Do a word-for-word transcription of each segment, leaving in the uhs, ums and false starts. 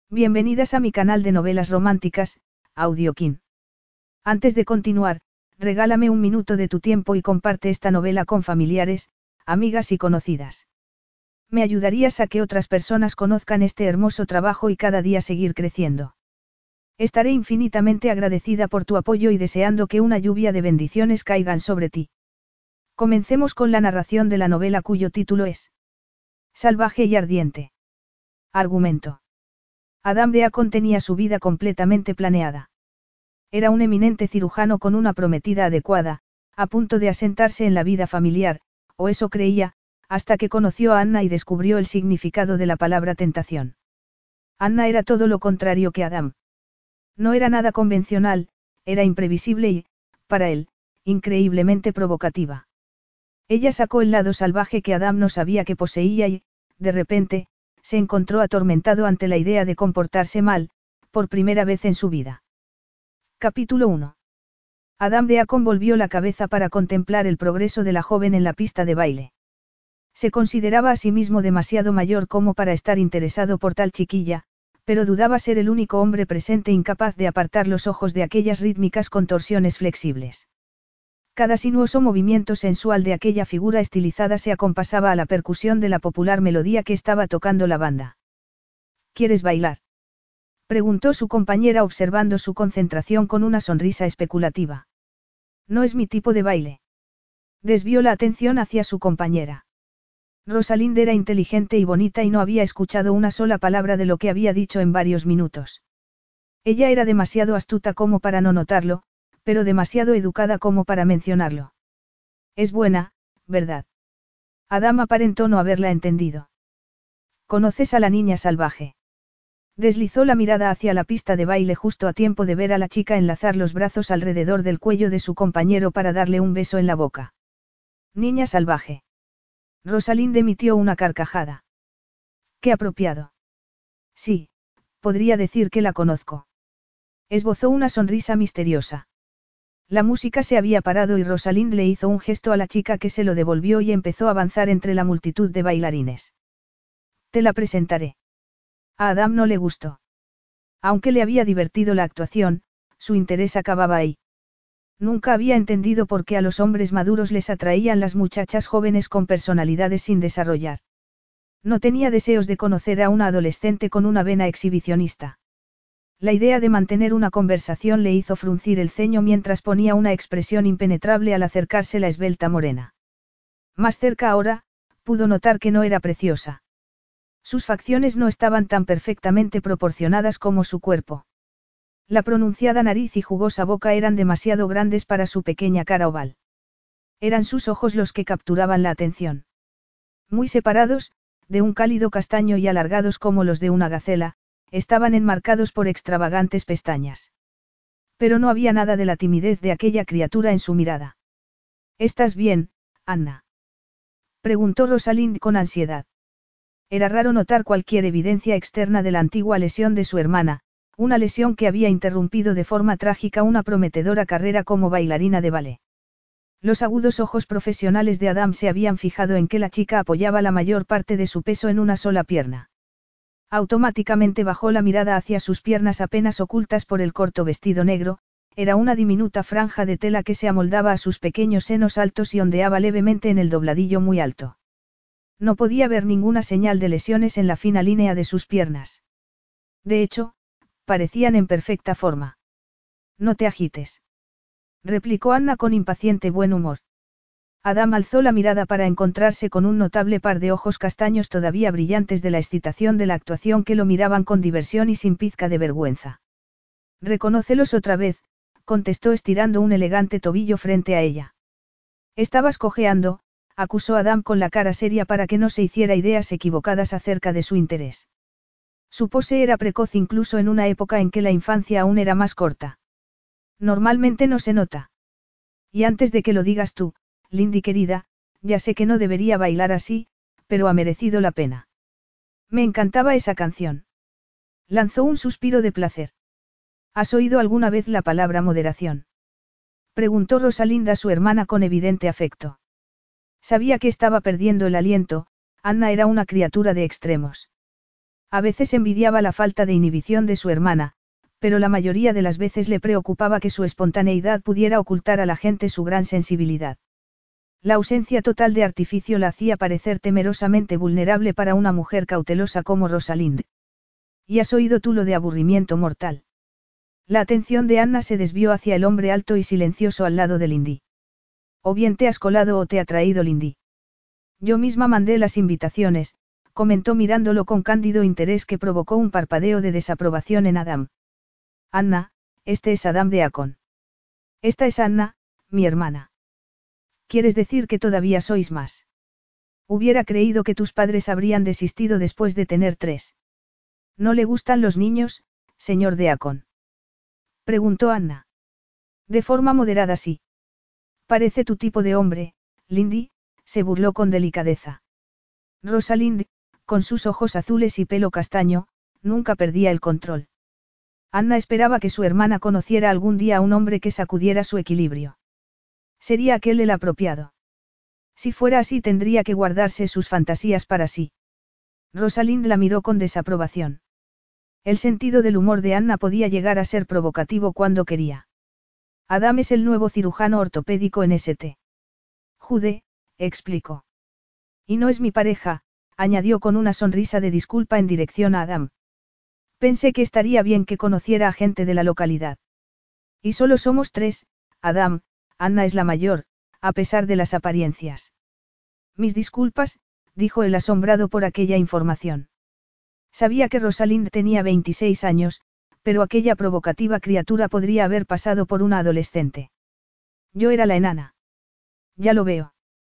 Bienvenidas a mi canal de novelas románticas, Audiokin. Antes de continuar, regálame un minuto de tu tiempo y comparte esta novela con familiares, amigas y conocidas. Me ayudarías a que otras personas conozcan este hermoso trabajo y cada día seguir creciendo. Estaré infinitamente agradecida por tu apoyo y deseando que una lluvia de bendiciones caigan sobre ti. Comencemos con la narración de la novela cuyo título es Salvaje y ardiente. Argumento. Adam Deacon tenía su vida completamente planeada. Era un eminente cirujano con una prometida adecuada, a punto de asentarse en la vida familiar, o eso creía, hasta que conoció a Anna y descubrió el significado de la palabra tentación. Anna era todo lo contrario que Adam. No era nada convencional, era imprevisible y, para él, increíblemente provocativa. Ella sacó el lado salvaje que Adam no sabía que poseía y, de repente, se encontró atormentado ante la idea de comportarse mal, por primera vez en su vida. Capítulo uno. Adam Deacon volvió la cabeza para contemplar el progreso de la joven en la pista de baile. Se consideraba a sí mismo demasiado mayor como para estar interesado por tal chiquilla, pero dudaba ser el único hombre presente incapaz de apartar los ojos de aquellas rítmicas contorsiones flexibles. Cada sinuoso movimiento sensual de aquella figura estilizada se acompasaba a la percusión de la popular melodía que estaba tocando la banda. ¿Quieres bailar?, preguntó su compañera observando su concentración con una sonrisa especulativa. No es mi tipo de baile. Desvió la atención hacia su compañera. Rosalind era inteligente y bonita y no había escuchado una sola palabra de lo que había dicho en varios minutos. Ella era demasiado astuta como para no notarlo, pero demasiado educada como para mencionarlo. Es buena, ¿verdad? Adam aparentó no haberla entendido. ¿Conoces a la niña salvaje? Deslizó la mirada hacia la pista de baile justo a tiempo de ver a la chica enlazar los brazos alrededor del cuello de su compañero para darle un beso en la boca. Niña salvaje. Rosalind emitió una carcajada. Qué apropiado. Sí, podría decir que la conozco. Esbozó una sonrisa misteriosa. La música se había parado y Rosalind le hizo un gesto a la chica que se lo devolvió y empezó a avanzar entre la multitud de bailarines. Te la presentaré. A Adam no le gustó. Aunque le había divertido la actuación, su interés acababa ahí. Nunca había entendido por qué a los hombres maduros les atraían las muchachas jóvenes con personalidades sin desarrollar. No tenía deseos de conocer a una adolescente con una vena exhibicionista. La idea de mantener una conversación le hizo fruncir el ceño mientras ponía una expresión impenetrable al acercarse la esbelta morena. Más cerca ahora, pudo notar que no era preciosa. Sus facciones no estaban tan perfectamente proporcionadas como su cuerpo. La pronunciada nariz y jugosa boca eran demasiado grandes para su pequeña cara oval. Eran sus ojos los que capturaban la atención. Muy separados, de un cálido castaño y alargados como los de una gacela, estaban enmarcados por extravagantes pestañas. Pero no había nada de la timidez de aquella criatura en su mirada. ¿Estás bien, Anna?, preguntó Rosalind con ansiedad. Era raro notar cualquier evidencia externa de la antigua lesión de su hermana, una lesión que había interrumpido de forma trágica una prometedora carrera como bailarina de ballet. Los agudos ojos profesionales de Adam se habían fijado en que la chica apoyaba la mayor parte de su peso en una sola pierna. Automáticamente bajó la mirada hacia sus piernas apenas ocultas por el corto vestido negro, era una diminuta franja de tela que se amoldaba a sus pequeños senos altos y ondeaba levemente en el dobladillo muy alto. No podía ver ninguna señal de lesiones en la fina línea de sus piernas. De hecho, parecían en perfecta forma. No te agites, replicó Anna con impaciente buen humor. Adam alzó la mirada para encontrarse con un notable par de ojos castaños todavía brillantes de la excitación de la actuación que lo miraban con diversión y sin pizca de vergüenza. Reconócelos otra vez, contestó estirando un elegante tobillo frente a ella. Estabas cojeando, acusó Adam con la cara seria para que no se hiciera ideas equivocadas acerca de su interés. Su pose era precoz incluso en una época en que la infancia aún era más corta. Normalmente no se nota. Y antes de que lo digas tú, Lindy querida, ya sé que no debería bailar así, pero ha merecido la pena. Me encantaba esa canción. Lanzó un suspiro de placer. ¿Has oído alguna vez la palabra moderación?, preguntó Rosalind a su hermana con evidente afecto. Sabía que estaba perdiendo el aliento, Anna era una criatura de extremos. A veces envidiaba la falta de inhibición de su hermana, pero la mayoría de las veces le preocupaba que su espontaneidad pudiera ocultar a la gente su gran sensibilidad. La ausencia total de artificio la hacía parecer temerosamente vulnerable para una mujer cautelosa como Rosalind. ¿Y has oído tú lo de aburrimiento mortal? La atención de Anna se desvió hacia el hombre alto y silencioso al lado de Lindy. O bien te has colado o te ha traído Lindy. Yo misma mandé las invitaciones, comentó mirándolo con cándido interés que provocó un parpadeo de desaprobación en Adam. Anna, este es Adam Deacon. Esta es Anna, mi hermana. ¿Quieres decir que todavía sois más? Hubiera creído que tus padres habrían desistido después de tener tres. ¿No le gustan los niños, señor Deacon? Preguntó Anna. De forma moderada sí. Parece tu tipo de hombre, Lindy, se burló con delicadeza. Rosalind, con sus ojos azules y pelo castaño, nunca perdía el control. Anna esperaba que su hermana conociera algún día a un hombre que sacudiera su equilibrio. ¿Sería aquel el apropiado? Si fuera así tendría que guardarse sus fantasías para sí. Rosalind la miró con desaprobación. El sentido del humor de Anna podía llegar a ser provocativo cuando quería. Adam es el nuevo cirujano ortopédico en S T. Jude, explicó. Y no es mi pareja, añadió con una sonrisa de disculpa en dirección a Adam. Pensé que estaría bien que conociera a gente de la localidad. Y solo somos tres, Adam, Anna es la mayor, a pesar de las apariencias. Mis disculpas, dijo él asombrado por aquella información. Sabía que Rosalind tenía veintiséis años, pero aquella provocativa criatura podría haber pasado por una adolescente. Yo era la enana. Ya lo veo.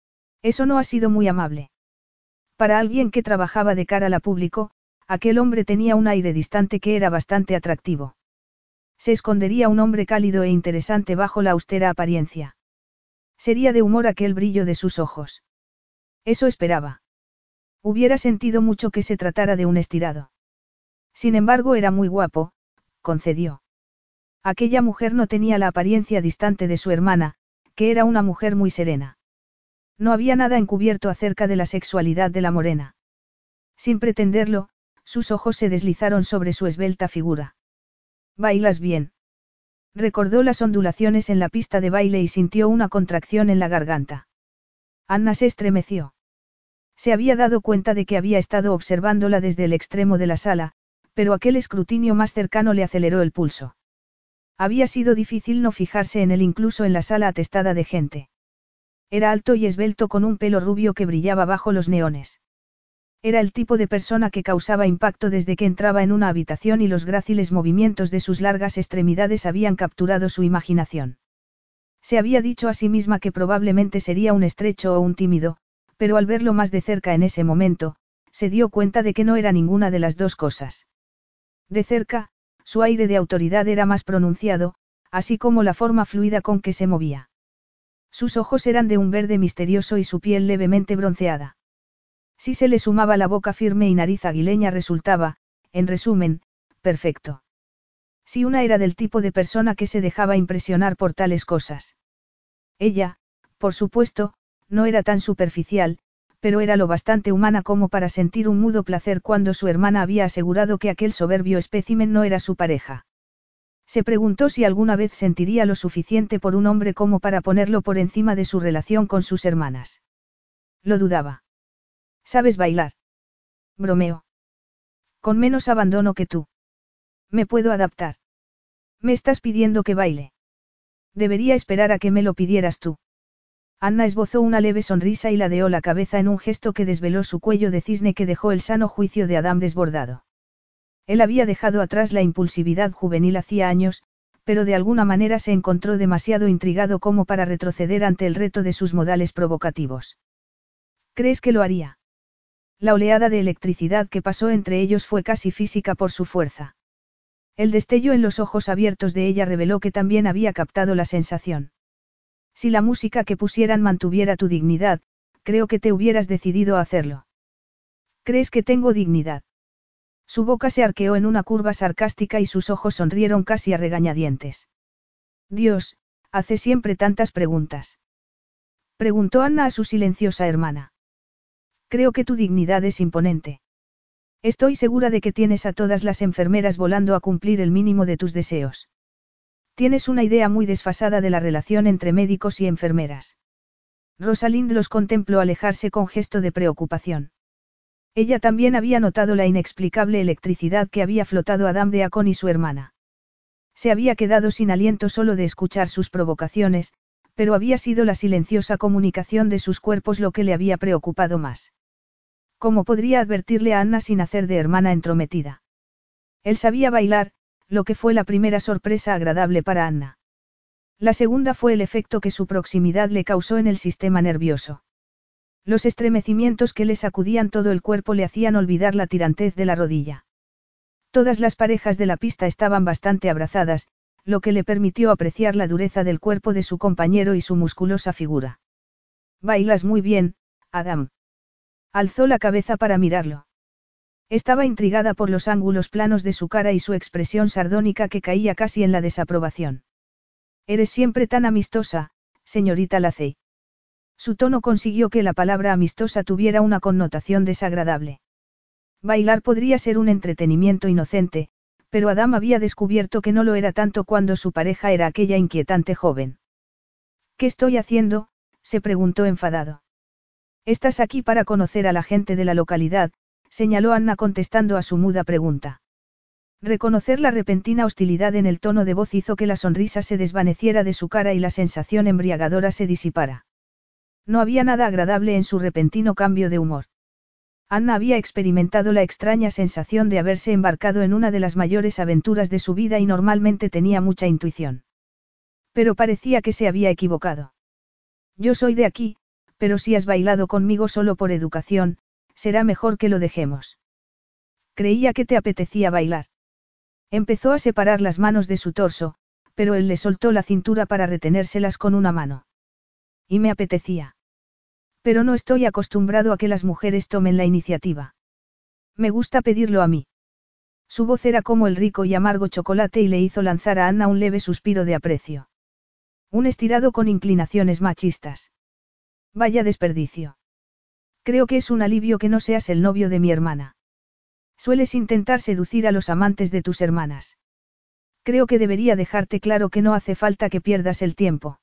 Eso no ha sido muy amable. Para alguien que trabajaba de cara al público, aquel hombre tenía un aire distante que era bastante atractivo. Se escondería un hombre cálido e interesante bajo la austera apariencia. Sería de humor aquel brillo de sus ojos. Eso esperaba. Hubiera sentido mucho que se tratara de un estirado. Sin embargo, era muy guapo, concedió. Aquella mujer no tenía la apariencia distante de su hermana, que era una mujer muy serena. No había nada encubierto acerca de la sexualidad de la morena. Sin pretenderlo, sus ojos se deslizaron sobre su esbelta figura. ¿Bailas bien? Recordó las ondulaciones en la pista de baile y sintió una contracción en la garganta. Anna se estremeció. Se había dado cuenta de que había estado observándola desde el extremo de la sala, pero aquel escrutinio más cercano le aceleró el pulso. Había sido difícil no fijarse en él incluso en la sala atestada de gente. Era alto y esbelto con un pelo rubio que brillaba bajo los neones. Era el tipo de persona que causaba impacto desde que entraba en una habitación y los gráciles movimientos de sus largas extremidades habían capturado su imaginación. Se había dicho a sí misma que probablemente sería un estrecho o un tímido, pero al verlo más de cerca en ese momento, se dio cuenta de que no era ninguna de las dos cosas. De cerca, su aire de autoridad era más pronunciado, así como la forma fluida con que se movía. Sus ojos eran de un verde misterioso y su piel levemente bronceada. Si se le sumaba la boca firme y nariz aguileña resultaba, en resumen, perfecto. Si una era del tipo de persona que se dejaba impresionar por tales cosas. Ella, por supuesto, no era tan superficial, pero era lo bastante humana como para sentir un mudo placer cuando su hermana había asegurado que aquel soberbio espécimen no era su pareja. Se preguntó si alguna vez sentiría lo suficiente por un hombre como para ponerlo por encima de su relación con sus hermanas. Lo dudaba. ¿Sabes bailar? Bromeó. Con menos abandono que tú. Me puedo adaptar. Me estás pidiendo que baile. Debería esperar a que me lo pidieras tú. Anna esbozó una leve sonrisa y ladeó la cabeza en un gesto que desveló su cuello de cisne que dejó el sano juicio de Adam desbordado. Él había dejado atrás la impulsividad juvenil hacía años, pero de alguna manera se encontró demasiado intrigado como para retroceder ante el reto de sus modales provocativos. ¿Crees que lo haría? La oleada de electricidad que pasó entre ellos fue casi física por su fuerza. El destello en los ojos abiertos de ella reveló que también había captado la sensación. Si la música que pusieran mantuviera tu dignidad, creo que te hubieras decidido a hacerlo. ¿Crees que tengo dignidad? Su boca se arqueó en una curva sarcástica y sus ojos sonrieron casi a regañadientes. Dios, hace siempre tantas preguntas. Preguntó Anna a su silenciosa hermana. Creo que tu dignidad es imponente. Estoy segura de que tienes a todas las enfermeras volando a cumplir el mínimo de tus deseos. Tienes una idea muy desfasada de la relación entre médicos y enfermeras. Rosalind los contempló alejarse con gesto de preocupación. Ella también había notado la inexplicable electricidad que había flotado a Dame de Acon y su hermana. Se había quedado sin aliento solo de escuchar sus provocaciones, pero había sido la silenciosa comunicación de sus cuerpos lo que le había preocupado más. ¿Cómo podría advertirle a Anna sin hacer de hermana entrometida? Él sabía bailar, lo que fue la primera sorpresa agradable para Anna. La segunda fue el efecto que su proximidad le causó en el sistema nervioso. Los estremecimientos que le sacudían todo el cuerpo le hacían olvidar la tirantez de la rodilla. Todas las parejas de la pista estaban bastante abrazadas, lo que le permitió apreciar la dureza del cuerpo de su compañero y su musculosa figura. «Bailas muy bien, Adam». Alzó la cabeza para mirarlo. Estaba intrigada por los ángulos planos de su cara y su expresión sardónica que caía casi en la desaprobación. «Eres siempre tan amistosa, señorita Lacey». Su tono consiguió que la palabra amistosa tuviera una connotación desagradable. Bailar podría ser un entretenimiento inocente, pero Adam había descubierto que no lo era tanto cuando su pareja era aquella inquietante joven. «¿Qué estoy haciendo?», se preguntó enfadado. «Estás aquí para conocer a la gente de la localidad», señaló Anna contestando a su muda pregunta. Reconocer la repentina hostilidad en el tono de voz hizo que la sonrisa se desvaneciera de su cara y la sensación embriagadora se disipara. No había nada agradable en su repentino cambio de humor. Anna había experimentado la extraña sensación de haberse embarcado en una de las mayores aventuras de su vida y normalmente tenía mucha intuición. Pero parecía que se había equivocado. «Yo soy de aquí, pero si has bailado conmigo solo por educación, será mejor que lo dejemos». «Creía que te apetecía bailar». Empezó a separar las manos de su torso, pero él le soltó la cintura para retenérselas con una mano. «Y me apetecía. Pero no estoy acostumbrado a que las mujeres tomen la iniciativa. Me gusta pedirlo a mí». Su voz era como el rico y amargo chocolate y le hizo lanzar a Anna un leve suspiro de aprecio. Un estirado con inclinaciones machistas. «Vaya desperdicio. Creo que es un alivio que no seas el novio de mi hermana. Sueles intentar seducir a los amantes de tus hermanas. Creo que debería dejarte claro que no hace falta que pierdas el tiempo.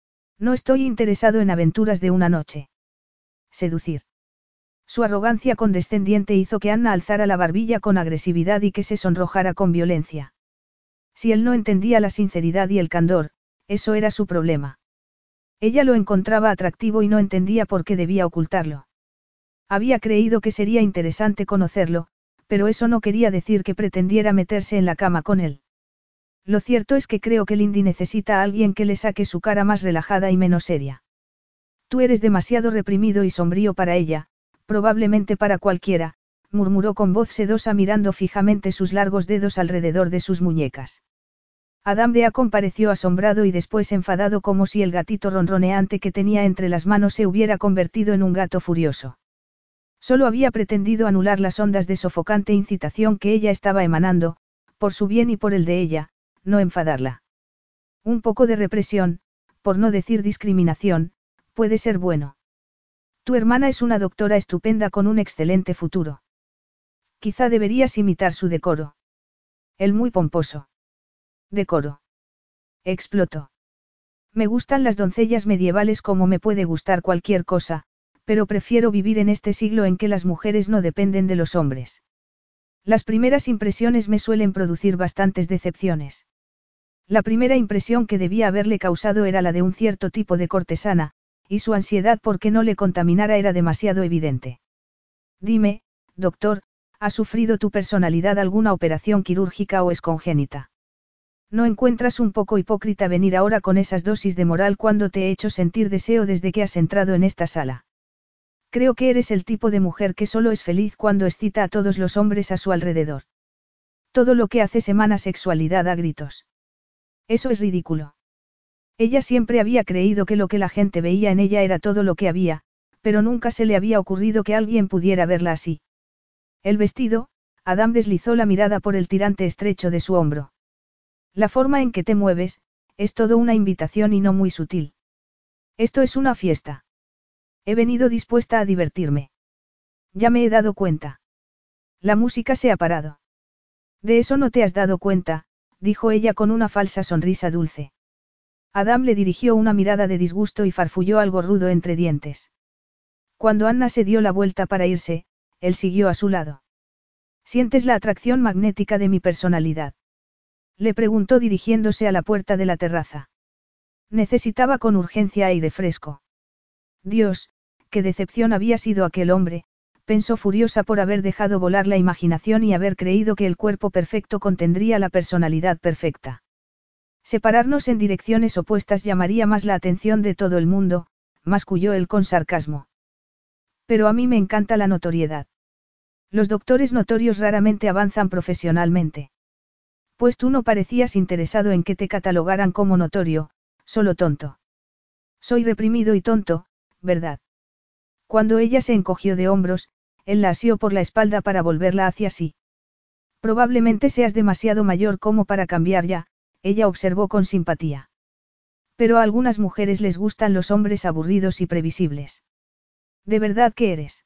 No estoy interesado en aventuras de una noche». Seducir. Su arrogancia condescendiente hizo que Anna alzara la barbilla con agresividad y que se sonrojara con violencia. Si él no entendía la sinceridad y el candor, eso era su problema. Ella lo encontraba atractivo y no entendía por qué debía ocultarlo. Había creído que sería interesante conocerlo, pero eso no quería decir que pretendiera meterse en la cama con él. Lo cierto es que creo que Lindy necesita a alguien que le saque su cara más relajada y menos seria. Tú eres demasiado reprimido y sombrío para ella, probablemente para cualquiera, murmuró con voz sedosa mirando fijamente sus largos dedos alrededor de sus muñecas. Adam de Acon pareció asombrado y después enfadado como si el gatito ronroneante que tenía entre las manos se hubiera convertido en un gato furioso. Solo había pretendido anular las ondas de sofocante incitación que ella estaba emanando, por su bien y por el de ella, no enfadarla. Un poco de represión, por no decir discriminación, puede ser bueno. Tu hermana es una doctora estupenda con un excelente futuro. Quizá deberías imitar su decoro. El muy pomposo. Decoro. Explotó. Me gustan las doncellas medievales como me puede gustar cualquier cosa, pero prefiero vivir en este siglo en que las mujeres no dependen de los hombres. Las primeras impresiones me suelen producir bastantes decepciones. La primera impresión que debía haberle causado era la de un cierto tipo de cortesana, y su ansiedad por que no le contaminara era demasiado evidente. Dime, doctor, ¿ha sufrido tu personalidad alguna operación quirúrgica o es congénita? ¿No encuentras un poco hipócrita venir ahora con esas dosis de moral cuando te he hecho sentir deseo desde que has entrado en esta sala? Creo que eres el tipo de mujer que solo es feliz cuando excita a todos los hombres a su alrededor. Todo lo que haces emana sexualidad a gritos. Eso es ridículo. Ella siempre había creído que lo que la gente veía en ella era todo lo que había, pero nunca se le había ocurrido que alguien pudiera verla así. El vestido, Adam deslizó la mirada por el tirante estrecho de su hombro. La forma en que te mueves, es todo una invitación y no muy sutil. Esto es una fiesta. He venido dispuesta a divertirme. Ya me he dado cuenta. La música se ha parado. De eso no te has dado cuenta, dijo ella con una falsa sonrisa dulce. Adam le dirigió una mirada de disgusto y farfulló algo rudo entre dientes. Cuando Anna se dio la vuelta para irse, él siguió a su lado. ¿Sientes la atracción magnética de mi personalidad?, le preguntó dirigiéndose a la puerta de la terraza. Necesitaba con urgencia aire fresco. Dios, qué decepción había sido aquel hombre, pensó furiosa por haber dejado volar la imaginación y haber creído que el cuerpo perfecto contendría la personalidad perfecta. Separarnos en direcciones opuestas llamaría más la atención de todo el mundo, masculló él con sarcasmo. Pero a mí me encanta la notoriedad. Los doctores notorios raramente avanzan profesionalmente. Pues tú no parecías interesado en que te catalogaran como notorio, solo tonto. Soy reprimido y tonto, ¿verdad? Cuando ella se encogió de hombros, él la asió por la espalda para volverla hacia sí. Probablemente seas demasiado mayor como para cambiar ya, ella observó con simpatía. Pero a algunas mujeres les gustan los hombres aburridos y previsibles. ¿De verdad que eres?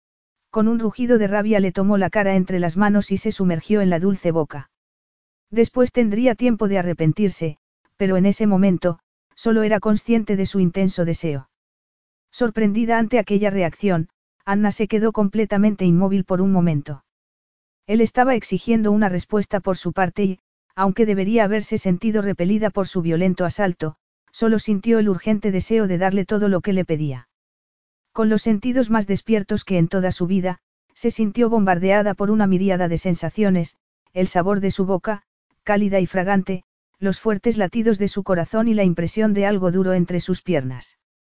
Con un rugido de rabia le tomó la cara entre las manos y se sumergió en la dulce boca. Después tendría tiempo de arrepentirse, pero en ese momento, solo era consciente de su intenso deseo. Sorprendida ante aquella reacción, Anna se quedó completamente inmóvil por un momento. Él estaba exigiendo una respuesta por su parte y, aunque debería haberse sentido repelida por su violento asalto, solo sintió el urgente deseo de darle todo lo que le pedía. Con los sentidos más despiertos que en toda su vida, se sintió bombardeada por una miríada de sensaciones, el sabor de su boca, cálida y fragante, los fuertes latidos de su corazón y la impresión de algo duro entre sus piernas.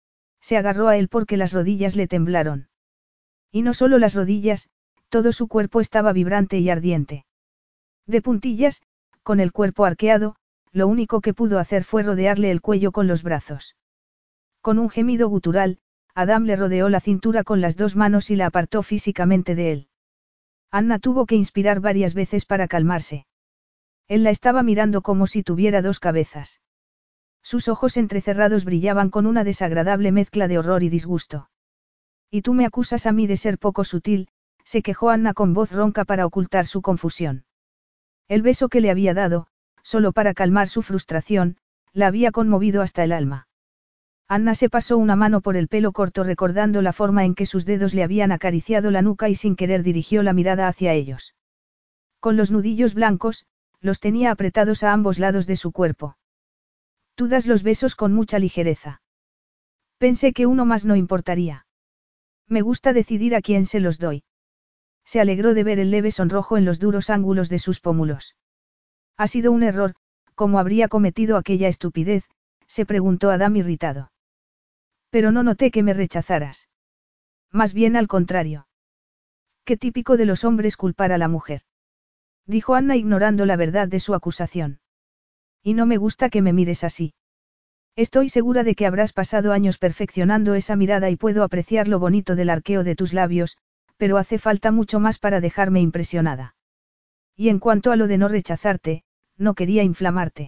Se agarró a él porque las rodillas le temblaron. Y no solo las rodillas, todo su cuerpo estaba vibrante y ardiente. De puntillas, con el cuerpo arqueado, lo único que pudo hacer fue rodearle el cuello con los brazos. Con un gemido gutural, Adam le rodeó la cintura con las dos manos y la apartó físicamente de él. Anna tuvo que inspirar varias veces para calmarse. Él la estaba mirando como si tuviera dos cabezas. Sus ojos entrecerrados brillaban con una desagradable mezcla de horror y disgusto. «Y tú me acusas a mí de ser poco sutil», se quejó Anna con voz ronca para ocultar su confusión. El beso que le había dado, solo para calmar su frustración, la había conmovido hasta el alma. Anna se pasó una mano por el pelo corto recordando la forma en que sus dedos le habían acariciado la nuca y sin querer dirigió la mirada hacia ellos. Con los nudillos blancos, los tenía apretados a ambos lados de su cuerpo. «Tú das los besos con mucha ligereza. Pensé que uno más no importaría. Me gusta decidir a quién se los doy». Se alegró de ver el leve sonrojo en los duros ángulos de sus pómulos. «Ha sido un error, ¿cómo habría cometido aquella estupidez?», se preguntó Adam irritado. «Pero no noté que me rechazaras. Más bien al contrario. Qué típico de los hombres culpar a la mujer», dijo Anna ignorando la verdad de su acusación. «Y no me gusta que me mires así. Estoy segura de que habrás pasado años perfeccionando esa mirada y puedo apreciar lo bonito del arqueo de tus labios, pero hace falta mucho más para dejarme impresionada. Y en cuanto a lo de no rechazarte, no quería inflamarte.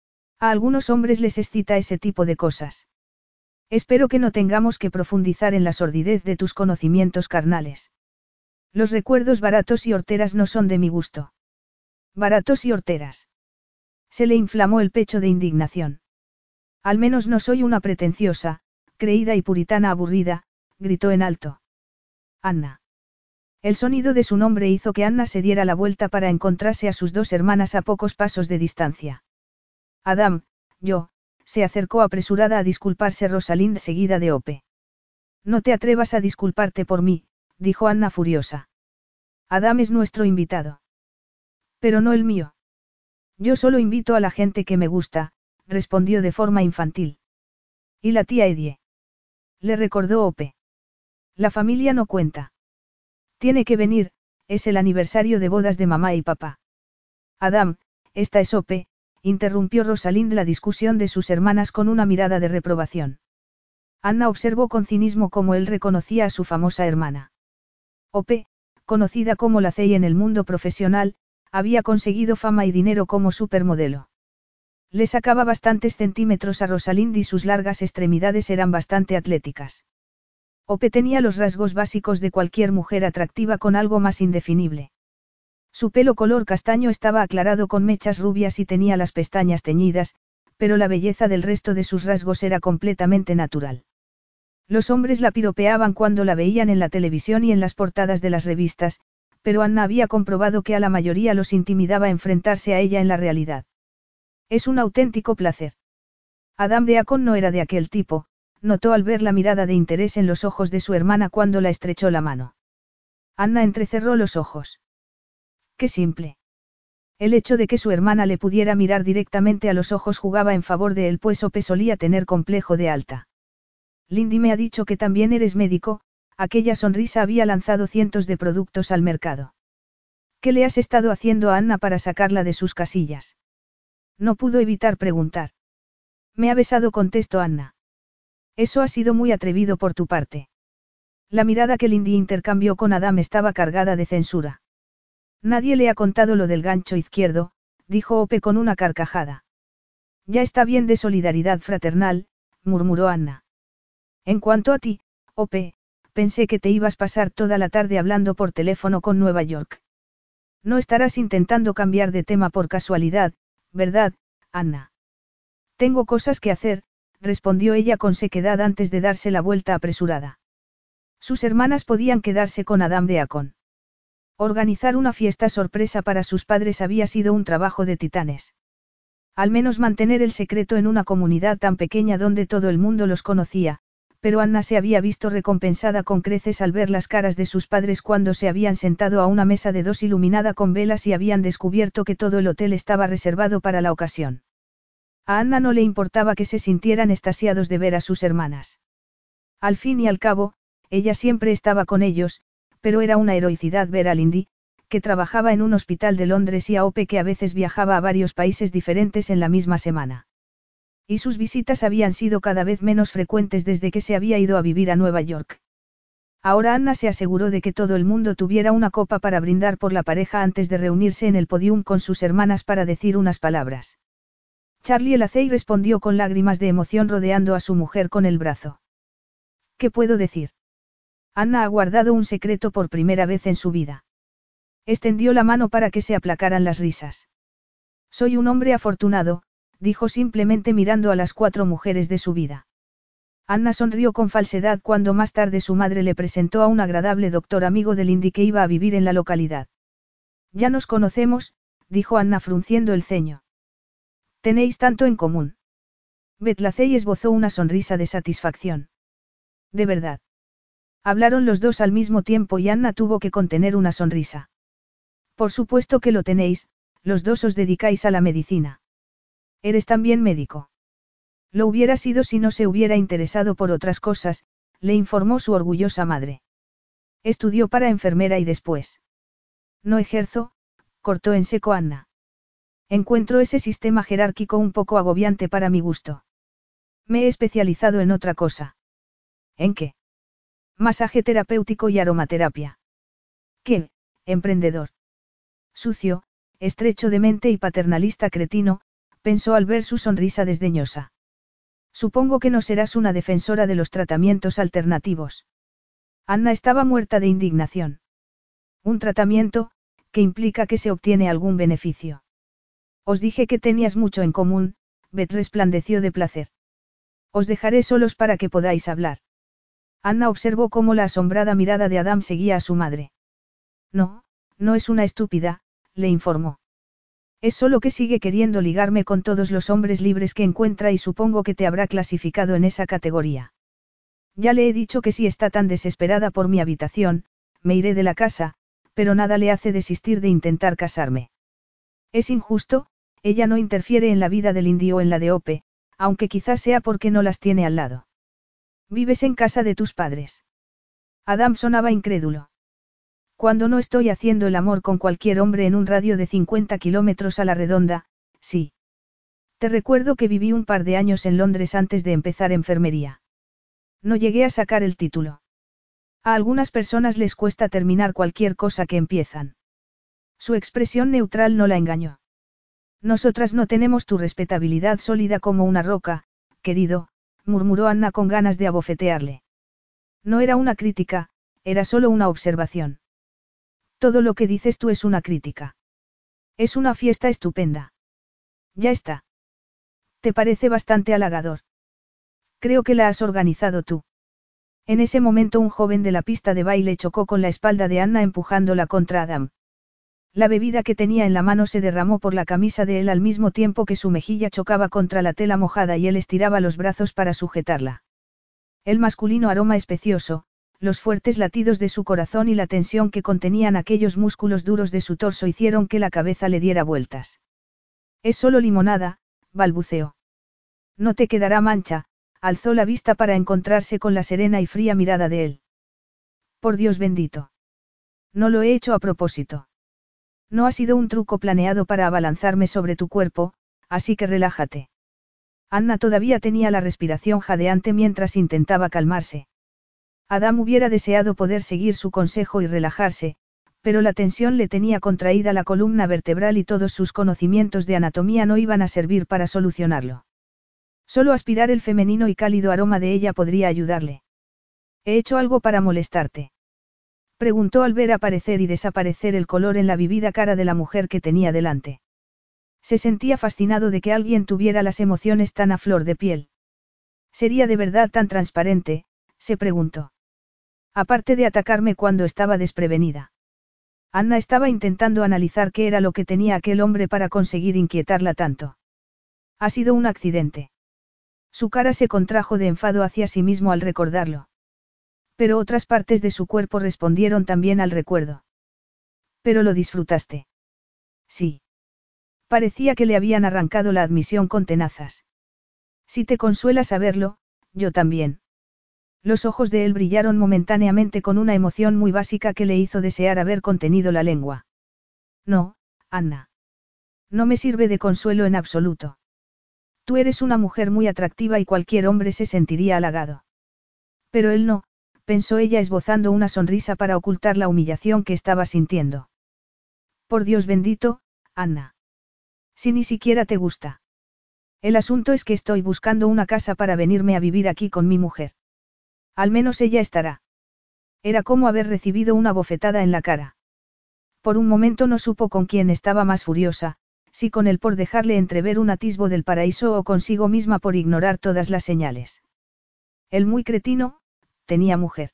A algunos hombres les excita ese tipo de cosas. Espero que no tengamos que profundizar en la sordidez de tus conocimientos carnales. Los recuerdos baratos y horteras no son de mi gusto». «Baratos y horteras». Se le inflamó el pecho de indignación. «Al menos no soy una pretenciosa, creída y puritana aburrida», gritó en alto. «Anna». El sonido de su nombre hizo que Anna se diera la vuelta para encontrarse a sus dos hermanas a pocos pasos de distancia. «Adam, yo», se acercó apresurada a disculparse Rosalind seguida de Ope. «No te atrevas a disculparte por mí», dijo Anna furiosa. «Adam es nuestro invitado». «Pero no el mío. Yo solo invito a la gente que me gusta», respondió de forma infantil. «¿Y la tía Edie?», le recordó Ope. «La familia no cuenta. Tiene que venir, es el aniversario de bodas de mamá y papá». «Adam, esta es Ope», interrumpió Rosalind la discusión de sus hermanas con una mirada de reprobación. Anna observó con cinismo cómo él reconocía a su famosa hermana. Ope, conocida como la C I en el mundo profesional, había conseguido fama y dinero como supermodelo. Le sacaba bastantes centímetros a Rosalind y sus largas extremidades eran bastante atléticas. Ope tenía los rasgos básicos de cualquier mujer atractiva con algo más indefinible. Su pelo color castaño estaba aclarado con mechas rubias y tenía las pestañas teñidas, pero la belleza del resto de sus rasgos era completamente natural. Los hombres la piropeaban cuando la veían en la televisión y en las portadas de las revistas, pero Anna había comprobado que a la mayoría los intimidaba enfrentarse a ella en la realidad. Es un auténtico placer. Adam Deacon no era de aquel tipo, notó al ver la mirada de interés en los ojos de su hermana cuando la estrechó la mano. Anna entrecerró los ojos. Qué simple. El hecho de que su hermana le pudiera mirar directamente a los ojos jugaba en favor de él, pues Ope solía tener complejo de alta. Lindy me ha dicho que también eres médico. Aquella sonrisa había lanzado cientos de productos al mercado. ¿Qué le has estado haciendo a Anna para sacarla de sus casillas? No pudo evitar preguntar. Me ha besado, contestó Anna. Eso ha sido muy atrevido por tu parte. La mirada que Lindy intercambió con Adam estaba cargada de censura. Nadie le ha contado lo del gancho izquierdo, dijo Ope con una carcajada. Ya está bien de solidaridad fraternal, murmuró Anna. En cuanto a ti, Ope, pensé que te ibas a pasar toda la tarde hablando por teléfono con Nueva York. No estarás intentando cambiar de tema por casualidad, ¿verdad, Anna? Tengo cosas que hacer, respondió ella con sequedad antes de darse la vuelta apresurada. Sus hermanas podían quedarse con Adam Deacon. Organizar una fiesta sorpresa para sus padres había sido un trabajo de titanes. Al menos mantener el secreto en una comunidad tan pequeña donde todo el mundo los conocía, pero Anna se había visto recompensada con creces al ver las caras de sus padres cuando se habían sentado a una mesa de dos iluminada con velas y habían descubierto que todo el hotel estaba reservado para la ocasión. A Anna no le importaba que se sintieran extasiados de ver a sus hermanas. Al fin y al cabo, ella siempre estaba con ellos, pero era una heroicidad ver a Lindy, que trabajaba en un hospital de Londres, y a Ope, que a veces viajaba a varios países diferentes en la misma semana. Y sus visitas habían sido cada vez menos frecuentes desde que se había ido a vivir a Nueva York. Ahora Anna se aseguró de que todo el mundo tuviera una copa para brindar por la pareja antes de reunirse en el podium con sus hermanas para decir unas palabras. Charlie Elacey respondió con lágrimas de emoción rodeando a su mujer con el brazo. ¿Qué puedo decir? Anna ha guardado un secreto por primera vez en su vida. Extendió la mano para que se aplacaran las risas. Soy un hombre afortunado, dijo simplemente mirando a las cuatro mujeres de su vida. Anna sonrió con falsedad cuando más tarde su madre le presentó a un agradable doctor amigo de Lindy que iba a vivir en la localidad. Ya nos conocemos, dijo Anna frunciendo el ceño. Tenéis tanto en común. Beth Lacey esbozó una sonrisa de satisfacción. De verdad. Hablaron los dos al mismo tiempo y Anna tuvo que contener una sonrisa. Por supuesto que lo tenéis, los dos os dedicáis a la medicina. Eres también médico. Lo hubiera sido si no se hubiera interesado por otras cosas, le informó su orgullosa madre. Estudió para enfermera y después. No ejerzo, cortó en seco Anna. Encuentro ese sistema jerárquico un poco agobiante para mi gusto. Me he especializado en otra cosa. ¿En qué? Masaje terapéutico y aromaterapia. ¿Qué, emprendedor? Sucio, estrecho de mente y paternalista cretino, pensó al ver su sonrisa desdeñosa. Supongo que no serás una defensora de los tratamientos alternativos. Anna estaba muerta de indignación. Un tratamiento, que implica que se obtiene algún beneficio. Os dije que tenías mucho en común, Beth resplandeció de placer. Os dejaré solos para que podáis hablar. Anna observó cómo la asombrada mirada de Adam seguía a su madre. No, no es una estúpida, le informó. Es solo que sigue queriendo ligarme con todos los hombres libres que encuentra y supongo que te habrá clasificado en esa categoría. Ya le he dicho que si está tan desesperada por mi habitación, me iré de la casa, pero nada le hace desistir de intentar casarme. Es injusto, ella no interfiere en la vida del Lindy o en la de Ope, aunque quizás sea porque no las tiene al lado. ¿Vives en casa de tus padres? Adam sonaba incrédulo. Cuando no estoy haciendo el amor con cualquier hombre en un radio de cincuenta kilómetros a la redonda, sí. Te recuerdo que viví un par de años en Londres antes de empezar enfermería. No llegué a sacar el título. A algunas personas les cuesta terminar cualquier cosa que empiezan. Su expresión neutral no la engañó. Nosotras no tenemos tu respetabilidad sólida como una roca, querido, murmuró Anna con ganas de abofetearle. No era una crítica, era solo una observación. Todo lo que dices tú es una crítica. Es una fiesta estupenda. Ya está. ¿Te parece bastante halagador? Creo que la has organizado tú. En ese momento un joven de la pista de baile chocó con la espalda de Anna empujándola contra Adam. La bebida que tenía en la mano se derramó por la camisa de él al mismo tiempo que su mejilla chocaba contra la tela mojada y él estiraba los brazos para sujetarla. El masculino aroma especioso, los fuertes latidos de su corazón y la tensión que contenían aquellos músculos duros de su torso hicieron que la cabeza le diera vueltas. Es solo limonada, balbuceó. No te quedará mancha, alzó la vista para encontrarse con la serena y fría mirada de él. Por Dios bendito. No lo he hecho a propósito. No ha sido un truco planeado para abalanzarme sobre tu cuerpo, así que relájate. Anna todavía tenía la respiración jadeante mientras intentaba calmarse. Adam hubiera deseado poder seguir su consejo y relajarse, pero la tensión le tenía contraída la columna vertebral y todos sus conocimientos de anatomía no iban a servir para solucionarlo. Solo aspirar el femenino y cálido aroma de ella podría ayudarle. ¿He hecho algo para molestarte?, preguntó al ver aparecer y desaparecer el color en la vivida cara de la mujer que tenía delante. Se sentía fascinado de que alguien tuviera las emociones tan a flor de piel. ¿Sería de verdad tan transparente?, se preguntó. Aparte de atacarme cuando estaba desprevenida. Anna estaba intentando analizar qué era lo que tenía aquel hombre para conseguir inquietarla tanto. Ha sido un accidente. Su cara se contrajo de enfado hacia sí mismo al recordarlo. Pero otras partes de su cuerpo respondieron también al recuerdo. ¿Pero lo disfrutaste? Sí. Parecía que le habían arrancado la admisión con tenazas. Si te consuela saberlo, yo también. Los ojos de él brillaron momentáneamente con una emoción muy básica que le hizo desear haber contenido la lengua. No, Anna. No me sirve de consuelo en absoluto. Tú eres una mujer muy atractiva y cualquier hombre se sentiría halagado. Pero él no, pensó ella esbozando una sonrisa para ocultar la humillación que estaba sintiendo. Por Dios bendito, Anna. Si ni siquiera te gusta. El asunto es que estoy buscando una casa para venirme a vivir aquí con mi mujer. Al menos ella estará. Era como haber recibido una bofetada en la cara. Por un momento no supo con quién estaba más furiosa, si con él por dejarle entrever un atisbo del paraíso o consigo misma por ignorar todas las señales. El muy cretino, tenía mujer.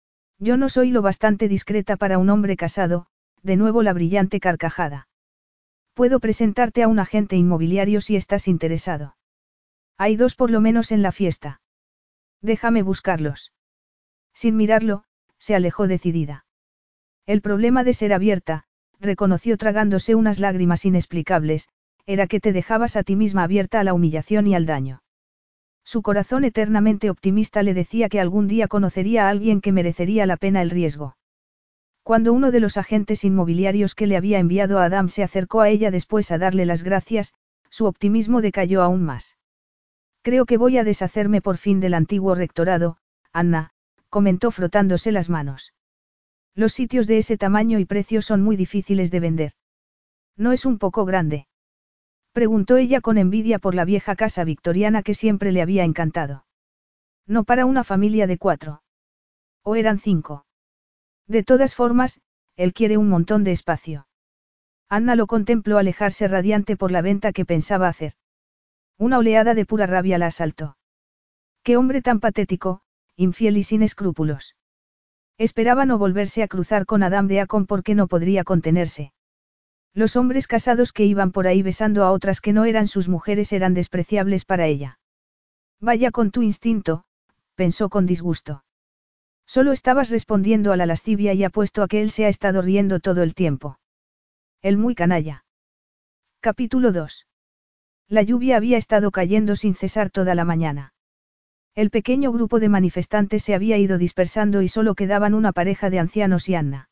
Yo no soy lo bastante discreta para un hombre casado, de nuevo la brillante carcajada. Puedo presentarte a un agente inmobiliario si estás interesado. Hay dos por lo menos en la fiesta. Déjame buscarlos. Sin mirarlo, se alejó decidida. El problema de ser abierta, reconoció tragándose unas lágrimas inexplicables, era que te dejabas a ti misma abierta a la humillación y al daño. Su corazón eternamente optimista le decía que algún día conocería a alguien que merecería la pena el riesgo. Cuando uno de los agentes inmobiliarios que le había enviado a Adam se acercó a ella después a darle las gracias, su optimismo decayó aún más. Creo que voy a deshacerme por fin del antiguo rectorado, Anna, comentó frotándose las manos. Los sitios de ese tamaño y precio son muy difíciles de vender. ¿No es un poco grande?, preguntó ella con envidia por la vieja casa victoriana que siempre le había encantado. No para una familia de cuatro. ¿O eran cinco? De todas formas, él quiere un montón de espacio. Anna lo contempló alejarse radiante por la venta que pensaba hacer. Una oleada de pura rabia la asaltó. Qué hombre tan patético, infiel y sin escrúpulos. Esperaba no volverse a cruzar con Adam de Acon porque no podría contenerse. Los hombres casados que iban por ahí besando a otras que no eran sus mujeres eran despreciables para ella. Vaya con tu instinto, pensó con disgusto. Solo estabas respondiendo a la lascivia y apuesto a que él se ha estado riendo todo el tiempo. El muy canalla. Capítulo dos. La lluvia había estado cayendo sin cesar toda la mañana. El pequeño grupo de manifestantes se había ido dispersando y solo quedaban una pareja de ancianos y Anna.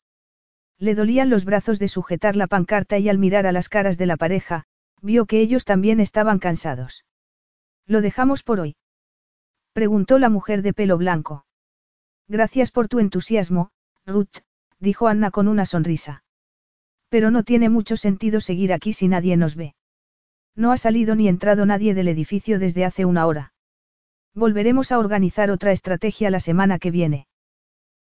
Le dolían los brazos de sujetar la pancarta y al mirar a las caras de la pareja, vio que ellos también estaban cansados. ¿Lo dejamos por hoy?, preguntó la mujer de pelo blanco. Gracias por tu entusiasmo, Ruth, dijo Anna con una sonrisa. Pero no tiene mucho sentido seguir aquí si nadie nos ve. No ha salido ni entrado nadie del edificio desde hace una hora. Volveremos a organizar otra estrategia la semana que viene.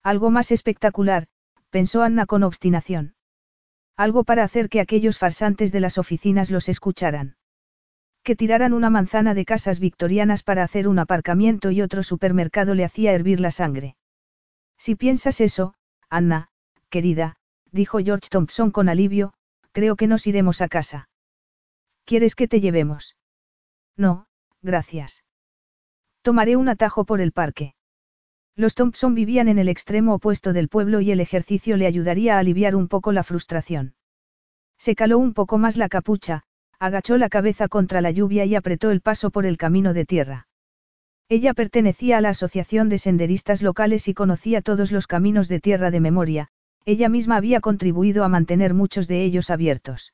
Algo más espectacular, pensó Anna con obstinación. Algo para hacer que aquellos farsantes de las oficinas los escucharan. Que tiraran una manzana de casas victorianas para hacer un aparcamiento y otro supermercado le hacía hervir la sangre. Si piensas eso, Anna, querida, dijo George Thompson con alivio, creo que nos iremos a casa. ¿Quieres que te llevemos? No, gracias. Tomaré un atajo por el parque. Los Thompson vivían en el extremo opuesto del pueblo y el ejercicio le ayudaría a aliviar un poco la frustración. Se caló un poco más la capucha, agachó la cabeza contra la lluvia y apretó el paso por el camino de tierra. Ella pertenecía a la asociación de senderistas locales y conocía todos los caminos de tierra de memoria, ella misma había contribuido a mantener muchos de ellos abiertos.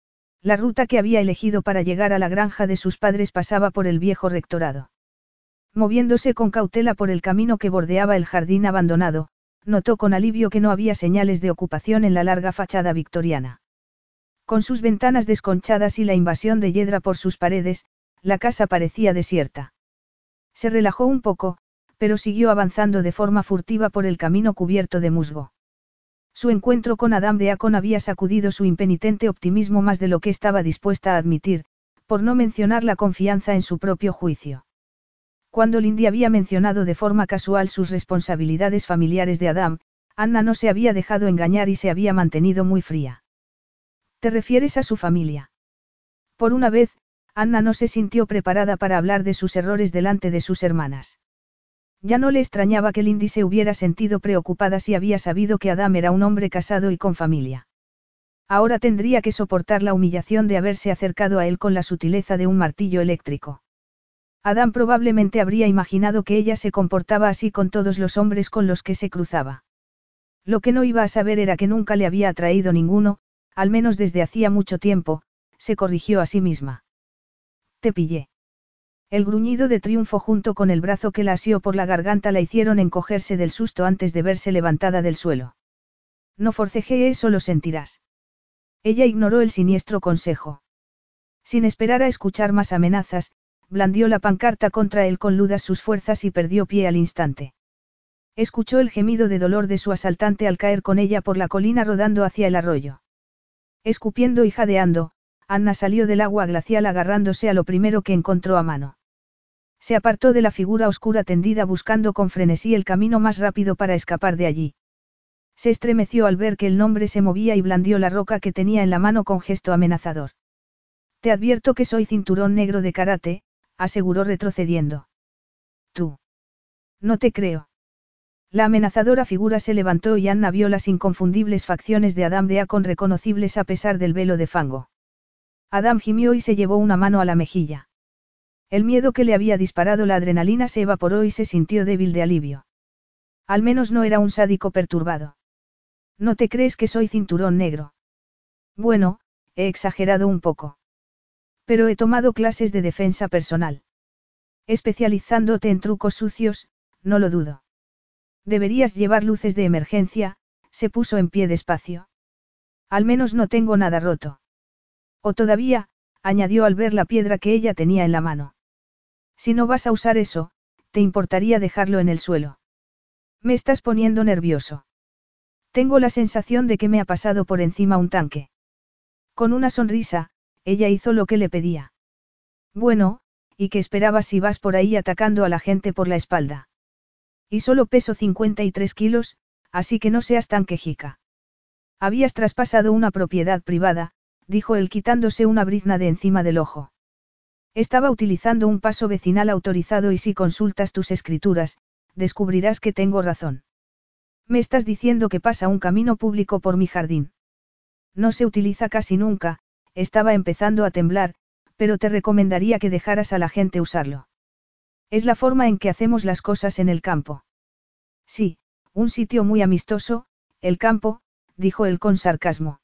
La ruta que había elegido para llegar a la granja de sus padres pasaba por el viejo rectorado. Moviéndose con cautela por el camino que bordeaba el jardín abandonado, notó con alivio que no había señales de ocupación en la larga fachada victoriana. Con sus ventanas desconchadas y la invasión de hiedra por sus paredes, la casa parecía desierta. Se relajó un poco, pero siguió avanzando de forma furtiva por el camino cubierto de musgo. Su encuentro con Adam Deacon había sacudido su impenitente optimismo más de lo que estaba dispuesta a admitir, por no mencionar la confianza en su propio juicio. Cuando Lindy había mencionado de forma casual sus responsabilidades familiares de Adam, Anna no se había dejado engañar y se había mantenido muy fría. ¿Te refieres a su familia? Por una vez, Anna no se sintió preparada para hablar de sus errores delante de sus hermanas. Ya no le extrañaba que Lindy se hubiera sentido preocupada si había sabido que Adam era un hombre casado y con familia. Ahora tendría que soportar la humillación de haberse acercado a él con la sutileza de un martillo eléctrico. Adam probablemente habría imaginado que ella se comportaba así con todos los hombres con los que se cruzaba. Lo que no iba a saber era que nunca le había atraído ninguno, al menos desde hacía mucho tiempo, se corrigió a sí misma. Te pillé. El gruñido de triunfo junto con el brazo que la asió por la garganta la hicieron encogerse del susto antes de verse levantada del suelo. No forcejee, eso lo sentirás. Ella ignoró el siniestro consejo. Sin esperar a escuchar más amenazas, blandió la pancarta contra él con ludas sus fuerzas y perdió pie al instante. Escuchó el gemido de dolor de su asaltante al caer con ella por la colina rodando hacia el arroyo. Escupiendo y jadeando, Anna salió del agua glacial agarrándose a lo primero que encontró a mano. Se apartó de la figura oscura tendida buscando con frenesí el camino más rápido para escapar de allí. Se estremeció al ver que el hombre se movía y blandió la roca que tenía en la mano con gesto amenazador. Te advierto que soy cinturón negro de karate, aseguró retrocediendo. Tú. No te creo. La amenazadora figura se levantó y Anna vio las inconfundibles facciones de Adam Deacon reconocibles a pesar del velo de fango. Adam gimió y se llevó una mano a la mejilla. El miedo que le había disparado la adrenalina se evaporó y se sintió débil de alivio. Al menos no era un sádico perturbado. ¿No te crees que soy cinturón negro? Bueno, he exagerado un poco. Pero he tomado clases de defensa personal. Especializándote en trucos sucios, no lo dudo. Deberías llevar luces de emergencia, se puso en pie despacio. Al menos no tengo nada roto. O todavía, añadió al ver la piedra que ella tenía en la mano. Si no vas a usar eso, ¿te importaría dejarlo en el suelo? Me estás poniendo nervioso. Tengo la sensación de que me ha pasado por encima un tanque. Con una sonrisa, ella hizo lo que le pedía. Bueno, ¿y qué esperabas si vas por ahí atacando a la gente por la espalda? Y solo peso cincuenta y tres kilos, así que no seas tan quejica. Habías traspasado una propiedad privada, dijo él quitándose una brizna de encima del ojo. Estaba utilizando un paso vecinal autorizado y si consultas tus escrituras, descubrirás que tengo razón. Me estás diciendo que pasa un camino público por mi jardín. No se utiliza casi nunca, estaba empezando a temblar, pero te recomendaría que dejaras a la gente usarlo. Es la forma en que hacemos las cosas en el campo. Sí, un sitio muy amistoso, el campo, dijo él con sarcasmo.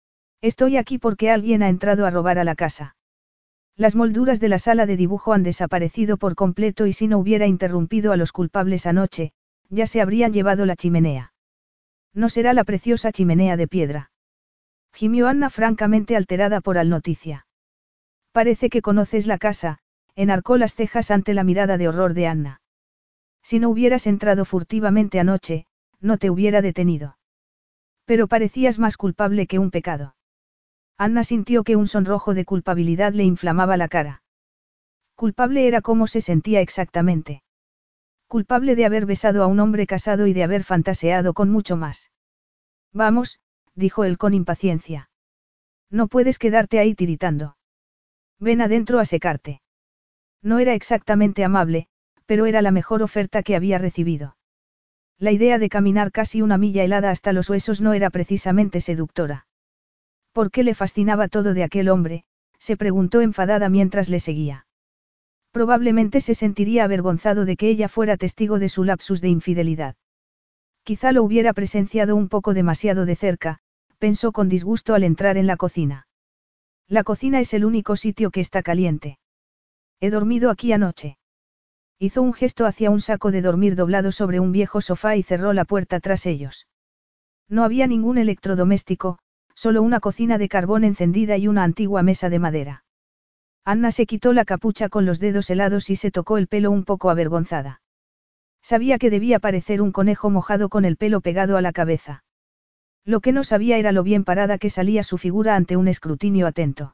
Estoy aquí porque alguien ha entrado a robar a la casa. Las molduras de la sala de dibujo han desaparecido por completo y si no hubiera interrumpido a los culpables anoche, ya se habrían llevado la chimenea. No será la preciosa chimenea de piedra. Gimió Anna francamente alterada por la noticia. Parece que conoces la casa, enarcó las cejas ante la mirada de horror de Anna. Si no hubieras entrado furtivamente anoche, no te hubiera detenido. Pero parecías más culpable que un pecado. Anna sintió que un sonrojo de culpabilidad le inflamaba la cara. Culpable era cómo se sentía exactamente. Culpable de haber besado a un hombre casado y de haber fantaseado con mucho más. Vamos, dijo él con impaciencia. No puedes quedarte ahí tiritando. Ven adentro a secarte. No era exactamente amable, pero era la mejor oferta que había recibido. La idea de caminar casi una milla helada hasta los huesos no era precisamente seductora. ¿Por qué le fascinaba todo de aquel hombre?, se preguntó enfadada mientras le seguía. Probablemente se sentiría avergonzado de que ella fuera testigo de su lapsus de infidelidad. Quizá lo hubiera presenciado un poco demasiado de cerca, pensó con disgusto al entrar en la cocina. La cocina es el único sitio que está caliente. He dormido aquí anoche. Hizo un gesto hacia un saco de dormir doblado sobre un viejo sofá y cerró la puerta tras ellos. No había ningún electrodoméstico, solo una cocina de carbón encendida y una antigua mesa de madera. Anna se quitó la capucha con los dedos helados y se tocó el pelo un poco avergonzada. Sabía que debía parecer un conejo mojado con el pelo pegado a la cabeza. Lo que no sabía era lo bien parada que salía su figura ante un escrutinio atento.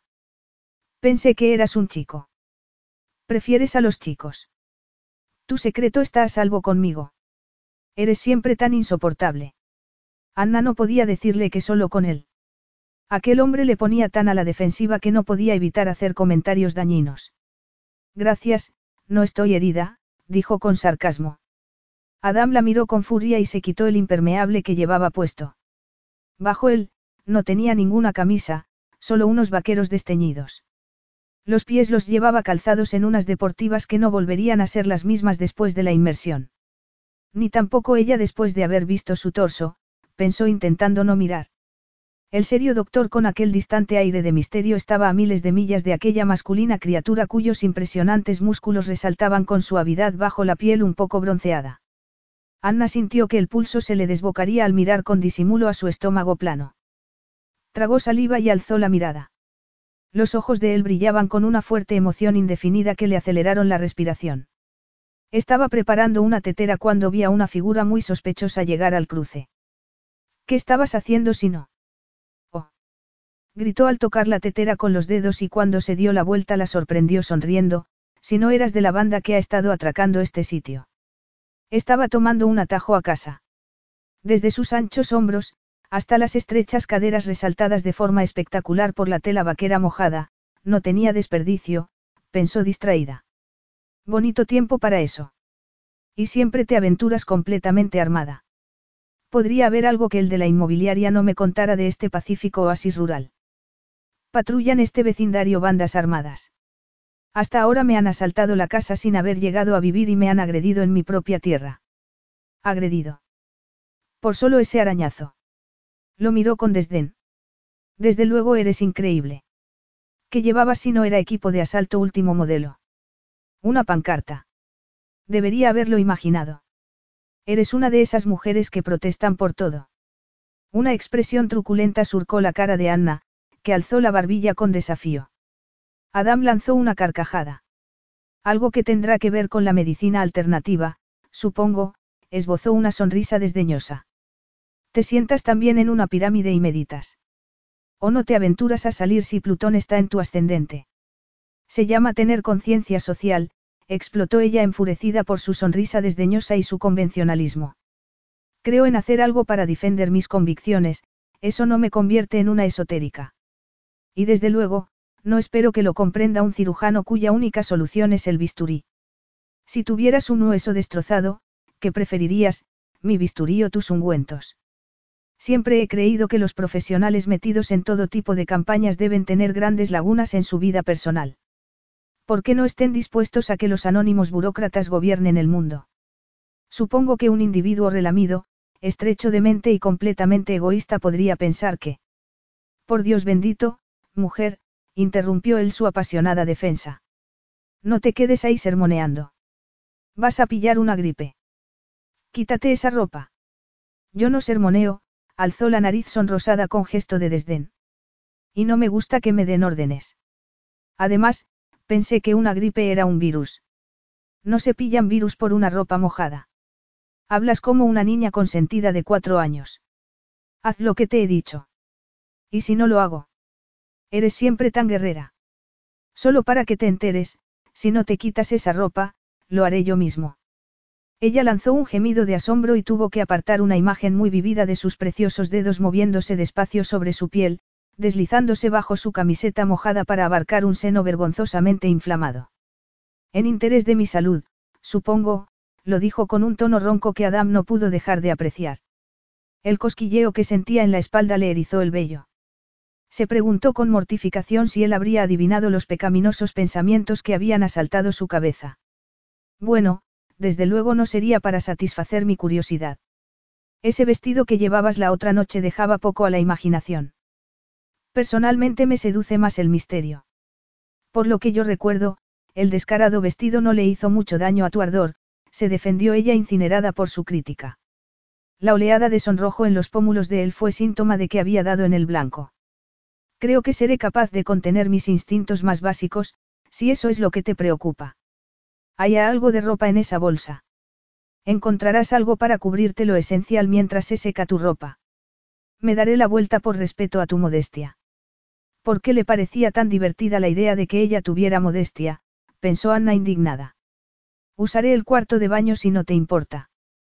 Pensé que eras un chico. ¿Prefieres a los chicos? Tu secreto está a salvo conmigo. Eres siempre tan insoportable. Anna no podía decirle que solo con él. Aquel hombre le ponía tan a la defensiva que no podía evitar hacer comentarios dañinos. Gracias, no estoy herida, dijo con sarcasmo. Adam la miró con furia y se quitó el impermeable que llevaba puesto. Bajo él, no tenía ninguna camisa, solo unos vaqueros desteñidos. Los pies los llevaba calzados en unas deportivas que no volverían a ser las mismas después de la inmersión. Ni tampoco ella después de haber visto su torso, pensó intentando no mirar. El serio doctor con aquel distante aire de misterio estaba a miles de millas de aquella masculina criatura cuyos impresionantes músculos resaltaban con suavidad bajo la piel un poco bronceada. Anna sintió que el pulso se le desbocaría al mirar con disimulo a su estómago plano. Tragó saliva y alzó la mirada. Los ojos de él brillaban con una fuerte emoción indefinida que le aceleraron la respiración. Estaba preparando una tetera cuando vi a una figura muy sospechosa llegar al cruce. ¿Qué estabas haciendo si no? Oh. Gritó al tocar la tetera con los dedos y cuando se dio la vuelta la sorprendió sonriendo, si no eras de la banda que ha estado atracando este sitio. Estaba tomando un atajo a casa. Desde sus anchos hombros, hasta las estrechas caderas resaltadas de forma espectacular por la tela vaquera mojada, no tenía desperdicio, pensó distraída. Bonito tiempo para eso. Y siempre te aventuras completamente armada. Podría haber algo que el de la inmobiliaria no me contara de este pacífico oasis rural. Patrullan este vecindario bandas armadas. Hasta ahora me han asaltado la casa sin haber llegado a vivir y me han agredido en mi propia tierra. Agredido. Por solo ese arañazo. Lo miró con desdén. Desde luego eres increíble. ¿Qué llevabas si no era equipo de asalto último modelo? Una pancarta. Debería haberlo imaginado. Eres una de esas mujeres que protestan por todo. Una expresión truculenta surcó la cara de Anna, que alzó la barbilla con desafío. Adam lanzó una carcajada. Algo que tendrá que ver con la medicina alternativa, supongo, esbozó una sonrisa desdeñosa. Te sientas también en una pirámide y meditas. O no te aventuras a salir si Plutón está en tu ascendente. Se llama tener conciencia social, explotó ella enfurecida por su sonrisa desdeñosa y su convencionalismo. Creo en hacer algo para defender mis convicciones, eso no me convierte en una esotérica. Y desde luego, no espero que lo comprenda un cirujano cuya única solución es el bisturí. Si tuvieras un hueso destrozado, ¿qué preferirías, mi bisturí o tus ungüentos? Siempre he creído que los profesionales metidos en todo tipo de campañas deben tener grandes lagunas en su vida personal. ¿Por qué no estén dispuestos a que los anónimos burócratas gobiernen el mundo? Supongo que un individuo relamido, estrecho de mente y completamente egoísta podría pensar que... Por Dios bendito, mujer, interrumpió él su apasionada defensa. No te quedes ahí sermoneando. Vas a pillar una gripe. Quítate esa ropa. Yo no sermoneo, alzó la nariz sonrosada con gesto de desdén. Y no me gusta que me den órdenes. Además, pensé que una gripe era un virus. No se pillan virus por una ropa mojada. Hablas como una niña consentida de cuatro años. Haz lo que te he dicho. ¿Y si no lo hago? Eres siempre tan guerrera. Solo para que te enteres, si no te quitas esa ropa, lo haré yo mismo. Ella lanzó un gemido de asombro y tuvo que apartar una imagen muy vivida de sus preciosos dedos moviéndose despacio sobre su piel, deslizándose bajo su camiseta mojada para abarcar un seno vergonzosamente inflamado. En interés de mi salud, supongo, lo dijo con un tono ronco que Adam no pudo dejar de apreciar. El cosquilleo que sentía en la espalda le erizó el vello. Se preguntó con mortificación si él habría adivinado los pecaminosos pensamientos que habían asaltado su cabeza. Bueno, desde luego no sería para satisfacer mi curiosidad. Ese vestido que llevabas la otra noche dejaba poco a la imaginación. Personalmente me seduce más el misterio. Por lo que yo recuerdo, el descarado vestido no le hizo mucho daño a tu ardor, se defendió ella incinerada por su crítica. La oleada de sonrojo en los pómulos de él fue síntoma de que había dado en el blanco. Creo que seré capaz de contener mis instintos más básicos, si eso es lo que te preocupa. ¿Hay algo de ropa en esa bolsa? Encontrarás algo para cubrirte lo esencial mientras se seca tu ropa. Me daré la vuelta por respeto a tu modestia. ¿Por qué le parecía tan divertida la idea de que ella tuviera modestia?, pensó Anna indignada. Usaré el cuarto de baño si no te importa.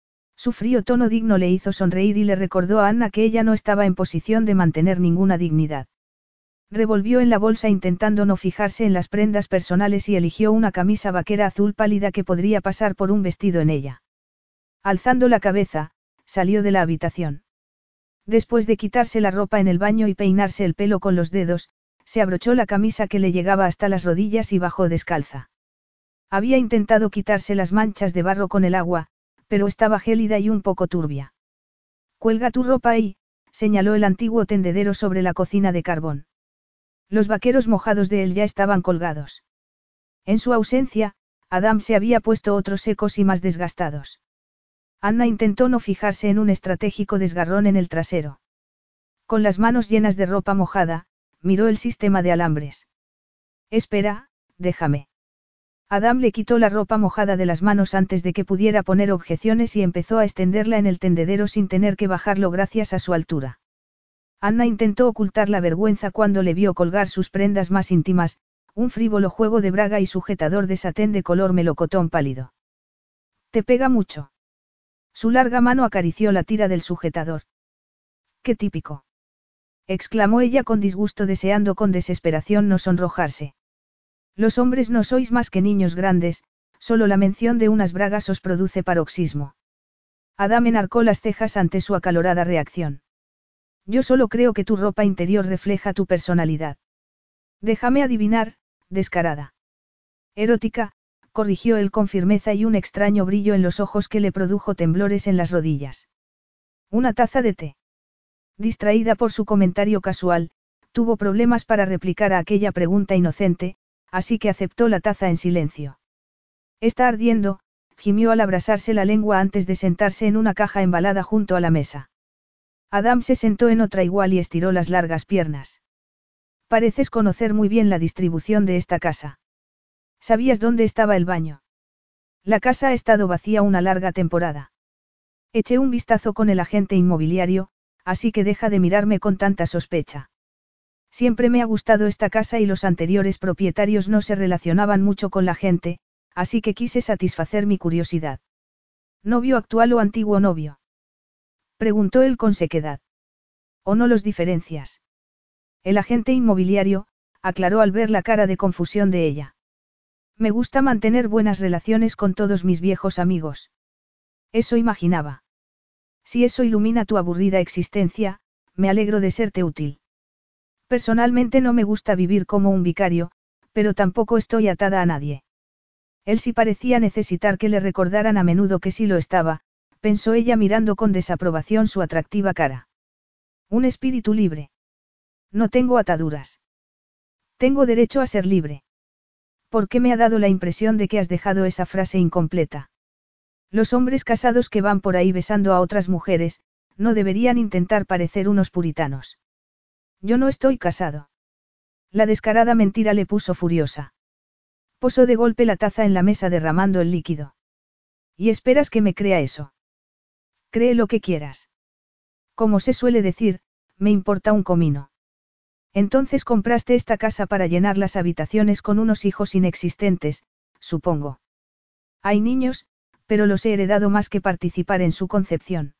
Su frío tono digno le hizo sonreír y le recordó a Anna que ella no estaba en posición de mantener ninguna dignidad. Revolvió en la bolsa intentando no fijarse en las prendas personales y eligió una camisa vaquera azul pálida que podría pasar por un vestido en ella. Alzando la cabeza, salió de la habitación. Después de quitarse la ropa en el baño y peinarse el pelo con los dedos, se abrochó la camisa que le llegaba hasta las rodillas y bajó descalza. Había intentado quitarse las manchas de barro con el agua, pero estaba gélida y un poco turbia. Cuelga tu ropa ahí, señaló el antiguo tendedero sobre la cocina de carbón. Los vaqueros mojados de él ya estaban colgados. En su ausencia, Adam se había puesto otros secos y más desgastados. Anna intentó no fijarse en un estratégico desgarrón en el trasero. Con las manos llenas de ropa mojada, miró el sistema de alambres. Espera, déjame. Adam le quitó la ropa mojada de las manos antes de que pudiera poner objeciones y empezó a extenderla en el tendedero sin tener que bajarlo gracias a su altura. Anna intentó ocultar la vergüenza cuando le vio colgar sus prendas más íntimas, un frívolo juego de braga y sujetador de satén de color melocotón pálido. ¿Te pega mucho? Su larga mano acarició la tira del sujetador. ¡Qué típico!, exclamó ella con disgusto deseando con desesperación no sonrojarse. Los hombres no sois más que niños grandes, solo la mención de unas bragas os produce paroxismo. Adam enarcó las cejas ante su acalorada reacción. Yo solo creo que tu ropa interior refleja tu personalidad. Déjame adivinar, descarada. Erótica, corrigió él con firmeza y un extraño brillo en los ojos que le produjo temblores en las rodillas. Una taza de té. Distraída por su comentario casual, tuvo problemas para replicar a aquella pregunta inocente, así que aceptó la taza en silencio. Está ardiendo, gimió al abrasarse la lengua antes de sentarse en una caja embalada junto a la mesa. Adam se sentó en otra igual y estiró las largas piernas. Pareces conocer muy bien la distribución de esta casa. ¿Sabías dónde estaba el baño? La casa ha estado vacía una larga temporada. Eché un vistazo con el agente inmobiliario, así que deja de mirarme con tanta sospecha. Siempre me ha gustado esta casa y los anteriores propietarios no se relacionaban mucho con la gente, así que quise satisfacer mi curiosidad. ¿Novio actual o antiguo novio?, preguntó él con sequedad. ¿O no los diferencias? El agente inmobiliario, aclaró al ver la cara de confusión de ella. Me gusta mantener buenas relaciones con todos mis viejos amigos. Eso imaginaba. Si eso ilumina tu aburrida existencia, me alegro de serte útil. Personalmente no me gusta vivir como un vicario, pero tampoco estoy atada a nadie. Él sí parecía necesitar que le recordaran a menudo que sí lo estaba, pensó ella mirando con desaprobación su atractiva cara. Un espíritu libre. No tengo ataduras. Tengo derecho a ser libre. ¿Por qué me ha dado la impresión de que has dejado esa frase incompleta? Los hombres casados que van por ahí besando a otras mujeres, no deberían intentar parecer unos puritanos. Yo no estoy casado. La descarada mentira le puso furiosa. Posó de golpe la taza en la mesa derramando el líquido. ¿Y esperas que me crea eso? Cree lo que quieras. Como se suele decir, me importa un comino. Entonces compraste esta casa para llenar las habitaciones con unos hijos inexistentes, supongo. Hay niños, pero los he heredado más que participar en su concepción.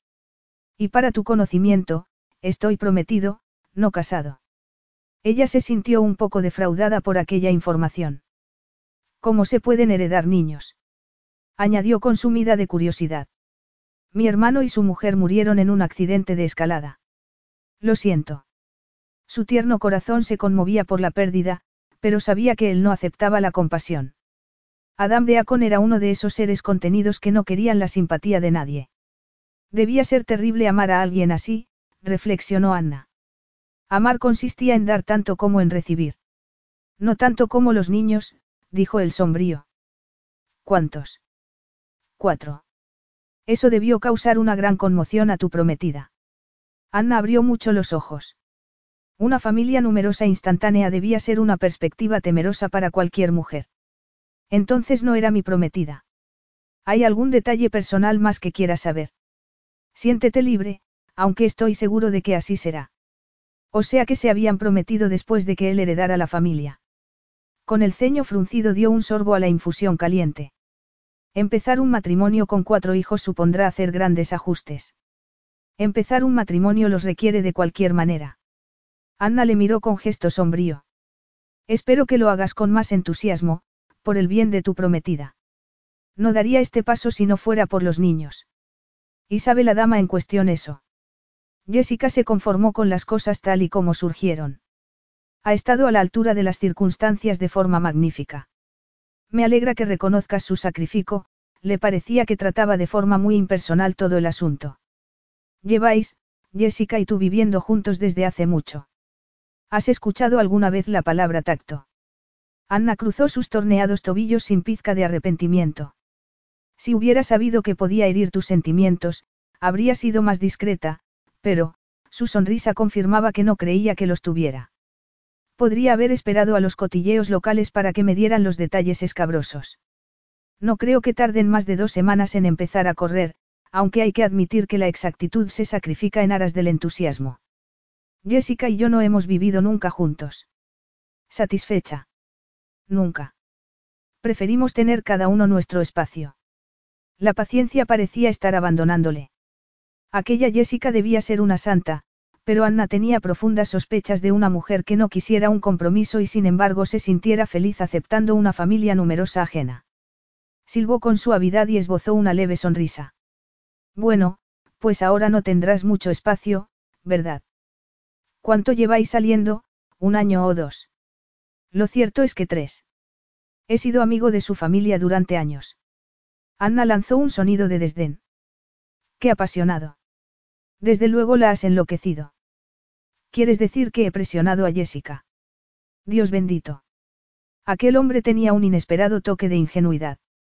Y para tu conocimiento, estoy prometido, no casado. Ella se sintió un poco defraudada por aquella información. ¿Cómo se pueden heredar niños? Añadió consumida de curiosidad. Mi hermano y su mujer murieron en un accidente de escalada. Lo siento. Su tierno corazón se conmovía por la pérdida, pero sabía que él no aceptaba la compasión. Adam Deacon era uno de esos seres contenidos que no querían la simpatía de nadie. Debía ser terrible amar a alguien así, reflexionó Anna. Amar consistía en dar tanto como en recibir. No tanto como los niños, dijo el sombrío. ¿Cuántos? Cuatro. Eso debió causar una gran conmoción a tu prometida. Anna abrió mucho los ojos. Una familia numerosa instantánea debía ser una perspectiva temerosa para cualquier mujer. Entonces no era mi prometida. ¿Hay algún detalle personal más que quieras saber? Siéntete libre, aunque estoy seguro de que así será. O sea que se habían prometido después de que él heredara la familia. Con el ceño fruncido dio un sorbo a la infusión caliente. Empezar un matrimonio con cuatro hijos supondrá hacer grandes ajustes. Empezar un matrimonio los requiere de cualquier manera. Anna le miró con gesto sombrío. Espero que lo hagas con más entusiasmo, por el bien de tu prometida. No daría este paso si no fuera por los niños. ¿Y sabe la dama en cuestión eso? Jessica se conformó con las cosas tal y como surgieron. Ha estado a la altura de las circunstancias de forma magnífica. Me alegra que reconozcas su sacrificio, le parecía que trataba de forma muy impersonal todo el asunto. Lleváis, Jessica y tú viviendo juntos desde hace mucho. ¿Has escuchado alguna vez la palabra tacto? Anna cruzó sus torneados tobillos sin pizca de arrepentimiento. Si hubiera sabido que podía herir tus sentimientos, habría sido más discreta, pero, su sonrisa confirmaba que no creía que los tuviera. Podría haber esperado a los cotilleos locales para que me dieran los detalles escabrosos. No creo que tarden más de dos semanas en empezar a correr, aunque hay que admitir que la exactitud se sacrifica en aras del entusiasmo. Jessica y yo no hemos vivido nunca juntos. ¿Satisfecha? Nunca. Preferimos tener cada uno nuestro espacio. La paciencia parecía estar abandonándole. Aquella Jessica debía ser una santa, pero Anna tenía profundas sospechas de una mujer que no quisiera un compromiso y sin embargo se sintiera feliz aceptando una familia numerosa ajena. Silbó con suavidad y esbozó una leve sonrisa. Bueno, pues ahora no tendrás mucho espacio, ¿verdad? ¿Cuánto lleváis saliendo? ¿Un año o dos? Lo cierto es que tres. He sido amigo de su familia durante años. Anna lanzó un sonido de desdén. ¡Qué apasionado! Desde luego la has enloquecido. ¿Quieres decir que he presionado a Jessica? Dios bendito. Aquel hombre tenía un inesperado toque de ingenuidad.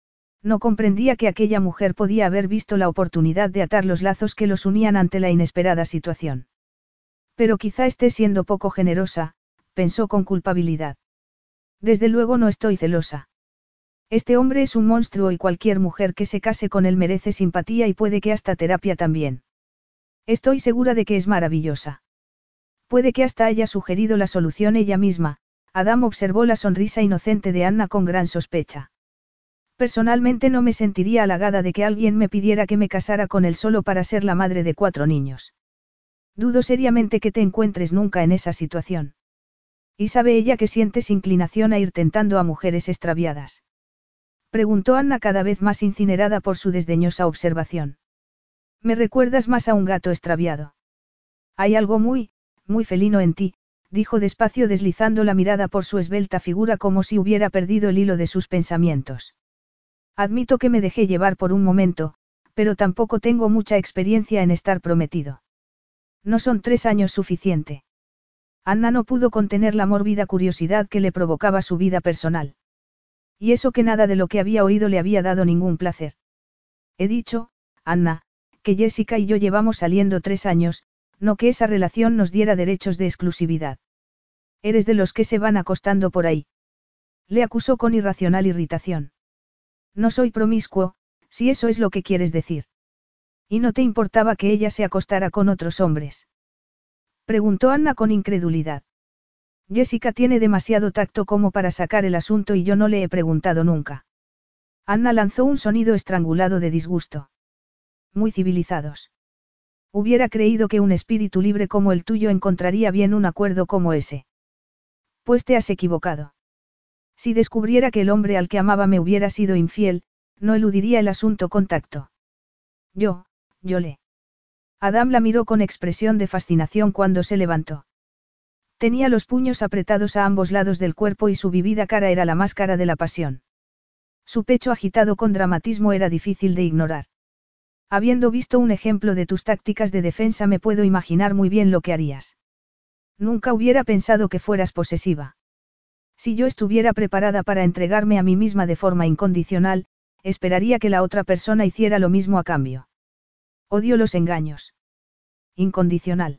No comprendía que aquella mujer podía haber visto la oportunidad de atar los lazos que los unían ante la inesperada situación. Pero quizá esté siendo poco generosa, pensó con culpabilidad. Desde luego no estoy celosa. Este hombre es un monstruo y cualquier mujer que se case con él merece simpatía y puede que hasta terapia también. Estoy segura de que es maravillosa. Puede que hasta haya sugerido la solución ella misma. Adam observó la sonrisa inocente de Anna con gran sospecha. Personalmente no me sentiría halagada de que alguien me pidiera que me casara con él solo para ser la madre de cuatro niños. Dudo seriamente que te encuentres nunca en esa situación. ¿Y sabe ella que sientes inclinación a ir tentando a mujeres extraviadas? Preguntó Anna cada vez más incinerada por su desdeñosa observación. Me recuerdas más a un gato extraviado. Hay algo muy, muy felino en ti, dijo despacio deslizando la mirada por su esbelta figura como si hubiera perdido el hilo de sus pensamientos. Admito que me dejé llevar por un momento, pero tampoco tengo mucha experiencia en estar prometido. No son tres años suficiente. Anna no pudo contener la mórbida curiosidad que le provocaba su vida personal. Y eso que nada de lo que había oído le había dado ningún placer. He dicho, Anna, que Jessica y yo llevamos saliendo tres años, no que esa relación nos diera derechos de exclusividad. Eres de los que se van acostando por ahí. Le acusó con irracional irritación. No soy promiscuo, si eso es lo que quieres decir. ¿Y no te importaba que ella se acostara con otros hombres? Preguntó Anna con incredulidad. Jessica tiene demasiado tacto como para sacar el asunto y yo no le he preguntado nunca. Anna lanzó un sonido estrangulado de disgusto. Muy civilizados. Hubiera creído que un espíritu libre como el tuyo encontraría bien un acuerdo como ese. Pues te has equivocado. Si descubriera que el hombre al que amaba me hubiera sido infiel, no eludiría el asunto con tacto. Yo, yo le. Adam la miró con expresión de fascinación cuando se levantó. Tenía los puños apretados a ambos lados del cuerpo y su vivida cara era la máscara de la pasión. Su pecho agitado con dramatismo era difícil de ignorar. Habiendo visto un ejemplo de tus tácticas de defensa me puedo imaginar muy bien lo que harías. Nunca hubiera pensado que fueras posesiva. Si yo estuviera preparada para entregarme a mí misma de forma incondicional, esperaría que la otra persona hiciera lo mismo a cambio. Odio los engaños. Incondicional.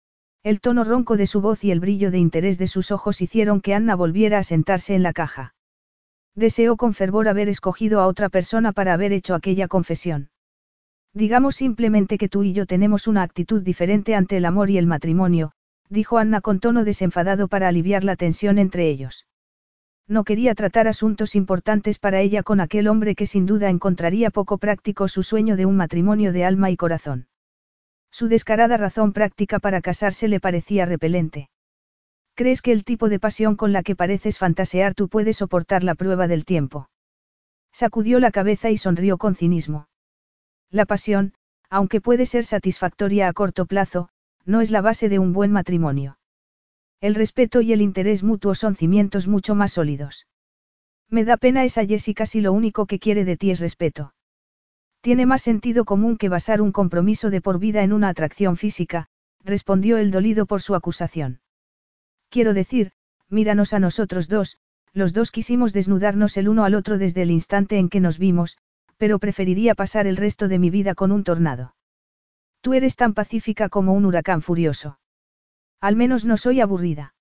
El tono ronco de su voz y el brillo de interés de sus ojos hicieron que Anna volviera a sentarse en la caja. Deseó con fervor haber escogido a otra persona para haber hecho aquella confesión. Digamos simplemente que tú y yo tenemos una actitud diferente ante el amor y el matrimonio, dijo Anna con tono desenfadado para aliviar la tensión entre ellos. No quería tratar asuntos importantes para ella con aquel hombre que sin duda encontraría poco práctico su sueño de un matrimonio de alma y corazón. Su descarada razón práctica para casarse le parecía repelente. ¿Crees que el tipo de pasión con la que pareces fantasear tú puede soportar la prueba del tiempo? Sacudió la cabeza y sonrió con cinismo. La pasión, aunque puede ser satisfactoria a corto plazo, no es la base de un buen matrimonio. El respeto y el interés mutuo son cimientos mucho más sólidos. Me da pena esa Jessica si lo único que quiere de ti es respeto. Tiene más sentido común que basar un compromiso de por vida en una atracción física, respondió el dolido por su acusación. Quiero decir, míranos a nosotros dos, los dos quisimos desnudarnos el uno al otro desde el instante en que nos vimos, pero preferiría pasar el resto de mi vida con un tornado. Tú eres tan pacífica como un huracán furioso. Al menos no soy aburrida.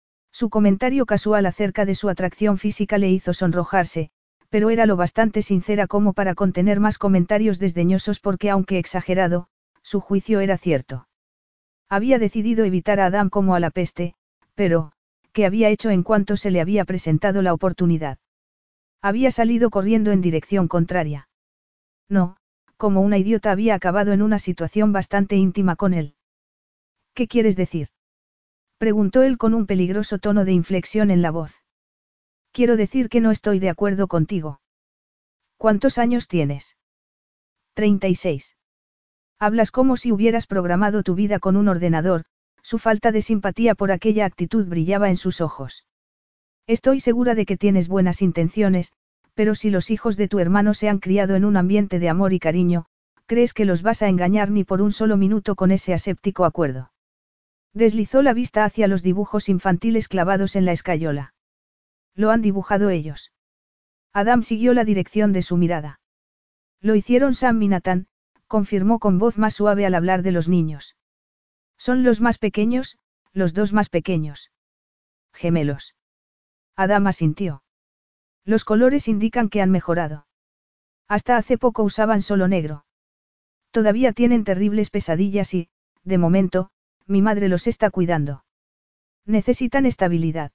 Su comentario casual acerca de su atracción física le hizo sonrojarse, pero era lo bastante sincera como para contener más comentarios desdeñosos porque aunque exagerado, su juicio era cierto. Había decidido evitar a Adam como a la peste, pero, ¿qué había hecho en cuanto se le había presentado la oportunidad? Había salido corriendo en dirección contraria. No, como una idiota había acabado en una situación bastante íntima con él. ¿Qué quieres decir? Preguntó él con un peligroso tono de inflexión en la voz. Quiero decir que no estoy de acuerdo contigo. ¿Cuántos años tienes? treinta y seis. Hablas como si hubieras programado tu vida con un ordenador, su falta de simpatía por aquella actitud brillaba en sus ojos. Estoy segura de que tienes buenas intenciones, pero si los hijos de tu hermano se han criado en un ambiente de amor y cariño, ¿crees que los vas a engañar ni por un solo minuto con ese aséptico acuerdo? Deslizó la vista hacia los dibujos infantiles clavados en la escayola. Lo han dibujado ellos. Adam siguió la dirección de su mirada. Lo hicieron Sam y Nathan, confirmó con voz más suave al hablar de los niños. Son los más pequeños, los dos más pequeños. Gemelos. Adam asintió. Los colores indican que han mejorado. Hasta hace poco usaban solo negro. Todavía tienen terribles pesadillas y, de momento, mi madre los está cuidando. Necesitan estabilidad.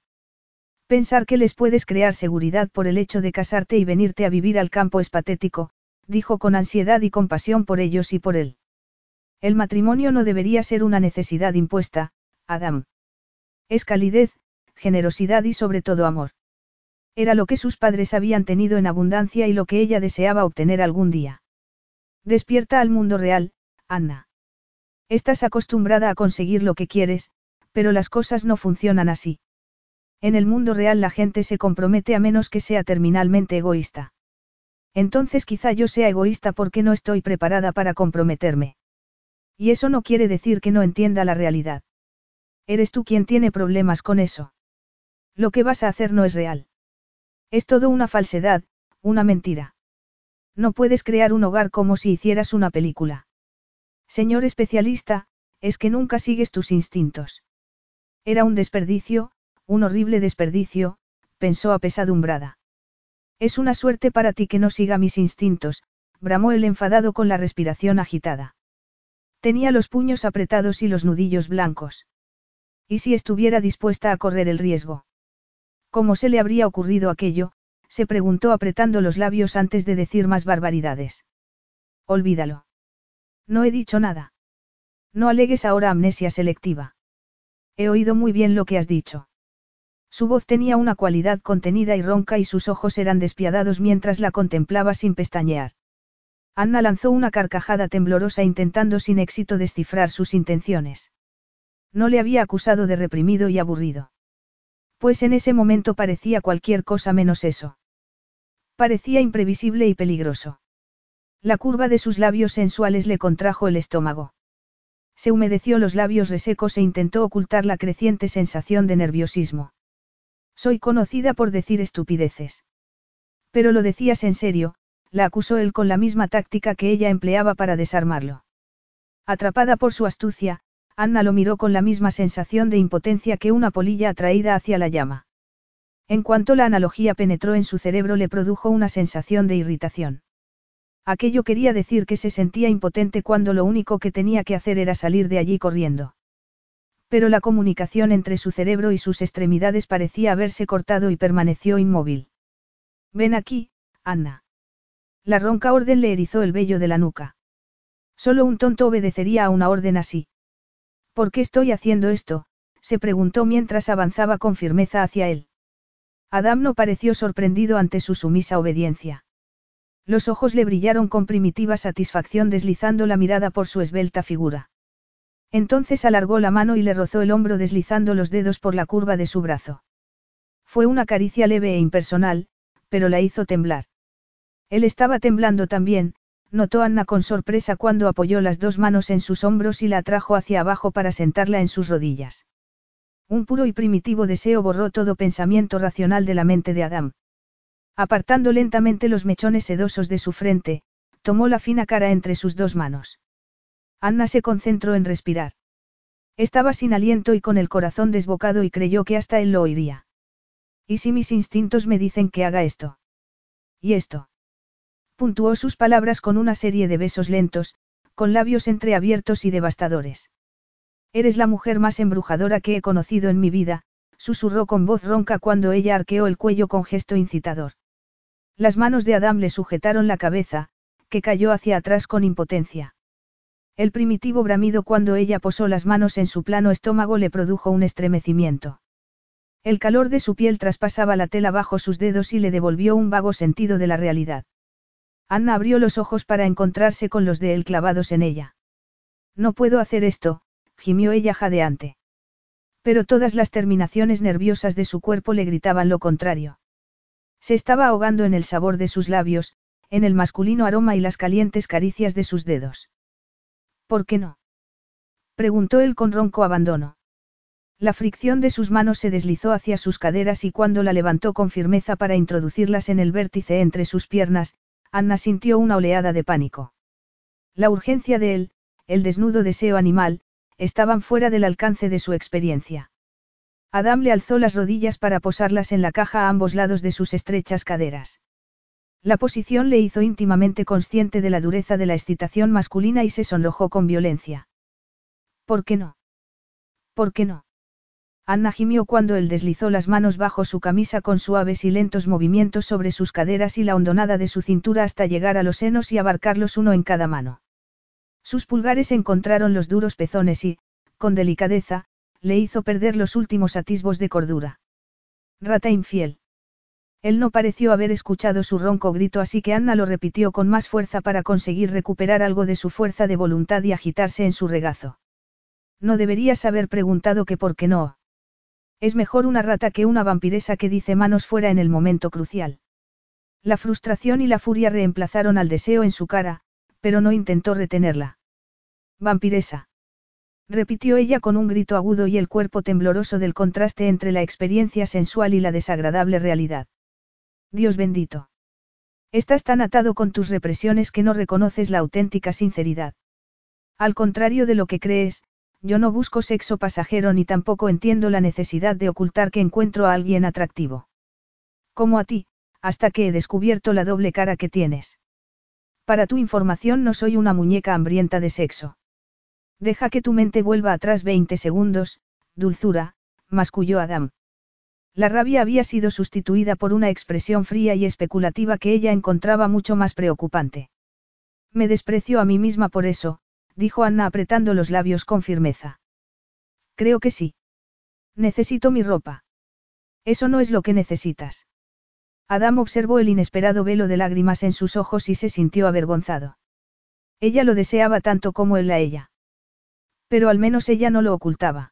Pensar que les puedes crear seguridad por el hecho de casarte y venirte a vivir al campo es patético, dijo con ansiedad y compasión por ellos y por él. El matrimonio no debería ser una necesidad impuesta, Adam. Es calidez, generosidad y sobre todo amor. Era lo que sus padres habían tenido en abundancia y lo que ella deseaba obtener algún día. Despierta al mundo real, Anna. Estás acostumbrada a conseguir lo que quieres, pero las cosas no funcionan así. En el mundo real la gente se compromete a menos que sea terminalmente egoísta. Entonces quizá yo sea egoísta porque no estoy preparada para comprometerme. Y eso no quiere decir que no entienda la realidad. Eres tú quien tiene problemas con eso. Lo que vas a hacer no es real. Es todo una falsedad, una mentira. No puedes crear un hogar como si hicieras una película. Señor especialista, es que nunca sigues tus instintos. Era un desperdicio, un horrible desperdicio, pensó apesadumbrada. Es una suerte para ti que no siga mis instintos, bramó él enfadado con la respiración agitada. Tenía los puños apretados y los nudillos blancos. ¿Y si estuviera dispuesta a correr el riesgo? ¿Cómo se le habría ocurrido aquello?, se preguntó apretando los labios antes de decir más barbaridades. Olvídalo. No he dicho nada. No alegues ahora amnesia selectiva. He oído muy bien lo que has dicho. Su voz tenía una cualidad contenida y ronca y sus ojos eran despiadados mientras la contemplaba sin pestañear. Anna lanzó una carcajada temblorosa intentando sin éxito descifrar sus intenciones. No le había acusado de reprimido y aburrido. Pues en ese momento parecía cualquier cosa menos eso. Parecía imprevisible y peligroso. La curva de sus labios sensuales le contrajo el estómago. Se humedeció los labios resecos e intentó ocultar la creciente sensación de nerviosismo. Soy conocida por decir estupideces. Pero lo decías en serio, la acusó él con la misma táctica que ella empleaba para desarmarlo. Atrapada por su astucia, Anna lo miró con la misma sensación de impotencia que una polilla atraída hacia la llama. En cuanto la analogía penetró en su cerebro le produjo una sensación de irritación. Aquello quería decir que se sentía impotente cuando lo único que tenía que hacer era salir de allí corriendo. Pero la comunicación entre su cerebro y sus extremidades parecía haberse cortado y permaneció inmóvil. Ven aquí, Anna. La ronca orden le erizó el vello de la nuca. Solo un tonto obedecería a una orden así. ¿Por qué estoy haciendo esto?, se preguntó mientras avanzaba con firmeza hacia él. Adam no pareció sorprendido ante su sumisa obediencia. Los ojos le brillaron con primitiva satisfacción deslizando la mirada por su esbelta figura. Entonces alargó la mano y le rozó el hombro deslizando los dedos por la curva de su brazo. Fue una caricia leve e impersonal, pero la hizo temblar. Él estaba temblando también, notó Anna con sorpresa cuando apoyó las dos manos en sus hombros y la atrajo hacia abajo para sentarla en sus rodillas. Un puro y primitivo deseo borró todo pensamiento racional de la mente de Adam. Apartando lentamente los mechones sedosos de su frente, tomó la fina cara entre sus dos manos. Anna se concentró en respirar. Estaba sin aliento y con el corazón desbocado y creyó que hasta él lo oiría. ¿Y si mis instintos me dicen que haga esto? ¿Y esto? Puntuó sus palabras con una serie de besos lentos, con labios entreabiertos y devastadores. Eres la mujer más embrujadora que he conocido en mi vida, susurró con voz ronca cuando ella arqueó el cuello con gesto incitador. Las manos de Adam le sujetaron la cabeza, que cayó hacia atrás con impotencia. El primitivo bramido cuando ella posó las manos en su plano estómago le produjo un estremecimiento. El calor de su piel traspasaba la tela bajo sus dedos y le devolvió un vago sentido de la realidad. Anna abrió los ojos para encontrarse con los de él clavados en ella. No puedo hacer esto, gimió ella jadeante. Pero todas las terminaciones nerviosas de su cuerpo le gritaban lo contrario. Se estaba ahogando en el sabor de sus labios, en el masculino aroma y las calientes caricias de sus dedos. ¿Por qué no?, preguntó él con ronco abandono. La fricción de sus manos se deslizó hacia sus caderas y cuando la levantó con firmeza para introducirlas en el vértice entre sus piernas, Anna sintió una oleada de pánico. La urgencia de él, el desnudo deseo animal, estaban fuera del alcance de su experiencia. Adam le alzó las rodillas para posarlas en la caja a ambos lados de sus estrechas caderas. La posición le hizo íntimamente consciente de la dureza de la excitación masculina y se sonrojó con violencia. ¿Por qué no? ¿Por qué no? Anna gimió cuando él deslizó las manos bajo su camisa con suaves y lentos movimientos sobre sus caderas y la hondonada de su cintura hasta llegar a los senos y abarcarlos uno en cada mano. Sus pulgares encontraron los duros pezones y, con delicadeza, le hizo perder los últimos atisbos de cordura. Rata infiel. Él no pareció haber escuchado su ronco grito así que Anna lo repitió con más fuerza para conseguir recuperar algo de su fuerza de voluntad y agitarse en su regazo. No deberías haber preguntado que por qué no. Es mejor una rata que una vampiresa que dice manos fuera en el momento crucial. La frustración y la furia reemplazaron al deseo en su cara, pero no intentó retenerla. Vampiresa. Repitió ella con un grito agudo y el cuerpo tembloroso del contraste entre la experiencia sensual y la desagradable realidad. Dios bendito. Estás tan atado con tus represiones que no reconoces la auténtica sinceridad. Al contrario de lo que crees, yo no busco sexo pasajero ni tampoco entiendo la necesidad de ocultar que encuentro a alguien atractivo. Como a ti, hasta que he descubierto la doble cara que tienes. Para tu información, no soy una muñeca hambrienta de sexo. Deja que tu mente vuelva atrás veinte segundos, dulzura, masculló Adam. La rabia había sido sustituida por una expresión fría y especulativa que ella encontraba mucho más preocupante. Me desprecio a mí misma por eso, dijo Anna apretando los labios con firmeza. Creo que sí. Necesito mi ropa. Eso no es lo que necesitas. Adam observó el inesperado velo de lágrimas en sus ojos y se sintió avergonzado. Ella lo deseaba tanto como él a ella. Pero al menos ella no lo ocultaba.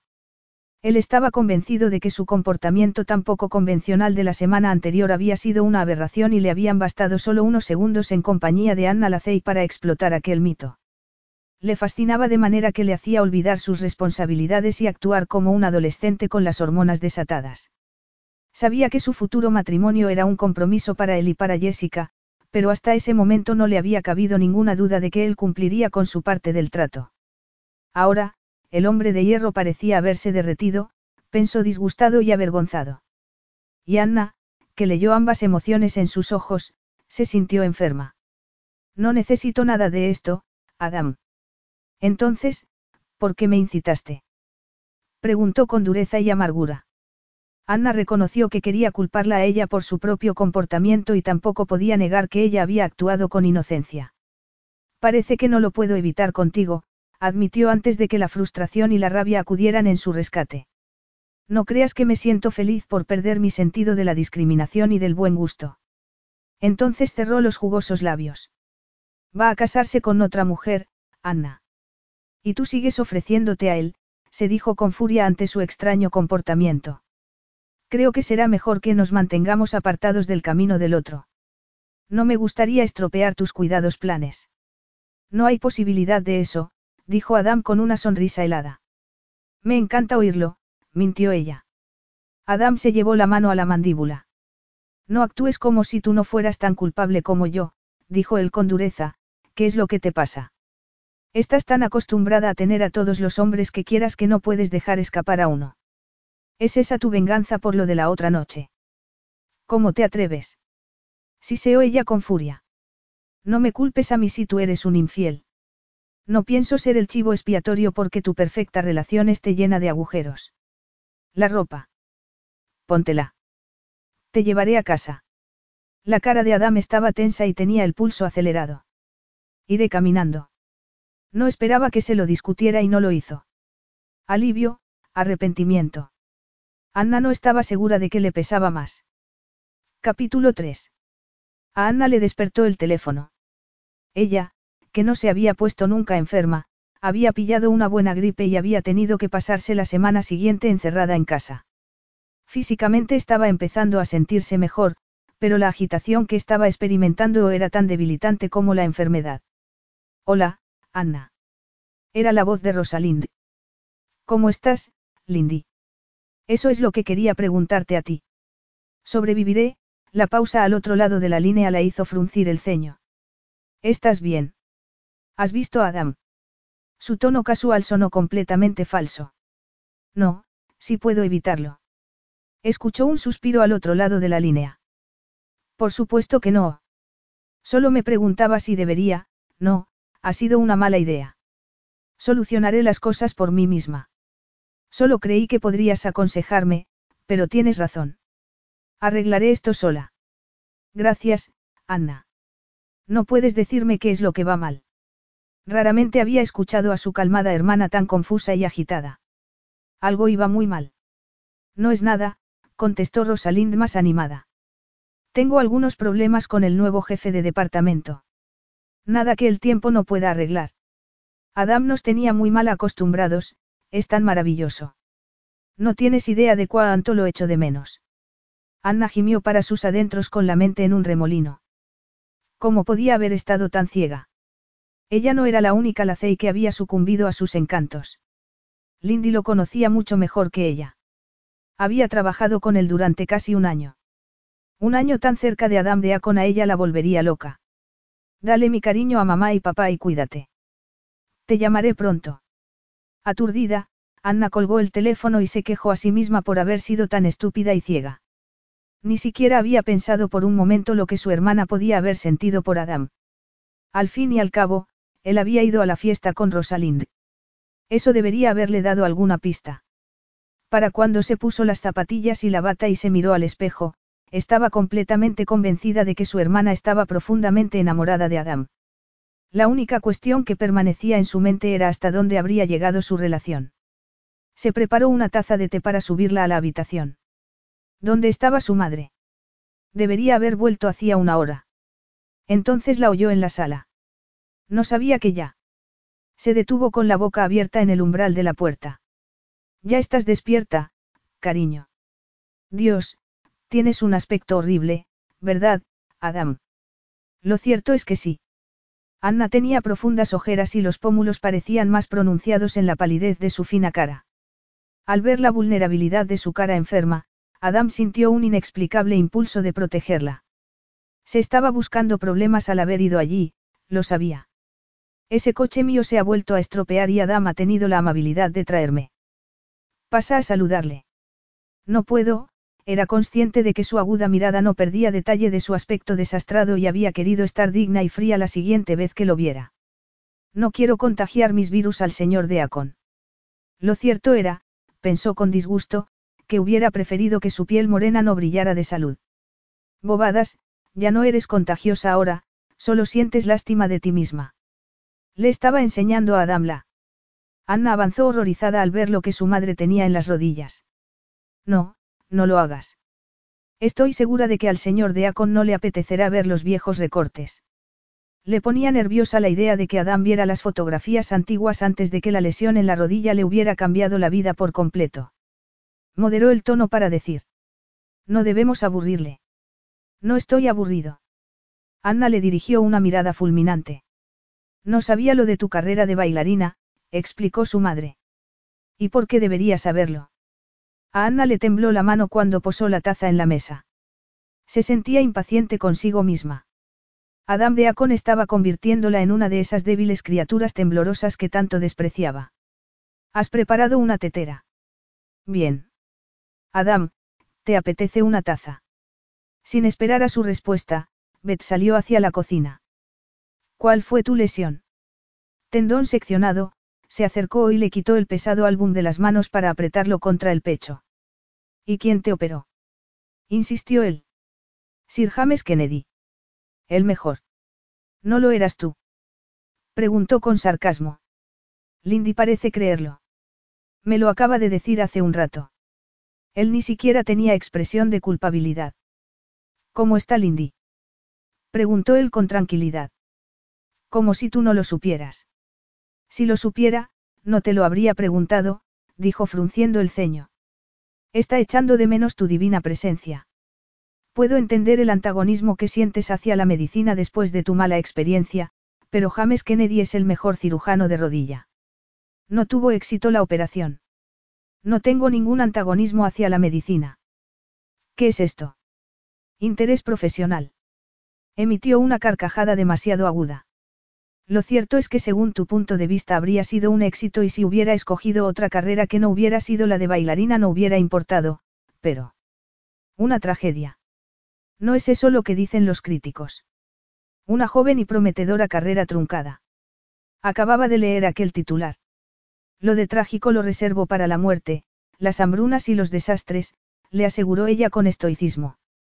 Él estaba convencido de que su comportamiento tan poco convencional de la semana anterior había sido una aberración y le habían bastado solo unos segundos en compañía de Anna Lacey para explotar aquel mito. Le fascinaba de manera que le hacía olvidar sus responsabilidades y actuar como un adolescente con las hormonas desatadas. Sabía que su futuro matrimonio era un compromiso para él y para Jessica, pero hasta ese momento no le había cabido ninguna duda de que él cumpliría con su parte del trato. Ahora, el hombre de hierro parecía haberse derretido, pensó disgustado y avergonzado. Y Anna, que leyó ambas emociones en sus ojos, se sintió enferma. No necesito nada de esto, Adam. Entonces, ¿por qué me incitaste? Preguntó con dureza y amargura. Anna reconoció que quería culparla a ella por su propio comportamiento y tampoco podía negar que ella había actuado con inocencia. Parece que no lo puedo evitar contigo, admitió antes de que la frustración y la rabia acudieran en su rescate. No creas que me siento feliz por perder mi sentido de la discriminación y del buen gusto. Entonces cerró los jugosos labios. Va a casarse con otra mujer, Anna. Y tú sigues ofreciéndote a él, se dijo con furia ante su extraño comportamiento. Creo que será mejor que nos mantengamos apartados del camino del otro. No me gustaría estropear tus cuidados planes. No hay posibilidad de eso, dijo Adam con una sonrisa helada. Me encanta oírlo, mintió ella. Adam se llevó la mano a la mandíbula. No actúes como si tú no fueras tan culpable como yo, dijo él con dureza, ¿qué es lo que te pasa? Estás tan acostumbrada a tener a todos los hombres que quieras que no puedes dejar escapar a uno. ¿Es esa tu venganza por lo de la otra noche? ¿Cómo te atreves? Siseó ella con furia. No me culpes a mí si tú eres un infiel. No pienso ser el chivo expiatorio porque tu perfecta relación esté llena de agujeros. La ropa. Póntela. Te llevaré a casa. La cara de Adam estaba tensa y tenía el pulso acelerado. Iré caminando. No esperaba que se lo discutiera y no lo hizo. Alivio, arrepentimiento. Anna no estaba segura de qué le pesaba más. Capítulo tres. A Anna le despertó el teléfono. Ella, que no se había puesto nunca enferma, había pillado una buena gripe y había tenido que pasarse la semana siguiente encerrada en casa. Físicamente estaba empezando a sentirse mejor, pero la agitación que estaba experimentando era tan debilitante como la enfermedad. Hola, Anna. Era la voz de Rosalind. ¿Cómo estás, Lindy? Eso es lo que quería preguntarte a ti. Sobreviviré, la pausa al otro lado de la línea la hizo fruncir el ceño. ¿Estás bien? ¿Has visto a Adam? Su tono casual sonó completamente falso. No, si puedo evitarlo. Escuchó un suspiro al otro lado de la línea. Por supuesto que no. Solo me preguntaba si debería, no, ha sido una mala idea. Solucionaré las cosas por mí misma. Solo creí que podrías aconsejarme, pero tienes razón. Arreglaré esto sola. Gracias, Anna. No puedes decirme qué es lo que va mal. Raramente había escuchado a su calmada hermana tan confusa y agitada. Algo iba muy mal. No es nada, contestó Rosalind más animada. Tengo algunos problemas con el nuevo jefe de departamento. Nada que el tiempo no pueda arreglar. Adam nos tenía muy mal acostumbrados, es tan maravilloso. No tienes idea de cuánto lo echo de menos. Anna gimió para sus adentros con la mente en un remolino. ¿Cómo podía haber estado tan ciega? Ella no era la única Lacey que había sucumbido a sus encantos. Lindy lo conocía mucho mejor que ella. Había trabajado con él durante casi un año. Un año tan cerca de Adam Deacon a ella la volvería loca. Dale mi cariño a mamá y papá y cuídate. Te llamaré pronto. Aturdida, Anna colgó el teléfono y se quejó a sí misma por haber sido tan estúpida y ciega. Ni siquiera había pensado por un momento lo que su hermana podía haber sentido por Adam. Al fin y al cabo, él había ido a la fiesta con Rosalind. Eso debería haberle dado alguna pista. Para cuando se puso las zapatillas y la bata y se miró al espejo, estaba completamente convencida de que su hermana estaba profundamente enamorada de Adam. La única cuestión que permanecía en su mente era hasta dónde habría llegado su relación. Se preparó una taza de té para subirla a la habitación. ¿Dónde estaba su madre? Debería haber vuelto hacía una hora. Entonces la oyó en la sala. No sabía que ya. Se detuvo con la boca abierta en el umbral de la puerta. Ya estás despierta, cariño. Dios, tienes un aspecto horrible, ¿verdad, Adam? Lo cierto es que sí. Anna tenía profundas ojeras y los pómulos parecían más pronunciados en la palidez de su fina cara. Al ver la vulnerabilidad de su cara enferma, Adam sintió un inexplicable impulso de protegerla. Se estaba buscando problemas al haber ido allí, lo sabía. Ese coche mío se ha vuelto a estropear y Adam ha tenido la amabilidad de traerme. Pasa a saludarle. No puedo, era consciente de que su aguda mirada no perdía detalle de su aspecto desastrado y había querido estar digna y fría la siguiente vez que lo viera. No quiero contagiar mis virus al señor Deacon. Lo cierto era, pensó con disgusto, que hubiera preferido que su piel morena no brillara de salud. Bobadas, ya no eres contagiosa ahora, solo sientes lástima de ti misma. Le estaba enseñando a Adam la. Anna avanzó horrorizada al ver lo que su madre tenía en las rodillas. No, no lo hagas. Estoy segura de que al señor Deacon no le apetecerá ver los viejos recortes. Le ponía nerviosa la idea de que Adam viera las fotografías antiguas antes de que la lesión en la rodilla le hubiera cambiado la vida por completo. Moderó el tono para decir. No debemos aburrirle. No estoy aburrido. Anna le dirigió una mirada fulminante. No sabía lo de tu carrera de bailarina, explicó su madre. ¿Y por qué debería saberlo? A Anna le tembló la mano cuando posó la taza en la mesa. Se sentía impaciente consigo misma. Adam Deacon estaba convirtiéndola en una de esas débiles criaturas temblorosas que tanto despreciaba. ¿Has preparado una tetera? Bien. Adam, ¿te apetece una taza? Sin esperar a su respuesta, Beth salió hacia la cocina. ¿Cuál fue tu lesión? Tendón seccionado, se acercó y le quitó el pesado álbum de las manos para apretarlo contra el pecho. ¿Y quién te operó? Insistió él. Sir James Kennedy. El mejor. ¿No lo eras tú? Preguntó con sarcasmo. Lindy parece creerlo. Me lo acaba de decir hace un rato. Él ni siquiera tenía expresión de culpabilidad. ¿Cómo está Lindy? Preguntó él con tranquilidad. Como si tú no lo supieras. Si lo supiera, no te lo habría preguntado, dijo frunciendo el ceño. Está echando de menos tu divina presencia. Puedo entender el antagonismo que sientes hacia la medicina después de tu mala experiencia, pero James Kennedy es el mejor cirujano de rodilla. No tuvo éxito la operación. No tengo ningún antagonismo hacia la medicina. ¿Qué es esto? Interés profesional. Emitió una carcajada demasiado aguda. Lo cierto es que según tu punto de vista habría sido un éxito y si hubiera escogido otra carrera que no hubiera sido la de bailarina no hubiera importado, pero... Una tragedia. No es eso lo que dicen los críticos. Una joven y prometedora carrera truncada. Acababa de leer aquel titular. Lo de trágico lo reservo para la muerte, las hambrunas y los desastres, le aseguró ella con estoicismo.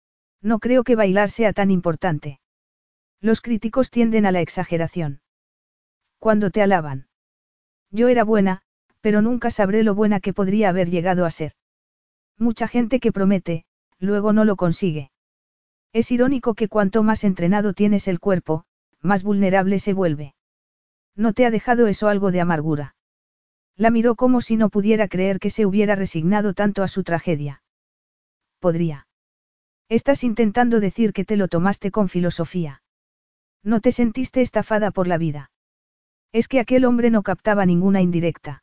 No creo que bailar sea tan importante. Los críticos tienden a la exageración. Cuando te alaban. Yo era buena, pero nunca sabré lo buena que podría haber llegado a ser. Mucha gente que promete, luego no lo consigue. Es irónico que cuanto más entrenado tienes el cuerpo, más vulnerable se vuelve. ¿No te ha dejado eso algo de amargura? La miró como si no pudiera creer que se hubiera resignado tanto a su tragedia. Podría. Estás intentando decir que te lo tomaste con filosofía. No te sentiste estafada por la vida. Es que aquel hombre no captaba ninguna indirecta.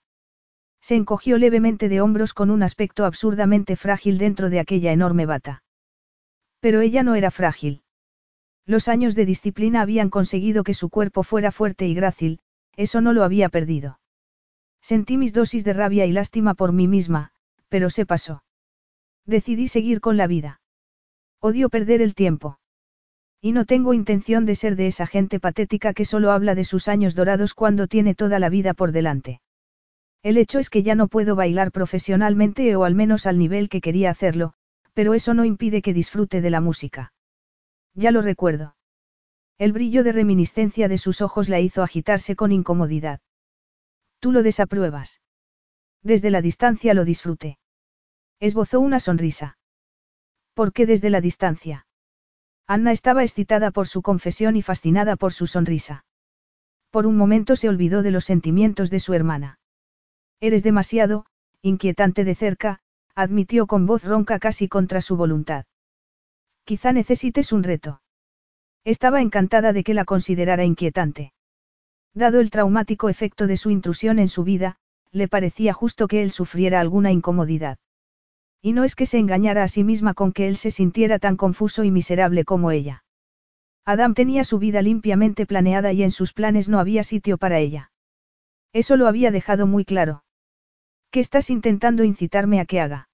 Se encogió levemente de hombros con un aspecto absurdamente frágil dentro de aquella enorme bata. Pero ella no era frágil. Los años de disciplina habían conseguido que su cuerpo fuera fuerte y grácil, eso no lo había perdido. Sentí mis dosis de rabia y lástima por mí misma, pero se pasó. Decidí seguir con la vida. Odio perder el tiempo. Y no tengo intención de ser de esa gente patética que solo habla de sus años dorados cuando tiene toda la vida por delante. El hecho es que ya no puedo bailar profesionalmente o al menos al nivel que quería hacerlo, pero eso no impide que disfrute de la música. Ya lo recuerdo. El brillo de reminiscencia de sus ojos la hizo agitarse con incomodidad. ¿Tú lo desapruebas? Desde la distancia lo disfruté. Esbozó una sonrisa. ¿Por qué desde la distancia? Anna estaba excitada por su confesión y fascinada por su sonrisa. Por un momento se olvidó de los sentimientos de su hermana. Eres demasiado, inquietante de cerca, admitió con voz ronca casi contra su voluntad. Quizá necesites un reto. Estaba encantada de que la considerara inquietante. Dado el traumático efecto de su intrusión en su vida, le parecía justo que él sufriera alguna incomodidad. Y no es que se engañara a sí misma con que él se sintiera tan confuso y miserable como ella. Adam tenía su vida limpiamente planeada y en sus planes no había sitio para ella. Eso lo había dejado muy claro. ¿Qué estás intentando incitarme a que haga?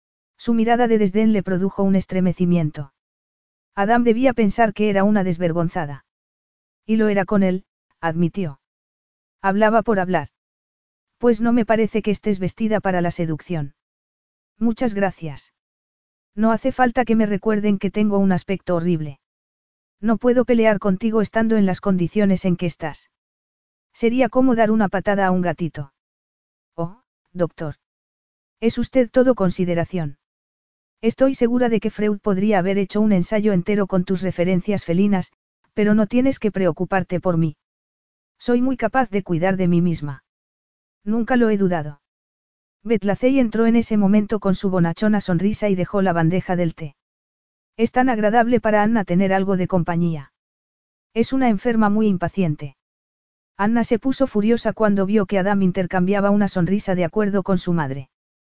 Su mirada de desdén le produjo un estremecimiento. Adam debía pensar que era una desvergonzada. Y lo era con él, admitió. Hablaba por hablar. Pues no me parece que estés vestida para la seducción. Muchas gracias. No hace falta que me recuerden que tengo un aspecto horrible. No puedo pelear contigo estando en las condiciones en que estás. Sería como dar una patada a un gatito. Oh, doctor. Es usted todo consideración. Estoy segura de que Freud podría haber hecho un ensayo entero con tus referencias felinas, pero no tienes que preocuparte por mí. Soy muy capaz de cuidar de mí misma. Nunca lo he dudado. Betlacey entró en ese momento con su bonachona sonrisa y dejó la bandeja del té. Es tan agradable para Anna tener algo de compañía. Es una enferma muy impaciente. Anna se puso furiosa cuando vio que Adam intercambiaba una sonrisa de acuerdo con su madre.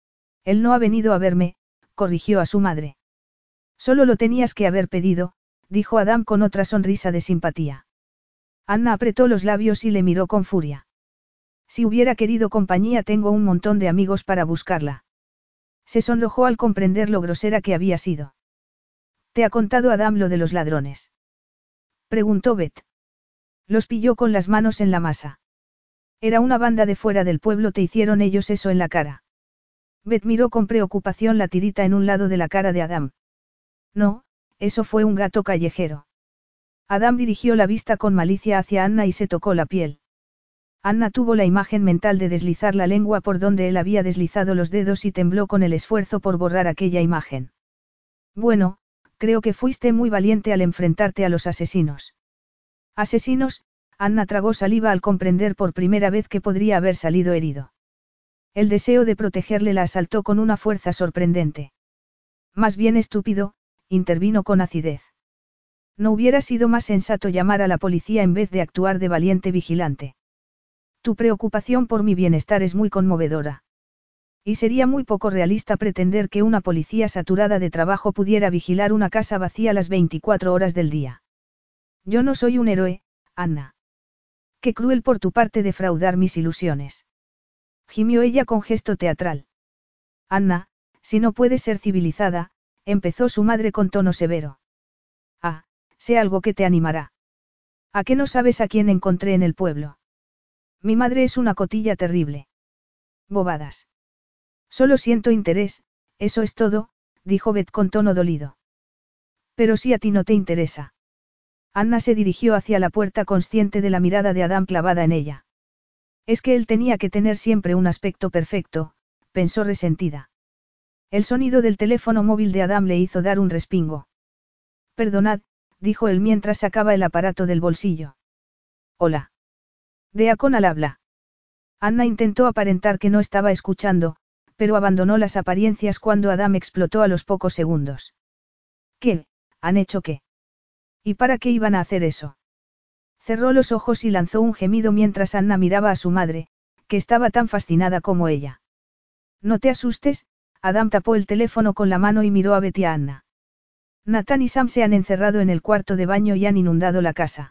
Él no ha venido a verme, corrigió a su madre. Solo lo tenías que haber pedido, dijo Adam con otra sonrisa de simpatía. Anna apretó los labios y le miró con furia. Si hubiera querido compañía tengo un montón de amigos para buscarla. Se sonrojó al comprender lo grosera que había sido. ¿Te ha contado Adam lo de los ladrones? Preguntó Beth. Los pilló con las manos en la masa. Era una banda de fuera del pueblo, te hicieron ellos eso en la cara. Beth miró con preocupación la tirita en un lado de la cara de Adam. No, eso fue un gato callejero. Adam dirigió la vista con malicia hacia Anna y se tocó la piel. Anna tuvo la imagen mental de deslizar la lengua por donde él había deslizado los dedos y tembló con el esfuerzo por borrar aquella imagen. Bueno, creo que fuiste muy valiente al enfrentarte a los asesinos. Asesinos, Anna tragó saliva al comprender por primera vez que podría haber salido herido. El deseo de protegerle la asaltó con una fuerza sorprendente. Más bien estúpido, intervino con acidez. ¿No hubiera sido más sensato llamar a la policía en vez de actuar de valiente vigilante? Tu preocupación por mi bienestar es muy conmovedora. Y sería muy poco realista pretender que una policía saturada de trabajo pudiera vigilar una casa vacía las veinticuatro horas del día. Yo no soy un héroe, Anna. Qué cruel por tu parte defraudar mis ilusiones. Gimió ella con gesto teatral. Anna, si no puedes ser civilizada, empezó su madre con tono severo. Ah, sé algo que te animará. ¿A qué no sabes a quién encontré en el pueblo? Mi madre es una cotilla terrible. Bobadas. Solo siento interés, eso es todo, dijo Beth con tono dolido. Pero si a ti no te interesa. Anna se dirigió hacia la puerta consciente de la mirada de Adam clavada en ella. Es que él tenía que tener siempre un aspecto perfecto, pensó resentida. El sonido del teléfono móvil de Adam le hizo dar un respingo. Perdonad, dijo él mientras sacaba el aparato del bolsillo. Hola. Deacon al habla. Anna intentó aparentar que no estaba escuchando, pero abandonó las apariencias cuando Adam explotó a los pocos segundos. ¿Qué? ¿Han hecho qué? ¿Y para qué iban a hacer eso? Cerró los ojos y lanzó un gemido mientras Anna miraba a su madre, que estaba tan fascinada como ella. No te asustes, Adam tapó el teléfono con la mano y miró a Betty y a Anna. Nathan y Sam se han encerrado en el cuarto de baño y han inundado la casa.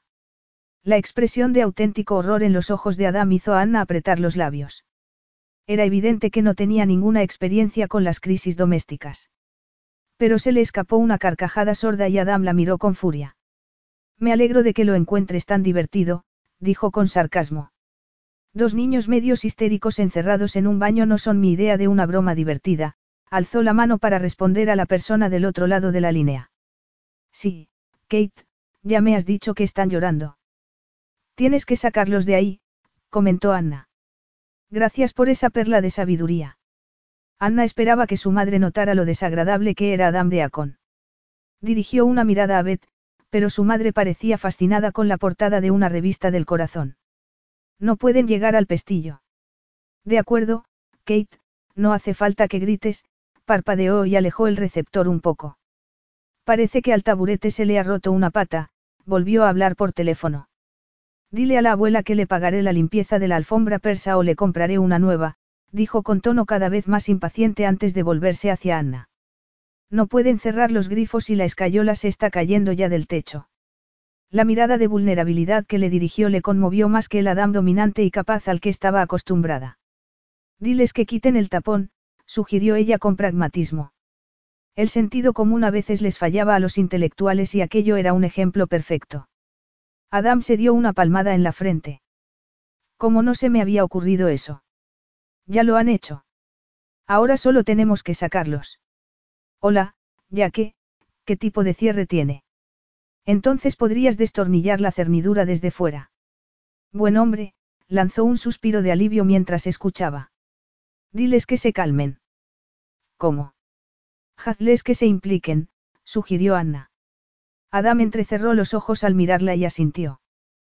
La expresión de auténtico horror en los ojos de Adam hizo a Anna apretar los labios. Era evidente que no tenía ninguna experiencia con las crisis domésticas. Pero se le escapó una carcajada sorda y Adam la miró con furia. Me alegro de que lo encuentres tan divertido, dijo con sarcasmo. Dos niños medios histéricos encerrados en un baño no son mi idea de una broma divertida, alzó la mano para responder a la persona del otro lado de la línea. Sí, Kate, ya me has dicho que están llorando. Tienes que sacarlos de ahí, comentó Anna. Gracias por esa perla de sabiduría. Anna esperaba que su madre notara lo desagradable que era Adam Deacon. Dirigió una mirada a Beth, pero su madre parecía fascinada con la portada de una revista del corazón. No pueden llegar al pestillo. De acuerdo, Kate, no hace falta que grites, parpadeó y alejó el receptor un poco. Parece que al taburete se le ha roto una pata, volvió a hablar por teléfono. Dile a la abuela que le pagaré la limpieza de la alfombra persa o le compraré una nueva, dijo con tono cada vez más impaciente antes de volverse hacia Anna. No pueden cerrar los grifos y la escayola se está cayendo ya del techo. La mirada de vulnerabilidad que le dirigió le conmovió más que el Adam dominante y capaz al que estaba acostumbrada. Diles que quiten el tapón, sugirió ella con pragmatismo. El sentido común a veces les fallaba a los intelectuales y aquello era un ejemplo perfecto. Adam se dio una palmada en la frente. ¿Cómo no se me había ocurrido eso? Ya lo han hecho. Ahora solo tenemos que sacarlos. Hola, ya que, ¿qué tipo de cierre tiene? Entonces podrías destornillar la cernidura desde fuera. Buen hombre, lanzó un suspiro de alivio mientras escuchaba. Diles que se calmen. ¿Cómo? Hazles que se impliquen, sugirió Anna. Adam entrecerró los ojos al mirarla y asintió.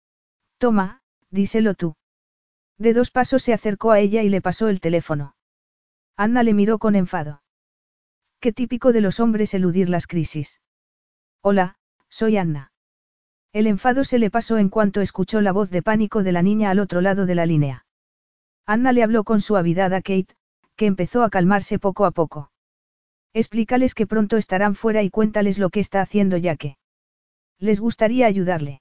Toma, díselo tú. De dos pasos se acercó a ella y le pasó el teléfono. Anna le miró con enfado. Qué típico de los hombres eludir las crisis. Hola, soy Anna. El enfado se le pasó en cuanto escuchó la voz de pánico de la niña al otro lado de la línea. Anna le habló con suavidad a Kate, que empezó a calmarse poco a poco. Explícales que pronto estarán fuera y cuéntales lo que está haciendo ya que. Les gustaría ayudarle.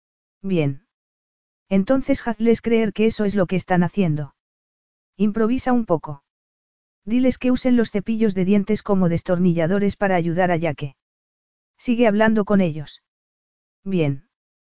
Bien. Entonces hazles creer que eso es lo que están haciendo. Improvisa un poco. Diles que usen los cepillos de dientes como destornilladores para ayudar a Jake. Sigue hablando con ellos. Bien.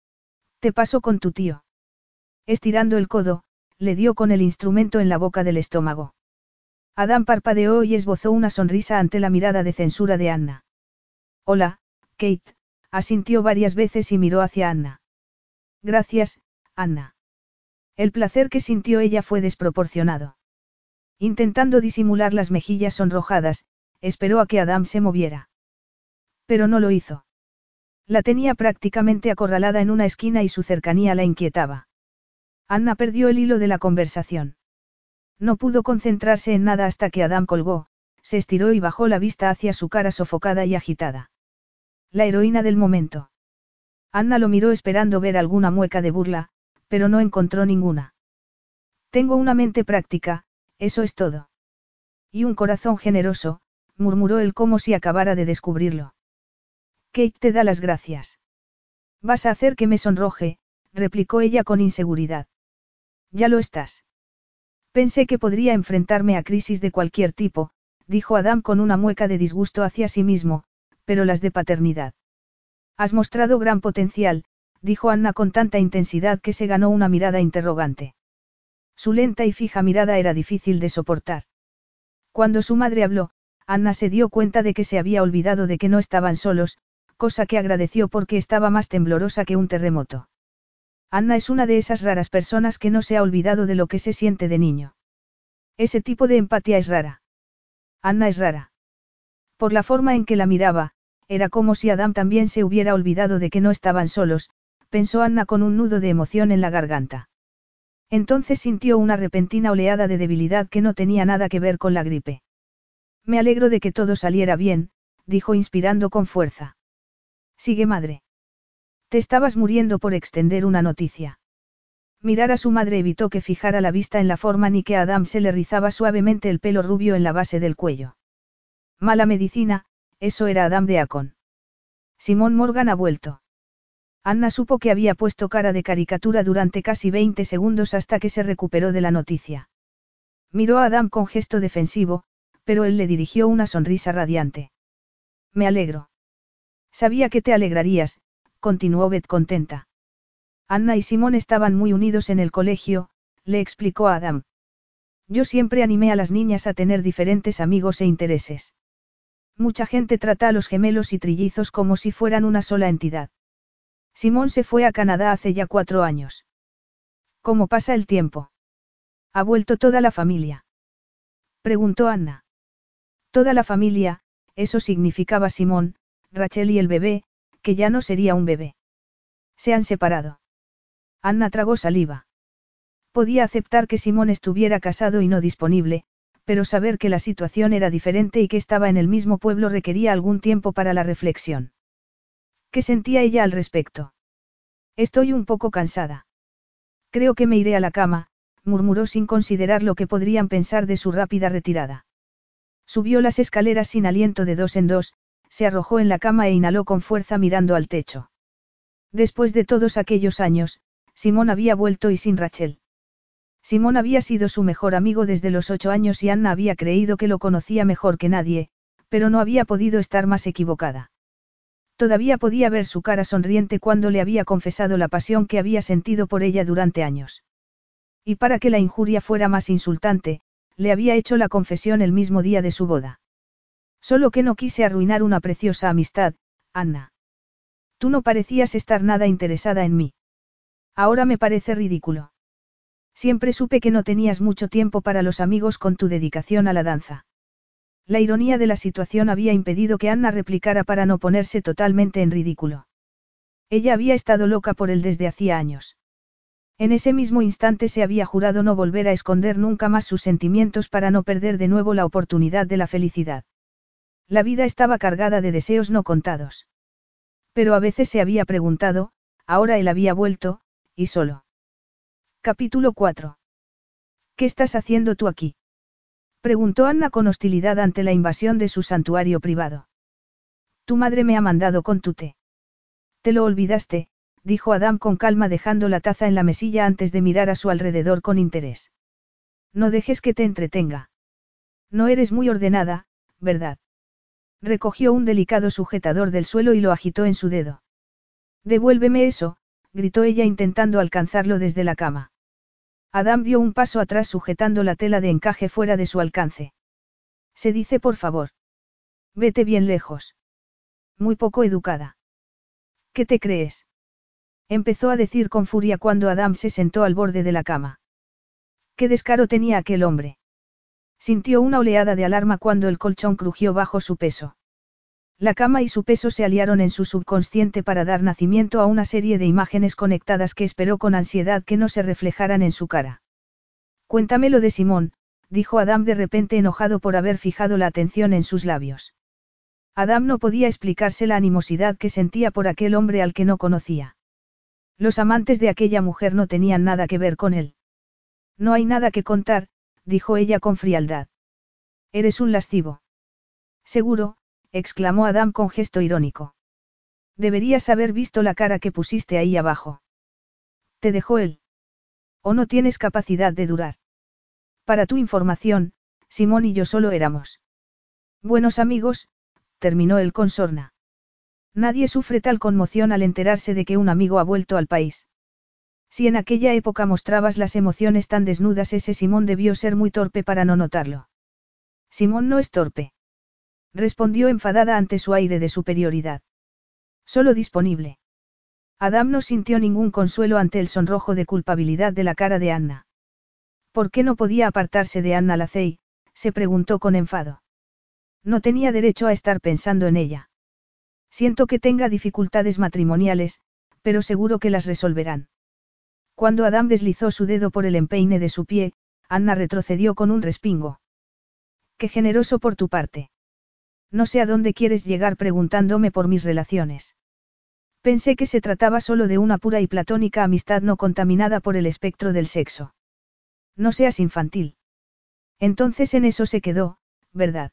Te paso con tu tío. Estirando el codo, le dio con el instrumento en la boca del estómago. Adam parpadeó y esbozó una sonrisa ante la mirada de censura de Anna. Hola, Kate, asintió varias veces y miró hacia Anna. Gracias, Anna. El placer que sintió ella fue desproporcionado. Intentando disimular las mejillas sonrojadas, esperó a que Adam se moviera. Pero no lo hizo. La tenía prácticamente acorralada en una esquina y su cercanía la inquietaba. Anna perdió el hilo de la conversación. No pudo concentrarse en nada hasta que Adam colgó, se estiró y bajó la vista hacia su cara sofocada y agitada. La heroína del momento. Anna lo miró esperando ver alguna mueca de burla, pero no encontró ninguna. Tengo una mente práctica, eso es todo. Y un corazón generoso, murmuró él como si acabara de descubrirlo. Kate te da las gracias. Vas a hacer que me sonroje, replicó ella con inseguridad. Ya lo estás. Pensé que podría enfrentarme a crisis de cualquier tipo, dijo Adam con una mueca de disgusto hacia sí mismo, pero las de paternidad. Has mostrado gran potencial, dijo Anna con tanta intensidad que se ganó una mirada interrogante. Su lenta y fija mirada era difícil de soportar. Cuando su madre habló, Anna se dio cuenta de que se había olvidado de que no estaban solos, cosa que agradeció porque estaba más temblorosa que un terremoto. Anna es una de esas raras personas que no se ha olvidado de lo que se siente de niño. Ese tipo de empatía es rara. Anna es rara. Por la forma en que la miraba, era como si Adam también se hubiera olvidado de que no estaban solos, pensó Anna con un nudo de emoción en la garganta. Entonces sintió una repentina oleada de debilidad que no tenía nada que ver con la gripe. Me alegro de que todo saliera bien, dijo inspirando con fuerza. Sigue, madre. Te estabas muriendo por extender una noticia. Mirar a su madre evitó que fijara la vista en la forma ni que a Adam se le rizaba suavemente el pelo rubio en la base del cuello. Mala medicina, eso era Adam Deacon. Simón Morgan ha vuelto. Anna supo que había puesto cara de caricatura durante casi veinte segundos hasta que se recuperó de la noticia. Miró a Adam con gesto defensivo, pero él le dirigió una sonrisa radiante. Me alegro. Sabía que te alegrarías, continuó Beth contenta. Anna y Simón estaban muy unidos en el colegio, le explicó a Adam. Yo siempre animé a las niñas a tener diferentes amigos e intereses. Mucha gente trata a los gemelos y trillizos como si fueran una sola entidad. Simón se fue a Canadá hace ya cuatro años. ¿Cómo pasa el tiempo? ¿Ha vuelto toda la familia? Preguntó Anna. Toda la familia, eso significaba Simón, Rachel y el bebé, que ya no sería un bebé. Se han separado. Anna tragó saliva. Podía aceptar que Simón estuviera casado y no disponible, pero saber que la situación era diferente y que estaba en el mismo pueblo requería algún tiempo para la reflexión. ¿Qué sentía ella al respecto? Estoy un poco cansada. Creo que me iré a la cama, murmuró sin considerar lo que podrían pensar de su rápida retirada. Subió las escaleras sin aliento de dos en dos, se arrojó en la cama e inhaló con fuerza mirando al techo. Después de todos aquellos años, Simón había vuelto y sin Rachel. Simón había sido su mejor amigo desde los ocho años y Anna había creído que lo conocía mejor que nadie, pero no había podido estar más equivocada. Todavía podía ver su cara sonriente cuando le había confesado la pasión que había sentido por ella durante años. Y para que la injuria fuera más insultante, le había hecho la confesión el mismo día de su boda. Solo que no quise arruinar una preciosa amistad, Anna. Tú no parecías estar nada interesada en mí. Ahora me parece ridículo. Siempre supe que no tenías mucho tiempo para los amigos con tu dedicación a la danza. La ironía de la situación había impedido que Anna replicara para no ponerse totalmente en ridículo. Ella había estado loca por él desde hacía años. En ese mismo instante se había jurado no volver a esconder nunca más sus sentimientos para no perder de nuevo la oportunidad de la felicidad. La vida estaba cargada de deseos no contados. Pero a veces se había preguntado, ahora él había vuelto, y solo. Capítulo cuatro. ¿Qué estás haciendo tú aquí? Preguntó Anna con hostilidad ante la invasión de su santuario privado. Tu madre me ha mandado con tu té. Te lo olvidaste, dijo Adam con calma dejando la taza en la mesilla antes de mirar a su alrededor con interés. No dejes que te entretenga. No eres muy ordenada, ¿verdad? Recogió un delicado sujetador del suelo y lo agitó en su dedo. Devuélveme eso, gritó ella intentando alcanzarlo desde la cama. Adam dio un paso atrás sujetando la tela de encaje fuera de su alcance. Se dice por favor. Vete bien lejos. Muy poco educada. ¿Qué te crees? Empezó a decir con furia cuando Adam se sentó al borde de la cama. ¿Qué descaro tenía aquel hombre? Sintió una oleada de alarma cuando el colchón crujió bajo su peso. La cama y su peso se aliaron en su subconsciente para dar nacimiento a una serie de imágenes conectadas que esperó con ansiedad que no se reflejaran en su cara. Cuéntamelo de Simón, dijo Adam de repente enojado por haber fijado la atención en sus labios. Adam no podía explicarse la animosidad que sentía por aquel hombre al que no conocía. Los amantes de aquella mujer no tenían nada que ver con él. No hay nada que contar, dijo ella con frialdad. Eres un lascivo. Seguro, exclamó Adam con gesto irónico. Deberías haber visto la cara que pusiste ahí abajo. ¿Te dejó él? ¿O no tienes capacidad de durar? Para tu información, Simón y yo solo éramos buenos amigos, terminó él con sorna. Nadie sufre tal conmoción al enterarse de que un amigo ha vuelto al país. Si en aquella época mostrabas las emociones tan desnudas, ese Simón debió ser muy torpe para no notarlo. Simón no es torpe. Respondió enfadada ante su aire de superioridad. Solo disponible. Adam no sintió ningún consuelo ante el sonrojo de culpabilidad de la cara de Anna. ¿Por qué no podía apartarse de Anna Lacey?, se preguntó con enfado. No tenía derecho a estar pensando en ella. Siento que tenga dificultades matrimoniales, pero seguro que las resolverán. Cuando Adam deslizó su dedo por el empeine de su pie, Anna retrocedió con un respingo. Qué generoso por tu parte. No sé a dónde quieres llegar preguntándome por mis relaciones. Pensé que se trataba solo de una pura y platónica amistad no contaminada por el espectro del sexo. No seas infantil. Entonces en eso se quedó, ¿verdad?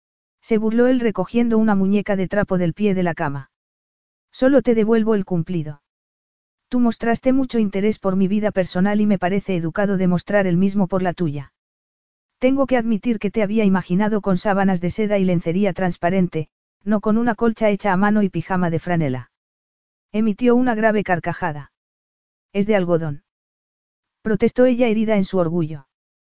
Se burló él recogiendo una muñeca de trapo del pie de la cama. Solo te devuelvo el cumplido. Tú mostraste mucho interés por mi vida personal y me parece educado demostrar el mismo por la tuya. Tengo que admitir que te había imaginado con sábanas de seda y lencería transparente, no con una colcha hecha a mano y pijama de franela. Emitió una grave carcajada. Es de algodón. Protestó ella herida en su orgullo.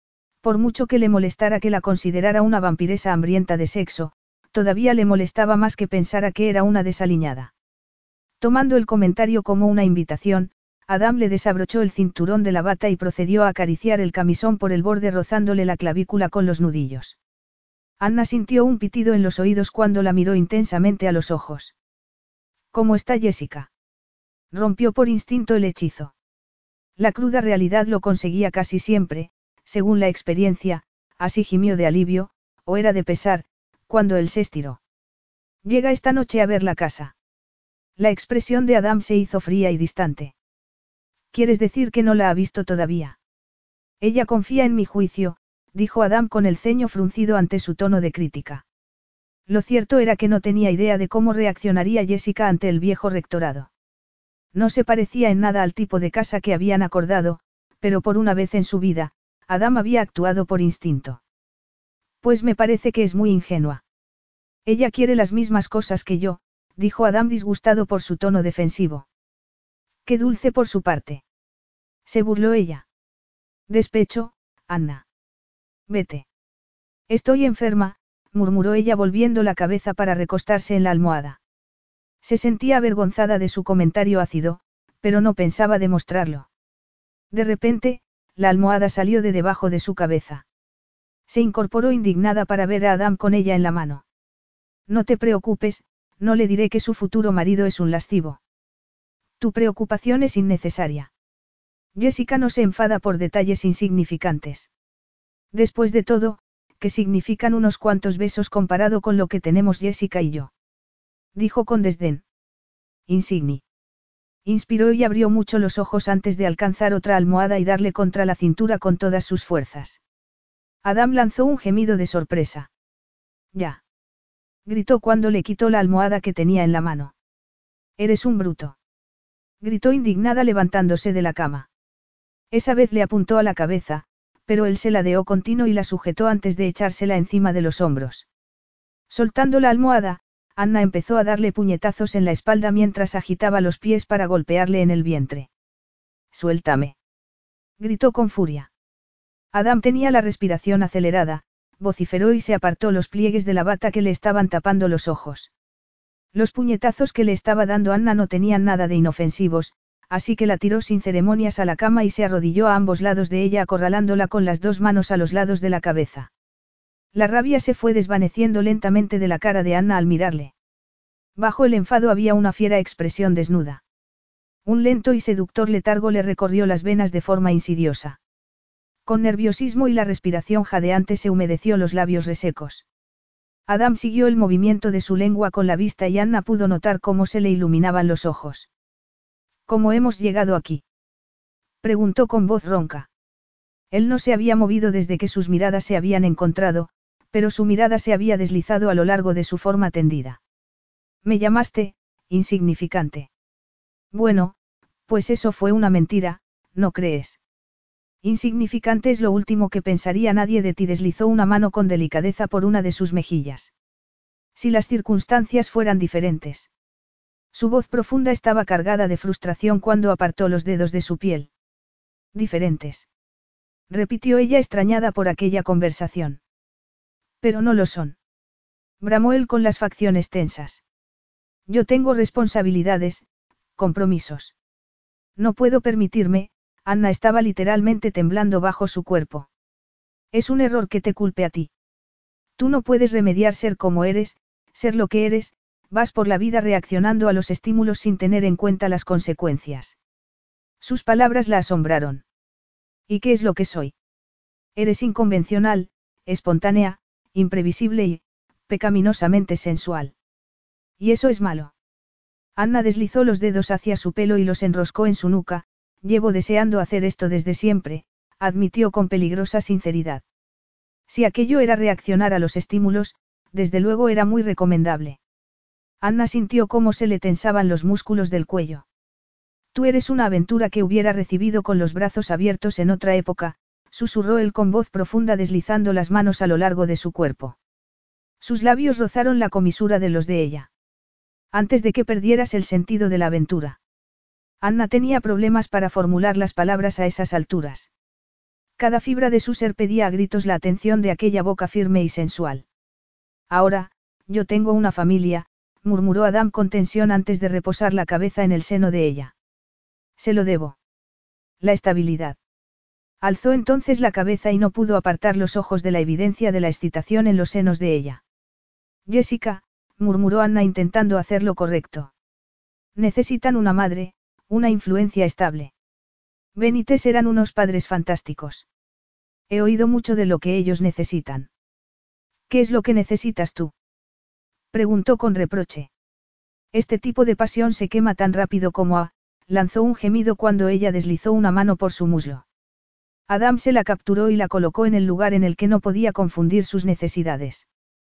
Por mucho que le molestara que la considerara una vampiresa hambrienta de sexo, todavía le molestaba más que pensara que era una desaliñada. Tomando el comentario como una invitación, Adam le desabrochó el cinturón de la bata y procedió a acariciar el camisón por el borde rozándole la clavícula con los nudillos. Anna sintió un pitido en los oídos cuando la miró intensamente a los ojos. ¿Cómo está Jessica? Rompió por instinto el hechizo. La cruda realidad lo conseguía casi siempre, según la experiencia, así gimió de alivio, o era de pesar, cuando él se estiró. Llega esta noche a ver la casa. La expresión de Adam se hizo fría y distante. ¿Quieres decir que no la ha visto todavía? Ella confía en mi juicio, dijo Adam con el ceño fruncido ante su tono de crítica. Lo cierto era que no tenía idea de cómo reaccionaría Jessica ante el viejo rectorado. No se parecía en nada al tipo de casa que habían acordado, pero por una vez en su vida, Adam había actuado por instinto. Pues me parece que es muy ingenua. Ella quiere las mismas cosas que yo, dijo Adam disgustado por su tono defensivo. Qué dulce por su parte. Se burló ella. Despecho, Anna. Vete. Estoy enferma, murmuró ella volviendo la cabeza para recostarse en la almohada. Se sentía avergonzada de su comentario ácido, pero no pensaba demostrarlo. De repente, la almohada salió de debajo de su cabeza. Se incorporó indignada para ver a Adam con ella en la mano. No te preocupes, no le diré que su futuro marido es un lascivo. Tu preocupación es innecesaria. Jessica no se enfada por detalles insignificantes. Después de todo, ¿qué significan unos cuantos besos comparado con lo que tenemos Jessica y yo? Dijo con desdén. Insigni. Inspiró y abrió mucho los ojos antes de alcanzar otra almohada y darle contra la cintura con todas sus fuerzas. Adam lanzó un gemido de sorpresa. Ya. Gritó cuando le quitó la almohada que tenía en la mano. Eres un bruto. Gritó indignada levantándose de la cama. Esa vez le apuntó a la cabeza, pero él se ladeó continuo y la sujetó antes de echársela encima de los hombros. Soltando la almohada, Anna empezó a darle puñetazos en la espalda mientras agitaba los pies para golpearle en el vientre. Suéltame. Gritó con furia. Adam tenía la respiración acelerada, vociferó y se apartó los pliegues de la bata que le estaban tapando los ojos. Los puñetazos que le estaba dando Anna no tenían nada de inofensivos, así que la tiró sin ceremonias a la cama y se arrodilló a ambos lados de ella acorralándola con las dos manos a los lados de la cabeza. La rabia se fue desvaneciendo lentamente de la cara de Anna al mirarle. Bajo el enfado había una fiera expresión desnuda. Un lento y seductor letargo le recorrió las venas de forma insidiosa. Con nerviosismo y la respiración jadeante se humedeció los labios resecos. Adam siguió el movimiento de su lengua con la vista y Anna pudo notar cómo se le iluminaban los ojos. ¿Cómo hemos llegado aquí? Preguntó con voz ronca. Él no se había movido desde que sus miradas se habían encontrado, pero su mirada se había deslizado a lo largo de su forma tendida. Me llamaste, insignificante. Bueno, pues eso fue una mentira, ¿no crees? Insignificante es lo último que pensaría nadie de ti. Deslizó una mano con delicadeza por una de sus mejillas. Si las circunstancias fueran diferentes. Su voz profunda estaba cargada de frustración cuando apartó los dedos de su piel. Diferentes. Repitió ella extrañada por aquella conversación. Pero no lo son. Bramó él con las facciones tensas. Yo tengo responsabilidades, compromisos. No puedo permitirme. Anna estaba literalmente temblando bajo su cuerpo. Es un error que te culpe a ti. Tú no puedes remediar ser como eres, ser lo que eres, vas por la vida reaccionando a los estímulos sin tener en cuenta las consecuencias. Sus palabras la asombraron. ¿Y qué es lo que soy? Eres inconvencional, espontánea, imprevisible y, pecaminosamente sensual. ¿Y eso es malo? Anna deslizó los dedos hacia su pelo y los enroscó en su nuca. Llevo deseando hacer esto desde siempre, admitió con peligrosa sinceridad. Si aquello era reaccionar a los estímulos, desde luego era muy recomendable. Anna sintió cómo se le tensaban los músculos del cuello. Tú eres una aventura que hubiera recibido con los brazos abiertos en otra época, susurró él con voz profunda deslizando las manos a lo largo de su cuerpo. Sus labios rozaron la comisura de los de ella. Antes de que perdieras el sentido de la aventura. Anna tenía problemas para formular las palabras a esas alturas. Cada fibra de su ser pedía a gritos la atención de aquella boca firme y sensual. Ahora, yo tengo una familia, murmuró Adam con tensión antes de reposar la cabeza en el seno de ella. Se lo debo. La estabilidad. Alzó entonces la cabeza y no pudo apartar los ojos de la evidencia de la excitación en los senos de ella. Jessica, murmuró Anna intentando hacer lo correcto. Necesitan una madre, una influencia estable. Ben y Tess eran unos padres fantásticos. He oído mucho de lo que ellos necesitan. ¿Qué es lo que necesitas tú? Preguntó con reproche. Este tipo de pasión se quema tan rápido como a, lanzó un gemido cuando ella deslizó una mano por su muslo. Adam se la capturó y la colocó en el lugar en el que no podía confundir sus necesidades.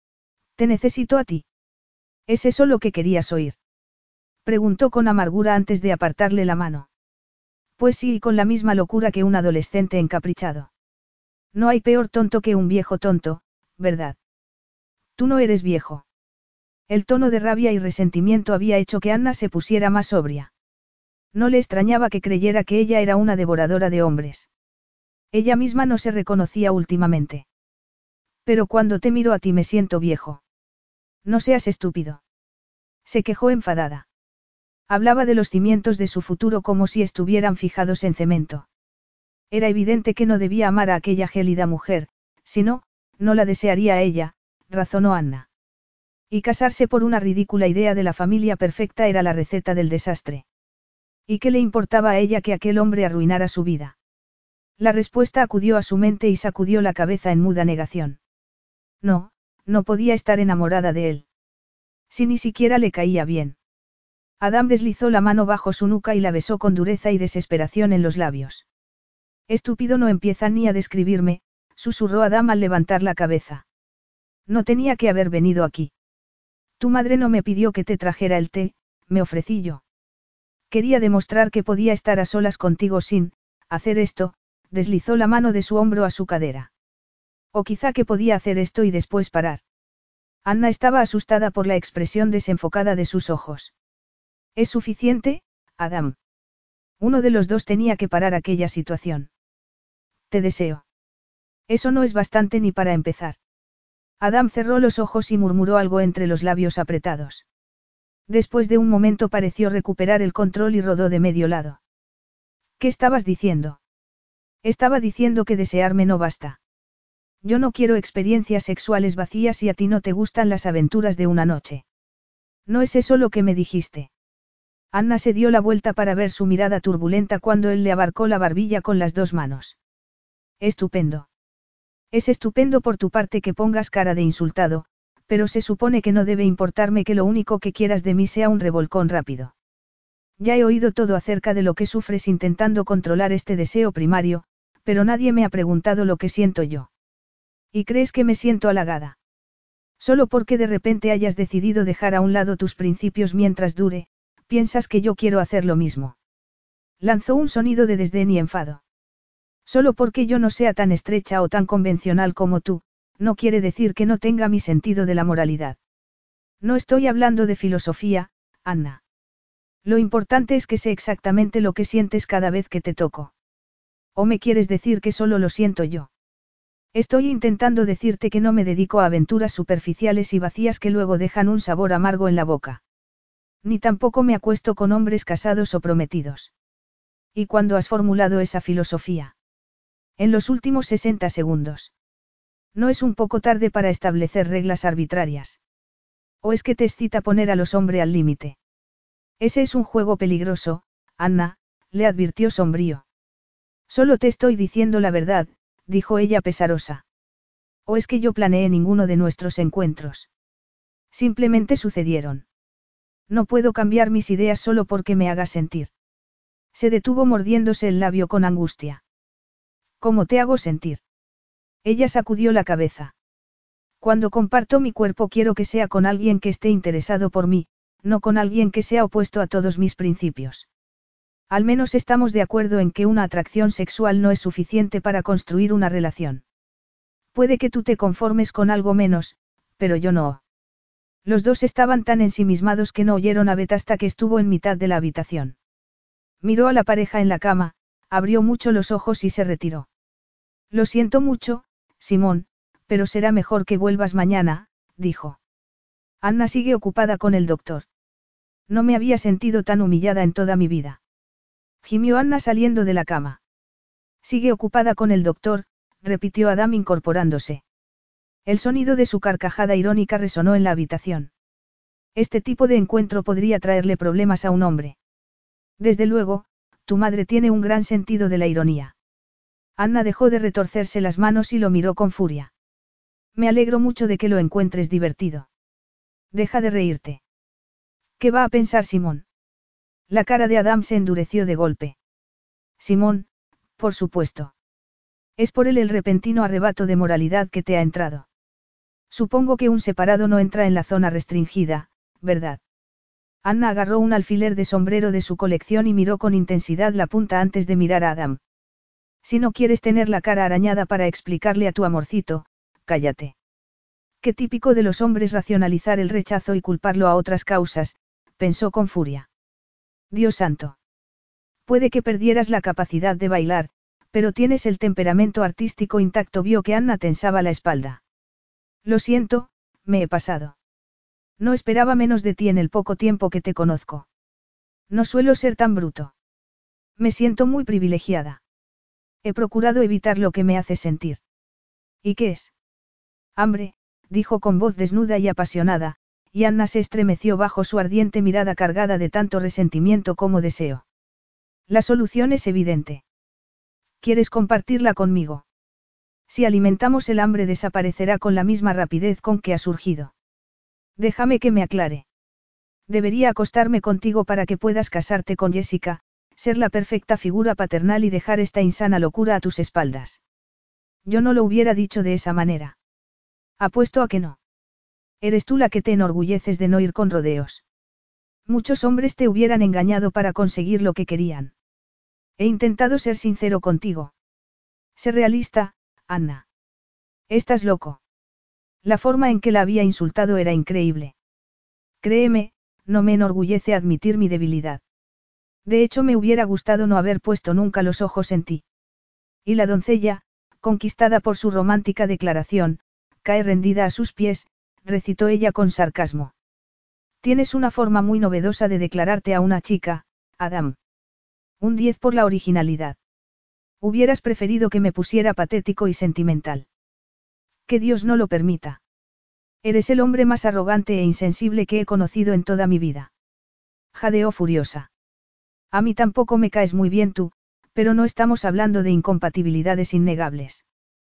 Te necesito a ti. ¿Es eso lo que querías oír? Preguntó con amargura antes de apartarle la mano. Pues sí, y con la misma locura que un adolescente encaprichado. No hay peor tonto que un viejo tonto, ¿verdad? Tú no eres viejo. El tono de rabia y resentimiento había hecho que Anna se pusiera más sobria. No le extrañaba que creyera que ella era una devoradora de hombres. Ella misma no se reconocía últimamente. Pero cuando te miro a ti me siento viejo. No seas estúpido. Se quejó enfadada. Hablaba de los cimientos de su futuro como si estuvieran fijados en cemento. Era evidente que no debía amar a aquella gélida mujer, si no, no la desearía a ella, razonó Anna. Y casarse por una ridícula idea de la familia perfecta era la receta del desastre. ¿Y qué le importaba a ella que aquel hombre arruinara su vida? La respuesta acudió a su mente y sacudió la cabeza en muda negación. No, no podía estar enamorada de él. Si ni siquiera le caía bien. Adam deslizó la mano bajo su nuca y la besó con dureza y desesperación en los labios. Estúpido, no empieza ni a describirme, susurró Adam al levantar la cabeza. No tenía que haber venido aquí. Tu madre no me pidió que te trajera el té, me ofrecí yo. Quería demostrar que podía estar a solas contigo sin, hacer esto, deslizó la mano de su hombro a su cadera. O quizá que podía hacer esto y después parar. Anna estaba asustada por la expresión desenfocada de sus ojos. ¿Es suficiente, Adam? Uno de los dos tenía que parar aquella situación. Te deseo. Eso no es bastante ni para empezar. Adam cerró los ojos y murmuró algo entre los labios apretados. Después de un momento pareció recuperar el control y rodó de medio lado. ¿Qué estabas diciendo? Estaba diciendo que desearme no basta. Yo no quiero experiencias sexuales vacías y a ti no te gustan las aventuras de una noche. ¿No es eso lo que me dijiste? Anna se dio la vuelta para ver su mirada turbulenta cuando él le abarcó la barbilla con las dos manos. Estupendo. Es estupendo por tu parte que pongas cara de insultado, pero se supone que no debe importarme que lo único que quieras de mí sea un revolcón rápido. Ya he oído todo acerca de lo que sufres intentando controlar este deseo primario, pero nadie me ha preguntado lo que siento yo. ¿Y crees que me siento halagada? Solo porque de repente hayas decidido dejar a un lado tus principios mientras dure, piensas que yo quiero hacer lo mismo. Lanzó un sonido de desdén y enfado. Solo porque yo no sea tan estrecha o tan convencional como tú, no quiere decir que no tenga mi sentido de la moralidad. No estoy hablando de filosofía, Anna. Lo importante es que sé exactamente lo que sientes cada vez que te toco. ¿O me quieres decir que solo lo siento yo? Estoy intentando decirte que no me dedico a aventuras superficiales y vacías que luego dejan un sabor amargo en la boca. Ni tampoco me acuesto con hombres casados o prometidos. ¿Y cuándo has formulado esa filosofía? En los últimos sesenta segundos. ¿No es un poco tarde para establecer reglas arbitrarias? ¿O es que te excita poner a los hombres al límite? Ese es un juego peligroso, Anna, le advirtió sombrío. Solo te estoy diciendo la verdad, dijo ella pesarosa. ¿O es que yo planeé ninguno de nuestros encuentros? Simplemente sucedieron. No puedo cambiar mis ideas solo porque me hagas sentir. Se detuvo mordiéndose el labio con angustia. ¿Cómo te hago sentir? Ella sacudió la cabeza. Cuando comparto mi cuerpo quiero que sea con alguien que esté interesado por mí, no con alguien que sea opuesto a todos mis principios. Al menos estamos de acuerdo en que una atracción sexual no es suficiente para construir una relación. Puede que tú te conformes con algo menos, pero yo no. Los dos estaban tan ensimismados que no oyeron a Beth hasta que estuvo en mitad de la habitación. Miró a la pareja en la cama, abrió mucho los ojos y se retiró. Lo siento mucho, Simón, pero será mejor que vuelvas mañana, dijo. Anna sigue ocupada con el doctor. No me había sentido tan humillada en toda mi vida. Gimió Anna saliendo de la cama. Sigue ocupada con el doctor, repitió Adam incorporándose. El sonido de su carcajada irónica resonó en la habitación. Este tipo de encuentro podría traerle problemas a un hombre. Desde luego, tu madre tiene un gran sentido de la ironía. Anna dejó de retorcerse las manos y lo miró con furia. Me alegro mucho de que lo encuentres divertido. Deja de reírte. ¿Qué va a pensar Simón? La cara de Adam se endureció de golpe. Simón, por supuesto. Es por él el repentino arrebato de moralidad que te ha entrado. Supongo que un separado no entra en la zona restringida, ¿verdad? Anna agarró un alfiler de sombrero de su colección y miró con intensidad la punta antes de mirar a Adam. Si no quieres tener la cara arañada para explicarle a tu amorcito, cállate. Qué típico de los hombres racionalizar el rechazo y culparlo a otras causas, pensó con furia. Dios santo. Puede que perdieras la capacidad de bailar, pero tienes el temperamento artístico intacto. Vio que Anna tensaba la espalda. Lo siento, me he pasado. No esperaba menos de ti en el poco tiempo que te conozco. No suelo ser tan bruto. Me siento muy privilegiada. He procurado evitar lo que me hace sentir. ¿Y qué es? Hambre, dijo con voz desnuda y apasionada, y Anna se estremeció bajo su ardiente mirada cargada de tanto resentimiento como deseo. La solución es evidente. ¿Quieres compartirla conmigo? Si alimentamos el hambre desaparecerá con la misma rapidez con que ha surgido. Déjame que me aclare. Debería acostarme contigo para que puedas casarte con Jessica, ser la perfecta figura paternal y dejar esta insana locura a tus espaldas. Yo no lo hubiera dicho de esa manera. Apuesto a que no. Eres tú la que te enorgulleces de no ir con rodeos. Muchos hombres te hubieran engañado para conseguir lo que querían. He intentado ser sincero contigo. Sé realista, Anna. Estás loco. La forma en que la había insultado era increíble. Créeme, no me enorgullece admitir mi debilidad. De hecho, me hubiera gustado no haber puesto nunca los ojos en ti. Y la doncella, conquistada por su romántica declaración, cae rendida a sus pies, recitó ella con sarcasmo. Tienes una forma muy novedosa de declararte a una chica, Adam. Un diez por la originalidad. Hubieras preferido que me pusiera patético y sentimental. Que Dios no lo permita. Eres el hombre más arrogante e insensible que he conocido en toda mi vida. Jadeó furiosa. A mí tampoco me caes muy bien tú, pero no estamos hablando de incompatibilidades innegables.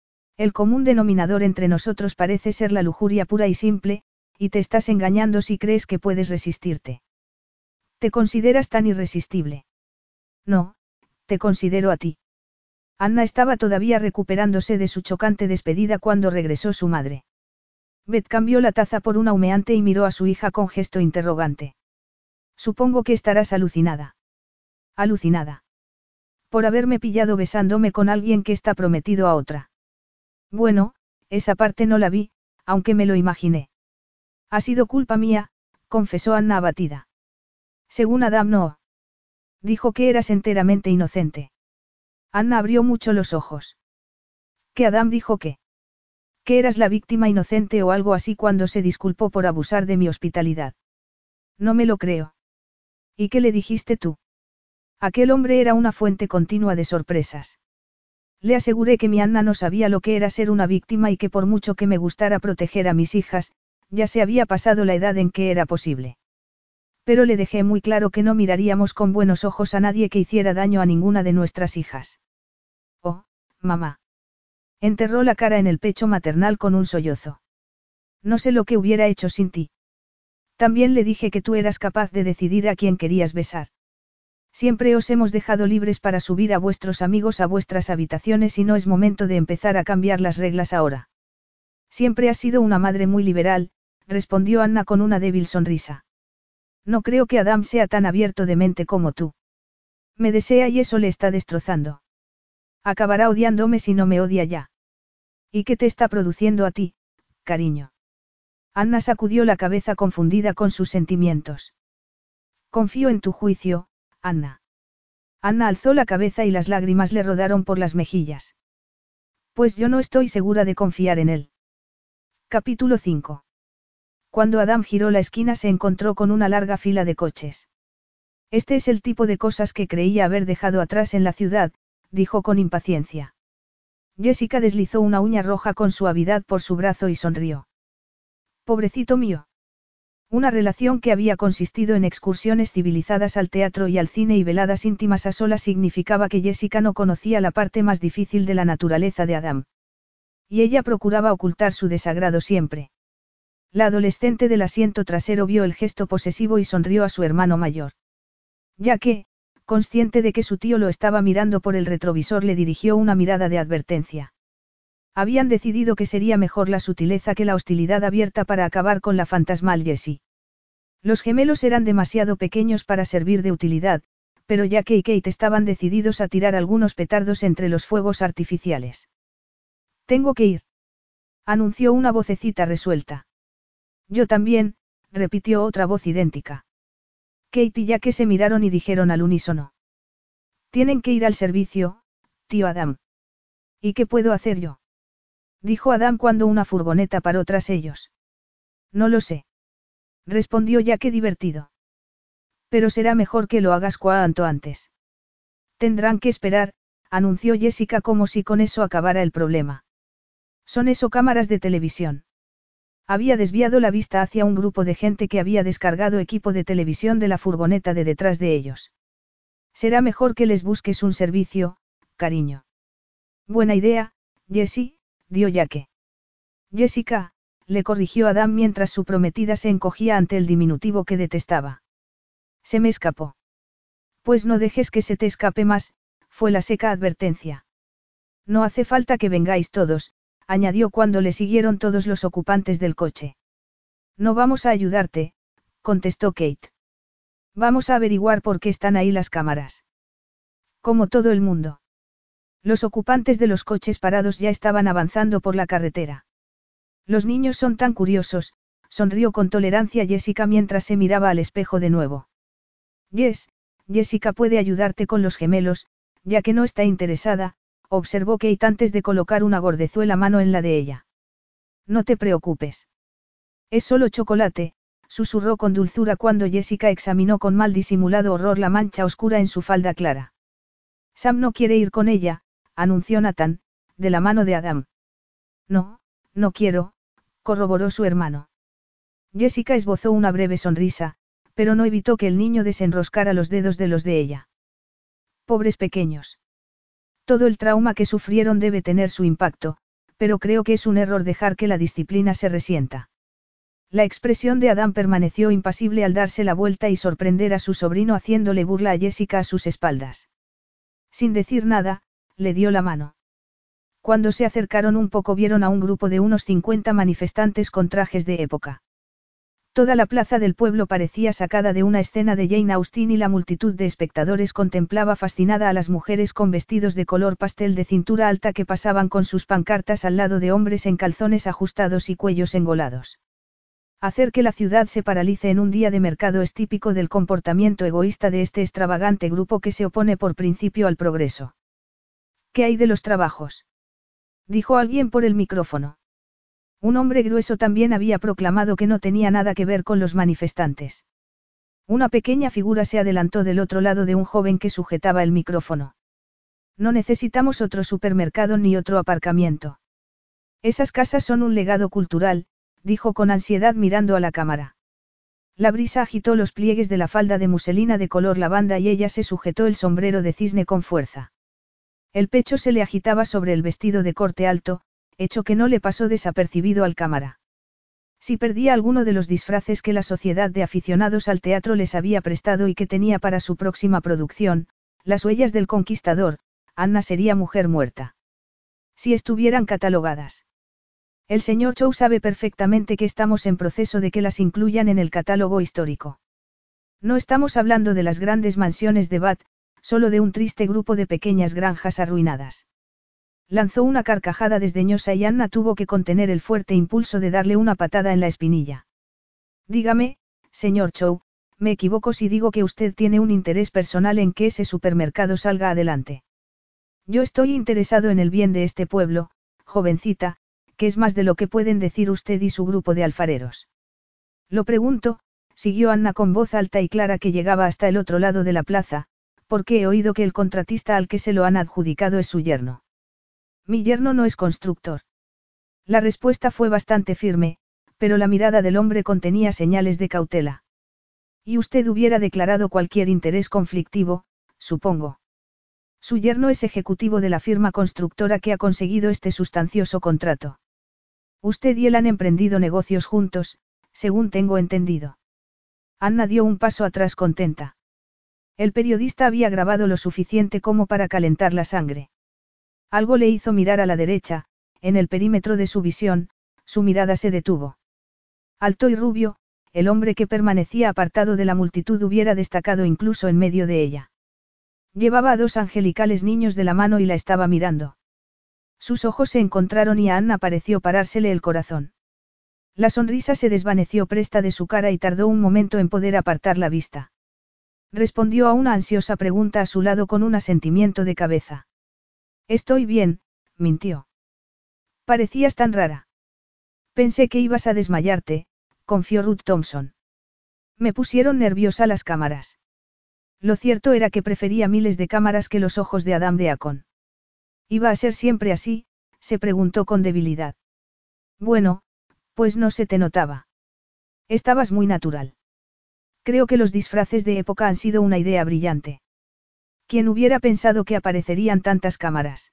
El común denominador entre nosotros parece ser la lujuria pura y simple, y te estás engañando si crees que puedes resistirte. ¿Te consideras tan irresistible? No, te considero a ti. Anna estaba todavía recuperándose de su chocante despedida cuando regresó su madre. Beth cambió la taza por una humeante y miró a su hija con gesto interrogante. Supongo que estarás alucinada. Alucinada. Por haberme pillado besándome con alguien que está prometido a otra. Bueno, esa parte no la vi, aunque me lo imaginé. Ha sido culpa mía, confesó Anna abatida. Según Adam no. Dijo que eras enteramente inocente. Anna abrió mucho los ojos. ¿Que Adam dijo qué? Que eras la víctima inocente o algo así cuando se disculpó por abusar de mi hospitalidad. No me lo creo. ¿Y qué le dijiste tú? Aquel hombre era una fuente continua de sorpresas. Le aseguré que mi Anna no sabía lo que era ser una víctima y que por mucho que me gustara proteger a mis hijas, ya se había pasado la edad en que era posible. Pero le dejé muy claro que no miraríamos con buenos ojos a nadie que hiciera daño a ninguna de nuestras hijas. Oh, mamá. Enterró la cara en el pecho maternal con un sollozo. No sé lo que hubiera hecho sin ti. También le dije que tú eras capaz de decidir a quién querías besar. Siempre os hemos dejado libres para subir a vuestros amigos a vuestras habitaciones y no es momento de empezar a cambiar las reglas ahora. Siempre has sido una madre muy liberal, respondió Anna con una débil sonrisa. No creo que Adam sea tan abierto de mente como tú. Me desea y eso le está destrozando. Acabará odiándome si no me odia ya. ¿Y qué te está produciendo a ti, cariño? Anna sacudió la cabeza confundida con sus sentimientos. Confío en tu juicio, Anna. Anna alzó la cabeza y las lágrimas le rodaron por las mejillas. Pues yo no estoy segura de confiar en él. Capítulo cinco. Cuando Adam giró la esquina se encontró con una larga fila de coches. Este es el tipo de cosas que creía haber dejado atrás en la ciudad, dijo con impaciencia. Jessica deslizó una uña roja con suavidad por su brazo y sonrió. Pobrecito mío. Una relación que había consistido en excursiones civilizadas al teatro y al cine y veladas íntimas a solas significaba que Jessica no conocía la parte más difícil de la naturaleza de Adam. Y ella procuraba ocultar su desagrado siempre. La adolescente del asiento trasero vio el gesto posesivo y sonrió a su hermano mayor. Ya que, consciente de que su tío lo estaba mirando por el retrovisor, le dirigió una mirada de advertencia. Habían decidido que sería mejor la sutileza que la hostilidad abierta para acabar con la fantasmal Jessie. Los gemelos eran demasiado pequeños para servir de utilidad, pero Jack y Kate estaban decididos a tirar algunos petardos entre los fuegos artificiales. Tengo que ir, anunció una vocecita resuelta. Yo también, repitió otra voz idéntica. Kate y Jack se miraron y dijeron al unísono. Tienen que ir al servicio, tío Adam. ¿Y qué puedo hacer yo? Dijo Adam cuando una furgoneta paró tras ellos. No lo sé. Respondió Jack divertido. Pero será mejor que lo hagas cuanto antes. Tendrán que esperar, anunció Jessica como si con eso acabara el problema. Son eso cámaras de televisión. Había desviado la vista hacia un grupo de gente que había descargado equipo de televisión de la furgoneta de detrás de ellos. Será mejor que les busques un servicio, cariño. Buena idea, Jessie, dio Jack. Jessica, le corrigió Adam mientras su prometida se encogía ante el diminutivo que detestaba. Se me escapó. Pues no dejes que se te escape más, fue la seca advertencia. No hace falta que vengáis todos, añadió cuando le siguieron todos los ocupantes del coche. No vamos a ayudarte, contestó Kate. Vamos a averiguar por qué están ahí las cámaras. Como todo el mundo. Los ocupantes de los coches parados ya estaban avanzando por la carretera. Los niños son tan curiosos, sonrió con tolerancia Jessica mientras se miraba al espejo de nuevo. Yes, Jessica puede ayudarte con los gemelos, ya que no está interesada, observó Kate antes de colocar una gordezuela mano en la de ella. No te preocupes. Es solo chocolate, susurró con dulzura cuando Jessica examinó con mal disimulado horror la mancha oscura en su falda clara. Sam no quiere ir con ella, anunció Nathan, de la mano de Adam. No, no quiero, corroboró su hermano. Jessica esbozó una breve sonrisa, pero no evitó que el niño desenroscara los dedos de los de ella. Pobres pequeños. Todo el trauma que sufrieron debe tener su impacto, pero creo que es un error dejar que la disciplina se resienta. La expresión de Adam permaneció impasible al darse la vuelta y sorprender a su sobrino haciéndole burla a Jessica a sus espaldas. Sin decir nada, le dio la mano. Cuando se acercaron un poco vieron a un grupo de unos cincuenta manifestantes con trajes de época. Toda la plaza del pueblo parecía sacada de una escena de Jane Austen y la multitud de espectadores contemplaba fascinada a las mujeres con vestidos de color pastel de cintura alta que pasaban con sus pancartas al lado de hombres en calzones ajustados y cuellos engolados. Hacer que la ciudad se paralice en un día de mercado es típico del comportamiento egoísta de este extravagante grupo que se opone por principio al progreso. ¿Qué hay de los trabajos?, dijo alguien por el micrófono. Un hombre grueso también había proclamado que no tenía nada que ver con los manifestantes. Una pequeña figura se adelantó del otro lado de un joven que sujetaba el micrófono. No necesitamos otro supermercado ni otro aparcamiento. Esas casas son un legado cultural, dijo con ansiedad mirando a la cámara. La brisa agitó los pliegues de la falda de muselina de color lavanda y ella se sujetó el sombrero de cisne con fuerza. El pecho se le agitaba sobre el vestido de corte alto, hecho que no le pasó desapercibido al cámara. Si perdía alguno de los disfraces que la sociedad de aficionados al teatro les había prestado y que tenía para su próxima producción, Las huellas del conquistador, Anna sería mujer muerta. Si estuvieran catalogadas. El señor Chow sabe perfectamente que estamos en proceso de que las incluyan en el catálogo histórico. No estamos hablando de las grandes mansiones de Bath, solo de un triste grupo de pequeñas granjas arruinadas. Lanzó una carcajada desdeñosa y Anna tuvo que contener el fuerte impulso de darle una patada en la espinilla. Dígame, señor Chow, me equivoco si digo que usted tiene un interés personal en que ese supermercado salga adelante. Yo estoy interesado en el bien de este pueblo, jovencita, que es más de lo que pueden decir usted y su grupo de alfareros. Lo pregunto, siguió Anna con voz alta y clara que llegaba hasta el otro lado de la plaza, porque he oído que el contratista al que se lo han adjudicado es su yerno. Mi yerno no es constructor. La respuesta fue bastante firme, pero la mirada del hombre contenía señales de cautela. Y usted hubiera declarado cualquier interés conflictivo, supongo. Su yerno es ejecutivo de la firma constructora que ha conseguido este sustancioso contrato. Usted y él han emprendido negocios juntos, según tengo entendido. Anna dio un paso atrás contenta. El periodista había grabado lo suficiente como para calentar la sangre. Algo le hizo mirar a la derecha, en el perímetro de su visión, su mirada se detuvo. Alto y rubio, el hombre que permanecía apartado de la multitud hubiera destacado incluso en medio de ella. Llevaba a dos angelicales niños de la mano y la estaba mirando. Sus ojos se encontraron y a Anna pareció parársele el corazón. La sonrisa se desvaneció presta de su cara y tardó un momento en poder apartar la vista. Respondió a una ansiosa pregunta a su lado con un asentimiento de cabeza. Estoy bien, mintió. Parecías tan rara. Pensé que ibas a desmayarte, confió Ruth Thompson. Me pusieron nerviosa las cámaras. Lo cierto era que prefería miles de cámaras que los ojos de Adam Deacon. ¿Iba a ser siempre así?, se preguntó con debilidad. Bueno, pues no se te notaba. Estabas muy natural. Creo que los disfraces de época han sido una idea brillante. ¿Quién hubiera pensado que aparecerían tantas cámaras?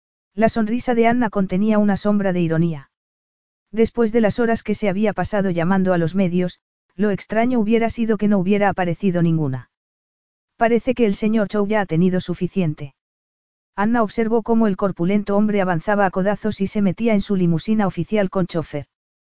La sonrisa de Anna contenía una sombra de ironía. Después de las horas que se había pasado llamando a los medios, lo extraño hubiera sido que no hubiera aparecido ninguna. Parece que el señor Chow ya ha tenido suficiente. Anna observó cómo el corpulento hombre avanzaba a codazos y se metía en su limusina oficial con chofer.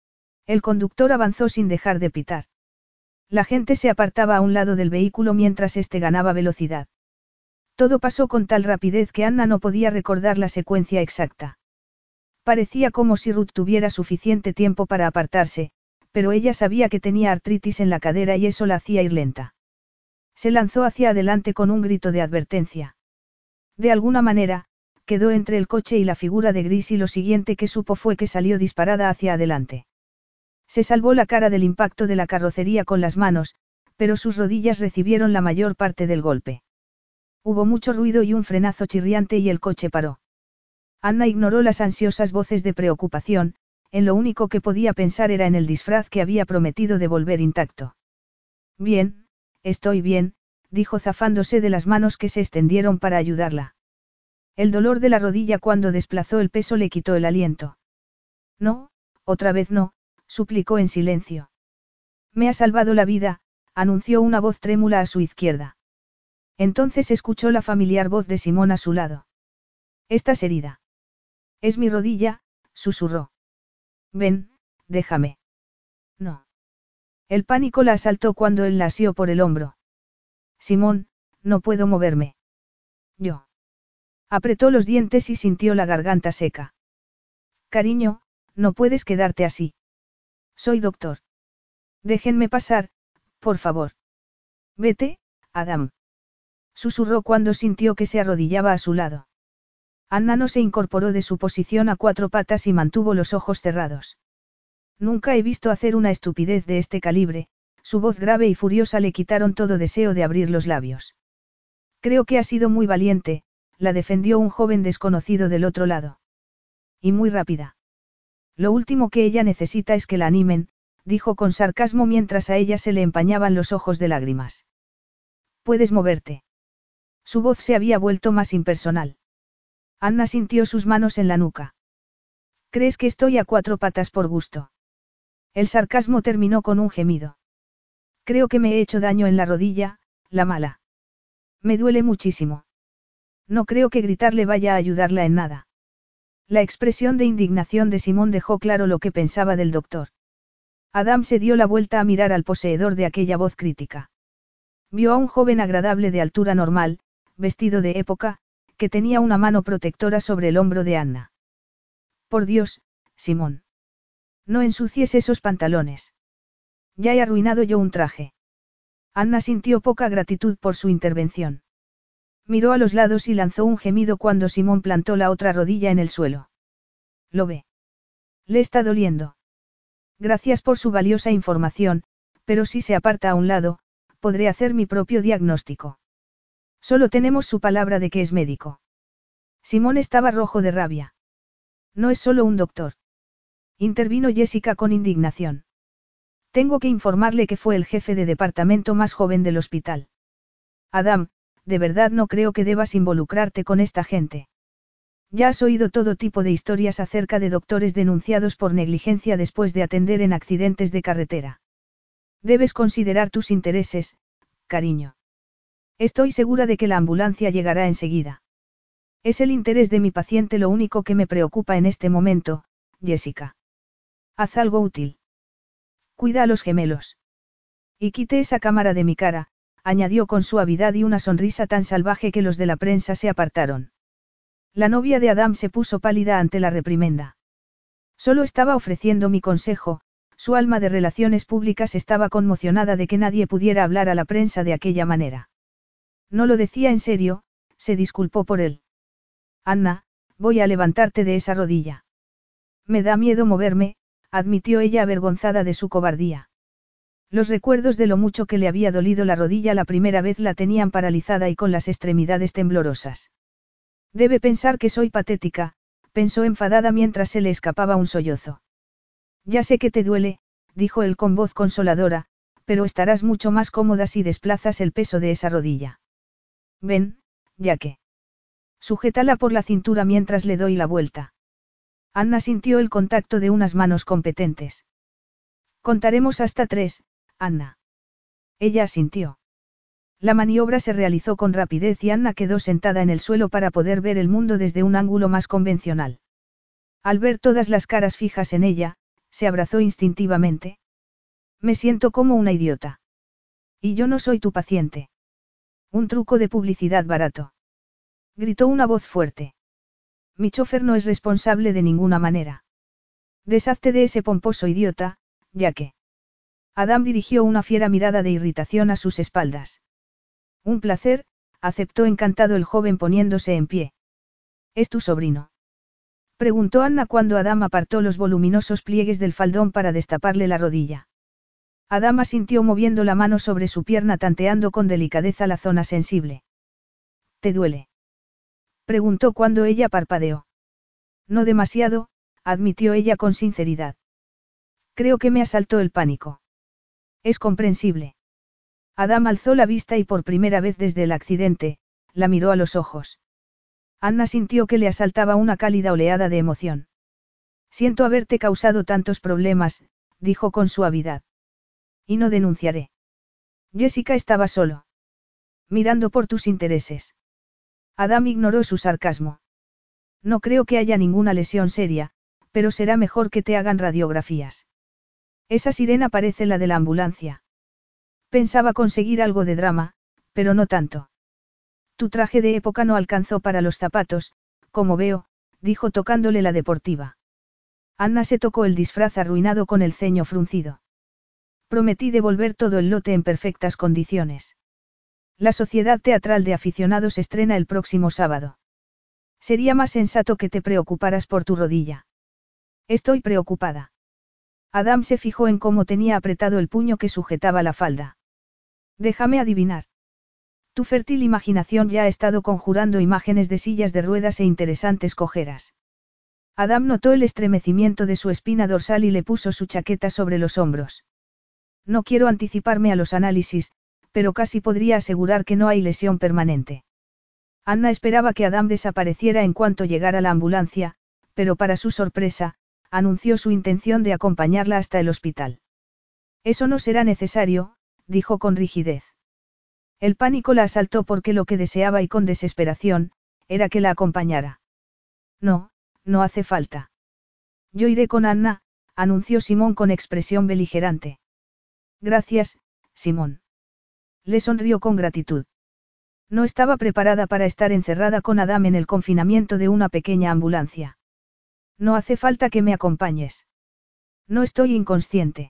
El conductor avanzó sin dejar de pitar. La gente se apartaba a un lado del vehículo mientras éste ganaba velocidad. Todo pasó con tal rapidez que Anna no podía recordar la secuencia exacta. Parecía como si Ruth tuviera suficiente tiempo para apartarse, pero ella sabía que tenía artritis en la cadera y eso la hacía ir lenta. Se lanzó hacia adelante con un grito de advertencia. De alguna manera, quedó entre el coche y la figura de Gris y lo siguiente que supo fue que salió disparada hacia adelante. Se salvó la cara del impacto de la carrocería con las manos, pero sus rodillas recibieron la mayor parte del golpe. Hubo mucho ruido y un frenazo chirriante y el coche paró. Anna ignoró las ansiosas voces de preocupación, en lo único que podía pensar era en el disfraz que había prometido devolver intacto. Bien, estoy bien, dijo zafándose de las manos que se extendieron para ayudarla. El dolor de la rodilla cuando desplazó el peso le quitó el aliento. No, otra vez no, suplicó en silencio. Me ha salvado la vida, anunció una voz trémula a su izquierda. Entonces escuchó la familiar voz de Simón a su lado. ¿Estás herida? Es mi rodilla, susurró. Ven, déjame. No. El pánico la asaltó cuando él la asió por el hombro. Simón, no puedo moverme. Yo. Apretó los dientes y sintió la garganta seca. Cariño, no puedes quedarte así. Soy doctor. Déjenme pasar, por favor. Vete, Adam. Susurró cuando sintió que se arrodillaba a su lado. Anna no se incorporó de su posición a cuatro patas y mantuvo los ojos cerrados. Nunca he visto hacer una estupidez de este calibre, su voz grave y furiosa le quitaron todo deseo de abrir los labios. Creo que ha sido muy valiente, la defendió un joven desconocido del otro lado. Y muy rápida. Lo último que ella necesita es que la animen, dijo con sarcasmo mientras a ella se le empañaban los ojos de lágrimas. Puedes moverte. Su voz se había vuelto más impersonal. Anna sintió sus manos en la nuca. ¿Crees que estoy a cuatro patas por gusto? El sarcasmo terminó con un gemido. Creo que me he hecho daño en la rodilla, la mala. Me duele muchísimo. No creo que gritarle vaya a ayudarla en nada. La expresión de indignación de Simón dejó claro lo que pensaba del doctor. Adam se dio la vuelta a mirar al poseedor de aquella voz crítica. Vio a un joven agradable de altura normal, vestido de época, que tenía una mano protectora sobre el hombro de Anna. Por Dios, Simón. No ensucies esos pantalones. Ya he arruinado yo un traje. Anna sintió poca gratitud por su intervención. Miró a los lados y lanzó un gemido cuando Simón plantó la otra rodilla en el suelo. ¿Lo ve? Le está doliendo. Gracias por su valiosa información, pero si se aparta a un lado, podré hacer mi propio diagnóstico. Solo tenemos su palabra de que es médico. Simón estaba rojo de rabia. No es solo un doctor. Intervino Jessica con indignación. Tengo que informarle que fue el jefe de departamento más joven del hospital. Adam, de verdad no creo que debas involucrarte con esta gente. Ya has oído todo tipo de historias acerca de doctores denunciados por negligencia después de atender en accidentes de carretera. Debes considerar tus intereses, cariño. Estoy segura de que la ambulancia llegará enseguida. Es el interés de mi paciente lo único que me preocupa en este momento, Jessica. Haz algo útil. Cuida a los gemelos. Y quite esa cámara de mi cara, añadió con suavidad y una sonrisa tan salvaje que los de la prensa se apartaron. La novia de Adam se puso pálida ante la reprimenda. Solo estaba ofreciendo mi consejo, su alma de relaciones públicas estaba conmocionada de que nadie pudiera hablar a la prensa de aquella manera. No lo decía en serio, se disculpó por él. Anna, voy a levantarte de esa rodilla. Me da miedo moverme, admitió ella avergonzada de su cobardía. Los recuerdos de lo mucho que le había dolido la rodilla la primera vez la tenían paralizada y con las extremidades temblorosas. Debe pensar que soy patética, pensó enfadada mientras se le escapaba un sollozo. Ya sé que te duele, dijo él con voz consoladora, pero estarás mucho más cómoda si desplazas el peso de esa rodilla. Ven, ya que. Sujétala por la cintura mientras le doy la vuelta. Anna sintió el contacto de unas manos competentes. Contaremos hasta tres, Anna. Ella asintió. La maniobra se realizó con rapidez y Anna quedó sentada en el suelo para poder ver el mundo desde un ángulo más convencional. Al ver todas las caras fijas en ella, se abrazó instintivamente. Me siento como una idiota. Y yo no soy tu paciente. Un truco de publicidad barato. Gritó una voz fuerte. Mi chofer no es responsable de ninguna manera. Deshazte de ese pomposo idiota, ya que. Adam dirigió una fiera mirada de irritación a sus espaldas. Un placer, aceptó encantado el joven poniéndose en pie. ¿Es tu sobrino? Preguntó Anna cuando Adam apartó los voluminosos pliegues del faldón para destaparle la rodilla. Adam asintió moviendo la mano sobre su pierna tanteando con delicadeza la zona sensible. ¿Te duele? Preguntó cuando ella parpadeó. No demasiado, admitió ella con sinceridad. Creo que me asaltó el pánico. Es comprensible. Adam alzó la vista y por primera vez desde el accidente, la miró a los ojos. Anna sintió que le asaltaba una cálida oleada de emoción. Siento haberte causado tantos problemas, dijo con suavidad. Y no denunciaré. Jessica estaba solo. Mirando por tus intereses. Adam ignoró su sarcasmo. No creo que haya ninguna lesión seria, pero será mejor que te hagan radiografías. Esa sirena parece la de la ambulancia. Pensaba conseguir algo de drama, pero no tanto. Tu traje de época no alcanzó para los zapatos, como veo, dijo tocándole la deportiva. Anna se tocó el disfraz arruinado con el ceño fruncido. Prometí devolver todo el lote en perfectas condiciones. La Sociedad Teatral de Aficionados estrena el próximo sábado. Sería más sensato que te preocuparas por tu rodilla. Estoy preocupada. Adam se fijó en cómo tenía apretado el puño que sujetaba la falda. Déjame adivinar. Tu fértil imaginación ya ha estado conjurando imágenes de sillas de ruedas e interesantes cojeras. Adam notó el estremecimiento de su espina dorsal y le puso su chaqueta sobre los hombros. No quiero anticiparme a los análisis, pero casi podría asegurar que no hay lesión permanente. Anna esperaba que Adam desapareciera en cuanto llegara la ambulancia, pero para su sorpresa, anunció su intención de acompañarla hasta el hospital. Eso no será necesario, dijo con rigidez. El pánico la asaltó porque lo que deseaba y con desesperación, era que la acompañara. No, no hace falta. Yo iré con Anna, anunció Simón con expresión beligerante. Gracias, Simón. Le sonrió con gratitud. No estaba preparada para estar encerrada con Adam en el confinamiento de una pequeña ambulancia. No hace falta que me acompañes. No estoy inconsciente.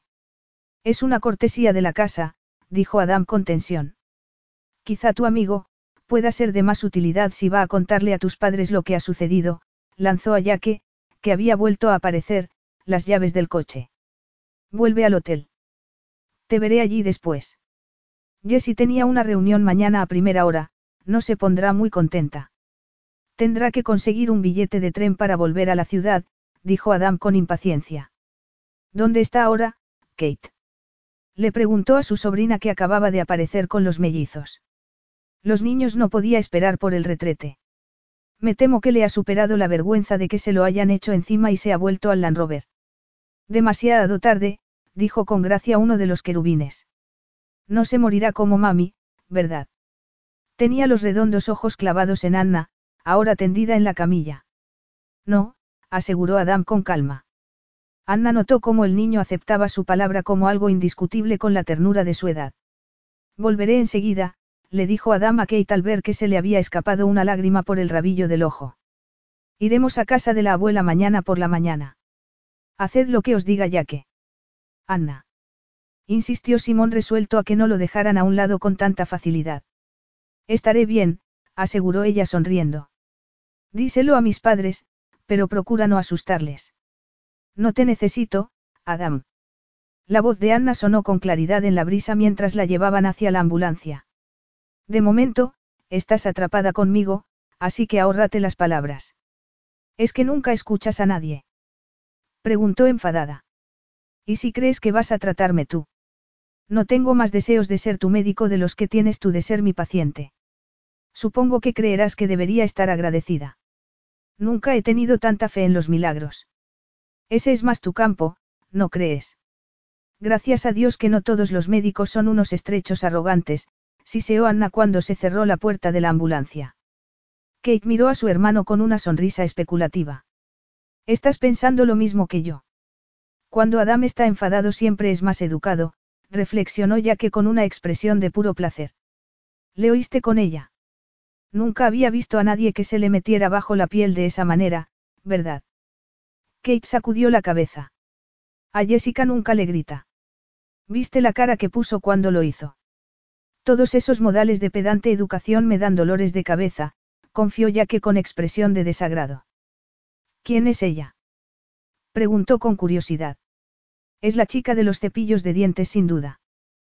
Es una cortesía de la casa, dijo Adam con tensión. Quizá tu amigo pueda ser de más utilidad si va a contarle a tus padres lo que ha sucedido, lanzó a Jake, que había vuelto a aparecer, las llaves del coche. Vuelve al hotel. Te veré allí después. Jessie tenía una reunión mañana a primera hora, no se pondrá muy contenta. Tendrá que conseguir un billete de tren para volver a la ciudad, dijo Adam con impaciencia. ¿Dónde está ahora, Kate? Le preguntó a su sobrina que acababa de aparecer con los mellizos. Los niños no podía esperar por el retrete. Me temo que le ha superado la vergüenza de que se lo hayan hecho encima y se ha vuelto al Land Rover. Demasiado tarde, dijo con gracia uno de los querubines. No se morirá como mami, ¿verdad? Tenía los redondos ojos clavados en Anna, ahora tendida en la camilla. No, aseguró Adam con calma. Anna notó cómo el niño aceptaba su palabra como algo indiscutible con la ternura de su edad. Volveré enseguida, le dijo Adam a Kate al ver que se le había escapado una lágrima por el rabillo del ojo. Iremos a casa de la abuela mañana por la mañana. Haced lo que os diga Jake. Anna. Insistió Simón resuelto a que no lo dejaran a un lado con tanta facilidad. Estaré bien, aseguró ella sonriendo. Díselo a mis padres, pero procura no asustarles. No te necesito, Adam. La voz de Anna sonó con claridad en la brisa mientras la llevaban hacia la ambulancia. De momento, estás atrapada conmigo, así que ahórrate las palabras. ¿Es que nunca escuchas a nadie? Preguntó enfadada. ¿Y si crees que vas a tratarme tú? No tengo más deseos de ser tu médico de los que tienes tú de ser mi paciente. Supongo que creerás que debería estar agradecida. Nunca he tenido tanta fe en los milagros. Ese es más tu campo, ¿no crees? Gracias a Dios que no todos los médicos son unos estrechos arrogantes, siseó Anna cuando se cerró la puerta de la ambulancia. Kate miró a su hermano con una sonrisa especulativa. Estás pensando lo mismo que yo. Cuando Adam está enfadado siempre es más educado, reflexionó ya que con una expresión de puro placer. ¿Le oíste con ella? Nunca había visto a nadie que se le metiera bajo la piel de esa manera, ¿verdad? Kate sacudió la cabeza. A Jessica nunca le grita. ¿Viste la cara que puso cuando lo hizo? Todos esos modales de pedante educación me dan dolores de cabeza, confió ya que con expresión de desagrado. ¿Quién es ella? Preguntó con curiosidad. Es la chica de los cepillos de dientes sin duda.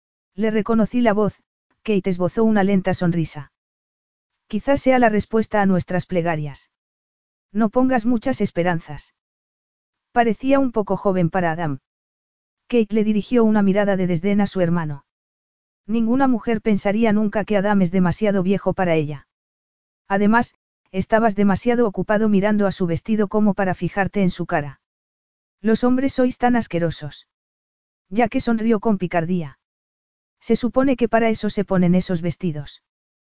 Le reconocí la voz, Kate esbozó una lenta sonrisa. Quizás sea la respuesta a nuestras plegarias. No pongas muchas esperanzas. Parecía un poco joven para Adam. Kate le dirigió una mirada de desdén a su hermano. Ninguna mujer pensaría nunca que Adam es demasiado viejo para ella. Además, estabas demasiado ocupado mirando a su vestido como para fijarte en su cara. Los hombres sois tan asquerosos. Ya que sonrió con picardía. Se supone que para eso se ponen esos vestidos.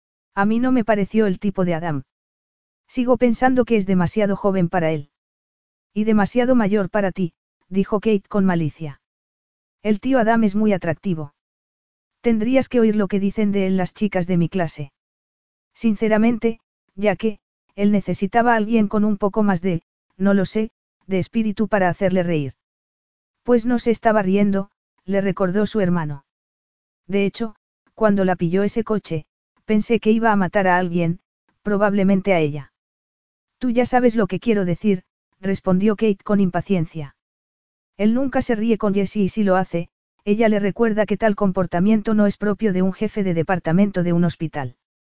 A mí no me pareció el tipo de Adam. Sigo pensando que es demasiado joven para él. Y demasiado mayor para ti, dijo Kate con malicia. El tío Adam es muy atractivo. Tendrías que oír lo que dicen de él las chicas de mi clase. Sinceramente, ya que, él necesitaba a alguien con un poco más de, no lo sé, de espíritu para hacerle reír. Pues no se estaba riendo, le recordó su hermano. De hecho, cuando la pilló ese coche, pensé que iba a matar a alguien, probablemente a ella. Tú ya sabes lo que quiero decir, respondió Kate con impaciencia. Él nunca se ríe con Jessie y si lo hace, ella le recuerda que tal comportamiento no es propio de un jefe de departamento de un hospital.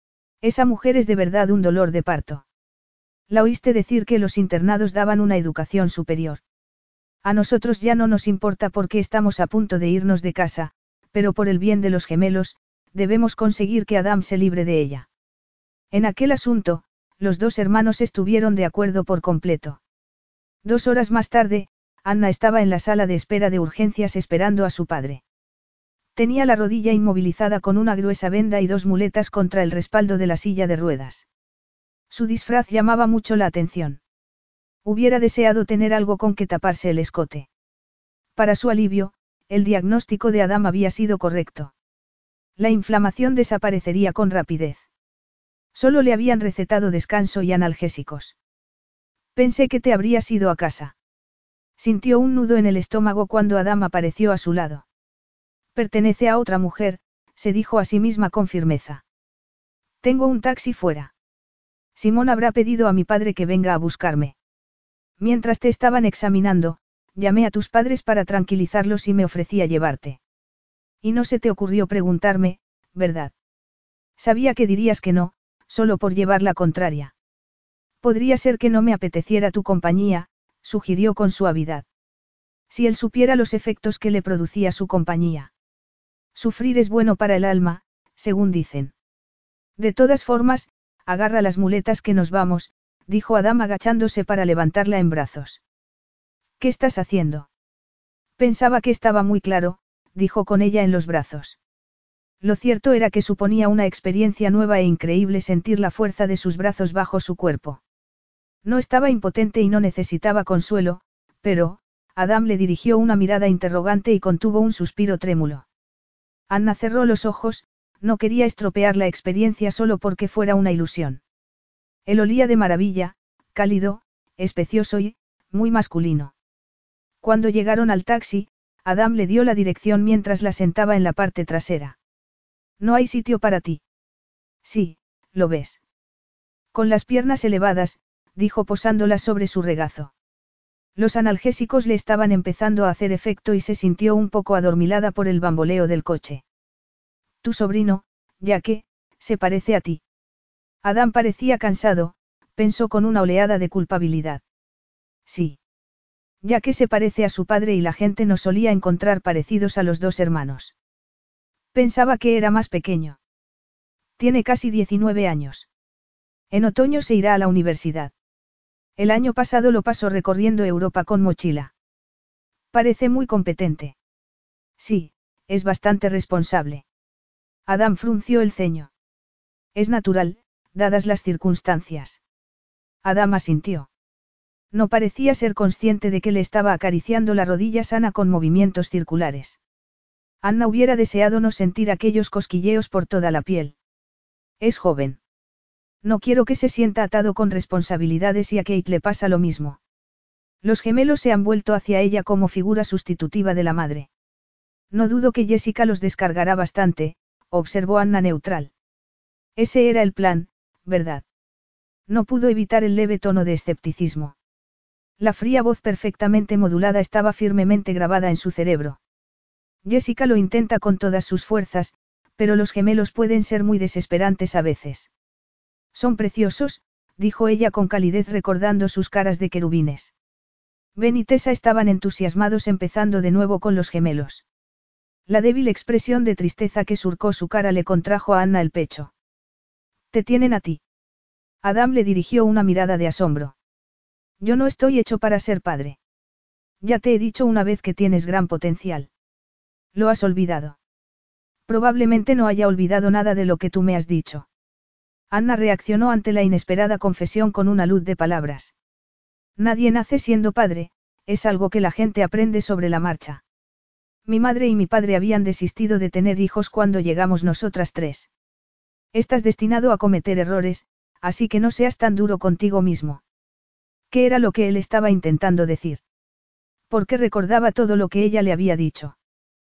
Esa mujer es de verdad un dolor de parto. La oíste decir que los internados daban una educación superior. A nosotros ya no nos importa porque estamos a punto de irnos de casa, pero por el bien de los gemelos, debemos conseguir que Adam se libre de ella. En aquel asunto, los dos hermanos estuvieron de acuerdo por completo. Dos horas más tarde, Anna estaba en la sala de espera de urgencias esperando a su padre. Tenía la rodilla inmovilizada con una gruesa venda y dos muletas contra el respaldo de la silla de ruedas. Su disfraz llamaba mucho la atención. Hubiera deseado tener algo con que taparse el escote. Para su alivio, el diagnóstico de Adam había sido correcto. La inflamación desaparecería con rapidez. Solo le habían recetado descanso y analgésicos. Pensé que te habrías ido a casa. Sintió un nudo en el estómago cuando Adam apareció a su lado. Pertenece a otra mujer, se dijo a sí misma con firmeza. Tengo un taxi fuera. Simón habrá pedido a mi padre que venga a buscarme. Mientras te estaban examinando, llamé a tus padres para tranquilizarlos y me ofrecí a llevarte. Y no se te ocurrió preguntarme, ¿verdad? Sabía que dirías que no, solo por llevar la contraria. Podría ser que no me apeteciera tu compañía, sugirió con suavidad. Si él supiera los efectos que le producía su compañía. Sufrir es bueno para el alma, según dicen. De todas formas, agarra las muletas que nos vamos, dijo Adam agachándose para levantarla en brazos. ¿Qué estás haciendo? Pensaba que estaba muy claro, dijo con ella en los brazos. Lo cierto era que suponía una experiencia nueva e increíble sentir la fuerza de sus brazos bajo su cuerpo. No estaba impotente y no necesitaba consuelo, pero, Adam le dirigió una mirada interrogante y contuvo un suspiro trémulo. Anna cerró los ojos, no quería estropear la experiencia solo porque fuera una ilusión. Él olía de maravilla, cálido, especioso y, muy masculino. Cuando llegaron al taxi, Adam le dio la dirección mientras la sentaba en la parte trasera. No hay sitio para ti. Sí, lo ves. Con las piernas elevadas, dijo posándolas sobre su regazo. Los analgésicos le estaban empezando a hacer efecto y se sintió un poco adormilada por el bamboleo del coche. Tu sobrino, ya que, se parece a ti. Adam parecía cansado, pensó con una oleada de culpabilidad. Sí. Ya que se parece a su padre y la gente no solía encontrar parecidos a los dos hermanos. Pensaba que era más pequeño. Tiene casi diecinueve años. En otoño se irá a la universidad. El año pasado lo pasó recorriendo Europa con mochila. Parece muy competente. Sí, es bastante responsable. Adam frunció el ceño. Es natural, dadas las circunstancias. Adam asintió. No parecía ser consciente de que le estaba acariciando la rodilla sana con movimientos circulares. Anna hubiera deseado no sentir aquellos cosquilleos por toda la piel. Es joven. No quiero que se sienta atado con responsabilidades y a Kate le pasa lo mismo. Los gemelos se han vuelto hacia ella como figura sustitutiva de la madre. No dudo que Jessica los descargará bastante, observó Anna neutral. Ese era el plan, ¿verdad? No pudo evitar el leve tono de escepticismo. La fría voz perfectamente modulada estaba firmemente grabada en su cerebro. Jessica lo intenta con todas sus fuerzas, pero los gemelos pueden ser muy desesperantes a veces. Son preciosos, dijo ella con calidez recordando sus caras de querubines. Ben y Tessa estaban entusiasmados empezando de nuevo con los gemelos. La débil expresión de tristeza que surcó su cara le contrajo a Anna el pecho. Te tienen a ti. Adam le dirigió una mirada de asombro. Yo no estoy hecho para ser padre. Ya te he dicho una vez que tienes gran potencial. Lo has olvidado. Probablemente no haya olvidado nada de lo que tú me has dicho. Anna reaccionó ante la inesperada confesión con una luz de palabras. Nadie nace siendo padre, es algo que la gente aprende sobre la marcha. Mi madre y mi padre habían desistido de tener hijos cuando llegamos nosotras tres. Estás destinado a cometer errores, así que no seas tan duro contigo mismo. ¿Qué era lo que él estaba intentando decir? Porque recordaba todo lo que ella le había dicho.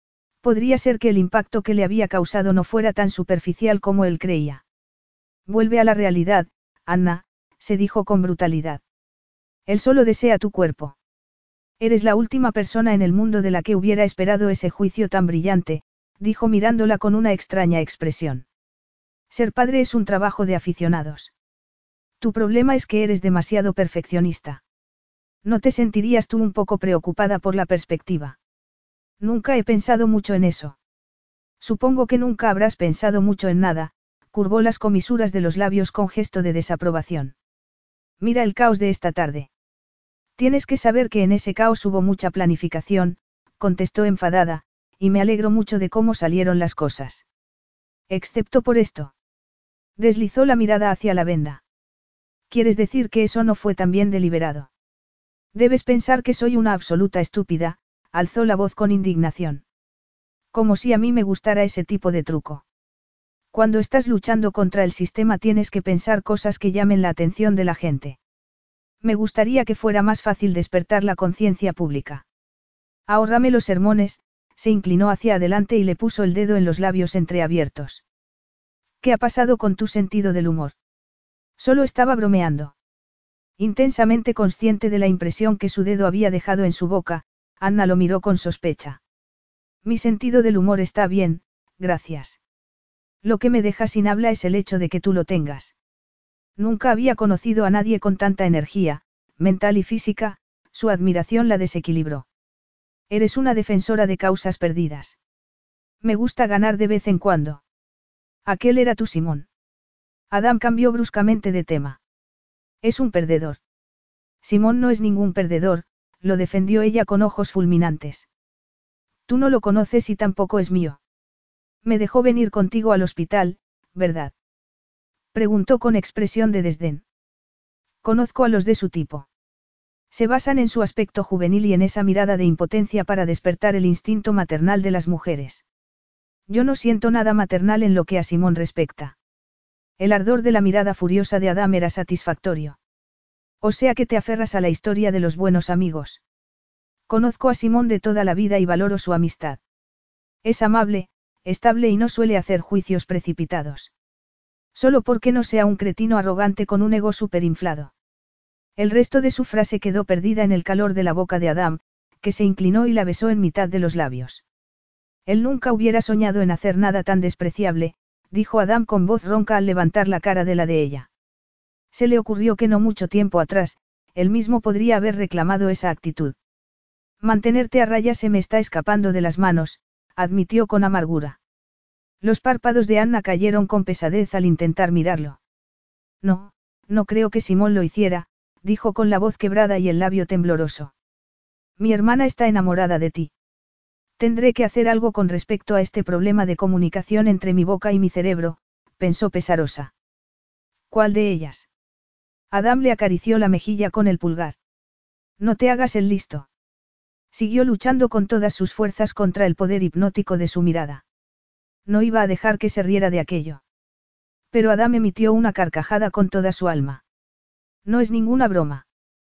Podría ser que el impacto que le había causado no fuera tan superficial como él creía. Vuelve a la realidad, Anna, se dijo con brutalidad. Él solo desea tu cuerpo. Eres la última persona en el mundo de la que hubiera esperado ese juicio tan brillante, dijo mirándola con una extraña expresión. Ser padre es un trabajo de aficionados. Tu problema es que eres demasiado perfeccionista. ¿No te sentirías tú un poco preocupada por la perspectiva? Nunca he pensado mucho en eso. Supongo que nunca habrás pensado mucho en nada, curvó las comisuras de los labios con gesto de desaprobación. Mira el caos de esta tarde. Tienes que saber que en ese caos hubo mucha planificación, contestó enfadada, y me alegro mucho de cómo salieron las cosas. Excepto por esto. Deslizó la mirada hacia la venda. ¿Quieres decir que eso no fue tan bien deliberado? Debes pensar que soy una absoluta estúpida, alzó la voz con indignación. Como si a mí me gustara ese tipo de truco. Cuando estás luchando contra el sistema tienes que pensar cosas que llamen la atención de la gente. Me gustaría que fuera más fácil despertar la conciencia pública. Ahórrame los sermones, se inclinó hacia adelante y le puso el dedo en los labios entreabiertos. ¿Qué ha pasado con tu sentido del humor? Solo estaba bromeando. Intensamente consciente de la impresión que su dedo había dejado en su boca, Anna lo miró con sospecha. Mi sentido del humor está bien, gracias. Lo que me deja sin habla es el hecho de que tú lo tengas. Nunca había conocido a nadie con tanta energía, mental y física, su admiración la desequilibró. Eres una defensora de causas perdidas. Me gusta ganar de vez en cuando. Aquel era tu Simón. Adam cambió bruscamente de tema. Es un perdedor. Simón no es ningún perdedor, lo defendió ella con ojos fulminantes. Tú no lo conoces y tampoco es mío. Me dejó venir contigo al hospital, ¿verdad? Preguntó con expresión de desdén. Conozco a los de su tipo. Se basan en su aspecto juvenil y en esa mirada de impotencia para despertar el instinto maternal de las mujeres. Yo no siento nada maternal en lo que a Simón respecta. El ardor de la mirada furiosa de Adam era satisfactorio. O sea que te aferras a la historia de los buenos amigos. Conozco a Simón de toda la vida y valoro su amistad. Es amable, estable y no suele hacer juicios precipitados. Solo porque no sea un cretino arrogante con un ego superinflado. El resto de su frase quedó perdida en el calor de la boca de Adam, que se inclinó y la besó en mitad de los labios. Él nunca hubiera soñado en hacer nada tan despreciable, dijo Adam con voz ronca al levantar la cara de la de ella. Se le ocurrió que no mucho tiempo atrás, él mismo podría haber reclamado esa actitud. Mantenerte a raya se me está escapando de las manos, admitió con amargura. Los párpados de Anna cayeron con pesadez al intentar mirarlo. No, no creo que Simón lo hiciera, dijo con la voz quebrada y el labio tembloroso. Mi hermana está enamorada de ti. Tendré que hacer algo con respecto a este problema de comunicación entre mi boca y mi cerebro, pensó pesarosa. ¿Cuál de ellas? Adam le acarició la mejilla con el pulgar. No te hagas el listo. Siguió luchando con todas sus fuerzas contra el poder hipnótico de su mirada. No iba a dejar que se riera de aquello. Pero Adam emitió una carcajada con toda su alma. No es ninguna broma.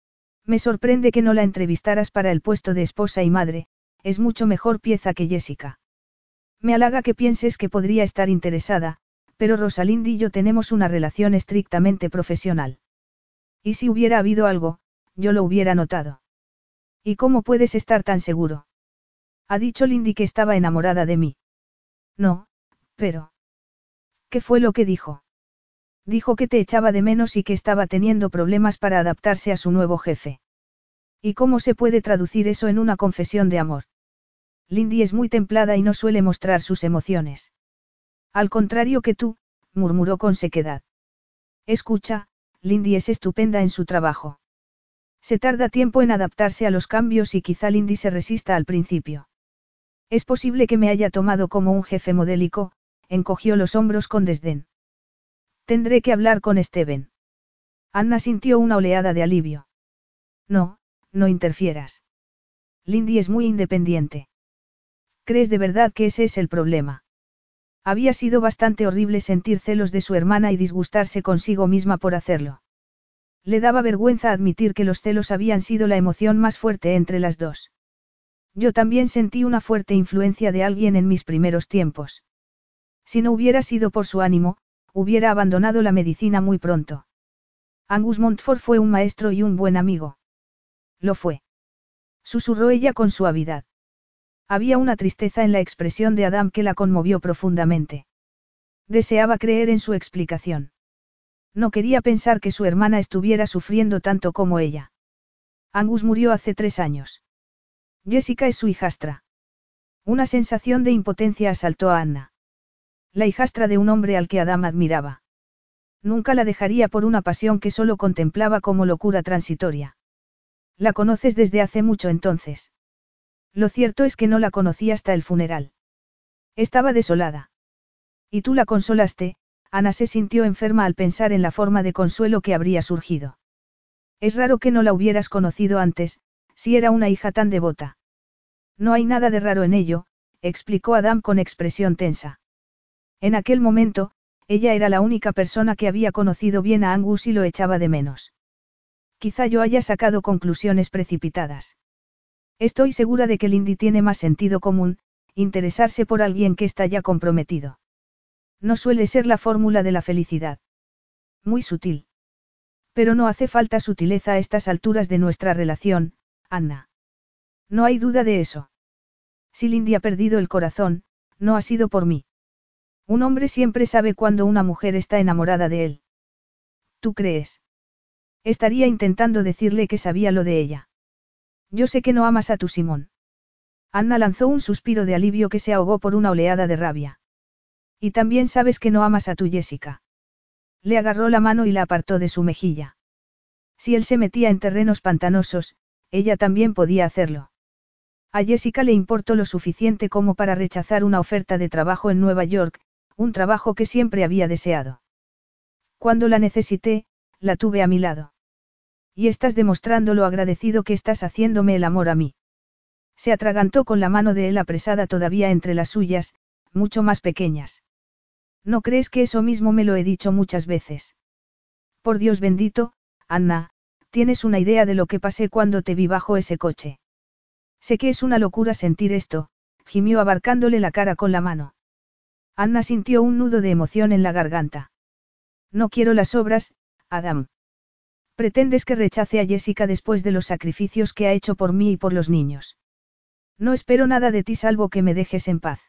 Me sorprende que no la entrevistaras para el puesto de esposa y madre, es mucho mejor pieza que Jessica. Me halaga que pienses que podría estar interesada, pero Rosalind y yo tenemos una relación estrictamente profesional. Y si hubiera habido algo, yo lo hubiera notado. ¿Y cómo puedes estar tan seguro? Ha dicho Lindy que estaba enamorada de mí. No, pero... ¿Qué fue lo que dijo? Dijo que te echaba de menos y que estaba teniendo problemas para adaptarse a su nuevo jefe. ¿Y cómo se puede traducir eso en una confesión de amor? Lindy es muy templada y no suele mostrar sus emociones. Al contrario que tú, murmuró con sequedad. Escucha, Lindy es estupenda en su trabajo. Se tarda tiempo en adaptarse a los cambios y quizá Lindy se resista al principio. Es posible que me haya tomado como un jefe modélico, encogió los hombros con desdén. Tendré que hablar con Steven. Anna sintió una oleada de alivio. No, no interfieras. Lindy es muy independiente. ¿Crees de verdad que ese es el problema? Había sido bastante horrible sentir celos de su hermana y disgustarse consigo misma por hacerlo. Le daba vergüenza admitir que los celos habían sido la emoción más fuerte entre las dos. Yo también sentí una fuerte influencia de alguien en mis primeros tiempos. Si no hubiera sido por su ánimo, hubiera abandonado la medicina muy pronto. Angus Montfort fue un maestro y un buen amigo. Lo fue. Susurró ella con suavidad. Había una tristeza en la expresión de Adam que la conmovió profundamente. Deseaba creer en su explicación. No quería pensar que su hermana estuviera sufriendo tanto como ella. Angus murió hace tres años. Jessica es su hijastra. Una sensación de impotencia asaltó a Anna. La hijastra de un hombre al que Adam admiraba. Nunca la dejaría por una pasión que solo contemplaba como locura transitoria. La conoces desde hace mucho entonces. Lo cierto es que no la conocí hasta el funeral. Estaba desolada. Y tú la consolaste. Ana se sintió enferma al pensar en la forma de consuelo que habría surgido. Es raro que no la hubieras conocido antes, si era una hija tan devota. No hay nada de raro en ello, explicó Adam con expresión tensa. En aquel momento, ella era la única persona que había conocido bien a Angus y lo echaba de menos. Quizá yo haya sacado conclusiones precipitadas. Estoy segura de que Lindy tiene más sentido común, interesarse por alguien que está ya comprometido. No suele ser la fórmula de la felicidad. Muy sutil. Pero no hace falta sutileza a estas alturas de nuestra relación, Anna. No hay duda de eso. Si Lindy ha perdido el corazón, no ha sido por mí. Un hombre siempre sabe cuando una mujer está enamorada de él. ¿Tú crees? Estaría intentando decirle que sabía lo de ella. Yo sé que no amas a tu Simón. Anna lanzó un suspiro de alivio que se ahogó por una oleada de rabia. Y también sabes que no amas a tu Jessica. Le agarró la mano y la apartó de su mejilla. Si él se metía en terrenos pantanosos, ella también podía hacerlo. A Jessica le importó lo suficiente como para rechazar una oferta de trabajo en Nueva York, un trabajo que siempre había deseado. Cuando la necesité, la tuve a mi lado. Y estás demostrando lo agradecido que estás haciéndome el amor a mí. Se atragantó con la mano de él apresada todavía entre las suyas, mucho más pequeñas. ¿No crees que eso mismo me lo he dicho muchas veces? Por Dios bendito, Anna, tienes una idea de lo que pasé cuando te vi bajo ese coche. Sé que es una locura sentir esto, gimió abarcándole la cara con la mano. Anna sintió un nudo de emoción en la garganta. No quiero las obras, Adam. ¿Pretendes que rechace a Jessica después de los sacrificios que ha hecho por mí y por los niños? No espero nada de ti salvo que me dejes en paz.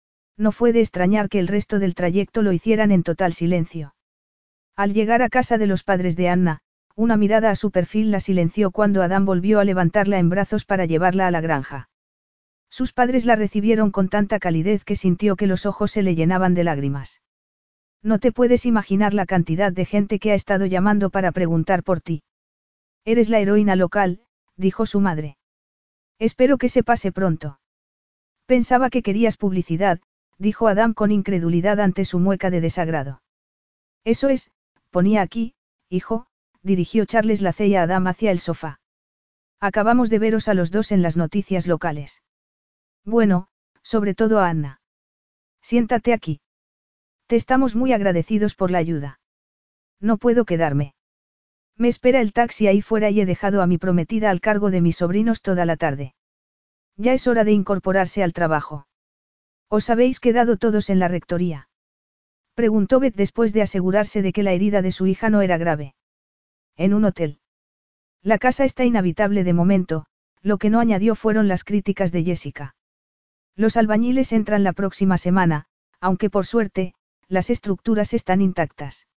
No fue de extrañar que el resto del trayecto lo hicieran en total silencio. Al llegar a casa de los padres de Anna, una mirada a su perfil la silenció cuando Adam volvió a levantarla en brazos para llevarla a la granja. Sus padres la recibieron con tanta calidez que sintió que los ojos se le llenaban de lágrimas. No te puedes imaginar la cantidad de gente que ha estado llamando para preguntar por ti. Eres la heroína local, dijo su madre. Espero que se pase pronto. Pensaba que querías publicidad, dijo Adam con incredulidad ante su mueca de desagrado. Eso es, ponía aquí, hijo, dirigió Charles Lacey a Adam hacia el sofá. Acabamos de veros a los dos en las noticias locales. Bueno, sobre todo a Anna. Siéntate aquí. Te estamos muy agradecidos por la ayuda. No puedo quedarme. Me espera el taxi ahí fuera y he dejado a mi prometida al cargo de mis sobrinos toda la tarde. Ya es hora de incorporarse al trabajo. ¿Os habéis quedado todos en la rectoría? Preguntó Beth después de asegurarse de que la herida de su hija no era grave. En un hotel. La casa está inhabitable de momento, lo que no añadió fueron las críticas de Jessica. Los albañiles entran la próxima semana, aunque por suerte, las estructuras están intactas.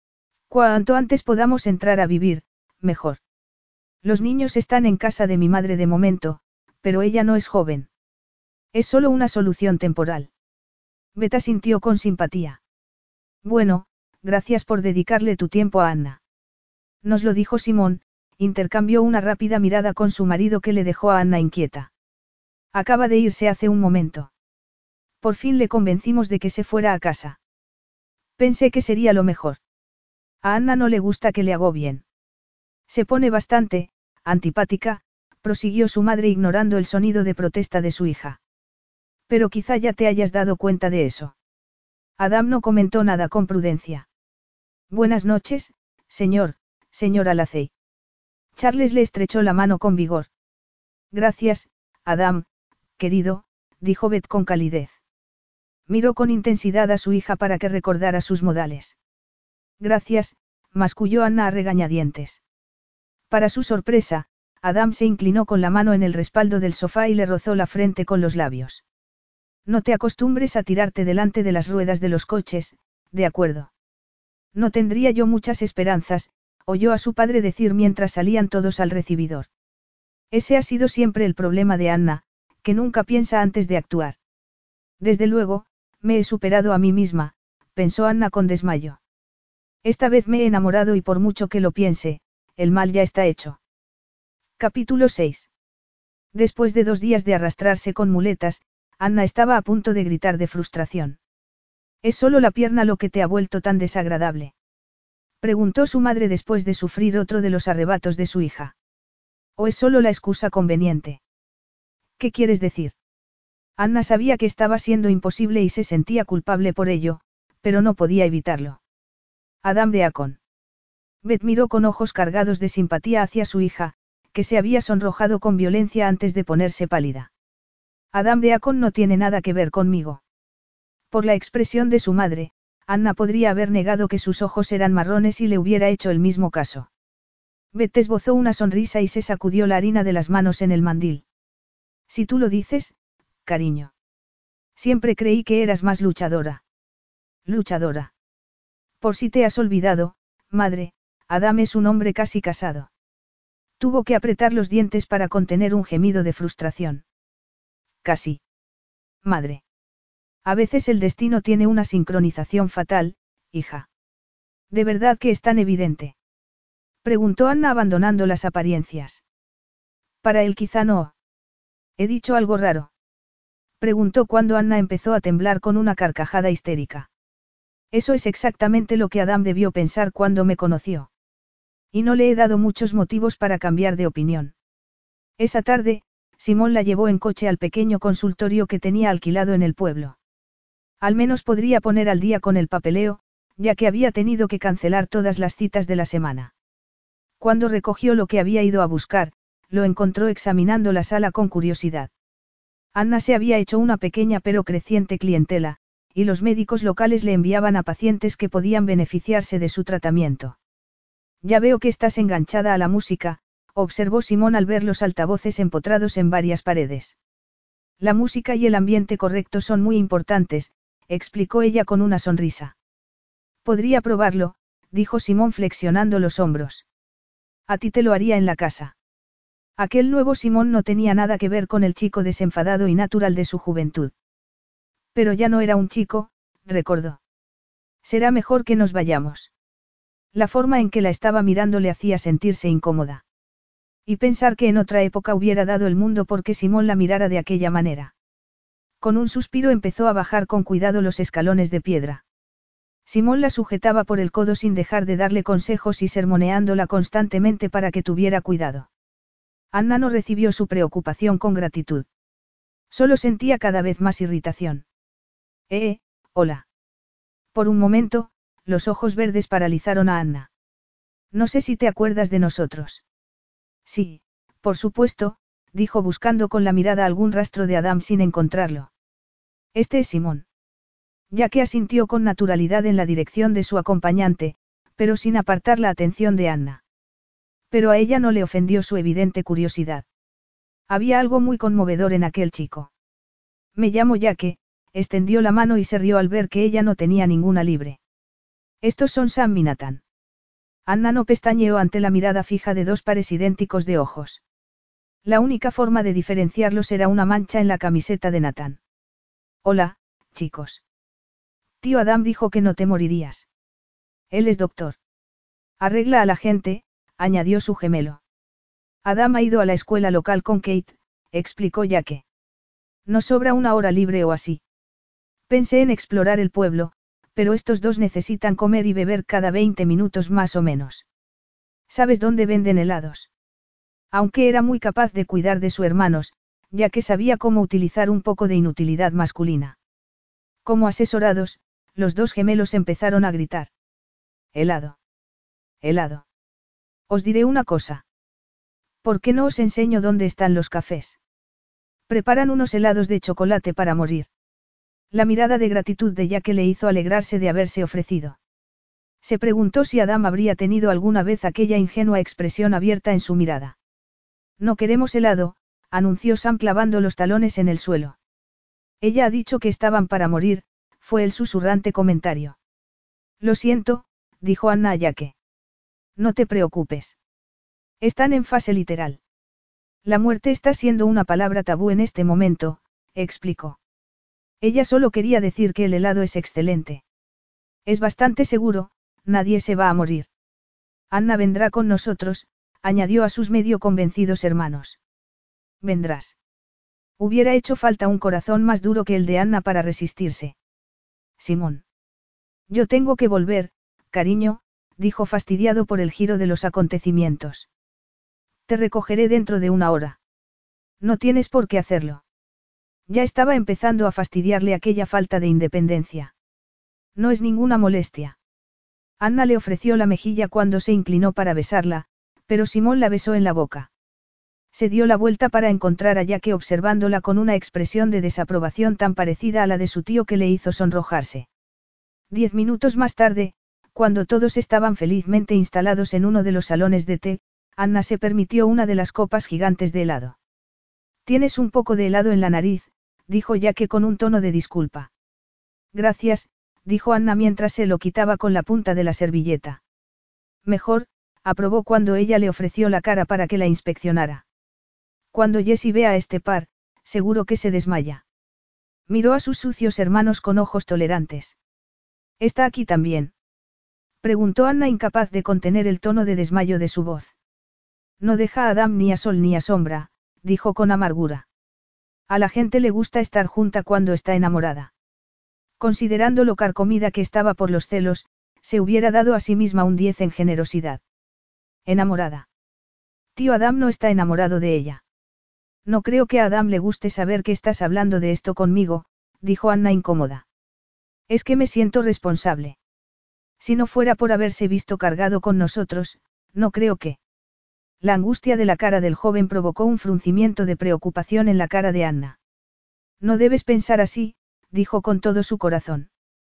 Cuanto antes podamos entrar a vivir, mejor. Los niños están en casa de mi madre de momento, pero ella no es joven. Es solo una solución temporal. Beth asintió con simpatía. Bueno, gracias por dedicarle tu tiempo a Anna. Nos lo dijo Simón, intercambió una rápida mirada con su marido que le dejó a Anna inquieta. Acaba de irse hace un momento. Por fin le convencimos de que se fuera a casa. Pensé que sería lo mejor. A Anna no le gusta que le agobien. Se pone bastante, antipática, prosiguió su madre ignorando el sonido de protesta de su hija. Pero quizá ya te hayas dado cuenta de eso. Adam no comentó nada con prudencia. Buenas noches, señor, señora Lacey. Charles le estrechó la mano con vigor. Gracias, Adam, querido, dijo Beth con calidez. Miró con intensidad a su hija para que recordara sus modales. Gracias, masculló Anna a regañadientes. Para su sorpresa, Adam se inclinó con la mano en el respaldo del sofá y le rozó la frente con los labios. No te acostumbres a tirarte delante de las ruedas de los coches, de acuerdo. No tendría yo muchas esperanzas, oyó a su padre decir mientras salían todos al recibidor. Ese ha sido siempre el problema de Anna, que nunca piensa antes de actuar. Desde luego, me he superado a mí misma, pensó Anna con desmayo. Esta vez me he enamorado y por mucho que lo piense, el mal ya está hecho. Capítulo seis. Después de dos días de arrastrarse con muletas, Anna estaba a punto de gritar de frustración. ¿Es solo la pierna lo que te ha vuelto tan desagradable? Preguntó su madre después de sufrir otro de los arrebatos de su hija. ¿O es solo la excusa conveniente? ¿Qué quieres decir? Anna sabía que estaba siendo imposible y se sentía culpable por ello, pero no podía evitarlo. Adam Deacon. Beth miró con ojos cargados de simpatía hacia su hija, que se había sonrojado con violencia antes de ponerse pálida. Adam Deacon no tiene nada que ver conmigo. Por la expresión de su madre, Anna podría haber negado que sus ojos eran marrones y le hubiera hecho el mismo caso. Beth esbozó una sonrisa y se sacudió la harina de las manos en el mandil. Si tú lo dices, cariño. Siempre creí que eras más luchadora. Luchadora. Por si te has olvidado, madre, Adam es un hombre casi casado. Tuvo que apretar los dientes para contener un gemido de frustración. Casi. Madre. A veces el destino tiene una sincronización fatal, hija. ¿De verdad que es tan evidente? Preguntó Anna abandonando las apariencias. Para él quizá no. ¿He dicho algo raro? Preguntó cuando Anna empezó a temblar con una carcajada histérica. Eso es exactamente lo que Adam debió pensar cuando me conoció. Y no le he dado muchos motivos para cambiar de opinión. Esa tarde, Simón la llevó en coche al pequeño consultorio que tenía alquilado en el pueblo. Al menos podría poner al día con el papeleo, ya que había tenido que cancelar todas las citas de la semana. Cuando recogió lo que había ido a buscar, lo encontró examinando la sala con curiosidad. Anna se había hecho una pequeña pero creciente clientela, y los médicos locales le enviaban a pacientes que podían beneficiarse de su tratamiento. Ya veo que estás enganchada a la música, observó Simón al ver los altavoces empotrados en varias paredes. La música y el ambiente correcto son muy importantes, explicó ella con una sonrisa. Podría probarlo, dijo Simón flexionando los hombros. A ti te lo haría en la casa. Aquel nuevo Simón no tenía nada que ver con el chico desenfadado y natural de su juventud. Pero ya no era un chico, recordó. Será mejor que nos vayamos. La forma en que la estaba mirando le hacía sentirse incómoda. Y pensar que en otra época hubiera dado el mundo porque Simón la mirara de aquella manera. Con un suspiro empezó a bajar con cuidado los escalones de piedra. Simón la sujetaba por el codo sin dejar de darle consejos y sermoneándola constantemente para que tuviera cuidado. Anna no recibió su preocupación con gratitud. Solo sentía cada vez más irritación. Eh, hola. Por un momento, los ojos verdes paralizaron a Anna. No sé si te acuerdas de nosotros. Sí, por supuesto, dijo buscando con la mirada algún rastro de Adam sin encontrarlo. Este es Simón. Ya que asintió con naturalidad en la dirección de su acompañante, pero sin apartar la atención de Anna. Pero a ella no le ofendió su evidente curiosidad. Había algo muy conmovedor en aquel chico. Me llamo Jake, extendió la mano y se rió al ver que ella no tenía ninguna libre. Estos son Sam y Nathan. Anna no pestañeó ante la mirada fija de dos pares idénticos de ojos. La única forma de diferenciarlos era una mancha en la camiseta de Nathan. Hola, chicos. Tío Adam dijo que no te morirías. Él es doctor. Arregla a la gente, añadió su gemelo. Adam ha ido a la escuela local con Kate, explicó Jake. Nos sobra una hora libre o así. Pensé en explorar el pueblo, pero estos dos necesitan comer y beber cada veinte minutos más o menos. ¿Sabes dónde venden helados? Aunque era muy capaz de cuidar de sus hermanos, ya que sabía cómo utilizar un poco de inutilidad masculina. Como asesorados, los dos gemelos empezaron a gritar. Helado. Helado. Os diré una cosa. ¿Por qué no os enseño dónde están los cafés? Preparan unos helados de chocolate para morir. La mirada de gratitud de Jake le hizo alegrarse de haberse ofrecido. Se preguntó si Adam habría tenido alguna vez aquella ingenua expresión abierta en su mirada. No queremos helado, anunció Sam clavando los talones en el suelo. Ella ha dicho que estaban para morir, fue el susurrante comentario. Lo siento, dijo Anna a Jake. No te preocupes. Están en fase literal. La muerte está siendo una palabra tabú en este momento, explicó. Ella solo quería decir que el helado es excelente. Es bastante seguro, nadie se va a morir. Anna vendrá con nosotros, añadió a sus medio convencidos hermanos. Vendrás. Hubiera hecho falta un corazón más duro que el de Anna para resistirse. Simón. Yo tengo que volver, cariño, dijo fastidiado por el giro de los acontecimientos. Te recogeré dentro de una hora. No tienes por qué hacerlo. Ya estaba empezando a fastidiarle aquella falta de independencia. No es ninguna molestia. Anna le ofreció la mejilla cuando se inclinó para besarla, pero Simón la besó en la boca. Se dio la vuelta para encontrar a Jake observándola con una expresión de desaprobación tan parecida a la de su tío que le hizo sonrojarse. Diez minutos más tarde, cuando todos estaban felizmente instalados en uno de los salones de té, Anna se permitió una de las copas gigantes de helado. Tienes un poco de helado en la nariz, dijo Jake con un tono de disculpa. Gracias, dijo Anna mientras se lo quitaba con la punta de la servilleta. Mejor, aprobó cuando ella le ofreció la cara para que la inspeccionara. Cuando Jessie vea a este par, seguro que se desmaya. Miró a sus sucios hermanos con ojos tolerantes. ¿Está aquí también?, preguntó Anna incapaz de contener el tono de desmayo de su voz. No deja a Adam ni a sol ni a sombra, dijo con amargura. A la gente le gusta estar junta cuando está enamorada. Considerando lo carcomida que estaba por los celos, se hubiera dado a sí misma un diez en generosidad. Enamorada. Tío Adam no está enamorado de ella. No creo que a Adam le guste saber que estás hablando de esto conmigo, dijo Anna incómoda. Es que me siento responsable. Si no fuera por haberse visto cargado con nosotros, no creo que. La angustia de la cara del joven provocó un fruncimiento de preocupación en la cara de Anna. No debes pensar así, dijo con todo su corazón.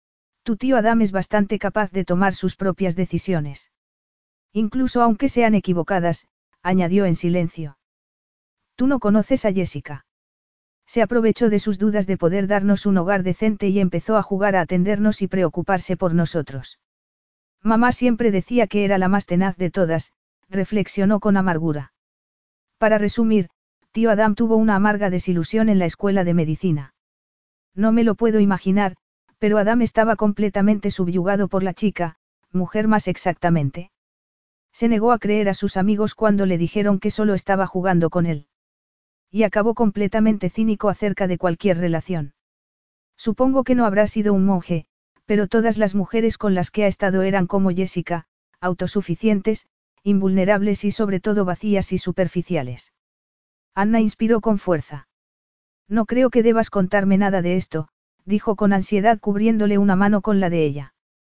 Tu tío Adam es bastante capaz de tomar sus propias decisiones. Incluso aunque sean equivocadas, añadió en silencio. Tú no conoces a Jessica. Se aprovechó de sus dudas de poder darnos un hogar decente y empezó a jugar a atendernos y preocuparse por nosotros. Mamá siempre decía que era la más tenaz de todas, reflexionó con amargura. Para resumir, tío Adam tuvo una amarga desilusión en la escuela de medicina. No me lo puedo imaginar, pero Adam estaba completamente subyugado por la chica, mujer más exactamente. Se negó a creer a sus amigos cuando le dijeron que solo estaba jugando con él. Y acabó completamente cínico acerca de cualquier relación. Supongo que no habrá sido un monje, pero todas las mujeres con las que ha estado eran como Jessica, autosuficientes, invulnerables y sobre todo vacías y superficiales. Anna inspiró con fuerza. No creo que debas contarme nada de esto, dijo con ansiedad cubriéndole una mano con la de ella.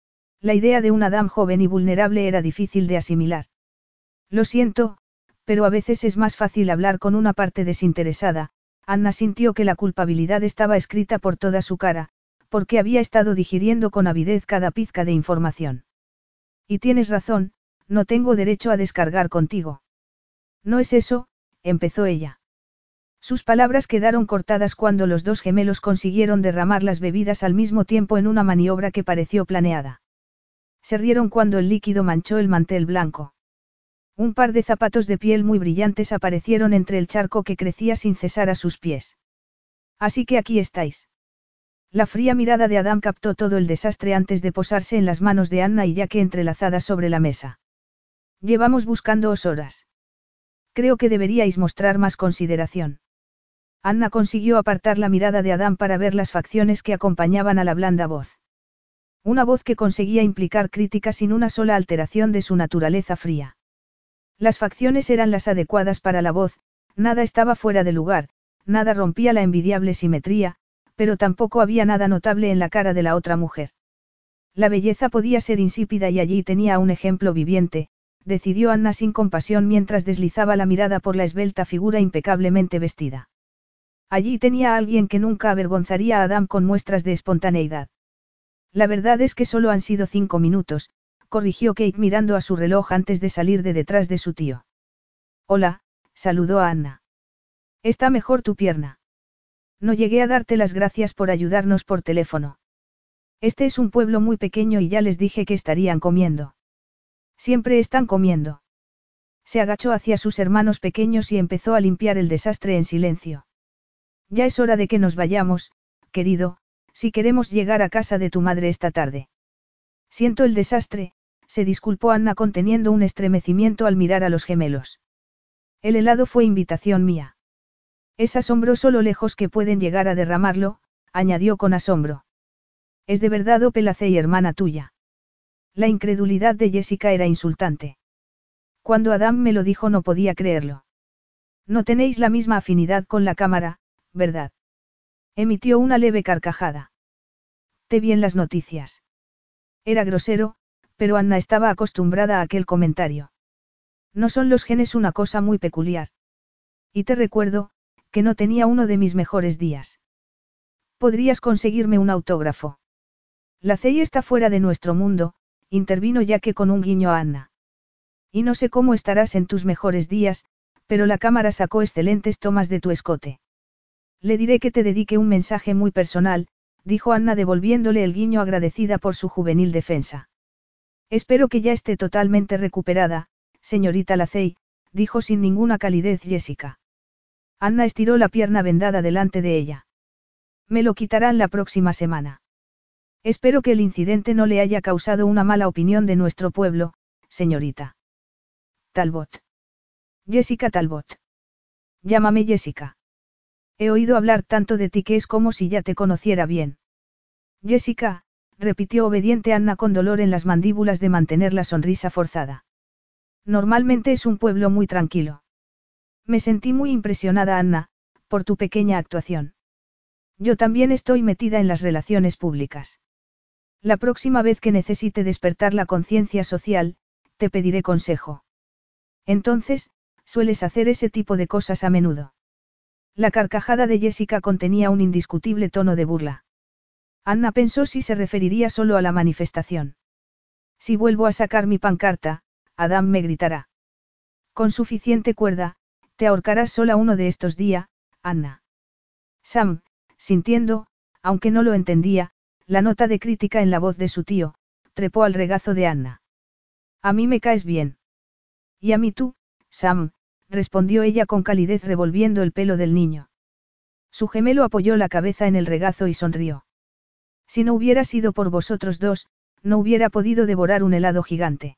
La idea de una dama joven y vulnerable era difícil de asimilar. Lo siento, pero a veces es más fácil hablar con una parte desinteresada. Anna sintió que la culpabilidad estaba escrita por toda su cara, porque había estado digiriendo con avidez cada pizca de información. Y tienes razón, no tengo derecho a descargar contigo. No es eso, empezó ella. Sus palabras quedaron cortadas cuando los dos gemelos consiguieron derramar las bebidas al mismo tiempo en una maniobra que pareció planeada. Se rieron cuando el líquido manchó el mantel blanco. Un par de zapatos de piel muy brillantes aparecieron entre el charco que crecía sin cesar a sus pies. Así que aquí estáis. La fría mirada de Adam captó todo el desastre antes de posarse en las manos de Anna y Jake entrelazadas sobre la mesa. Llevamos buscándoos horas. Creo que deberíais mostrar más consideración. Anna consiguió apartar la mirada de Adam para ver las facciones que acompañaban a la blanda voz. Una voz que conseguía implicar crítica sin una sola alteración de su naturaleza fría. Las facciones eran las adecuadas para la voz, nada estaba fuera de lugar, nada rompía la envidiable simetría, pero tampoco había nada notable en la cara de la otra mujer. La belleza podía ser insípida y allí tenía un ejemplo viviente, decidió Anna sin compasión mientras deslizaba la mirada por la esbelta figura impecablemente vestida. Allí tenía a alguien que nunca avergonzaría a Adam con muestras de espontaneidad. La verdad es que solo han sido cinco minutos, corrigió Kate mirando a su reloj antes de salir de detrás de su tío. Hola, saludó a Anna. ¿Está mejor tu pierna? No llegué a darte las gracias por ayudarnos por teléfono. Este es un pueblo muy pequeño y ya les dije que estarían comiendo. Siempre están comiendo. Se agachó hacia sus hermanos pequeños y empezó a limpiar el desastre en silencio. Ya es hora de que nos vayamos, querido, si queremos llegar a casa de tu madre esta tarde. Siento el desastre, se disculpó Anna conteniendo un estremecimiento al mirar a los gemelos. El helado fue invitación mía. Es asombroso lo lejos que pueden llegar a derramarlo, añadió con asombro. ¿Es de verdad Opelacey hermana tuya? La incredulidad de Jessica era insultante. Cuando Adam me lo dijo no podía creerlo. No tenéis la misma afinidad con la cámara, ¿verdad? Emitió una leve carcajada. Te vi en las noticias. Era grosero, pero Anna estaba acostumbrada a aquel comentario. No son los genes una cosa muy peculiar. Y te recuerdo, que no tenía uno de mis mejores días. ¿Podrías conseguirme un autógrafo? La C I está fuera de nuestro mundo, intervino Jake con un guiño a Anna. Y no sé cómo estarás en tus mejores días, pero la cámara sacó excelentes tomas de tu escote. Le diré que te dedique un mensaje muy personal, dijo Anna devolviéndole el guiño agradecida por su juvenil defensa. Espero que ya esté totalmente recuperada, señorita Lacey, dijo sin ninguna calidez Jessica. Anna estiró la pierna vendada delante de ella. Me lo quitarán la próxima semana. Espero que el incidente no le haya causado una mala opinión de nuestro pueblo, señorita. Talbot. Jessica Talbot. Llámame Jessica. He oído hablar tanto de ti que es como si ya te conociera bien. Jessica, repitió obediente Anna con dolor en las mandíbulas de mantener la sonrisa forzada. Normalmente es un pueblo muy tranquilo. Me sentí muy impresionada, Anna, por tu pequeña actuación. Yo también estoy metida en las relaciones públicas. La próxima vez que necesite despertar la conciencia social, te pediré consejo. Entonces, sueles hacer ese tipo de cosas a menudo. La carcajada de Jessica contenía un indiscutible tono de burla. Anna pensó si se referiría solo a la manifestación. Si vuelvo a sacar mi pancarta, Adam me gritará. Con suficiente cuerda, te ahorcarás sola uno de estos días, Anna. Sam, sintiendo, aunque no lo entendía, la nota de crítica en la voz de su tío, trepó al regazo de Anna. A mí me caes bien. Y a mí tú, Sam, respondió ella con calidez revolviendo el pelo del niño. Su gemelo apoyó la cabeza en el regazo y sonrió. Si no hubiera sido por vosotros dos, no hubiera podido devorar un helado gigante.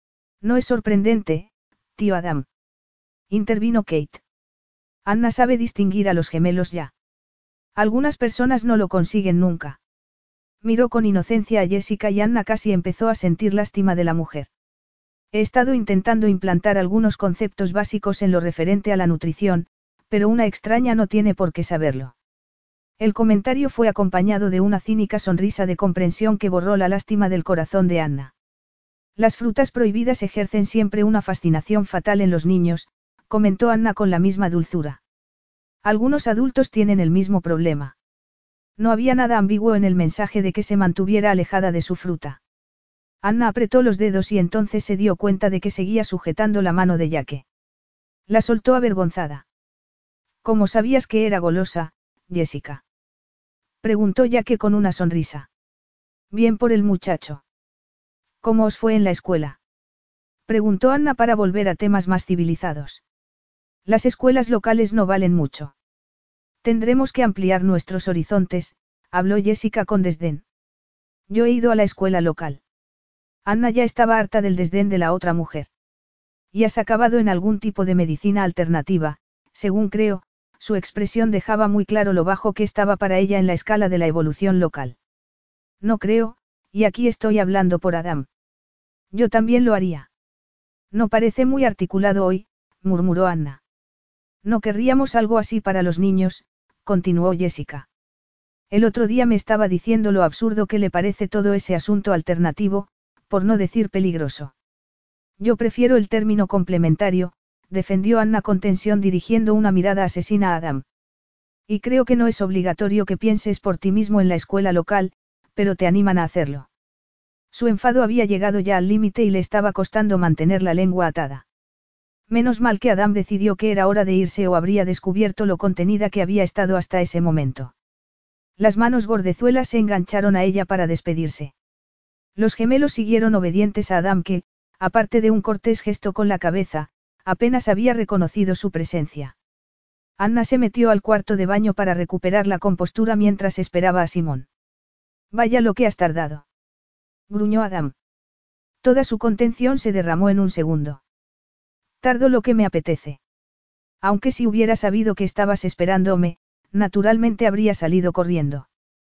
No es sorprendente, tío Adam. Intervino Kate. Anna sabe distinguir a los gemelos ya. Algunas personas no lo consiguen nunca. Miró con inocencia a Jessica y Anna casi empezó a sentir lástima de la mujer. He estado intentando implantar algunos conceptos básicos en lo referente a la nutrición, pero una extraña no tiene por qué saberlo. El comentario fue acompañado de una cínica sonrisa de comprensión que borró la lástima del corazón de Anna. Las frutas prohibidas ejercen siempre una fascinación fatal en los niños, comentó Anna con la misma dulzura. Algunos adultos tienen el mismo problema. No había nada ambiguo en el mensaje de que se mantuviera alejada de su fruta. Anna apretó los dedos y entonces se dio cuenta de que seguía sujetando la mano de Jake. La soltó avergonzada. ¿Cómo sabías que era golosa, Jessica? Preguntó Jake con una sonrisa. Bien por el muchacho. ¿Cómo os fue en la escuela? Preguntó Anna para volver a temas más civilizados. Las escuelas locales no valen mucho. Tendremos que ampliar nuestros horizontes, habló Jessica con desdén. Yo he ido a la escuela local. Anna ya estaba harta del desdén de la otra mujer. ¿Y has acabado en algún tipo de medicina alternativa? Según creo, su expresión dejaba muy claro lo bajo que estaba para ella en la escala de la evolución local. No creo, y aquí estoy hablando por Adam. Yo también lo haría. No parece muy articulado hoy, murmuró Anna. No querríamos algo así para los niños, continuó Jessica. El otro día me estaba diciendo lo absurdo que le parece todo ese asunto alternativo, por no decir peligroso. Yo prefiero el término complementario, defendió Anna con tensión dirigiendo una mirada asesina a Adam. Y creo que no es obligatorio que pienses por ti mismo en la escuela local, pero te animan a hacerlo. Su enfado había llegado ya al límite y le estaba costando mantener la lengua atada. Menos mal que Adam decidió que era hora de irse o habría descubierto lo contenida que había estado hasta ese momento. Las manos gordezuelas se engancharon a ella para despedirse. Los gemelos siguieron obedientes a Adam que, aparte de un cortés gesto con la cabeza, apenas había reconocido su presencia. Anna se metió al cuarto de baño para recuperar la compostura mientras esperaba a Simón. Vaya lo que has tardado. Gruñó Adam. Toda su contención se derramó en un segundo. Tardo lo que me apetece. Aunque si hubiera sabido que estabas esperándome, naturalmente habría salido corriendo.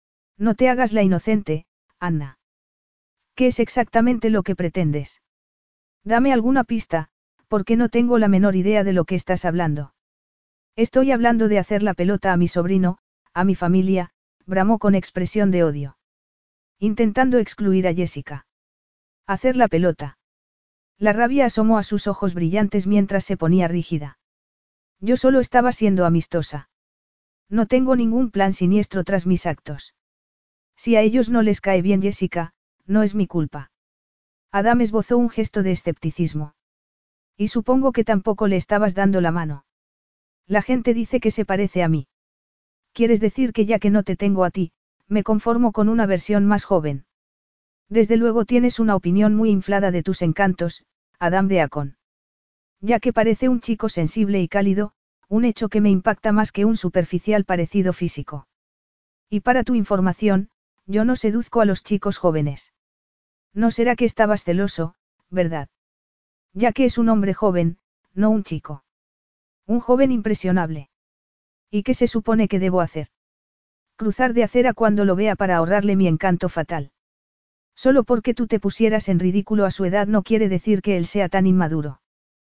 No te hagas la inocente, Anna. ¿Qué es exactamente lo que pretendes? Dame alguna pista, porque no tengo la menor idea de lo que estás hablando. Estoy hablando de hacer la pelota a mi sobrino, a mi familia, bramó con expresión de odio. intentando excluir a Jessica. Hacer la pelota. La rabia asomó a sus ojos brillantes mientras se ponía rígida. Yo solo estaba siendo amistosa. No tengo ningún plan siniestro tras mis actos. Si a ellos no les cae bien Jessica, no es mi culpa. Adam esbozó un gesto de escepticismo. Y supongo que tampoco le estabas dando la mano. La gente dice que se parece a mí. ¿Quieres decir que ya que no te tengo a ti, me conformo con una versión más joven? Desde luego tienes una opinión muy inflada de tus encantos, Adam Deacon. Ya que parece un chico sensible y cálido, un hecho que me impacta más que un superficial parecido físico. Y para tu información, yo no seduzco a los chicos jóvenes. No será que estabas celoso, ¿verdad? Ya que es un hombre joven, no un chico. Un joven impresionable. ¿Y qué se supone que debo hacer? Cruzar de acera cuando lo vea para ahorrarle mi encanto fatal. Solo porque tú te pusieras en ridículo a su edad no quiere decir que él sea tan inmaduro.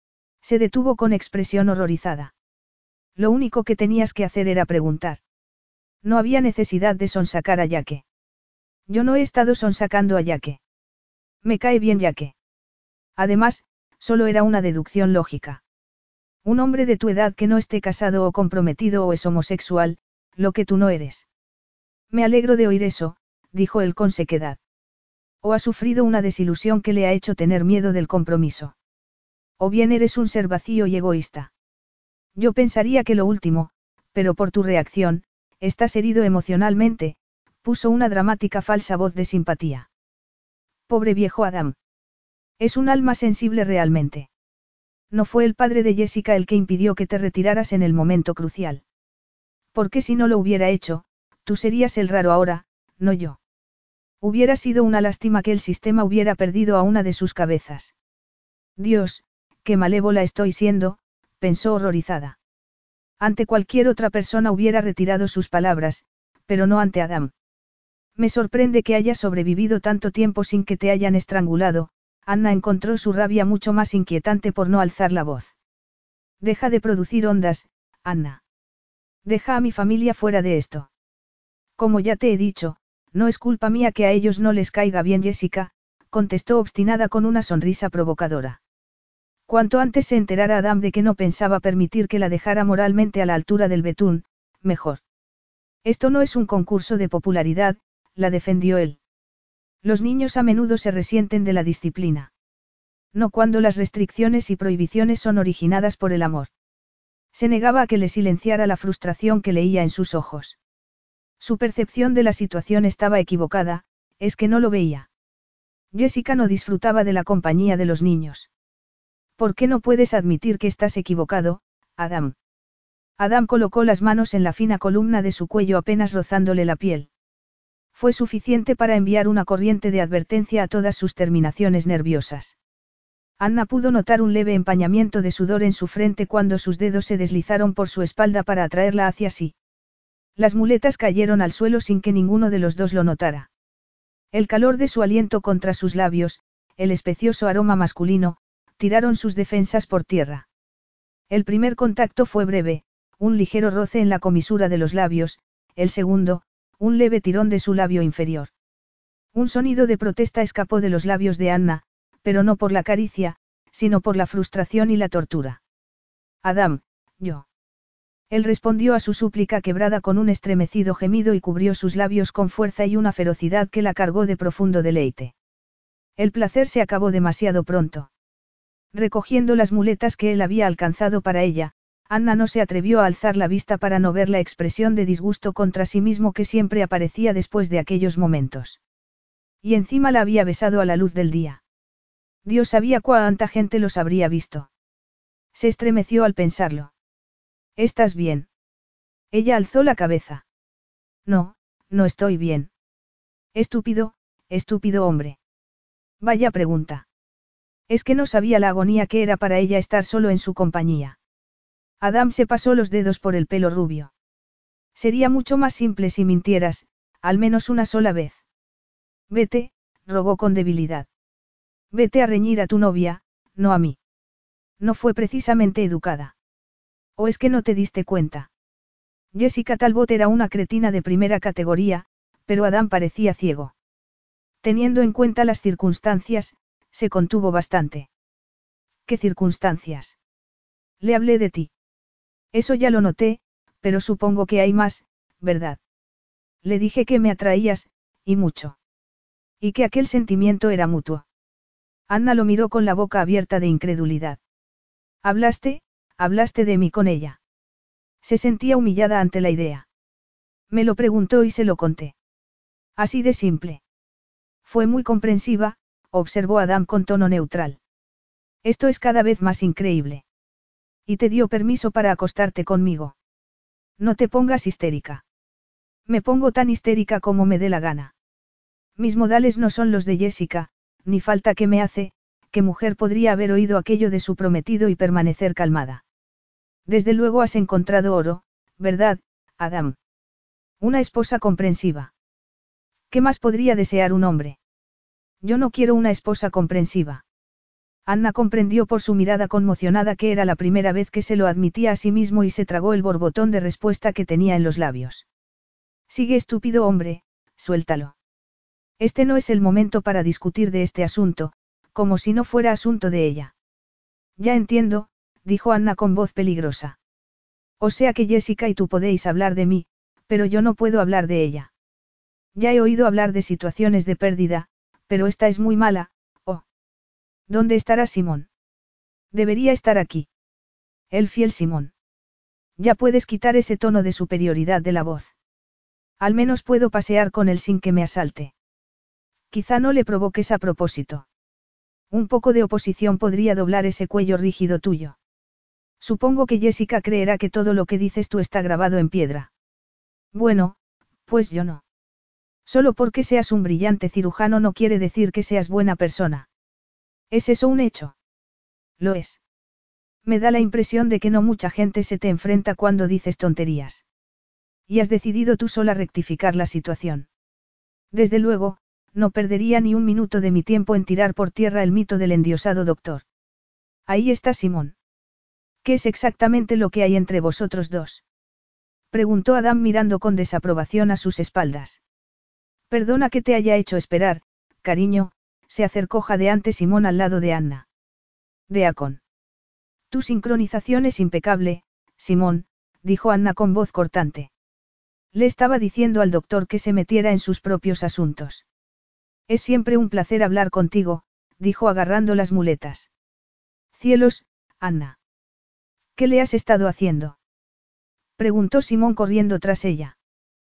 Se detuvo con expresión horrorizada. Lo único que tenías que hacer era preguntar. No había necesidad de sonsacar a Yaque. Yo no he estado sonsacando a Yaque. Me cae bien Yaque. Además, solo era una deducción lógica. Un hombre de tu edad que no esté casado o comprometido o es homosexual, lo que tú no eres. Me alegro de oír eso, dijo él con sequedad. O ha sufrido una desilusión que le ha hecho tener miedo del compromiso. O bien eres un ser vacío y egoísta. Yo pensaría que lo último, pero por tu reacción, estás herido emocionalmente, puso una dramática falsa voz de simpatía. Pobre viejo Adam. Es un alma sensible realmente. No fue el padre de Jessica el que impidió que te retiraras en el momento crucial. Porque si no lo hubiera hecho, tú serías el raro ahora, no yo. Hubiera sido una lástima que el sistema hubiera perdido a una de sus cabezas. Dios, qué malévola estoy siendo, pensó horrorizada. Ante cualquier otra persona hubiera retirado sus palabras, pero no ante Adam. Me sorprende que hayas sobrevivido tanto tiempo sin que te hayan estrangulado. Anna encontró su rabia mucho más inquietante por no alzar la voz. Deja de producir ondas, Anna. Deja a mi familia fuera de esto. Como ya te he dicho, no es culpa mía que a ellos no les caiga bien Jessica, contestó obstinada con una sonrisa provocadora. Cuanto antes se enterara Adam de que no pensaba permitir que la dejara moralmente a la altura del betún, mejor. Esto no es un concurso de popularidad, la defendió él. Los niños a menudo se resienten de la disciplina. No cuando las restricciones y prohibiciones son originadas por el amor. Se negaba a que le silenciara la frustración que leía en sus ojos. Su percepción de la situación estaba equivocada, es que no lo veía. Jessica no disfrutaba de la compañía de los niños. ¿Por qué no puedes admitir que estás equivocado, Adam? Adam colocó las manos en la fina columna de su cuello apenas rozándole la piel. Fue suficiente para enviar una corriente de advertencia a todas sus terminaciones nerviosas. Anna pudo notar un leve empañamiento de sudor en su frente cuando sus dedos se deslizaron por su espalda para atraerla hacia sí. Las muletas cayeron al suelo sin que ninguno de los dos lo notara. El calor de su aliento contra sus labios, el especioso aroma masculino, tiraron sus defensas por tierra. El primer contacto fue breve, un ligero roce en la comisura de los labios, el segundo, un leve tirón de su labio inferior. Un sonido de protesta escapó de los labios de Anna, pero no por la caricia, sino por la frustración y la tortura. Adam, yo. Él respondió a su súplica quebrada con un estremecido gemido y cubrió sus labios con fuerza y una ferocidad que la cargó de profundo deleite. El placer se acabó demasiado pronto. Recogiendo las muletas que él había alcanzado para ella, Anna no se atrevió a alzar la vista para no ver la expresión de disgusto contra sí mismo que siempre aparecía después de aquellos momentos. Y encima la había besado a la luz del día. Dios sabía cuánta gente los habría visto. Se estremeció al pensarlo. ¿Estás bien? Ella alzó la cabeza. No, no estoy bien. Estúpido, estúpido hombre. Vaya pregunta. Es que no sabía la agonía que era para ella estar solo en su compañía. Adam se pasó los dedos por el pelo rubio. Sería mucho más simple si mintieras, al menos una sola vez. Vete, rogó con debilidad. Vete a reñir a tu novia, no a mí. No fue precisamente educada. ¿O es que no te diste cuenta? Jessica Talbot era una cretina de primera categoría, pero Adam parecía ciego. Teniendo en cuenta las circunstancias, se contuvo bastante. ¿Qué circunstancias? Le hablé de ti. Eso ya lo noté, pero supongo que hay más, ¿verdad? Le dije que me atraías, y mucho. Y que aquel sentimiento era mutuo. Anna lo miró con la boca abierta de incredulidad. ¿Hablaste? ¿Hablaste de mí con ella? Se sentía humillada ante la idea. Me lo preguntó y se lo conté. Así de simple. Fue muy comprensiva, observó Adam con tono neutral. Esto es cada vez más increíble. Y te dio permiso para acostarte conmigo. No te pongas histérica. Me pongo tan histérica como me dé la gana. Mis modales no son los de Jessica, ni falta que me hace, ¿qué mujer podría haber oído aquello de su prometido y permanecer calmada? Desde luego has encontrado oro, ¿verdad, Adam? Una esposa comprensiva. ¿Qué más podría desear un hombre? Yo no quiero una esposa comprensiva. Anna comprendió por su mirada conmocionada que era la primera vez que se lo admitía a sí mismo y se tragó el borbotón de respuesta que tenía en los labios. Sigue, estúpido hombre, suéltalo. Este no es el momento para discutir de este asunto, como si no fuera asunto de ella. Ya entiendo, dijo Anna con voz peligrosa. O sea que Jessica y tú podéis hablar de mí, pero yo no puedo hablar de ella. Ya he oído hablar de situaciones de pérdida, pero esta es muy mala, oh. ¿Dónde estará Simón? Debería estar aquí. El fiel Simón. Ya puedes quitar ese tono de superioridad de la voz. Al menos puedo pasear con él sin que me asalte. Quizá no le provoques a propósito. Un poco de oposición podría doblar ese cuello rígido tuyo. Supongo que Jessica creerá que todo lo que dices tú está grabado en piedra. Bueno, pues yo no. Solo porque seas un brillante cirujano no quiere decir que seas buena persona. ¿Es eso un hecho? Lo es. Me da la impresión de que no mucha gente se te enfrenta cuando dices tonterías. Y has decidido tú sola rectificar la situación. Desde luego, no perdería ni un minuto de mi tiempo en tirar por tierra el mito del endiosado doctor. Ahí está Simón. ¿Qué es exactamente lo que hay entre vosotros dos? Preguntó Adam mirando con desaprobación a sus espaldas. Perdona que te haya hecho esperar, cariño, se acercó jadeante Simón al lado de Anna. Deacon. Tu sincronización es impecable, Simón, dijo Anna con voz cortante. Le estaba diciendo al doctor que se metiera en sus propios asuntos. Es siempre un placer hablar contigo, dijo agarrando las muletas. Cielos, Anna. ¿Qué le has estado haciendo? Preguntó Simón corriendo tras ella.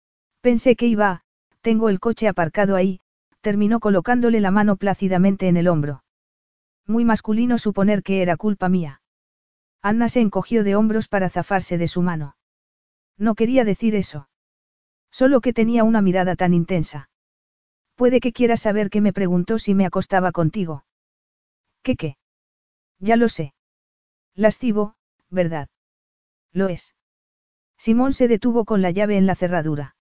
Pensé que iba a, tengo el coche aparcado ahí, terminó colocándole la mano plácidamente en el hombro. Muy masculino suponer que era culpa mía. Anna se encogió de hombros para zafarse de su mano. No quería decir eso. Solo que tenía una mirada tan intensa. Puede que quieras saber que me preguntó si me acostaba contigo. ¿Qué qué? Ya lo sé. Lascivo, ¿verdad? Lo es. Simón se detuvo con la llave en la cerradura.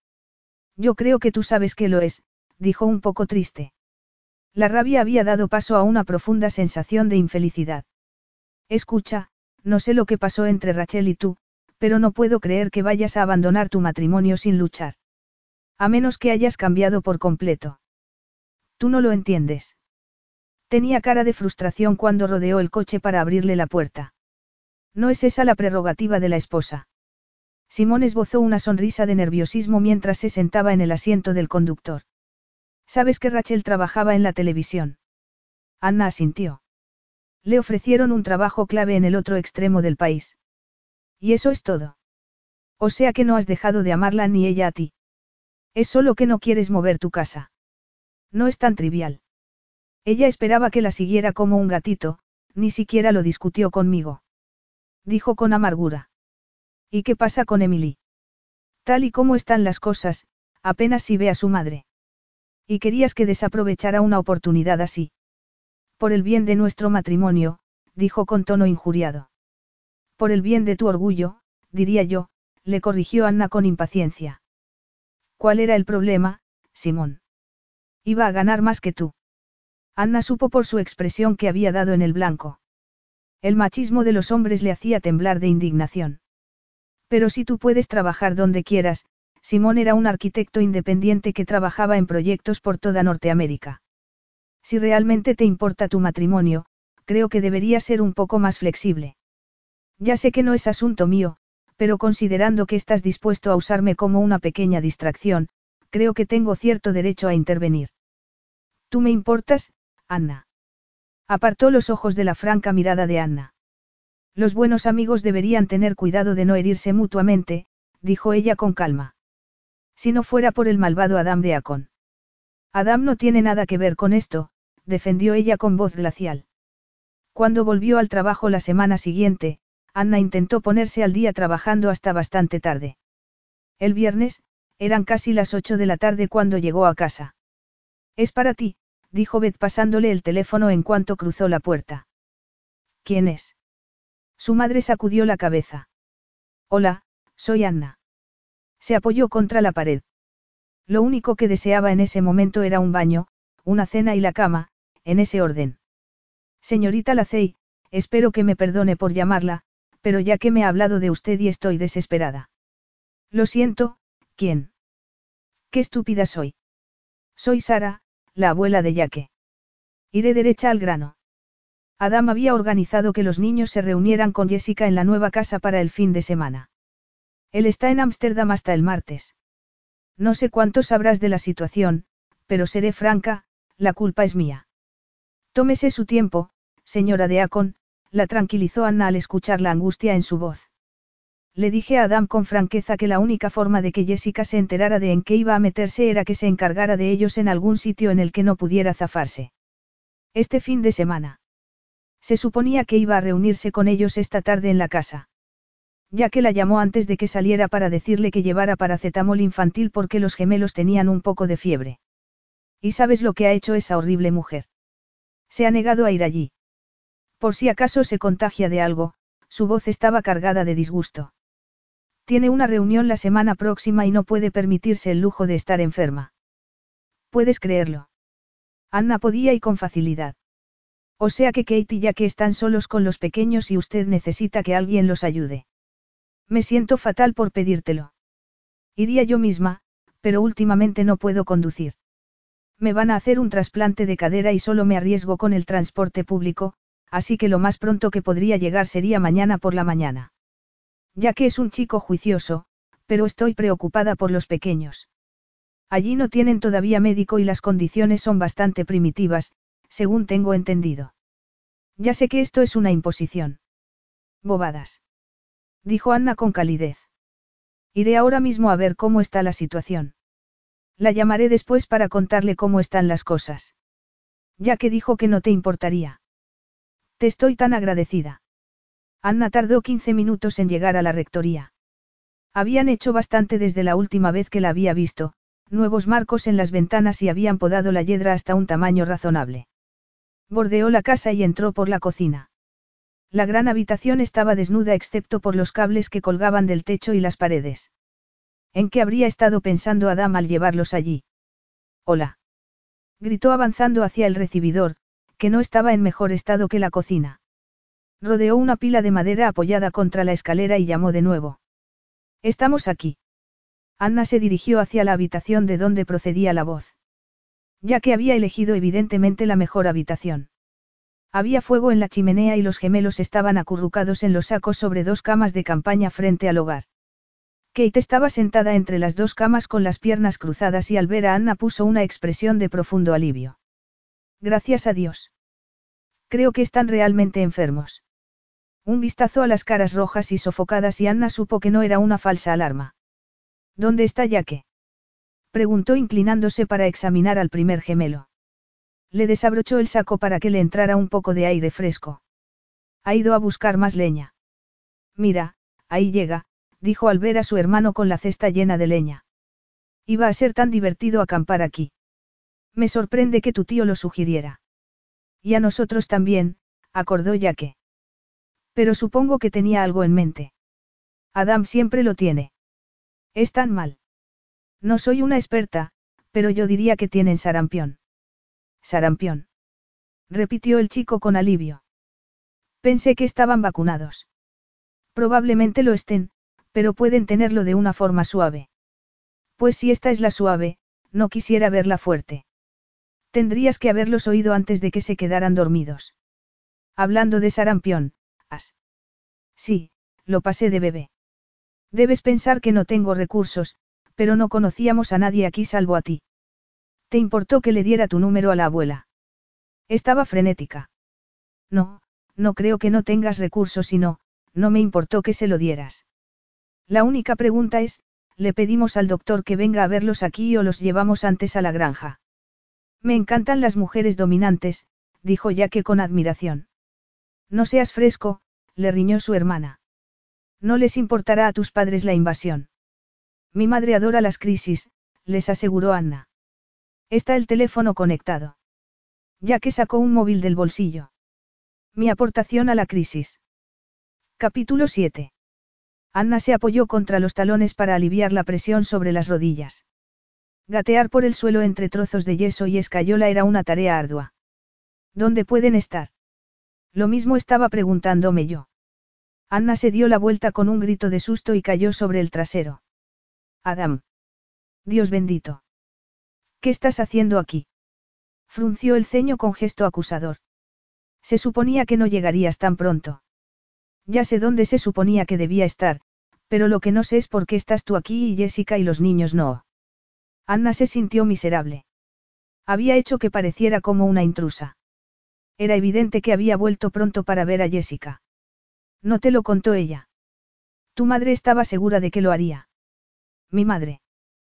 Yo creo que tú sabes que lo es, dijo un poco triste. La rabia había dado paso a una profunda sensación de infelicidad. Escucha, no sé lo que pasó entre Rachel y tú, pero no puedo creer que vayas a abandonar tu matrimonio sin luchar. A menos que hayas cambiado por completo. Tú no lo entiendes. Tenía cara de frustración cuando rodeó el coche para abrirle la puerta. No es esa la prerrogativa de la esposa. Simón esbozó una sonrisa de nerviosismo mientras se sentaba en el asiento del conductor. ¿Sabes que Rachel trabajaba en la televisión? Anna asintió. Le ofrecieron un trabajo clave en el otro extremo del país. Y eso es todo. O sea que no has dejado de amarla ni ella a ti. Es solo que no quieres mover tu casa. No es tan trivial. Ella esperaba que la siguiera como un gatito, ni siquiera lo discutió conmigo. Dijo con amargura. ¿Y qué pasa con Emily? Tal y como están las cosas, apenas si ve a su madre. Y querías que desaprovechara una oportunidad así. Por el bien de nuestro matrimonio, dijo con tono injuriado. Por el bien de tu orgullo, diría yo, le corrigió Anna con impaciencia. ¿Cuál era el problema, Simón? Iba a ganar más que tú. Anna supo por su expresión que había dado en el blanco. El machismo de los hombres le hacía temblar de indignación. Pero si tú puedes trabajar donde quieras, Simón era un arquitecto independiente que trabajaba en proyectos por toda Norteamérica. Si realmente te importa tu matrimonio, creo que debería ser un poco más flexible. Ya sé que no es asunto mío, pero considerando que estás dispuesto a usarme como una pequeña distracción, creo que tengo cierto derecho a intervenir. Tú me importas, Anna. Apartó los ojos de la franca mirada de Anna. Los buenos amigos deberían tener cuidado de no herirse mutuamente, dijo ella con calma. Si no fuera por el malvado Adam Deacon. Adam no tiene nada que ver con esto, defendió ella con voz glacial. Cuando volvió al trabajo la semana siguiente, Anna intentó ponerse al día trabajando hasta bastante tarde. El viernes, eran casi las ocho de la tarde cuando llegó a casa. Es para ti, dijo Beth pasándole el teléfono en cuanto cruzó la puerta. ¿Quién es? Su madre sacudió la cabeza. Hola, soy Anna. Se apoyó contra la pared. Lo único que deseaba en ese momento era un baño, una cena y la cama, en ese orden. Señorita Lacey, espero que me perdone por llamarla, pero ya que me ha hablado de usted y estoy desesperada. Lo siento, ¿quién? Qué estúpida soy. Soy Sara, la abuela de Jake. Iré derecha al grano. Adam había organizado que los niños se reunieran con Jessica en la nueva casa para el fin de semana. Él está en Ámsterdam hasta el martes. No sé cuánto sabrás de la situación, pero seré franca, la culpa es mía. Tómese su tiempo, señora Deacon, la tranquilizó Anna al escuchar la angustia en su voz. Le dije a Adam con franqueza que la única forma de que Jessica se enterara de en qué iba a meterse era que se encargara de ellos en algún sitio en el que no pudiera zafarse. Este fin de semana. Se suponía que iba a reunirse con ellos esta tarde en la casa. Ya que la llamó antes de que saliera para decirle que llevara paracetamol infantil porque los gemelos tenían un poco de fiebre. ¿Y sabes lo que ha hecho esa horrible mujer? Se ha negado a ir allí. Por si acaso se contagia de algo, su voz estaba cargada de disgusto. Tiene una reunión la semana próxima y no puede permitirse el lujo de estar enferma. ¿Puedes creerlo? Anna podía y con facilidad. O sea que Kate y Jake están solos con los pequeños y usted necesita que alguien los ayude. Me siento fatal por pedírtelo. Iría yo misma, pero últimamente no puedo conducir. Me van a hacer un trasplante de cadera y solo me arriesgo con el transporte público, así que lo más pronto que podría llegar sería mañana por la mañana. Ya que es un chico juicioso, pero estoy preocupada por los pequeños. Allí no tienen todavía médico y las condiciones son bastante primitivas, según tengo entendido. Ya sé que esto es una imposición. Bobadas. Dijo Anna con calidez. Iré ahora mismo a ver cómo está la situación. La llamaré después para contarle cómo están las cosas. Ya que dijo que no te importaría. Te estoy tan agradecida. Anna tardó quince minutos en llegar a la rectoría. Habían hecho bastante desde la última vez que la había visto, nuevos marcos en las ventanas y habían podado la hiedra hasta un tamaño razonable. Bordeó la casa y entró por la cocina. La gran habitación estaba desnuda excepto por los cables que colgaban del techo y las paredes. ¿En qué habría estado pensando Adam al llevarlos allí? Hola. Gritó avanzando hacia el recibidor, que no estaba en mejor estado que la cocina. Rodeó una pila de madera apoyada contra la escalera y llamó de nuevo. Estamos aquí. Anna se dirigió hacia la habitación de donde procedía la voz. Ya que había elegido evidentemente la mejor habitación. Había fuego en la chimenea y los gemelos estaban acurrucados en los sacos sobre dos camas de campaña frente al hogar. Kate estaba sentada entre las dos camas con las piernas cruzadas y al ver a Anna puso una expresión de profundo alivio. Gracias a Dios. Creo que están realmente enfermos. Un vistazo a las caras rojas y sofocadas y Anna supo que no era una falsa alarma. ¿Dónde está Jake? Preguntó inclinándose para examinar al primer gemelo. Le desabrochó el saco para que le entrara un poco de aire fresco. Ha ido a buscar más leña. Mira, ahí llega, dijo al ver a su hermano con la cesta llena de leña. Iba a ser tan divertido acampar aquí. Me sorprende que tu tío lo sugiriera. Y a nosotros también, acordó Jake. Pero supongo que tenía algo en mente. Adam siempre lo tiene. Es tan mal. No soy una experta, pero yo diría que tienen sarampión. Sarampión. Repitió el chico con alivio. Pensé que estaban vacunados. Probablemente lo estén, pero pueden tenerlo de una forma suave. Pues si esta es la suave, no quisiera verla fuerte. Tendrías que haberlos oído antes de que se quedaran dormidos. Hablando de sarampión, ¿has? Sí, lo pasé de bebé. Debes pensar que no tengo recursos, pero no conocíamos a nadie aquí salvo a ti. ¿Te importó que le diera tu número a la abuela? Estaba frenética. No, no creo que no tengas recursos, sino, no me importó que se lo dieras. La única pregunta es, ¿le pedimos al doctor que venga a verlos aquí o los llevamos antes a la granja? Me encantan las mujeres dominantes, dijo Jaque con admiración. No seas fresco, le riñó su hermana. No les importará a tus padres la invasión. Mi madre adora las crisis, les aseguró Anna. Está el teléfono conectado. Jaque sacó un móvil del bolsillo. Mi aportación a la crisis. Capítulo siete. Anna se apoyó contra los talones para aliviar la presión sobre las rodillas. Gatear por el suelo entre trozos de yeso y escayola era una tarea ardua. ¿Dónde pueden estar? Lo mismo estaba preguntándome yo. Anna se dio la vuelta con un grito de susto y cayó sobre el trasero. Adam. Dios bendito. ¿Qué estás haciendo aquí? Frunció el ceño con gesto acusador. Se suponía que no llegarías tan pronto. Ya sé dónde se suponía que debía estar, pero lo que no sé es por qué estás tú aquí y Jessica y los niños no. Anna se sintió miserable. Había hecho que pareciera como una intrusa. Era evidente que había vuelto pronto para ver a Jessica. No te lo contó ella. Tu madre estaba segura de que lo haría. Mi madre.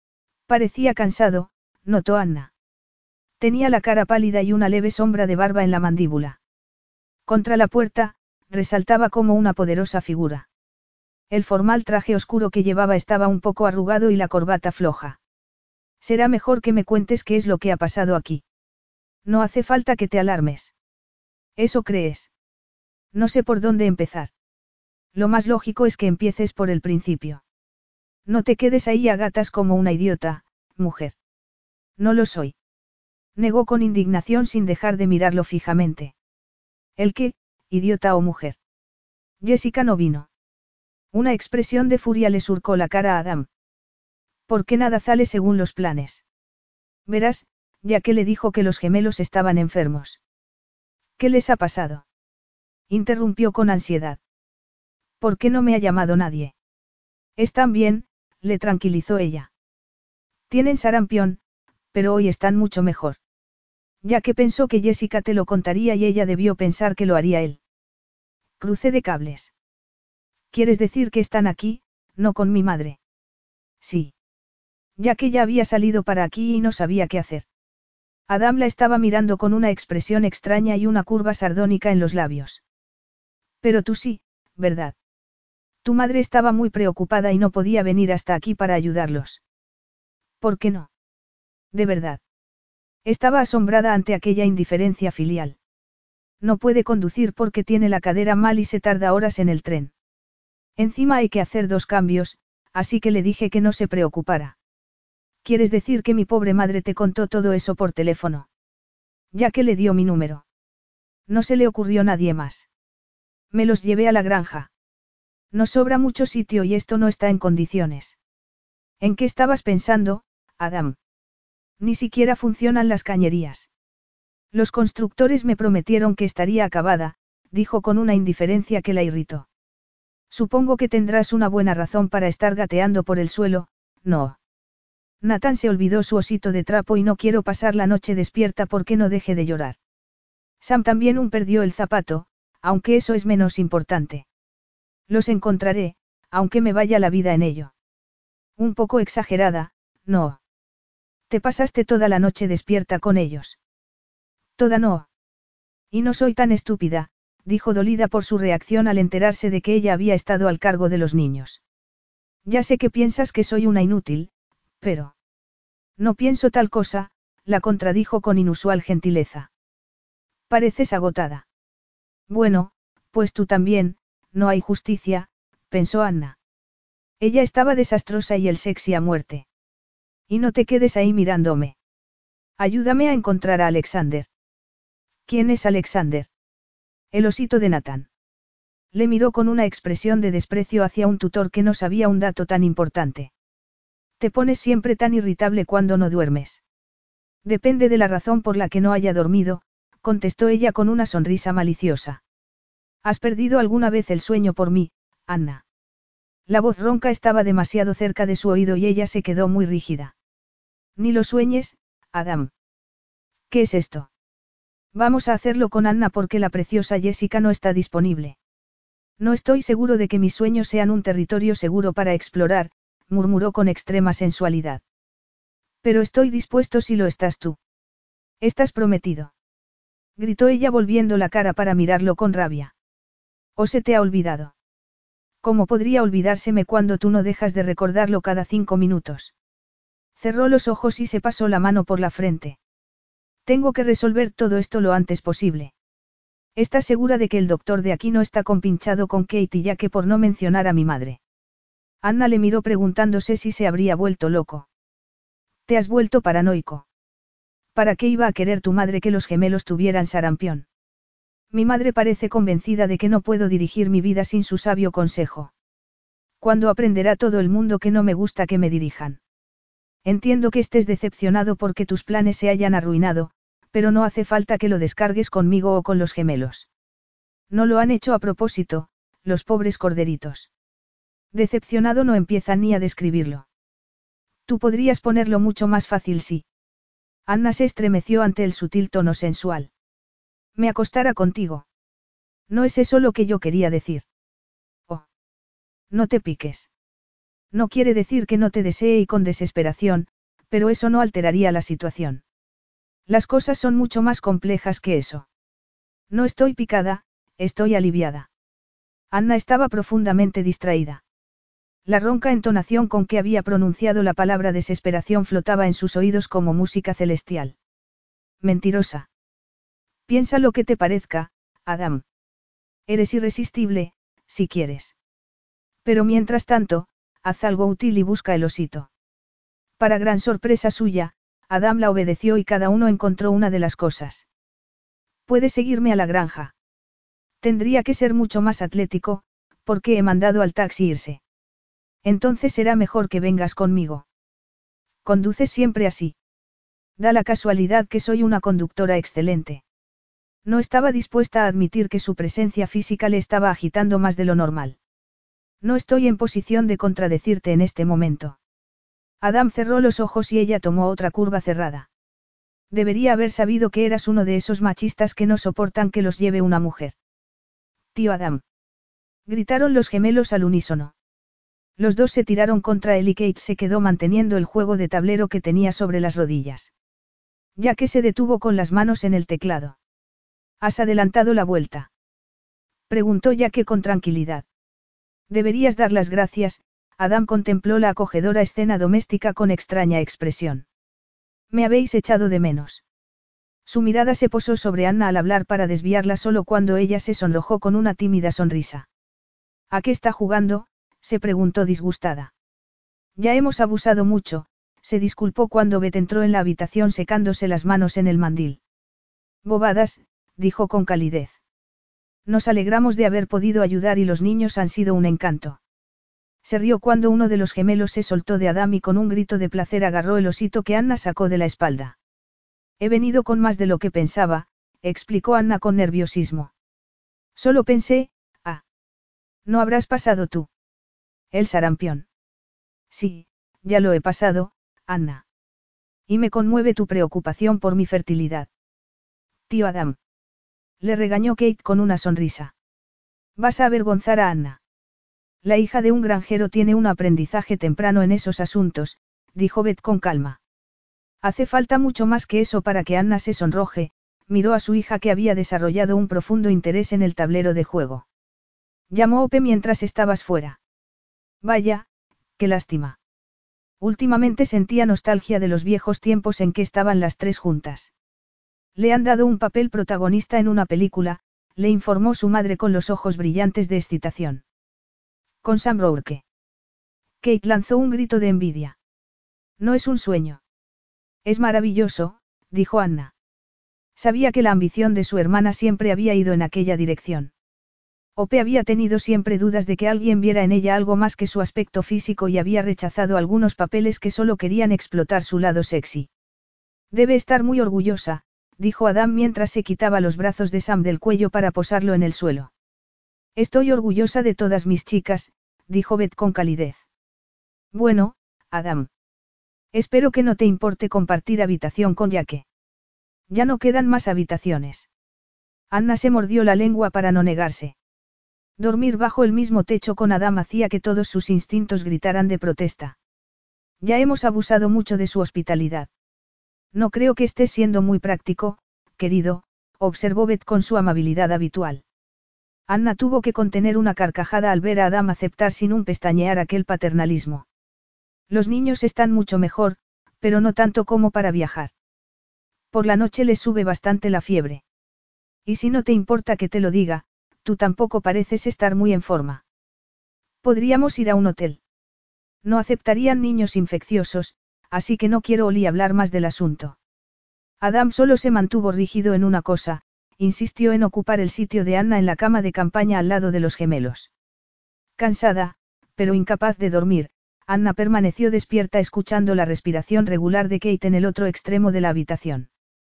Parecía cansado, notó Anna. Tenía la cara pálida y una leve sombra de barba en la mandíbula. Contra la puerta, resaltaba como una poderosa figura. El formal traje oscuro que llevaba estaba un poco arrugado y la corbata floja. Será mejor que me cuentes qué es lo que ha pasado aquí. No hace falta que te alarmes. ¿Eso crees? No sé por dónde empezar. Lo más lógico es que empieces por el principio. No te quedes ahí a gatas como una idiota, mujer. No lo soy. Negó con indignación sin dejar de mirarlo fijamente. ¿El qué, idiota o mujer? Jessica no vino. Una expresión de furia le surcó la cara a Adam. ¿Por qué nada sale según los planes? Verás, ya que le dijo que los gemelos estaban enfermos. ¿Qué les ha pasado? Interrumpió con ansiedad. ¿Por qué no me ha llamado nadie? Están bien, le tranquilizó ella. Tienen sarampión, pero hoy están mucho mejor. Ya que pensó que Jessica te lo contaría y ella debió pensar que lo haría él. Cruce de cables. ¿Quieres decir que están aquí, no con mi madre? Sí. Ya que ya había salido para aquí y no sabía qué hacer. Adam la estaba mirando con una expresión extraña y una curva sardónica en los labios. Pero tú sí, ¿verdad? Tu madre estaba muy preocupada y no podía venir hasta aquí para ayudarlos. ¿Por qué no? De verdad. Estaba asombrada ante aquella indiferencia filial. No puede conducir porque tiene la cadera mal y se tarda horas en el tren. Encima hay que hacer dos cambios, así que le dije que no se preocupara. ¿Quieres decir que mi pobre madre te contó todo eso por teléfono? Ya que le dio mi número. No se le ocurrió nadie más. Me los llevé a la granja. Nos sobra mucho sitio y esto no está en condiciones. ¿En qué estabas pensando, Adam? Ni siquiera funcionan las cañerías. Los constructores me prometieron que estaría acabada, dijo con una indiferencia que la irritó. Supongo que tendrás una buena razón para estar gateando por el suelo, ¿no? Nathan se olvidó su osito de trapo y no quiero pasar la noche despierta porque no deje de llorar. Sam también un perdió el zapato, aunque eso es menos importante. Los encontraré, aunque me vaya la vida en ello. Un poco exagerada, ¿no? Te pasaste toda la noche despierta con ellos. Toda no. Y no soy tan estúpida, dijo dolida por su reacción al enterarse de que ella había estado al cargo de los niños. Ya sé que piensas que soy una inútil, pero... No pienso tal cosa, la contradijo con inusual gentileza. Pareces agotada. Bueno, pues tú también, no hay justicia, pensó Anna. Ella estaba desastrosa y el sexy a muerte. Y no te quedes ahí mirándome. Ayúdame a encontrar a Alexander. ¿Quién es Alexander? El osito de Nathan. Le miró con una expresión de desprecio hacia un tutor que no sabía un dato tan importante. Te pones siempre tan irritable cuando no duermes. Depende de la razón por la que no haya dormido, contestó ella con una sonrisa maliciosa. ¿Has perdido alguna vez el sueño por mí, Anna? La voz ronca estaba demasiado cerca de su oído y ella se quedó muy rígida. Ni lo sueñes, Adam. ¿Qué es esto? Vamos a hacerlo con Anna porque la preciosa Jessica no está disponible. No estoy seguro de que mis sueños sean un territorio seguro para explorar, murmuró con extrema sensualidad. Pero estoy dispuesto si lo estás tú. ¿Estás prometido? Gritó ella volviendo la cara para mirarlo con rabia. ¿O se te ha olvidado? ¿Cómo podría olvidárseme cuando tú no dejas de recordarlo cada cinco minutos? Cerró los ojos y se pasó la mano por la frente. Tengo que resolver todo esto lo antes posible. ¿Estás segura de que el doctor de aquí no está compinchado con Katie ya que por no mencionar a mi madre? Anna le miró preguntándose si se habría vuelto loco. ¿Te has vuelto paranoico? ¿Para qué iba a querer tu madre que los gemelos tuvieran sarampión? Mi madre parece convencida de que no puedo dirigir mi vida sin su sabio consejo. ¿Cuándo aprenderá todo el mundo que no me gusta que me dirijan? Entiendo que estés decepcionado porque tus planes se hayan arruinado, pero no hace falta que lo descargues conmigo o con los gemelos. No lo han hecho a propósito, los pobres corderitos. Decepcionado no empieza ni a describirlo. Tú podrías ponerlo mucho más fácil si. Anna se estremeció ante el sutil tono sensual. Me acostara contigo. No es eso lo que yo quería decir. Oh. No te piques. No quiere decir que no te desee y con desesperación, pero eso no alteraría la situación. Las cosas son mucho más complejas que eso. No estoy picada, estoy aliviada. Anna estaba profundamente distraída. La ronca entonación con que había pronunciado la palabra desesperación flotaba en sus oídos como música celestial. Mentirosa. Piensa lo que te parezca, Adam. Eres irresistible, si quieres. Pero mientras tanto, haz algo útil y busca el osito. Para gran sorpresa suya, Adam la obedeció y cada uno encontró una de las cosas. ¿Puedes seguirme a la granja? Tendría que ser mucho más atlético, porque he mandado al taxi irse. Entonces será mejor que vengas conmigo. Conduces siempre así. Da la casualidad que soy una conductora excelente. No estaba dispuesta a admitir que su presencia física le estaba agitando más de lo normal. No estoy en posición de contradecirte en este momento. Adam cerró los ojos y ella tomó otra curva cerrada. Debería haber sabido que eras uno de esos machistas que no soportan que los lleve una mujer. Tío Adam. Gritaron los gemelos al unísono. Los dos se tiraron contra él y Kate se quedó manteniendo el juego de tablero que tenía sobre las rodillas. Ya que se detuvo con las manos en el teclado. ¿Has adelantado la vuelta? Preguntó Jaque con tranquilidad. Deberías dar las gracias, Adam contempló la acogedora escena doméstica con extraña expresión. Me habéis echado de menos. Su mirada se posó sobre Anna al hablar para desviarla solo cuando ella se sonrojó con una tímida sonrisa. ¿A qué está jugando?, se preguntó disgustada. Ya hemos abusado mucho, se disculpó cuando Beth entró en la habitación secándose las manos en el mandil. Bobadas, dijo con calidez. Nos alegramos de haber podido ayudar y los niños han sido un encanto. Se rió cuando uno de los gemelos se soltó de Adam y con un grito de placer agarró el osito que Anna sacó de la espalda. He venido con más de lo que pensaba, explicó Anna con nerviosismo. Solo pensé, ah. ¿No habrás pasado tú? El sarampión. Sí, ya lo he pasado, Anna. Y me conmueve tu preocupación por mi fertilidad. Tío Adam. Le regañó Kate con una sonrisa. Vas a avergonzar a Anna. La hija de un granjero tiene un aprendizaje temprano en esos asuntos, dijo Beth con calma. Hace falta mucho más que eso para que Anna se sonroje, miró a su hija que había desarrollado un profundo interés en el tablero de juego. Llamó Ope mientras estabas fuera. Vaya, qué lástima. Últimamente sentía nostalgia de los viejos tiempos en que estaban las tres juntas. Le han dado un papel protagonista en una película, le informó su madre con los ojos brillantes de excitación. Con Sam Rourke. Kate lanzó un grito de envidia. No es un sueño. Es maravilloso, dijo Anna. Sabía que la ambición de su hermana siempre había ido en aquella dirección. Ope había tenido siempre dudas de que alguien viera en ella algo más que su aspecto físico y había rechazado algunos papeles que solo querían explotar su lado sexy. Debe estar muy orgullosa, dijo Adam mientras se quitaba los brazos de Sam del cuello para posarlo en el suelo. Estoy orgullosa de todas mis chicas, dijo Beth con calidez. Bueno, Adam. Espero que no te importe compartir habitación con Jake. Ya no quedan más habitaciones. Anna se mordió la lengua para no negarse. Dormir bajo el mismo techo con Adam hacía que todos sus instintos gritaran de protesta. Ya hemos abusado mucho de su hospitalidad. No creo que estés siendo muy práctico, querido, observó Beth con su amabilidad habitual. Anna tuvo que contener una carcajada al ver a Adam aceptar sin un pestañear aquel paternalismo. Los niños están mucho mejor, pero no tanto como para viajar. Por la noche les sube bastante la fiebre. Y si no te importa que te lo diga, tú tampoco pareces estar muy en forma. Podríamos ir a un hotel. No aceptarían niños infecciosos, así que no quiero oír hablar más del asunto. Adam solo se mantuvo rígido en una cosa, insistió en ocupar el sitio de Anna en la cama de campaña al lado de los gemelos. Cansada, pero incapaz de dormir, Anna permaneció despierta escuchando la respiración regular de Kate en el otro extremo de la habitación.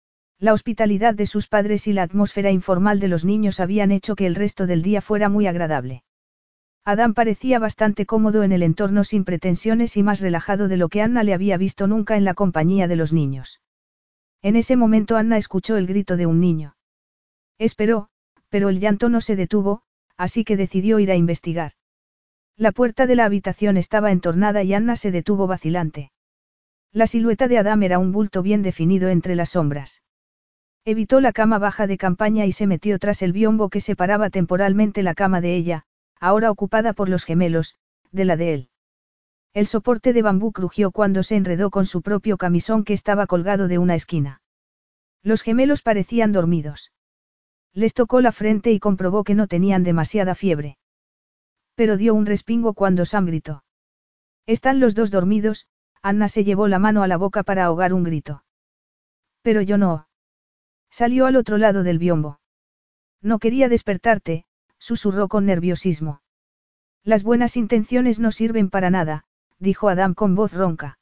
La hospitalidad de sus padres y la atmósfera informal de los niños habían hecho que el resto del día fuera muy agradable. Adam parecía bastante cómodo en el entorno sin pretensiones y más relajado de lo que Anna le había visto nunca en la compañía de los niños. En ese momento Anna escuchó el grito de un niño. Esperó, pero el llanto no se detuvo, así que decidió ir a investigar. La puerta de la habitación estaba entornada y Anna se detuvo vacilante. La silueta de Adam era un bulto bien definido entre las sombras. Evitó la cama baja de campaña y se metió tras el biombo que separaba temporalmente la cama de ella, ahora ocupada por los gemelos, de la de él. El soporte de bambú crujió cuando se enredó con su propio camisón que estaba colgado de una esquina. Los gemelos parecían dormidos. Les tocó la frente y comprobó que no tenían demasiada fiebre. Pero dio un respingo cuando Sam gritó. «Están los dos dormidos», Anna se llevó la mano a la boca para ahogar un grito. «Pero yo no». Salió al otro lado del biombo. «No quería despertarte», susurró con nerviosismo. «Las buenas intenciones no sirven para nada», dijo Adam con voz ronca.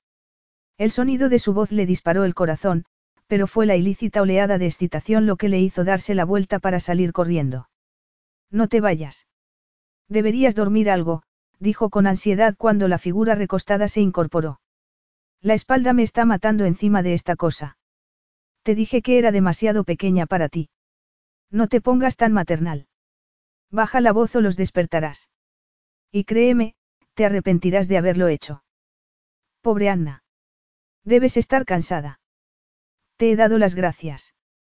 El sonido de su voz le disparó el corazón, pero fue la ilícita oleada de excitación lo que le hizo darse la vuelta para salir corriendo. «No te vayas. Deberías dormir algo», dijo con ansiedad cuando la figura recostada se incorporó. «La espalda me está matando encima de esta cosa. Te dije que era demasiado pequeña para ti. No te pongas tan maternal. Baja la voz o los despertarás. Y créeme, te arrepentirás de haberlo hecho». «Pobre Anna. Debes estar cansada». «Te he dado las gracias.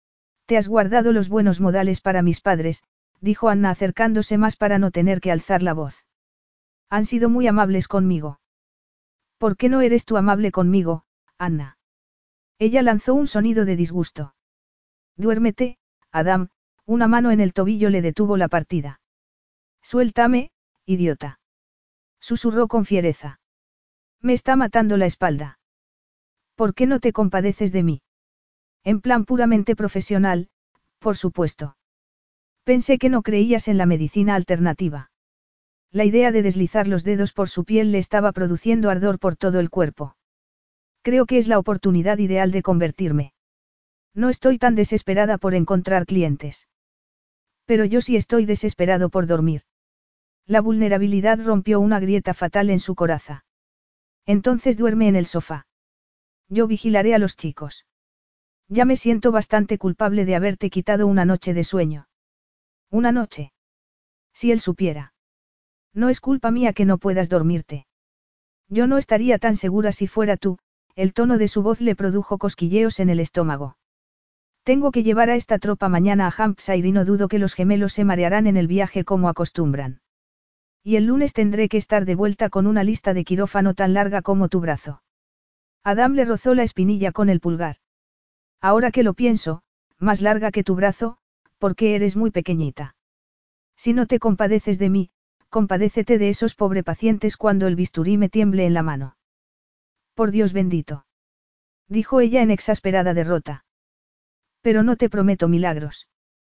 Te has guardado los buenos modales para mis padres», dijo Anna acercándose más para no tener que alzar la voz. «Han sido muy amables conmigo». «¿Por qué no eres tú amable conmigo, Anna?» Ella lanzó un sonido de disgusto. «Duérmete, Adam», una mano en el tobillo le detuvo la partida. «Suéltame, idiota», susurró con fiereza. «Me está matando la espalda. ¿Por qué no te compadeces de mí?» «En plan puramente profesional, por supuesto. Pensé que no creías en la medicina alternativa». La idea de deslizar los dedos por su piel le estaba produciendo ardor por todo el cuerpo. «Creo que es la oportunidad ideal de convertirme. No estoy tan desesperada por encontrar clientes. Pero yo sí estoy desesperado por dormir». La vulnerabilidad rompió una grieta fatal en su coraza. «Entonces duerme en el sofá. Yo vigilaré a los chicos. Ya me siento bastante culpable de haberte quitado una noche de sueño». «¿Una noche?» Si él supiera. «No es culpa mía que no puedas dormirte. Yo no estaría tan segura si fuera tú», el tono de su voz le produjo cosquilleos en el estómago. «Tengo que llevar a esta tropa mañana a Hampshire y no dudo que los gemelos se marearán en el viaje como acostumbran. Y el lunes tendré que estar de vuelta con una lista de quirófano tan larga como tu brazo». Adam le rozó la espinilla con el pulgar. «Ahora que lo pienso, más larga que tu brazo, porque eres muy pequeñita. Si no te compadeces de mí, compadécete de esos pobres pacientes cuando el bisturí me tiemble en la mano». «Por Dios bendito», dijo ella en exasperada derrota. «Pero no te prometo milagros».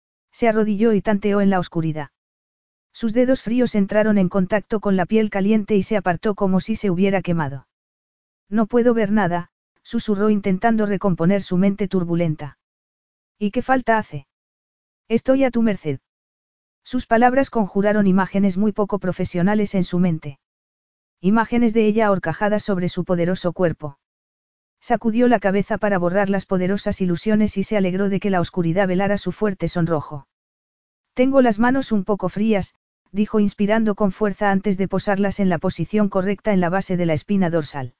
Se arrodilló y tanteó en la oscuridad. Sus dedos fríos entraron en contacto con la piel caliente y se apartó como si se hubiera quemado. «No puedo ver nada», susurró intentando recomponer su mente turbulenta. ¿Y qué falta hace? Estoy a tu merced. Sus palabras conjuraron imágenes muy poco profesionales en su mente. Imágenes de ella ahorcajada sobre su poderoso cuerpo. Sacudió la cabeza para borrar las poderosas ilusiones y se alegró de que la oscuridad velara su fuerte sonrojo. Tengo las manos un poco frías, dijo inspirando con fuerza antes de posarlas en la posición correcta en la base de la espina dorsal.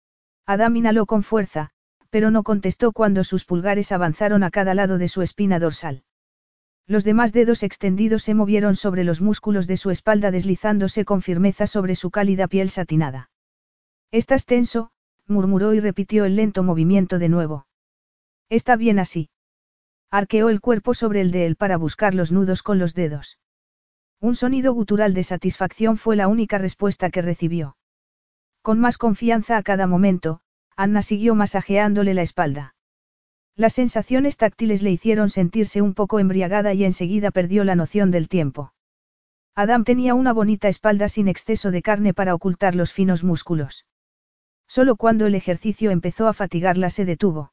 Adam inhaló con fuerza, pero no contestó cuando sus pulgares avanzaron a cada lado de su espina dorsal. Los demás dedos extendidos se movieron sobre los músculos de su espalda deslizándose con firmeza sobre su cálida piel satinada. «Estás tenso», murmuró y repitió el lento movimiento de nuevo. «Está bien así». Arqueó el cuerpo sobre el de él para buscar los nudos con los dedos. Un sonido gutural de satisfacción fue la única respuesta que recibió. Con más confianza a cada momento, Anna siguió masajeándole la espalda. Las sensaciones táctiles le hicieron sentirse un poco embriagada y enseguida perdió la noción del tiempo. Adam tenía una bonita espalda sin exceso de carne para ocultar los finos músculos. Solo cuando el ejercicio empezó a fatigarla se detuvo.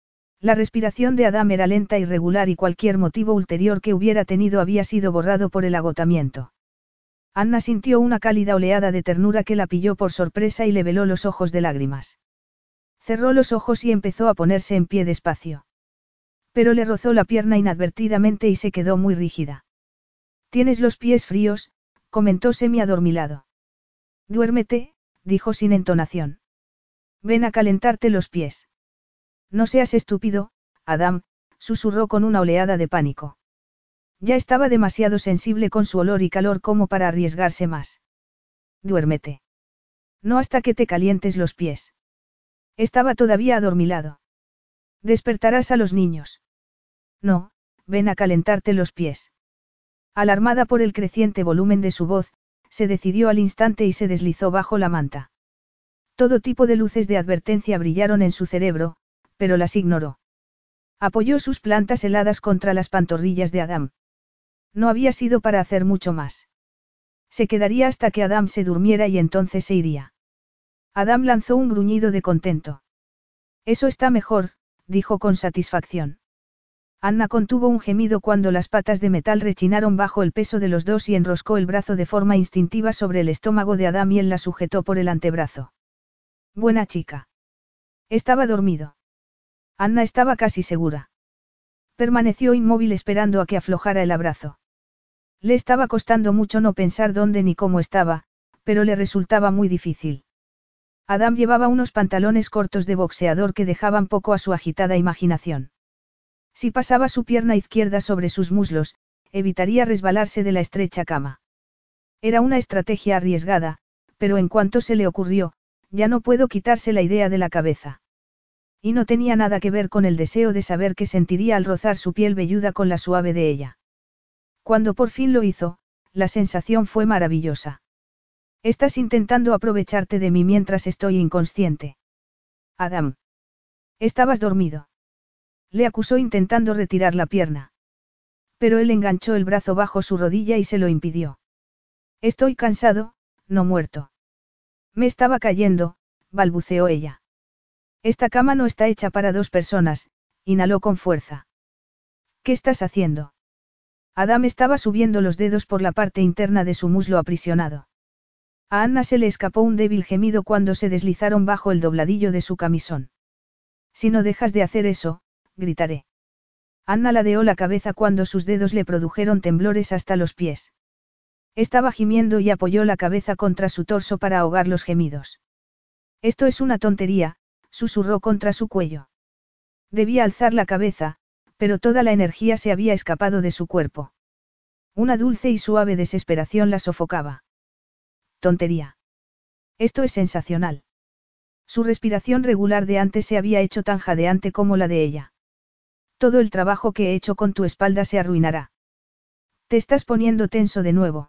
La respiración de Adam era lenta y regular y cualquier motivo ulterior que hubiera tenido había sido borrado por el agotamiento. Anna sintió una cálida oleada de ternura que la pilló por sorpresa y le veló los ojos de lágrimas. Cerró los ojos y empezó a ponerse en pie despacio. Pero le rozó la pierna inadvertidamente y se quedó muy rígida. «Tienes los pies fríos», comentó semi-adormilado. «Duérmete», dijo sin entonación. «Ven a calentarte los pies». «No seas estúpido, Adam», susurró con una oleada de pánico. Ya estaba demasiado sensible con su olor y calor como para arriesgarse más. «Duérmete. No hasta que te calientes los pies». Estaba todavía adormilado. «Despertarás a los niños». «No, ven a calentarte los pies». Alarmada por el creciente volumen de su voz, se decidió al instante y se deslizó bajo la manta. Todo tipo de luces de advertencia brillaron en su cerebro, pero las ignoró. Apoyó sus plantas heladas contra las pantorrillas de Adam. No había sido para hacer mucho más. Se quedaría hasta que Adam se durmiera y entonces se iría. Adam lanzó un gruñido de contento. «Eso está mejor», dijo con satisfacción. Anna contuvo un gemido cuando las patas de metal rechinaron bajo el peso de los dos y enroscó el brazo de forma instintiva sobre el estómago de Adam y él la sujetó por el antebrazo. «Buena chica». Estaba dormido. Anna estaba casi segura. Permaneció inmóvil esperando a que aflojara el abrazo. Le estaba costando mucho no pensar dónde ni cómo estaba, pero le resultaba muy difícil. Adam llevaba unos pantalones cortos de boxeador que dejaban poco a su agitada imaginación. Si pasaba su pierna izquierda sobre sus muslos, evitaría resbalarse de la estrecha cama. Era una estrategia arriesgada, pero en cuanto se le ocurrió, ya no pudo quitarse la idea de la cabeza. Y no tenía nada que ver con el deseo de saber qué sentiría al rozar su piel velluda con la suave de ella. Cuando por fin lo hizo, la sensación fue maravillosa. «Estás intentando aprovecharte de mí mientras estoy inconsciente». «Adam. Estabas dormido». Le acusó intentando retirar la pierna. Pero él enganchó el brazo bajo su rodilla y se lo impidió. «Estoy cansado, no muerto». «Me estaba cayendo», balbuceó ella. «Esta cama no está hecha para dos personas», inhaló con fuerza. «¿Qué estás haciendo?» Adam estaba subiendo los dedos por la parte interna de su muslo aprisionado. A Anna se le escapó un débil gemido cuando se deslizaron bajo el dobladillo de su camisón. «Si no dejas de hacer eso, gritaré». Anna ladeó la cabeza cuando sus dedos le produjeron temblores hasta los pies. Estaba gimiendo y apoyó la cabeza contra su torso para ahogar los gemidos. «Esto es una tontería», susurró contra su cuello. Debía alzar la cabeza, pero toda la energía se había escapado de su cuerpo. Una dulce y suave desesperación la sofocaba. «Tontería. Esto es sensacional». Su respiración regular de antes se había hecho tan jadeante como la de ella. «Todo el trabajo que he hecho con tu espalda se arruinará. Te estás poniendo tenso de nuevo».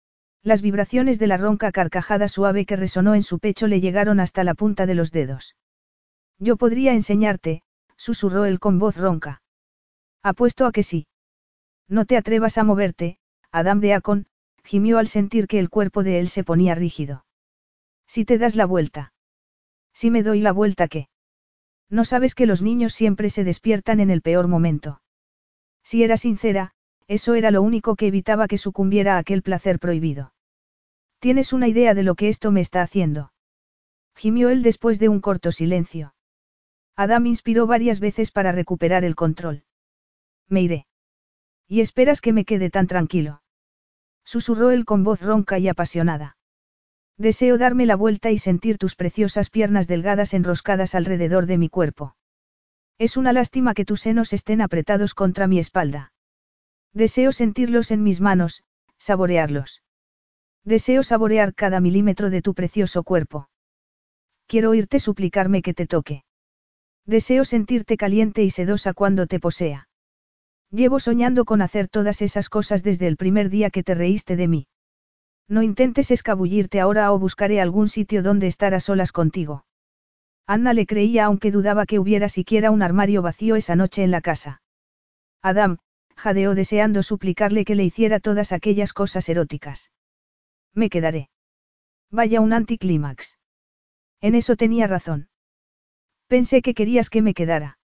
Las vibraciones de la ronca carcajada suave que resonó en su pecho le llegaron hasta la punta de los dedos. «Yo podría enseñarte», susurró él con voz ronca. «Apuesto a que sí». «No te atrevas a moverte, Adam Deacon», gimió al sentir que el cuerpo de él se ponía rígido. «Si te das la vuelta». «Si me doy la vuelta, ¿qué?» No sabes que los niños siempre se despiertan en el peor momento. Si era sincera, eso era lo único que evitaba que sucumbiera a aquel placer prohibido. ¿Tienes una idea de lo que esto me está haciendo? Gimió él después de un corto silencio. Adam inspiró varias veces para recuperar el control. Me iré. ¿Y esperas que me quede tan tranquilo? Susurró él con voz ronca y apasionada. Deseo darme la vuelta y sentir tus preciosas piernas delgadas enroscadas alrededor de mi cuerpo. Es una lástima que tus senos estén apretados contra mi espalda. Deseo sentirlos en mis manos, saborearlos. Deseo saborear cada milímetro de tu precioso cuerpo. Quiero oírte suplicarme que te toque. Deseo sentirte caliente y sedosa cuando te posea. Llevo soñando con hacer todas esas cosas desde el primer día que te reíste de mí. No intentes escabullirte ahora o buscaré algún sitio donde estar a solas contigo. Anna le creía aunque dudaba que hubiera siquiera un armario vacío esa noche en la casa. Adam, jadeó deseando suplicarle que le hiciera todas aquellas cosas eróticas. Me quedaré. Vaya un anticlímax. En eso tenía razón. Pensé que querías que me quedara.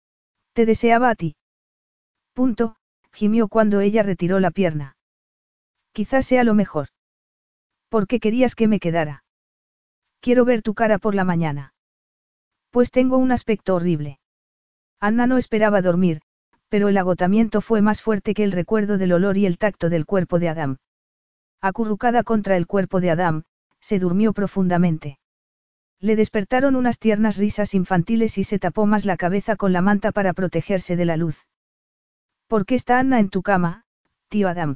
Te deseaba a ti. Punto, gimió cuando ella retiró la pierna. Quizás sea lo mejor. ¿Por qué querías que me quedara? Quiero ver tu cara por la mañana. Pues tengo un aspecto horrible. Anna no esperaba dormir, pero el agotamiento fue más fuerte que el recuerdo del olor y el tacto del cuerpo de Adam. Acurrucada contra el cuerpo de Adam, se durmió profundamente. Le despertaron unas tiernas risas infantiles y se tapó más la cabeza con la manta para protegerse de la luz. ¿Por qué está Anna en tu cama, tío Adam?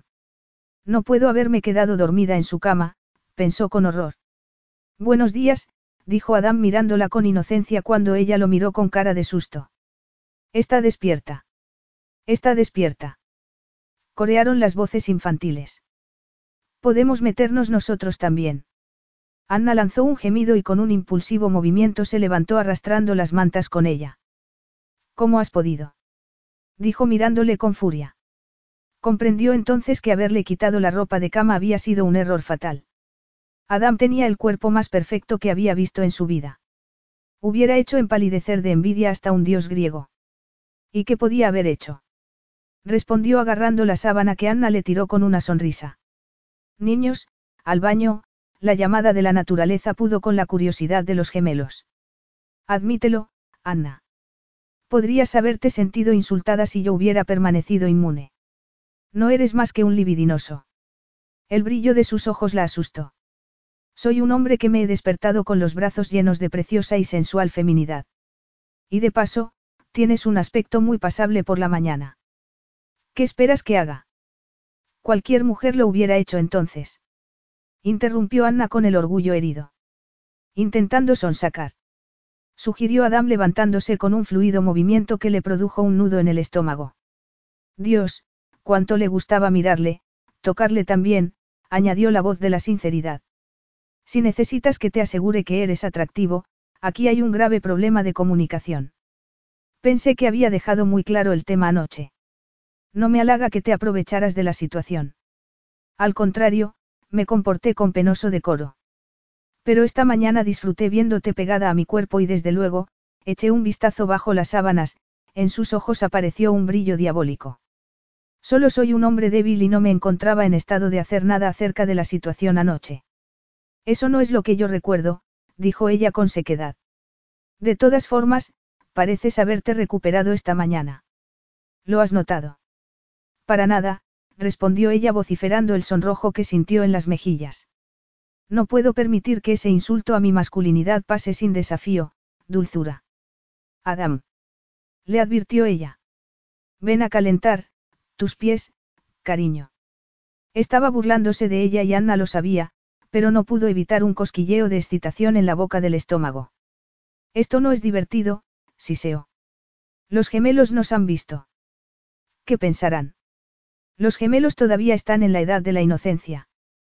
No puedo haberme quedado dormida en su cama, pensó con horror. Buenos días, dijo Adam mirándola con inocencia cuando ella lo miró con cara de susto. Está despierta. Está despierta. Corearon las voces infantiles. Podemos meternos nosotros también. Anna lanzó un gemido y con un impulsivo movimiento se levantó arrastrando las mantas con ella. ¿Cómo has podido? Dijo mirándole con furia. Comprendió entonces que haberle quitado la ropa de cama había sido un error fatal. Adam tenía el cuerpo más perfecto que había visto en su vida. Hubiera hecho empalidecer de envidia hasta un dios griego. ¿Y qué podía haber hecho? Respondió agarrando la sábana que Anna le tiró con una sonrisa. Niños, al baño, la llamada de la naturaleza pudo con la curiosidad de los gemelos. Admítelo, Anna. Podrías haberte sentido insultada si yo hubiera permanecido inmune. No eres más que un libidinoso. El brillo de sus ojos la asustó. Soy un hombre que me he despertado con los brazos llenos de preciosa y sensual feminidad. Y de paso, tienes un aspecto muy pasable por la mañana. ¿Qué esperas que haga? Cualquier mujer lo hubiera hecho entonces. Interrumpió Anna con el orgullo herido. Intentando sonsacar. Sugirió Adam levantándose con un fluido movimiento que le produjo un nudo en el estómago. Dios, cuánto le gustaba mirarle, tocarle también, añadió la voz de la sinceridad. Si necesitas que te asegure que eres atractivo, aquí hay un grave problema de comunicación. Pensé que había dejado muy claro el tema anoche. No me halaga que te aprovecharas de la situación. Al contrario, me comporté con penoso decoro. Pero esta mañana disfruté viéndote pegada a mi cuerpo y desde luego, eché un vistazo bajo las sábanas, en sus ojos apareció un brillo diabólico. Solo soy un hombre débil y no me encontraba en estado de hacer nada acerca de la situación anoche. Eso no es lo que yo recuerdo, dijo ella con sequedad. De todas formas, pareces haberte recuperado esta mañana. ¿Lo has notado? Para nada, respondió ella vociferando el sonrojo que sintió en las mejillas. No puedo permitir que ese insulto a mi masculinidad pase sin desafío, dulzura. Adam. Le advirtió ella. Ven a calentar, tus pies, cariño. Estaba burlándose de ella y Anna lo sabía, pero no pudo evitar un cosquilleo de excitación en la boca del estómago. Esto no es divertido, siseó. Los gemelos nos han visto. ¿Qué pensarán? Los gemelos todavía están en la edad de la inocencia.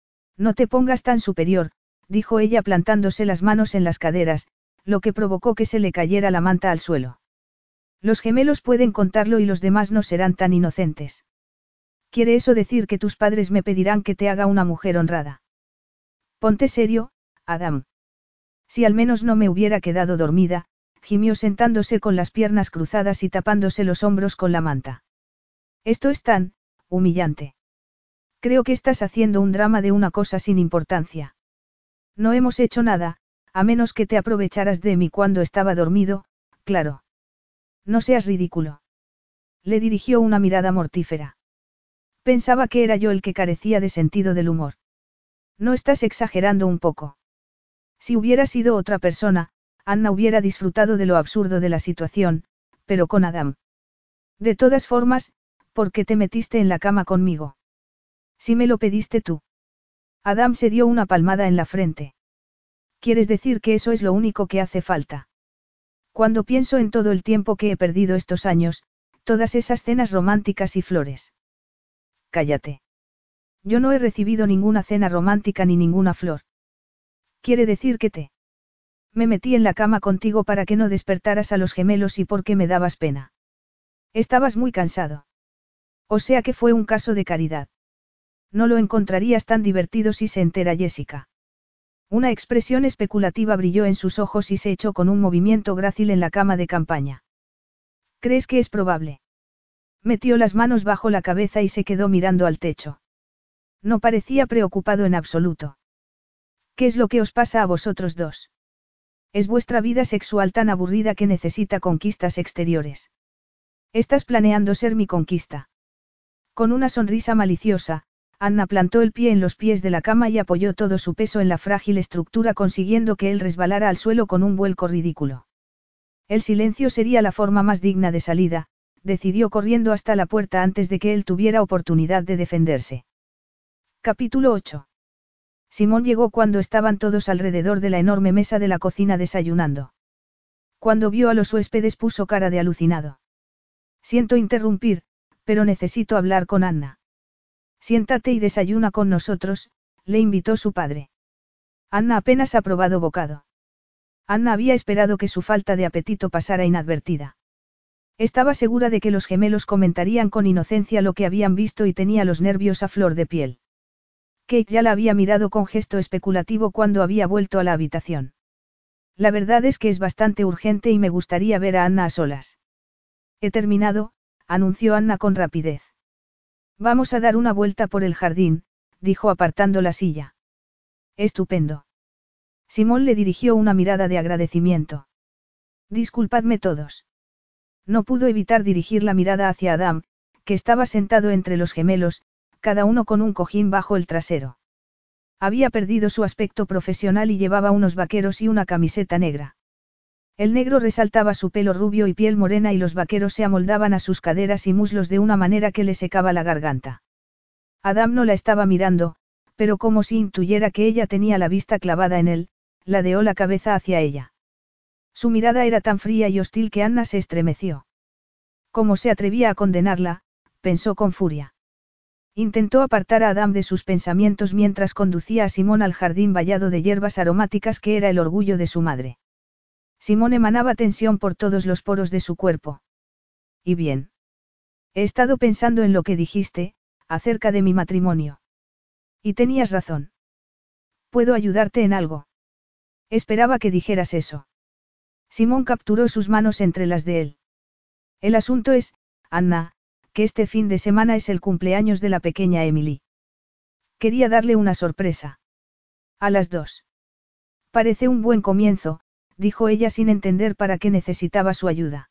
No te pongas tan superior, dijo ella plantándose las manos en las caderas, lo que provocó que se le cayera la manta al suelo. Los gemelos pueden contarlo y los demás no serán tan inocentes. ¿Quiere eso decir que tus padres me pedirán que te haga una mujer honrada? Ponte serio, Adam. Si al menos no me hubiera quedado dormida, gimió sentándose con las piernas cruzadas y tapándose los hombros con la manta. Esto es tan humillante. Creo que estás haciendo un drama de una cosa sin importancia. No hemos hecho nada, a menos que te aprovecharas de mí cuando estaba dormido, claro. No seas ridículo. Le dirigió una mirada mortífera. Pensaba que era yo el que carecía de sentido del humor. No estás exagerando un poco. Si hubiera sido otra persona, Anna hubiera disfrutado de lo absurdo de la situación, pero con Adam. De todas formas, ¿por qué te metiste en la cama conmigo? Si me lo pediste tú. Adam se dio una palmada en la frente. ¿Quieres decir que eso es lo único que hace falta? Cuando pienso en todo el tiempo que he perdido estos años, todas esas cenas románticas y flores. Cállate. Yo no he recibido ninguna cena romántica ni ninguna flor. Quiere decir que te... Me metí en la cama contigo para que no despertaras a los gemelos y porque me dabas pena. Estabas muy cansado. O sea que fue un caso de caridad. No lo encontrarías tan divertido si se entera Jessica. Una expresión especulativa brilló en sus ojos y se echó con un movimiento grácil en la cama de campaña. ¿Crees que es probable? Metió las manos bajo la cabeza y se quedó mirando al techo. No parecía preocupado en absoluto. ¿Qué es lo que os pasa a vosotros dos? Es vuestra vida sexual tan aburrida que necesita conquistas exteriores. ¿Estás planeando ser mi conquista? Con una sonrisa maliciosa, Anna plantó el pie en los pies de la cama y apoyó todo su peso en la frágil estructura consiguiendo que él resbalara al suelo con un vuelco ridículo. El silencio sería la forma más digna de salida, decidió corriendo hasta la puerta antes de que él tuviera oportunidad de defenderse. Capítulo ocho. Simón llegó cuando estaban todos alrededor de la enorme mesa de la cocina desayunando. Cuando vio a los huéspedes puso cara de alucinado. Siento interrumpir, pero necesito hablar con Anna. Siéntate y desayuna con nosotros, le invitó su padre. Anna apenas ha probado bocado. Anna había esperado que su falta de apetito pasara inadvertida. Estaba segura de que los gemelos comentarían con inocencia lo que habían visto y tenía los nervios a flor de piel. Kate ya la había mirado con gesto especulativo cuando había vuelto a la habitación. La verdad es que es bastante urgente y me gustaría ver a Anna a solas. He terminado, anunció Anna con rapidez. Vamos a dar una vuelta por el jardín, dijo apartando la silla. Estupendo. Simón le dirigió una mirada de agradecimiento. Disculpadme todos. No pudo evitar dirigir la mirada hacia Adam, que estaba sentado entre los gemelos, cada uno con un cojín bajo el trasero. Había perdido su aspecto profesional y llevaba unos vaqueros y una camiseta negra. El negro resaltaba su pelo rubio y piel morena y los vaqueros se amoldaban a sus caderas y muslos de una manera que le secaba la garganta. Adam no la estaba mirando, pero como si intuyera que ella tenía la vista clavada en él, ladeó la cabeza hacia ella. Su mirada era tan fría y hostil que Anna se estremeció. ¿Cómo se atrevía a condenarla?, pensó con furia. Intentó apartar a Adam de sus pensamientos mientras conducía a Simón al jardín vallado de hierbas aromáticas que era el orgullo de su madre. Simón emanaba tensión por todos los poros de su cuerpo. ¿Y bien? He estado pensando en lo que dijiste, acerca de mi matrimonio. Y tenías razón. ¿Puedo ayudarte en algo? Esperaba que dijeras eso. Simón capturó sus manos entre las de él. El asunto es, Anna, que este fin de semana es el cumpleaños de la pequeña Emily. Quería darle una sorpresa. A las dos. Parece un buen comienzo, dijo ella sin entender para qué necesitaba su ayuda.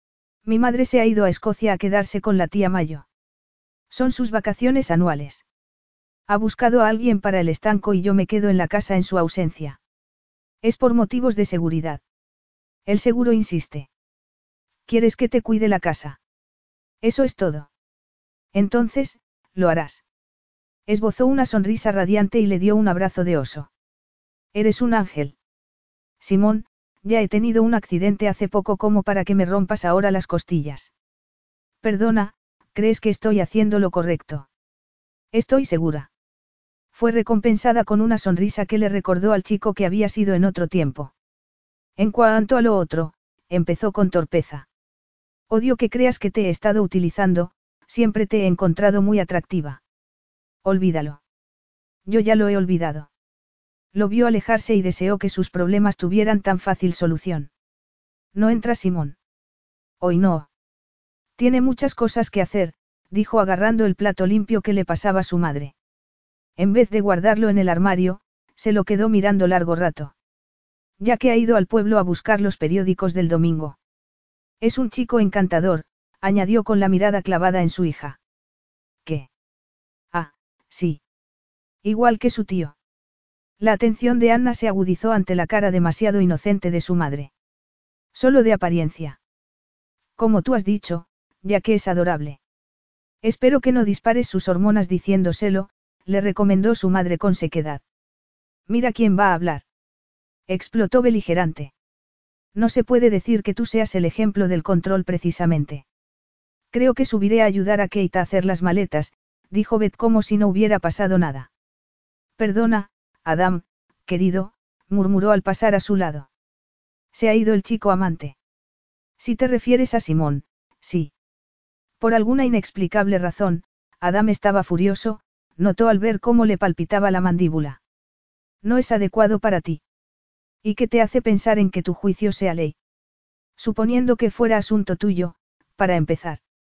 Mi madre se ha ido a Escocia a quedarse con la tía Mayo. Son sus vacaciones anuales. Ha buscado a alguien para el estanco y yo me quedo en la casa en su ausencia. Es por motivos de seguridad. El seguro insiste. ¿Quieres que te cuide la casa? Eso es todo. Entonces, lo harás. Esbozó una sonrisa radiante y le dio un abrazo de oso. Eres un ángel. Simón, ya he tenido un accidente hace poco como para que me rompas ahora las costillas. Perdona, ¿crees que estoy haciendo lo correcto? Estoy segura. Fue recompensada con una sonrisa que le recordó al chico que había sido en otro tiempo. En cuanto a lo otro, empezó con torpeza. Odio que creas que te he estado utilizando, siempre te he encontrado muy atractiva. Olvídalo. Yo ya lo he olvidado. Lo vio alejarse y deseó que sus problemas tuvieran tan fácil solución. No entra Simón. Hoy no. Tiene muchas cosas que hacer, dijo agarrando el plato limpio que le pasaba su madre. En vez de guardarlo en el armario, se lo quedó mirando largo rato. Ya que ha ido al pueblo a buscar los periódicos del domingo. Es un chico encantador, añadió con la mirada clavada en su hija. ¿Qué? Ah, sí. Igual que su tío. La atención de Anna se agudizó ante la cara demasiado inocente de su madre. Solo de apariencia. Como tú has dicho, ya que es adorable. Espero que no dispares sus hormonas diciéndoselo, le recomendó su madre con sequedad. Mira quién va a hablar. Explotó beligerante. No se puede decir que tú seas el ejemplo del control precisamente. Creo que subiré a ayudar a Kate a hacer las maletas, dijo Beth como si no hubiera pasado nada. Perdona, Adam, querido, murmuró al pasar a su lado. Se ha ido el chico amante. Si te refieres a Simón, sí. Por alguna inexplicable razón, Adam estaba furioso, notó al ver cómo le palpitaba la mandíbula. No es adecuado para ti. ¿Y qué te hace pensar en que tu juicio sea ley? Suponiendo que fuera asunto tuyo, para empezar.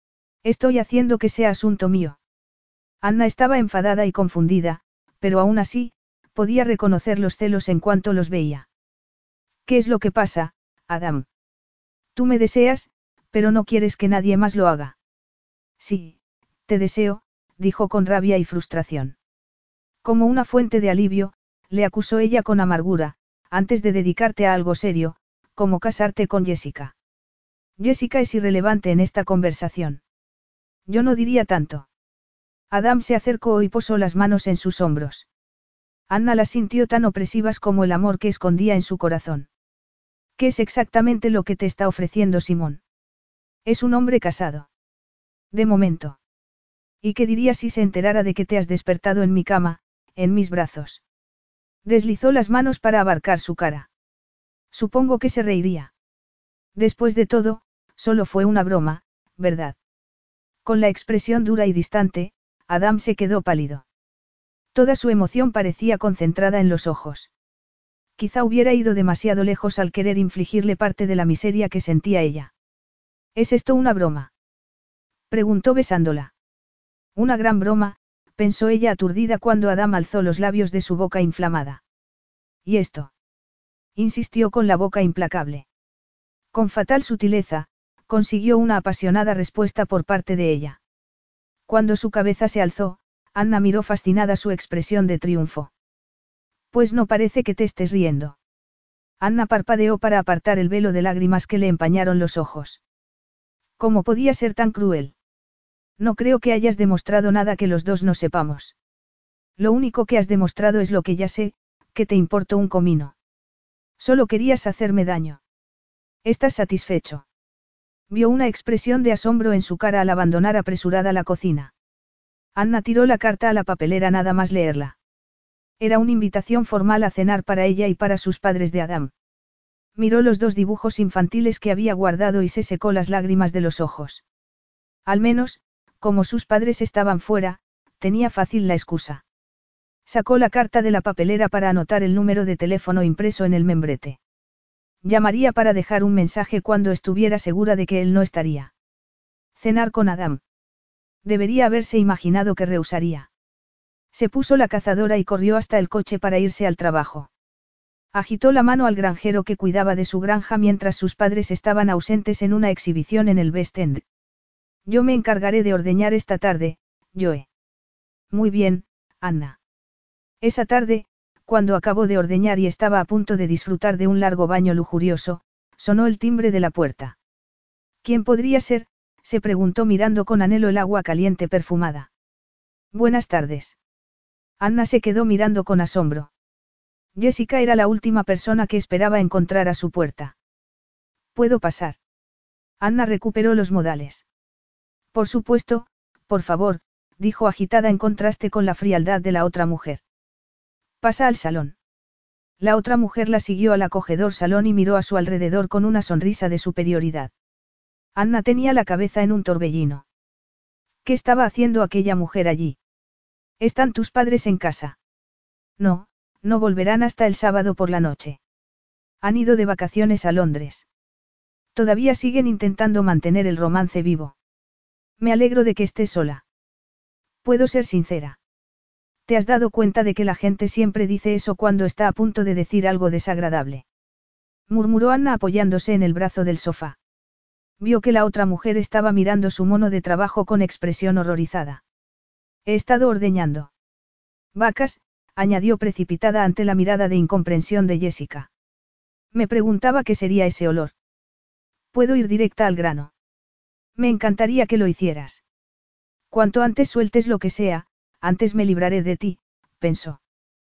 Estoy haciendo que sea asunto mío. Anna estaba enfadada y confundida, pero aún así, podía reconocer los celos en cuanto los veía. ¿Qué es lo que pasa, Adam? Tú me deseas, pero no quieres que nadie más lo haga. Sí, te deseo, dijo con rabia y frustración. Como una fuente de alivio, le acusó ella con amargura, antes de dedicarte a algo serio, como casarte con Jessica. Jessica es irrelevante en esta conversación. Yo no diría tanto. Adam se acercó y posó las manos en sus hombros. Anna las sintió tan opresivas como el amor que escondía en su corazón. ¿Qué es exactamente lo que te está ofreciendo Simón? Es un hombre casado. De momento. ¿Y qué dirías si se enterara de que te has despertado en mi cama, en mis brazos? Deslizó las manos para abarcar su cara. Supongo que se reiría. Después de todo, solo fue una broma, ¿verdad? Con la expresión dura y distante, Adam se quedó pálido. Toda su emoción parecía concentrada en los ojos. Quizá hubiera ido demasiado lejos al querer infligirle parte de la miseria que sentía ella. ¿Es esto una broma? Preguntó besándola. Una gran broma, pensó ella aturdida cuando Adam alzó los labios de su boca inflamada. ¿Y esto? Insistió con la boca implacable. Con fatal sutileza, consiguió una apasionada respuesta por parte de ella. Cuando su cabeza se alzó, Anna miró fascinada su expresión de triunfo. Pues no parece que te estés riendo. Anna parpadeó para apartar el velo de lágrimas que le empañaron los ojos. ¿Cómo podía ser tan cruel? No creo que hayas demostrado nada que los dos no sepamos. Lo único que has demostrado es lo que ya sé, que te importó un comino. Solo querías hacerme daño. ¿Estás satisfecho? Vio una expresión de asombro en su cara al abandonar apresurada la cocina. Anna tiró la carta a la papelera nada más leerla. Era una invitación formal a cenar para ella y para sus padres de Adam. Miró los dos dibujos infantiles que había guardado y se secó las lágrimas de los ojos. Al menos, como sus padres estaban fuera, tenía fácil la excusa. Sacó la carta de la papelera para anotar el número de teléfono impreso en el membrete. Llamaría para dejar un mensaje cuando estuviera segura de que él no estaría. Cenar con Adam. Debería haberse imaginado que rehusaría. Se puso la cazadora y corrió hasta el coche para irse al trabajo. Agitó la mano al granjero que cuidaba de su granja mientras sus padres estaban ausentes en una exhibición en el West End. Yo me encargaré de ordeñar esta tarde, Joe. Muy bien, Anna. Esa tarde, cuando acabó de ordeñar y estaba a punto de disfrutar de un largo baño lujurioso, sonó el timbre de la puerta. ¿Quién podría ser?, se preguntó mirando con anhelo el agua caliente perfumada. Buenas tardes. Anna se quedó mirando con asombro. Jessica era la última persona que esperaba encontrar a su puerta. ¿Puedo pasar? Anna recuperó los modales. Por supuesto, por favor, dijo agitada en contraste con la frialdad de la otra mujer. Pasa al salón. La otra mujer la siguió al acogedor salón y miró a su alrededor con una sonrisa de superioridad. Anna tenía la cabeza en un torbellino. ¿Qué estaba haciendo aquella mujer allí? ¿Están tus padres en casa? No, no volverán hasta el sábado por la noche. Han ido de vacaciones a Londres. Todavía siguen intentando mantener el romance vivo. Me alegro de que estés sola. Puedo ser sincera. ¿Te has dado cuenta de que la gente siempre dice eso cuando está a punto de decir algo desagradable? Murmuró Anna apoyándose en el brazo del sofá. Vio que la otra mujer estaba mirando su mono de trabajo con expresión horrorizada. He estado ordeñando vacas, añadió precipitada ante la mirada de incomprensión de Jessica. Me preguntaba qué sería ese olor. Puedo ir directa al grano. Me encantaría que lo hicieras. Cuanto antes sueltes lo que sea, antes me libraré de ti, pensó.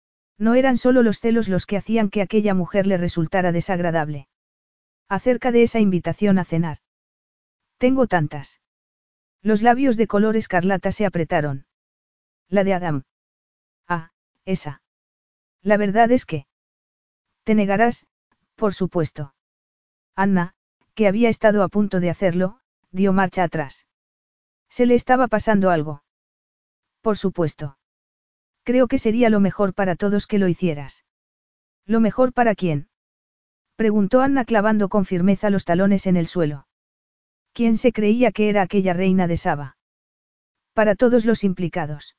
No eran solo los celos los que hacían que aquella mujer le resultara desagradable. Acerca de esa invitación a cenar. Tengo tantas. Los labios de color escarlata se apretaron. La de Adam. Ah, esa. La verdad es que... Te negarás, por supuesto. Anna, que había estado a punto de hacerlo, dio marcha atrás. Se le estaba pasando algo. Por supuesto. Creo que sería lo mejor para todos que lo hicieras. ¿Lo mejor para quién? Preguntó Anna clavando con firmeza los talones en el suelo. ¿Quién se creía que era aquella reina de Saba? Para todos los implicados.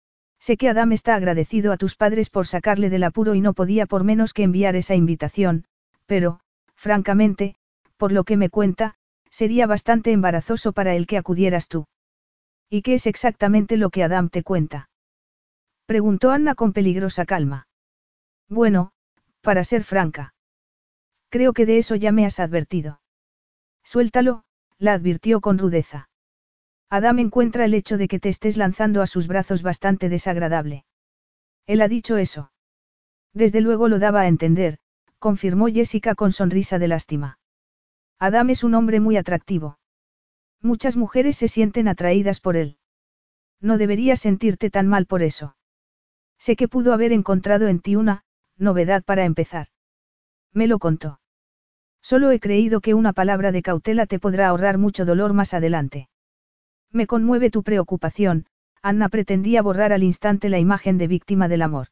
Sé que Adam está agradecido a tus padres por sacarle del apuro y no podía por menos que enviar esa invitación, pero, francamente, por lo que me cuenta, sería bastante embarazoso para él que acudieras tú. ¿Y qué es exactamente lo que Adam te cuenta? Preguntó Anna con peligrosa calma. Bueno, para ser franca. Creo que de eso ya me has advertido. Suéltalo, la advirtió con rudeza. Adam encuentra el hecho de que te estés lanzando a sus brazos bastante desagradable. Él ha dicho eso. Desde luego lo daba a entender, confirmó Jessica con sonrisa de lástima. Adam es un hombre muy atractivo. Muchas mujeres se sienten atraídas por él. No deberías sentirte tan mal por eso. Sé que pudo haber encontrado en ti una novedad para empezar. Me lo contó. Solo he creído que una palabra de cautela te podrá ahorrar mucho dolor más adelante. Me conmueve tu preocupación, Anna pretendía borrar al instante la imagen de víctima del amor.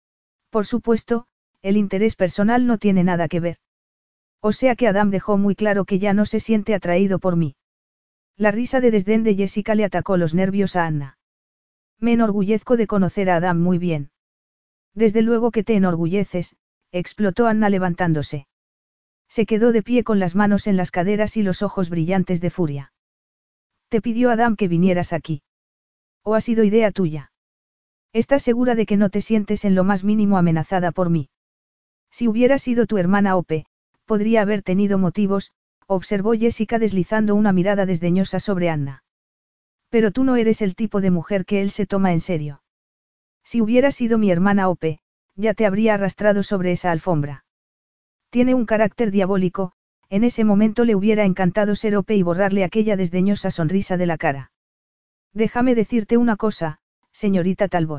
Por supuesto, el interés personal no tiene nada que ver. O sea que Adam dejó muy claro que ya no se siente atraído por mí. La risa de desdén de Jessica le atacó los nervios a Anna. Me enorgullezco de conocer a Adam muy bien. Desde luego que te enorgulleces, explotó Anna levantándose. Se quedó de pie con las manos en las caderas y los ojos brillantes de furia. ¿Te pidió Adam que vinieras aquí? ¿O ha sido idea tuya? ¿Estás segura de que no te sientes en lo más mínimo amenazada por mí? Si hubiera sido tu hermana Ope, podría haber tenido motivos, observó Jessica deslizando una mirada desdeñosa sobre Anna. Pero tú no eres el tipo de mujer que él se toma en serio. Si hubiera sido mi hermana Ope, ya te habría arrastrado sobre esa alfombra. Tiene un carácter diabólico, en ese momento le hubiera encantado ser Ope y borrarle aquella desdeñosa sonrisa de la cara. Déjame decirte una cosa, señorita Talbot.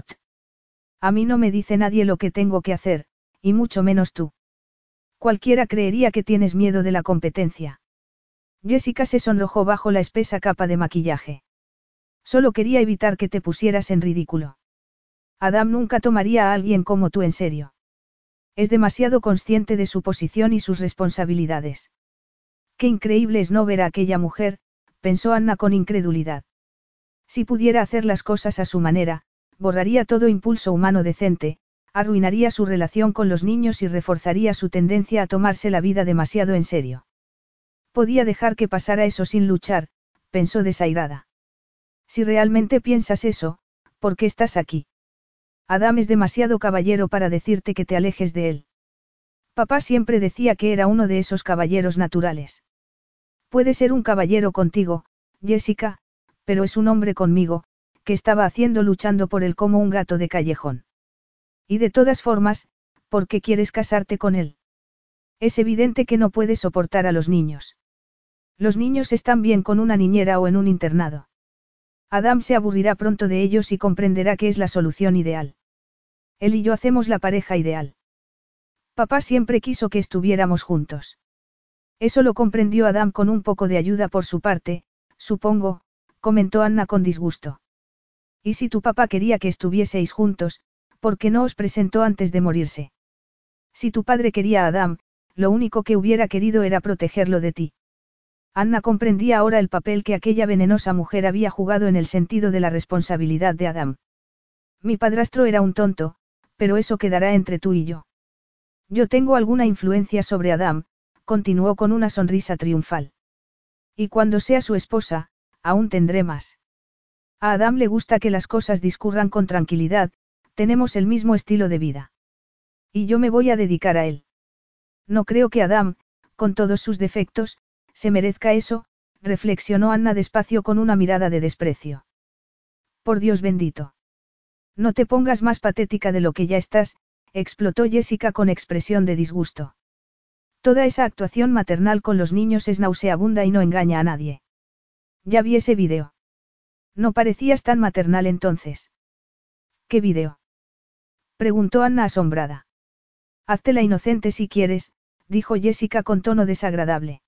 A mí no me dice nadie lo que tengo que hacer, y mucho menos tú. Cualquiera creería que tienes miedo de la competencia. Jessica se sonrojó bajo la espesa capa de maquillaje. Solo quería evitar que te pusieras en ridículo. Adam nunca tomaría a alguien como tú en serio. Es demasiado consciente de su posición y sus responsabilidades. Qué increíble es no ver a aquella mujer, pensó Anna con incredulidad. Si pudiera hacer las cosas a su manera, borraría todo impulso humano decente, arruinaría su relación con los niños y reforzaría su tendencia a tomarse la vida demasiado en serio. Podía dejar que pasara eso sin luchar, pensó desairada. Si realmente piensas eso, ¿por qué estás aquí? Adam es demasiado caballero para decirte que te alejes de él. Papá siempre decía que era uno de esos caballeros naturales. Puede ser un caballero contigo, Jessica, pero es un hombre conmigo, que estaba haciendo luchando por él como un gato de callejón. Y de todas formas, ¿por qué quieres casarte con él? Es evidente que no puedes soportar a los niños. Los niños están bien con una niñera o en un internado. Adam se aburrirá pronto de ellos y comprenderá que es la solución ideal. Él y yo hacemos la pareja ideal. Papá siempre quiso que estuviéramos juntos. Eso lo comprendió Adam con un poco de ayuda por su parte, supongo, comentó Anna con disgusto. Y si tu papá quería que estuvieseis juntos, ¿por qué no os presentó antes de morirse? Si tu padre quería a Adam, lo único que hubiera querido era protegerlo de ti. Anna comprendía ahora el papel que aquella venenosa mujer había jugado en el sentido de la responsabilidad de Adam. Mi padrastro era un tonto, pero eso quedará entre tú y yo. Yo tengo alguna influencia sobre Adam, continuó con una sonrisa triunfal. Y cuando sea su esposa, aún tendré más. A Adam le gusta que las cosas discurran con tranquilidad, tenemos el mismo estilo de vida. Y yo me voy a dedicar a él. No creo que Adam, con todos sus defectos, se merezca eso, reflexionó Anna despacio con una mirada de desprecio. Por Dios bendito. No te pongas más patética de lo que ya estás, explotó Jessica con expresión de disgusto. Toda esa actuación maternal con los niños es nauseabunda y no engaña a nadie. Ya vi ese vídeo. No parecías tan maternal entonces. ¿Qué vídeo? Preguntó Anna asombrada. Hazte la inocente si quieres, dijo Jessica con tono desagradable.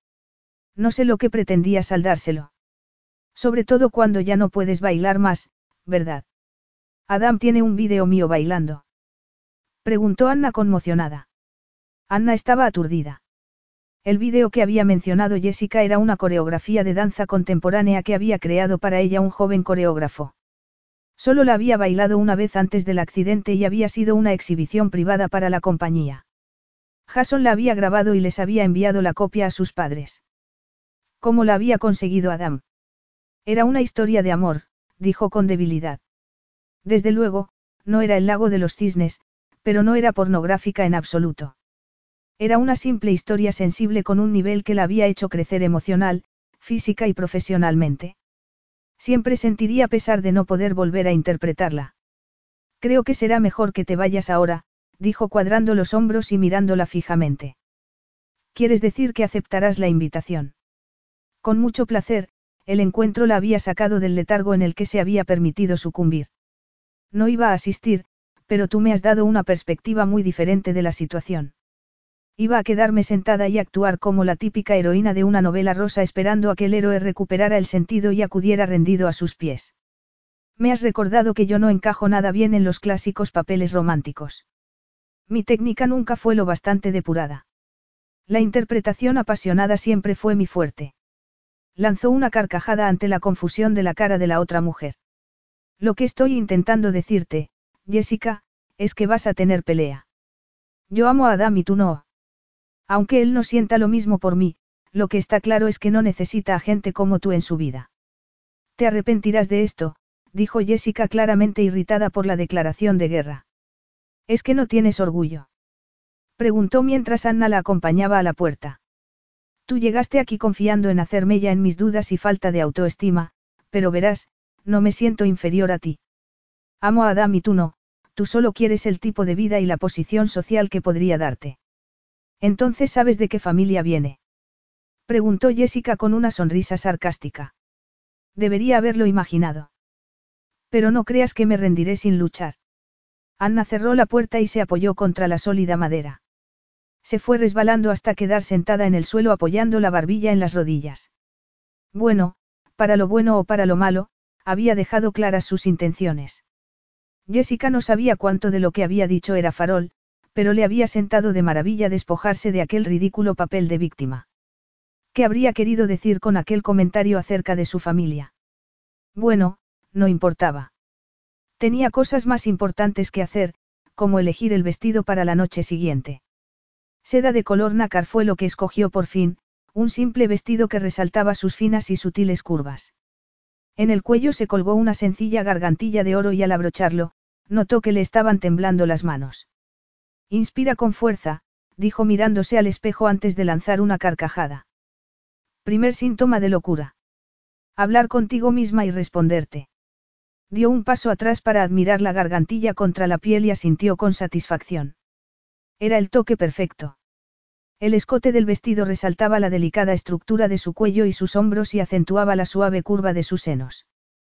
No sé lo que pretendía saldárselo. Sobre todo cuando ya no puedes bailar más, ¿verdad? Adam tiene un vídeo mío bailando. Preguntó Anna conmocionada. Anna estaba aturdida. El vídeo que había mencionado Jessica era una coreografía de danza contemporánea que había creado para ella un joven coreógrafo. Solo la había bailado una vez antes del accidente y había sido una exhibición privada para la compañía. Jason la había grabado y les había enviado la copia a sus padres. ¿Cómo la había conseguido Adam? Era una historia de amor, dijo con debilidad. Desde luego, no era el lago de los cisnes, pero no era pornográfica en absoluto. Era una simple historia sensible con un nivel que la había hecho crecer emocional, física y profesionalmente. Siempre sentiría pesar de no poder volver a interpretarla. Creo que será mejor que te vayas ahora, dijo cuadrando los hombros y mirándola fijamente. ¿Quieres decir que aceptarás la invitación? Con mucho placer, el encuentro la había sacado del letargo en el que se había permitido sucumbir. No iba a asistir, pero tú me has dado una perspectiva muy diferente de la situación. Iba a quedarme sentada y actuar como la típica heroína de una novela rosa esperando a que el héroe recuperara el sentido y acudiera rendido a sus pies. Me has recordado que yo no encajo nada bien en los clásicos papeles románticos. Mi técnica nunca fue lo bastante depurada. La interpretación apasionada siempre fue mi fuerte. Lanzó una carcajada ante la confusión de la cara de la otra mujer. Lo que estoy intentando decirte, Jessica, es que vas a tener pelea. Yo amo a Adam y tú no. Aunque él no sienta lo mismo por mí, lo que está claro es que no necesita a gente como tú en su vida. Te arrepentirás de esto, dijo Jessica claramente irritada por la declaración de guerra. ¿Es que no tienes orgullo? Preguntó mientras Anna la acompañaba a la puerta. Tú llegaste aquí confiando en hacer mella en mis dudas y falta de autoestima, pero verás, no me siento inferior a ti. Amo a Adam y tú no, tú solo quieres el tipo de vida y la posición social que podría darte. Entonces ¿sabes de qué familia viene? Preguntó Jessica con una sonrisa sarcástica. Debería haberlo imaginado. Pero no creas que me rendiré sin luchar. Anna cerró la puerta y se apoyó contra la sólida madera. Se fue resbalando hasta quedar sentada en el suelo apoyando la barbilla en las rodillas. Bueno, para lo bueno o para lo malo, había dejado claras sus intenciones. Jessica no sabía cuánto de lo que había dicho era farol, pero le había sentado de maravilla despojarse de aquel ridículo papel de víctima. ¿Qué habría querido decir con aquel comentario acerca de su familia? Bueno, no importaba. Tenía cosas más importantes que hacer, como elegir el vestido para la noche siguiente. Seda de color nácar fue lo que escogió por fin, un simple vestido que resaltaba sus finas y sutiles curvas. En el cuello se colgó una sencilla gargantilla de oro y al abrocharlo, notó que le estaban temblando las manos. Inspira con fuerza, dijo mirándose al espejo antes de lanzar una carcajada. Primer síntoma de locura. Hablar contigo misma y responderte. Dio un paso atrás para admirar la gargantilla contra la piel y asintió con satisfacción. Era el toque perfecto. El escote del vestido resaltaba la delicada estructura de su cuello y sus hombros y acentuaba la suave curva de sus senos.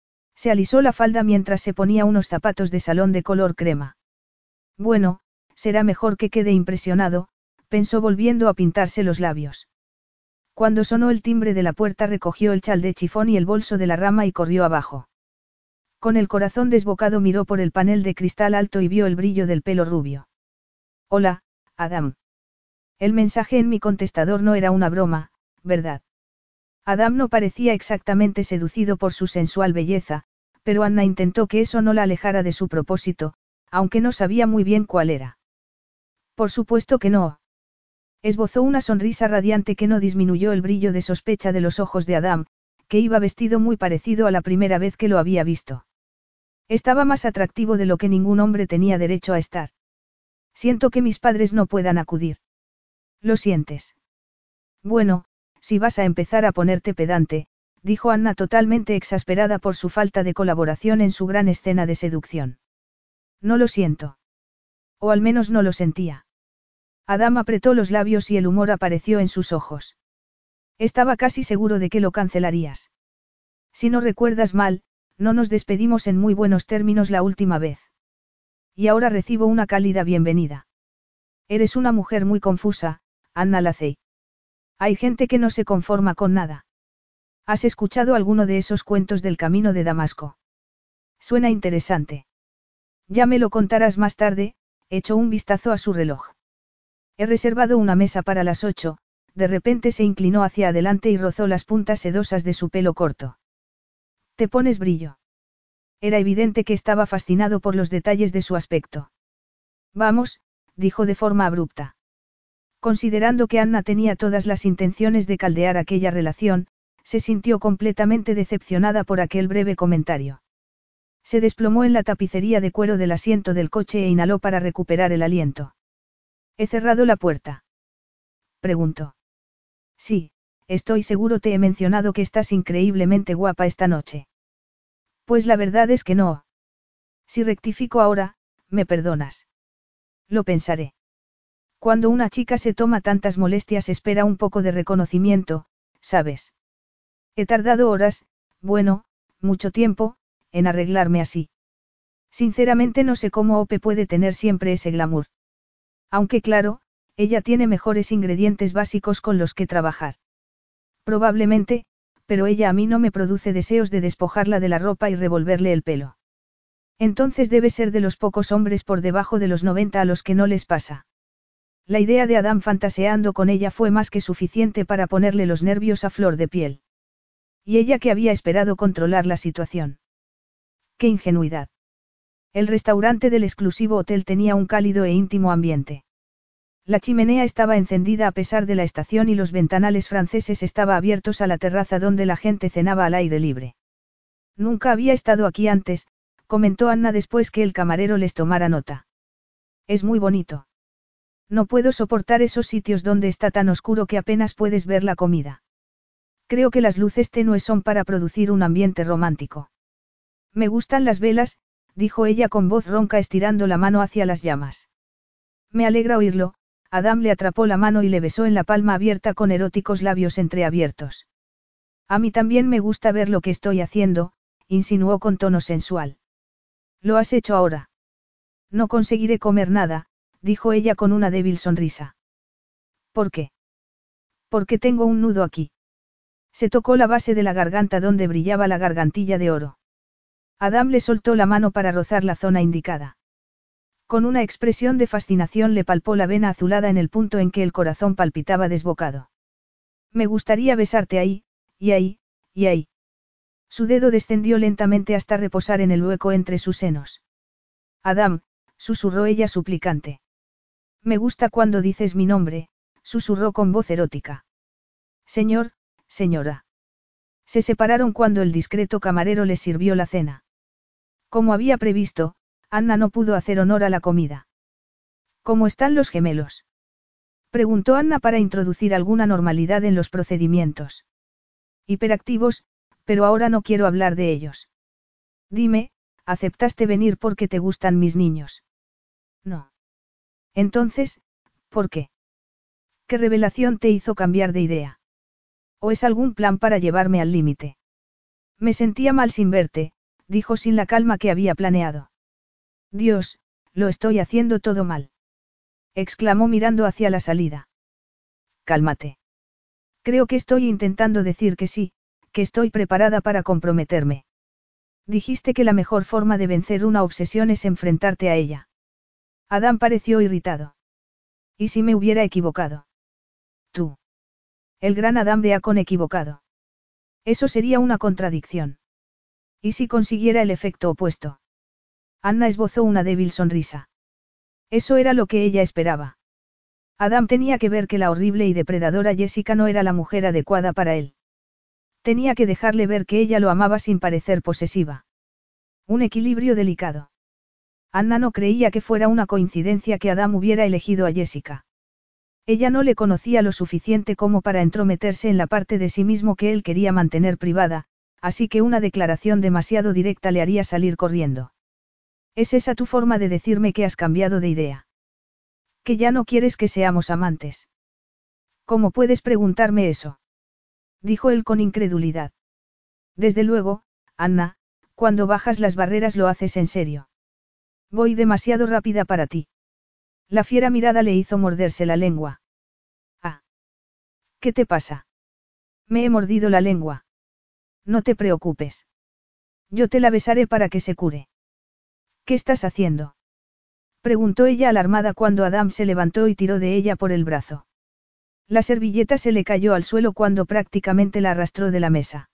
Se alisó la falda mientras se ponía unos zapatos de salón de color crema. Bueno, será mejor que quede impresionado, pensó volviendo a pintarse los labios. Cuando sonó el timbre de la puerta recogió el chal de chifón y el bolso de la rama y corrió abajo. Con el corazón desbocado miró por el panel de cristal alto y vio el brillo del pelo rubio. Hola, Adam. El mensaje en mi contestador no era una broma, ¿verdad? Adam no parecía exactamente seducido por su sensual belleza, pero Anna intentó que eso no la alejara de su propósito, aunque no sabía muy bien cuál era. Por supuesto que no. Esbozó una sonrisa radiante que no disminuyó el brillo de sospecha de los ojos de Adam, que iba vestido muy parecido a la primera vez que lo había visto. Estaba más atractivo de lo que ningún hombre tenía derecho a estar. Siento que mis padres no puedan acudir. ¿Lo sientes? Bueno, si vas a empezar a ponerte pedante, dijo Anna totalmente exasperada por su falta de colaboración en su gran escena de seducción. No lo siento. O al menos no lo sentía. Adam apretó los labios y el humor apareció en sus ojos. Estaba casi seguro de que lo cancelarías. Si no recuerdas mal, no nos despedimos en muy buenos términos la última vez. Y ahora recibo una cálida bienvenida. Eres una mujer muy confusa, Anna Lacey. Hay gente que no se conforma con nada. ¿Has escuchado alguno de esos cuentos del camino de Damasco? Suena interesante. Ya me lo contarás más tarde, echó un vistazo a su reloj. He reservado una mesa para las ocho, de repente se inclinó hacia adelante y rozó las puntas sedosas de su pelo corto. ¿Te pones brillo? Era evidente que estaba fascinado por los detalles de su aspecto. Vamos, dijo de forma abrupta. Considerando que Anna tenía todas las intenciones de caldear aquella relación, se sintió completamente decepcionada por aquel breve comentario. Se desplomó en la tapicería de cuero del asiento del coche e inhaló para recuperar el aliento. ¿He cerrado la puerta? Preguntó. Sí, estoy seguro te he mencionado que estás increíblemente guapa esta noche. Pues la verdad es que no. Si rectifico ahora, me perdonas. Lo pensaré. Cuando una chica se toma tantas molestias espera un poco de reconocimiento, ¿sabes? He tardado horas, bueno, mucho tiempo, en arreglarme así. Sinceramente no sé cómo Ope puede tener siempre ese glamour. Aunque claro, ella tiene mejores ingredientes básicos con los que trabajar. Probablemente, pero ella a mí no me produce deseos de despojarla de la ropa y revolverle el pelo. Entonces debe ser de los pocos hombres por debajo de los noventa a los que no les pasa. La idea de Adam fantaseando con ella fue más que suficiente para ponerle los nervios a flor de piel. Y ella que había esperado controlar la situación. ¡Qué ingenuidad! El restaurante del exclusivo hotel tenía un cálido e íntimo ambiente. La chimenea estaba encendida a pesar de la estación y los ventanales franceses estaban abiertos a la terraza donde la gente cenaba al aire libre. Nunca había estado aquí antes, comentó Anna después que el camarero les tomara nota. Es muy bonito. No puedo soportar esos sitios donde está tan oscuro que apenas puedes ver la comida. Creo que las luces tenues son para producir un ambiente romántico. Me gustan las velas, dijo ella con voz ronca estirando la mano hacia las llamas. Me alegra oírlo. Adam le atrapó la mano y le besó en la palma abierta con eróticos labios entreabiertos. A mí también me gusta ver lo que estoy haciendo, insinuó con tono sensual. ¿Lo has hecho ahora? No conseguiré comer nada, dijo ella con una débil sonrisa. ¿Por qué? Porque tengo un nudo aquí. Se tocó la base de la garganta donde brillaba la gargantilla de oro. Adam le soltó la mano para rozar la zona indicada. Con una expresión de fascinación le palpó la vena azulada en el punto en que el corazón palpitaba desbocado. Me gustaría besarte ahí, y ahí, y ahí. Su dedo descendió lentamente hasta reposar en el hueco entre sus senos. Adam, susurró ella suplicante. Me gusta cuando dices mi nombre, susurró con voz erótica. Señor, señora. Se separaron cuando el discreto camarero les sirvió la cena. Como había previsto, Anna no pudo hacer honor a la comida. ¿Cómo están los gemelos? Preguntó Anna para introducir alguna normalidad en los procedimientos. Hiperactivos, pero ahora no quiero hablar de ellos. Dime, ¿aceptaste venir porque te gustan mis niños? No. Entonces, ¿por qué? ¿Qué revelación te hizo cambiar de idea? ¿O es algún plan para llevarme al límite? Me sentía mal sin verte, dijo sin la calma que había planeado. Dios, lo estoy haciendo todo mal. Exclamó mirando hacia la salida. Cálmate. Creo que estoy intentando decir que sí, que estoy preparada para comprometerme. Dijiste que la mejor forma de vencer una obsesión es enfrentarte a ella. Adam pareció irritado. ¿Y si me hubiera equivocado? Tú. El gran Adam de Acon equivocado. Eso sería una contradicción. ¿Y si consiguiera el efecto opuesto? Anna esbozó una débil sonrisa. Eso era lo que ella esperaba. Adam tenía que ver que la horrible y depredadora Jessica no era la mujer adecuada para él. Tenía que dejarle ver que ella lo amaba sin parecer posesiva. Un equilibrio delicado. Anna no creía que fuera una coincidencia que Adam hubiera elegido a Jessica. Ella no le conocía lo suficiente como para entrometerse en la parte de sí mismo que él quería mantener privada, así que una declaración demasiado directa le haría salir corriendo. ¿Es esa tu forma de decirme que has cambiado de idea? ¿Que ya no quieres que seamos amantes? ¿Cómo puedes preguntarme eso? Dijo él con incredulidad. Desde luego, Anna, cuando bajas las barreras lo haces en serio. Voy demasiado rápida para ti. La fiera mirada le hizo morderse la lengua. Ah. ¿Qué te pasa? Me he mordido la lengua. No te preocupes. Yo te la besaré para que se cure. ¿Qué estás haciendo? Preguntó ella alarmada cuando Adam se levantó y tiró de ella por el brazo. La servilleta se le cayó al suelo cuando prácticamente la arrastró de la mesa.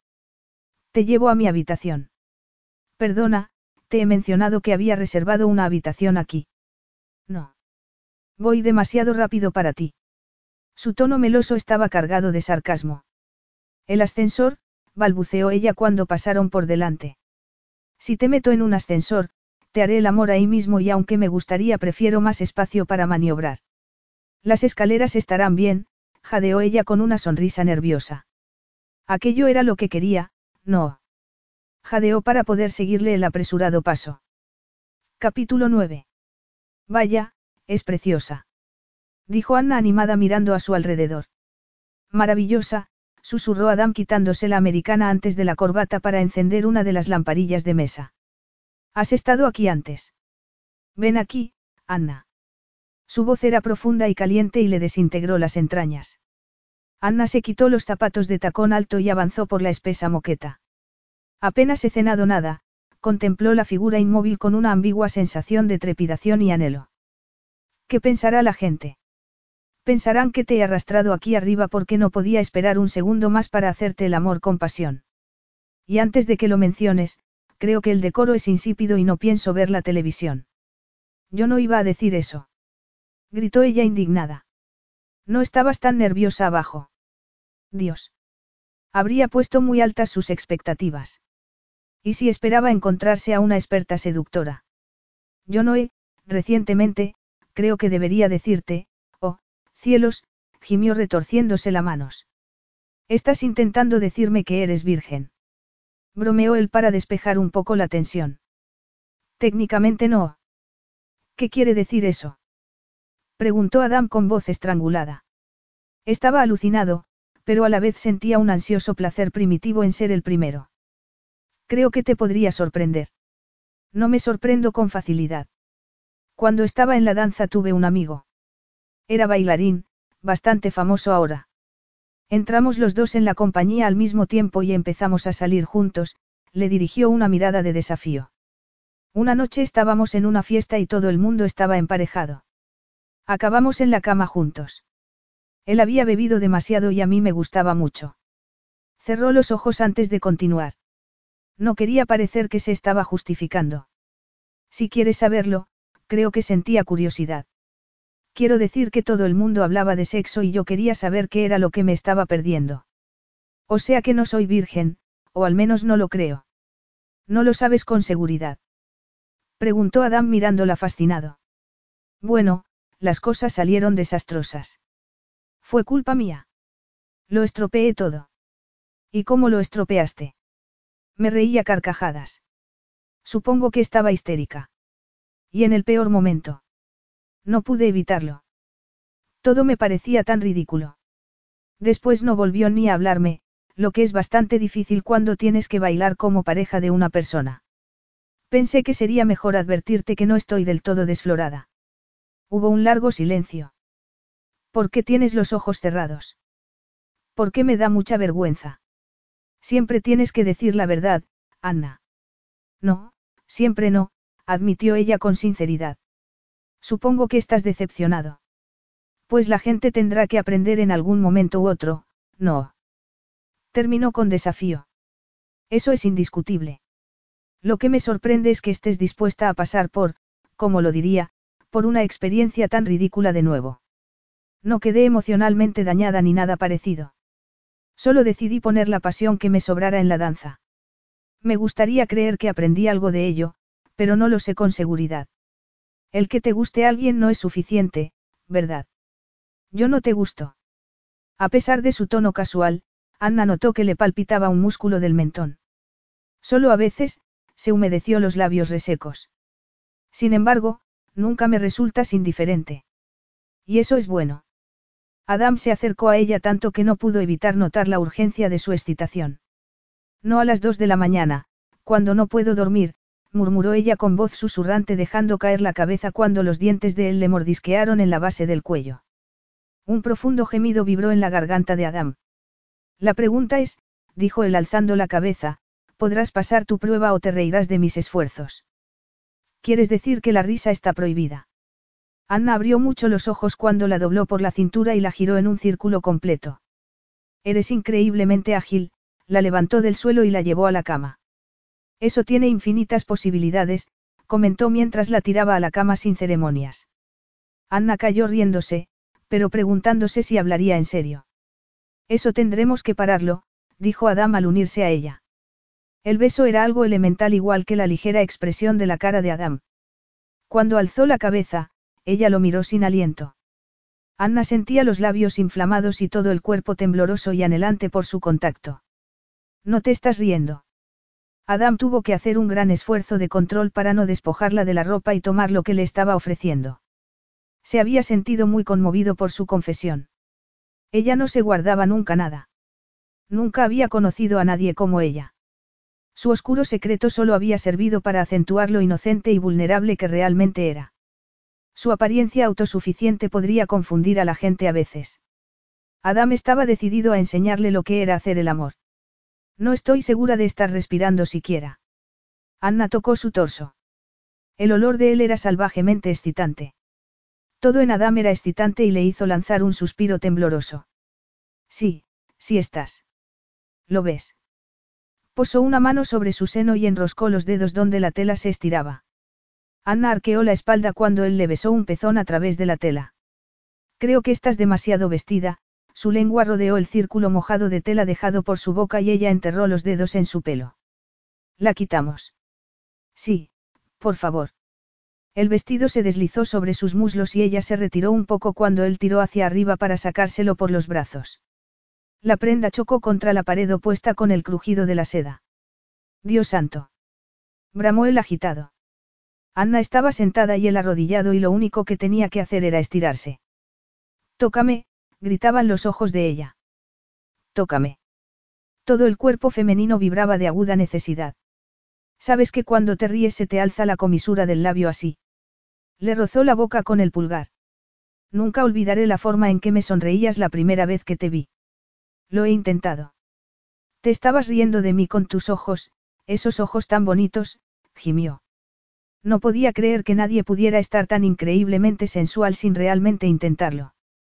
Te llevo a mi habitación. Perdona, te he mencionado que había reservado una habitación aquí. No. Voy demasiado rápido para ti. Su tono meloso estaba cargado de sarcasmo. El ascensor, balbuceó ella cuando pasaron por delante. Si te meto en un ascensor, te haré el amor ahí mismo y aunque me gustaría prefiero más espacio para maniobrar. Las escaleras estarán bien, jadeó ella con una sonrisa nerviosa. Aquello era lo que quería, no. Jadeó para poder seguirle el apresurado paso. Capítulo nueve. Vaya, es preciosa. Dijo Anna animada mirando a su alrededor. Maravillosa, susurró Adam quitándose la americana antes de la corbata para encender una de las lamparillas de mesa. ¿Has estado aquí antes? Ven aquí, Anna. Su voz era profunda y caliente y le desintegró las entrañas. Anna se quitó los zapatos de tacón alto y avanzó por la espesa moqueta. Apenas he cenado nada, contempló la figura inmóvil con una ambigua sensación de trepidación y anhelo. ¿Qué pensará la gente? Pensarán que te he arrastrado aquí arriba porque no podía esperar un segundo más para hacerte el amor con pasión. Y antes de que lo menciones, creo que el decoro es insípido y no pienso ver la televisión. Yo no iba a decir eso. Gritó ella indignada. No estabas tan nerviosa abajo. Dios. Habría puesto muy altas sus expectativas. ¿Y si esperaba encontrarse a una experta seductora? Yo no he, recientemente, creo que debería decirte, oh, cielos, gimió retorciéndose las manos. Estás intentando decirme que eres virgen. Bromeó él para despejar un poco la tensión. Técnicamente no. ¿Qué quiere decir eso? Preguntó Adam con voz estrangulada. Estaba alucinado, pero a la vez sentía un ansioso placer primitivo en ser el primero. Creo que te podría sorprender. No me sorprendo con facilidad. Cuando estaba en la danza tuve un amigo. Era bailarín, bastante famoso ahora. Entramos los dos en la compañía al mismo tiempo y empezamos a salir juntos, le dirigió una mirada de desafío. Una noche estábamos en una fiesta y todo el mundo estaba emparejado. Acabamos en la cama juntos. Él había bebido demasiado y a mí me gustaba mucho. Cerró los ojos antes de continuar. No quería parecer que se estaba justificando. Si quieres saberlo, creo que sentía curiosidad. Quiero decir que todo el mundo hablaba de sexo y yo quería saber qué era lo que me estaba perdiendo. O sea que no soy virgen, o al menos no lo creo. ¿No lo sabes con seguridad? Preguntó Adam mirándola fascinado. Bueno, las cosas salieron desastrosas. Fue culpa mía. Lo estropeé todo. ¿Y cómo lo estropeaste? Me reí a carcajadas. Supongo que estaba histérica. Y en el peor momento. No pude evitarlo. Todo me parecía tan ridículo. Después no volvió ni a hablarme, lo que es bastante difícil cuando tienes que bailar como pareja de una persona. Pensé que sería mejor advertirte que no estoy del todo desflorada. Hubo un largo silencio. ¿Por qué tienes los ojos cerrados? ¿Por qué me da mucha vergüenza? Siempre tienes que decir la verdad, Anna. No, siempre no, admitió ella con sinceridad. Supongo que estás decepcionado. Pues la gente tendrá que aprender en algún momento u otro, ¿no? Terminó con desafío. Eso es indiscutible. Lo que me sorprende es que estés dispuesta a pasar por, como lo diría, por una experiencia tan ridícula de nuevo. No quedé emocionalmente dañada ni nada parecido. Solo decidí poner la pasión que me sobrara en la danza. Me gustaría creer que aprendí algo de ello, pero no lo sé con seguridad. El que te guste a alguien no es suficiente, ¿verdad? Yo no te gusto. A pesar de su tono casual, Anna notó que le palpitaba un músculo del mentón. Solo a veces, se humedeció los labios resecos. Sin embargo, nunca me resultas indiferente. Y eso es bueno. Adam se acercó a ella tanto que no pudo evitar notar la urgencia de su excitación. No a las dos de la mañana, cuando no puedo dormir, murmuró ella con voz susurrante dejando caer la cabeza cuando los dientes de él le mordisquearon en la base del cuello. Un profundo gemido vibró en la garganta de Adam. La pregunta es, dijo él alzando la cabeza, ¿podrás pasar tu prueba o te reirás de mis esfuerzos? ¿Quieres decir que la risa está prohibida? Anna abrió mucho los ojos cuando la dobló por la cintura y la giró en un círculo completo. Eres increíblemente ágil, la levantó del suelo y la llevó a la cama. Eso tiene infinitas posibilidades, comentó mientras la tiraba a la cama sin ceremonias. Anna cayó riéndose, pero preguntándose si hablaría en serio. Eso tendremos que pararlo, dijo Adam al unirse a ella. El beso era algo elemental igual que la ligera expresión de la cara de Adam. Cuando alzó la cabeza, ella lo miró sin aliento. Anna sentía los labios inflamados y todo el cuerpo tembloroso y anhelante por su contacto. ¿No te estás riendo? Adam tuvo que hacer un gran esfuerzo de control para no despojarla de la ropa y tomar lo que le estaba ofreciendo. Se había sentido muy conmovido por su confesión. Ella no se guardaba nunca nada. Nunca había conocido a nadie como ella. Su oscuro secreto solo había servido para acentuar lo inocente y vulnerable que realmente era. Su apariencia autosuficiente podría confundir a la gente a veces. Adam estaba decidido a enseñarle lo que era hacer el amor. No estoy segura de estar respirando siquiera. Anna tocó su torso. El olor de él era salvajemente excitante. Todo en Adam era excitante y le hizo lanzar un suspiro tembloroso. Sí, sí estás. ¿Lo ves? Posó una mano sobre su seno y enroscó los dedos donde la tela se estiraba. Anna arqueó la espalda cuando él le besó un pezón a través de la tela. Creo que estás demasiado vestida, su lengua rodeó el círculo mojado de tela dejado por su boca y ella enterró los dedos en su pelo. ¿La quitamos? Sí, por favor. El vestido se deslizó sobre sus muslos y ella se retiró un poco cuando él tiró hacia arriba para sacárselo por los brazos. La prenda chocó contra la pared opuesta con el crujido de la seda. Dios santo. Bramó el agitado. Anna estaba sentada y él arrodillado y lo único que tenía que hacer era estirarse. Tócame, gritaban los ojos de ella. Tócame. Todo el cuerpo femenino vibraba de aguda necesidad. ¿Sabes que cuando te ríes se te alza la comisura del labio así? Le rozó la boca con el pulgar. Nunca olvidaré la forma en que me sonreías la primera vez que te vi. Lo he intentado. Te estabas riendo de mí con tus ojos, esos ojos tan bonitos, gimió. No podía creer que nadie pudiera estar tan increíblemente sensual sin realmente intentarlo.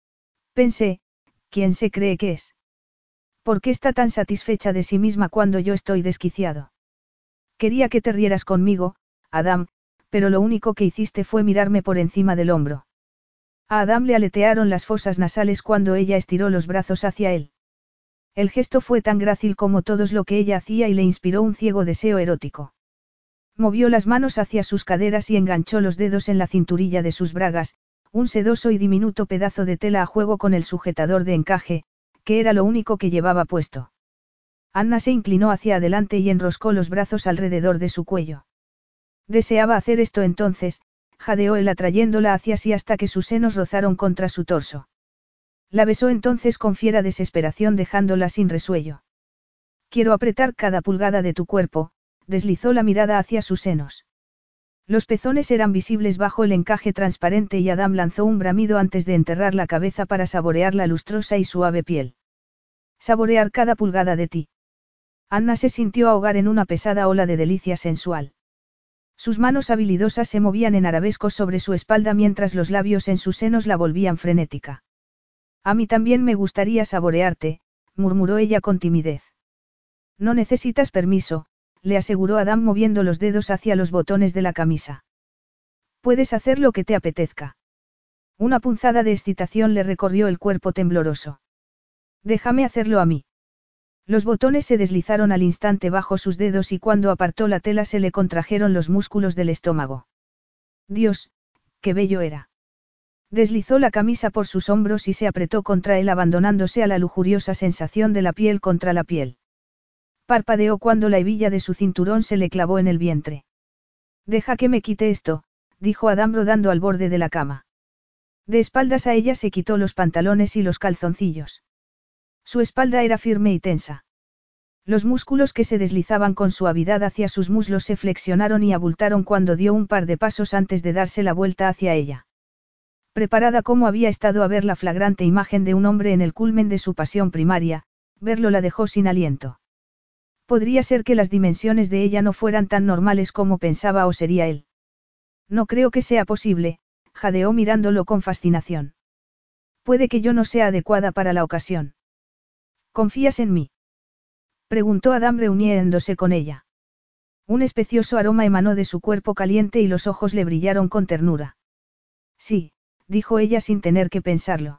Pensé, ¿quién se cree que es? ¿Por qué está tan satisfecha de sí misma cuando yo estoy desquiciado? Quería que te rieras conmigo, Adam, pero lo único que hiciste fue mirarme por encima del hombro. A Adam le aletearon las fosas nasales cuando ella estiró los brazos hacia él. El gesto fue tan grácil como todos lo que ella hacía y le inspiró un ciego deseo erótico. Movió las manos hacia sus caderas y enganchó los dedos en la cinturilla de sus bragas, un sedoso y diminuto pedazo de tela a juego con el sujetador de encaje, que era lo único que llevaba puesto. Anna se inclinó hacia adelante y enroscó los brazos alrededor de su cuello. Deseaba hacer esto entonces, jadeó él atrayéndola hacia sí hasta que sus senos rozaron contra su torso. La besó entonces con fiera desesperación dejándola sin resuello. Quiero apretar cada pulgada de tu cuerpo, deslizó la mirada hacia sus senos. Los pezones eran visibles bajo el encaje transparente y Adam lanzó un bramido antes de enterrar la cabeza para saborear la lustrosa y suave piel. Saborear cada pulgada de ti. Anna se sintió ahogar en una pesada ola de delicia sensual. Sus manos habilidosas se movían en arabescos sobre su espalda mientras los labios en sus senos la volvían frenética. A mí también me gustaría saborearte, murmuró ella con timidez. No necesitas permiso, le aseguró Adam moviendo los dedos hacia los botones de la camisa. Puedes hacer lo que te apetezca. Una punzada de excitación le recorrió el cuerpo tembloroso. Déjame hacerlo a mí. Los botones se deslizaron al instante bajo sus dedos y cuando apartó la tela se le contrajeron los músculos del estómago. Dios, qué bello era. Deslizó la camisa por sus hombros y se apretó contra él abandonándose a la lujuriosa sensación de la piel contra la piel. Parpadeó cuando la hebilla de su cinturón se le clavó en el vientre. Deja que me quite esto, dijo Adam rodando al borde de la cama. De espaldas a ella se quitó los pantalones y los calzoncillos. Su espalda era firme y tensa. Los músculos que se deslizaban con suavidad hacia sus muslos se flexionaron y abultaron cuando dio un par de pasos antes de darse la vuelta hacia ella. Preparada como había estado a ver la flagrante imagen de un hombre en el culmen de su pasión primaria, verlo la dejó sin aliento. Podría ser que las dimensiones de ella no fueran tan normales como pensaba o sería él. No creo que sea posible, jadeó mirándolo con fascinación. Puede que yo no sea adecuada para la ocasión. ¿Confías en mí?, preguntó Adam reuniéndose con ella. Un especioso aroma emanó de su cuerpo caliente y los ojos le brillaron con ternura. Sí, dijo ella sin tener que pensarlo.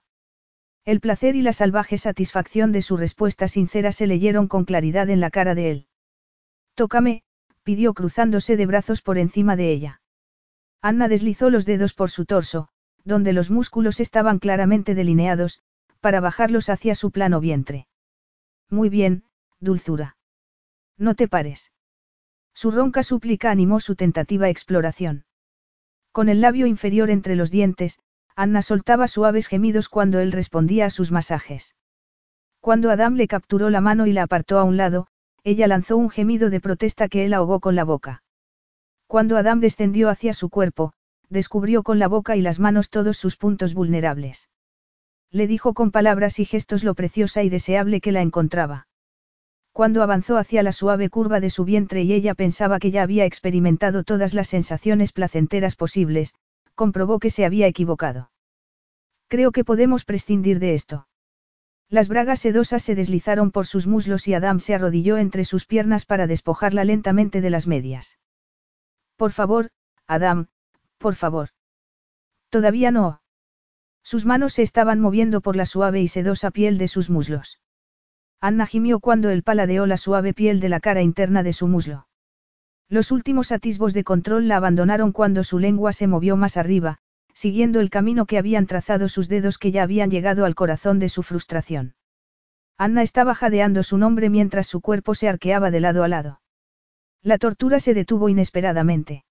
El placer y la salvaje satisfacción de su respuesta sincera se leyeron con claridad en la cara de él. Tócame, pidió cruzándose de brazos por encima de ella. Anna deslizó los dedos por su torso, donde los músculos estaban claramente delineados, para bajarlos hacia su plano vientre. Muy bien, dulzura. No te pares. Su ronca súplica animó su tentativa exploración. Con el labio inferior entre los dientes, Anna soltaba suaves gemidos cuando él respondía a sus masajes. Cuando Adam le capturó la mano y la apartó a un lado, ella lanzó un gemido de protesta que él ahogó con la boca. Cuando Adam descendió hacia su cuerpo, descubrió con la boca y las manos todos sus puntos vulnerables. Le dijo con palabras y gestos lo preciosa y deseable que la encontraba. Cuando avanzó hacia la suave curva de su vientre y ella pensaba que ya había experimentado todas las sensaciones placenteras posibles, comprobó que se había equivocado. Creo que podemos prescindir de esto. Las bragas sedosas se deslizaron por sus muslos y Adam se arrodilló entre sus piernas para despojarla lentamente de las medias. Por favor, Adam, por favor. Todavía no. Sus manos se estaban moviendo por la suave y sedosa piel de sus muslos. Anna gimió cuando él paladeó la suave piel de la cara interna de su muslo. Los últimos atisbos de control la abandonaron cuando su lengua se movió más arriba, siguiendo el camino que habían trazado sus dedos que ya habían llegado al corazón de su frustración. Anna estaba jadeando su nombre mientras su cuerpo se arqueaba de lado a lado. La tortura se detuvo inesperadamente.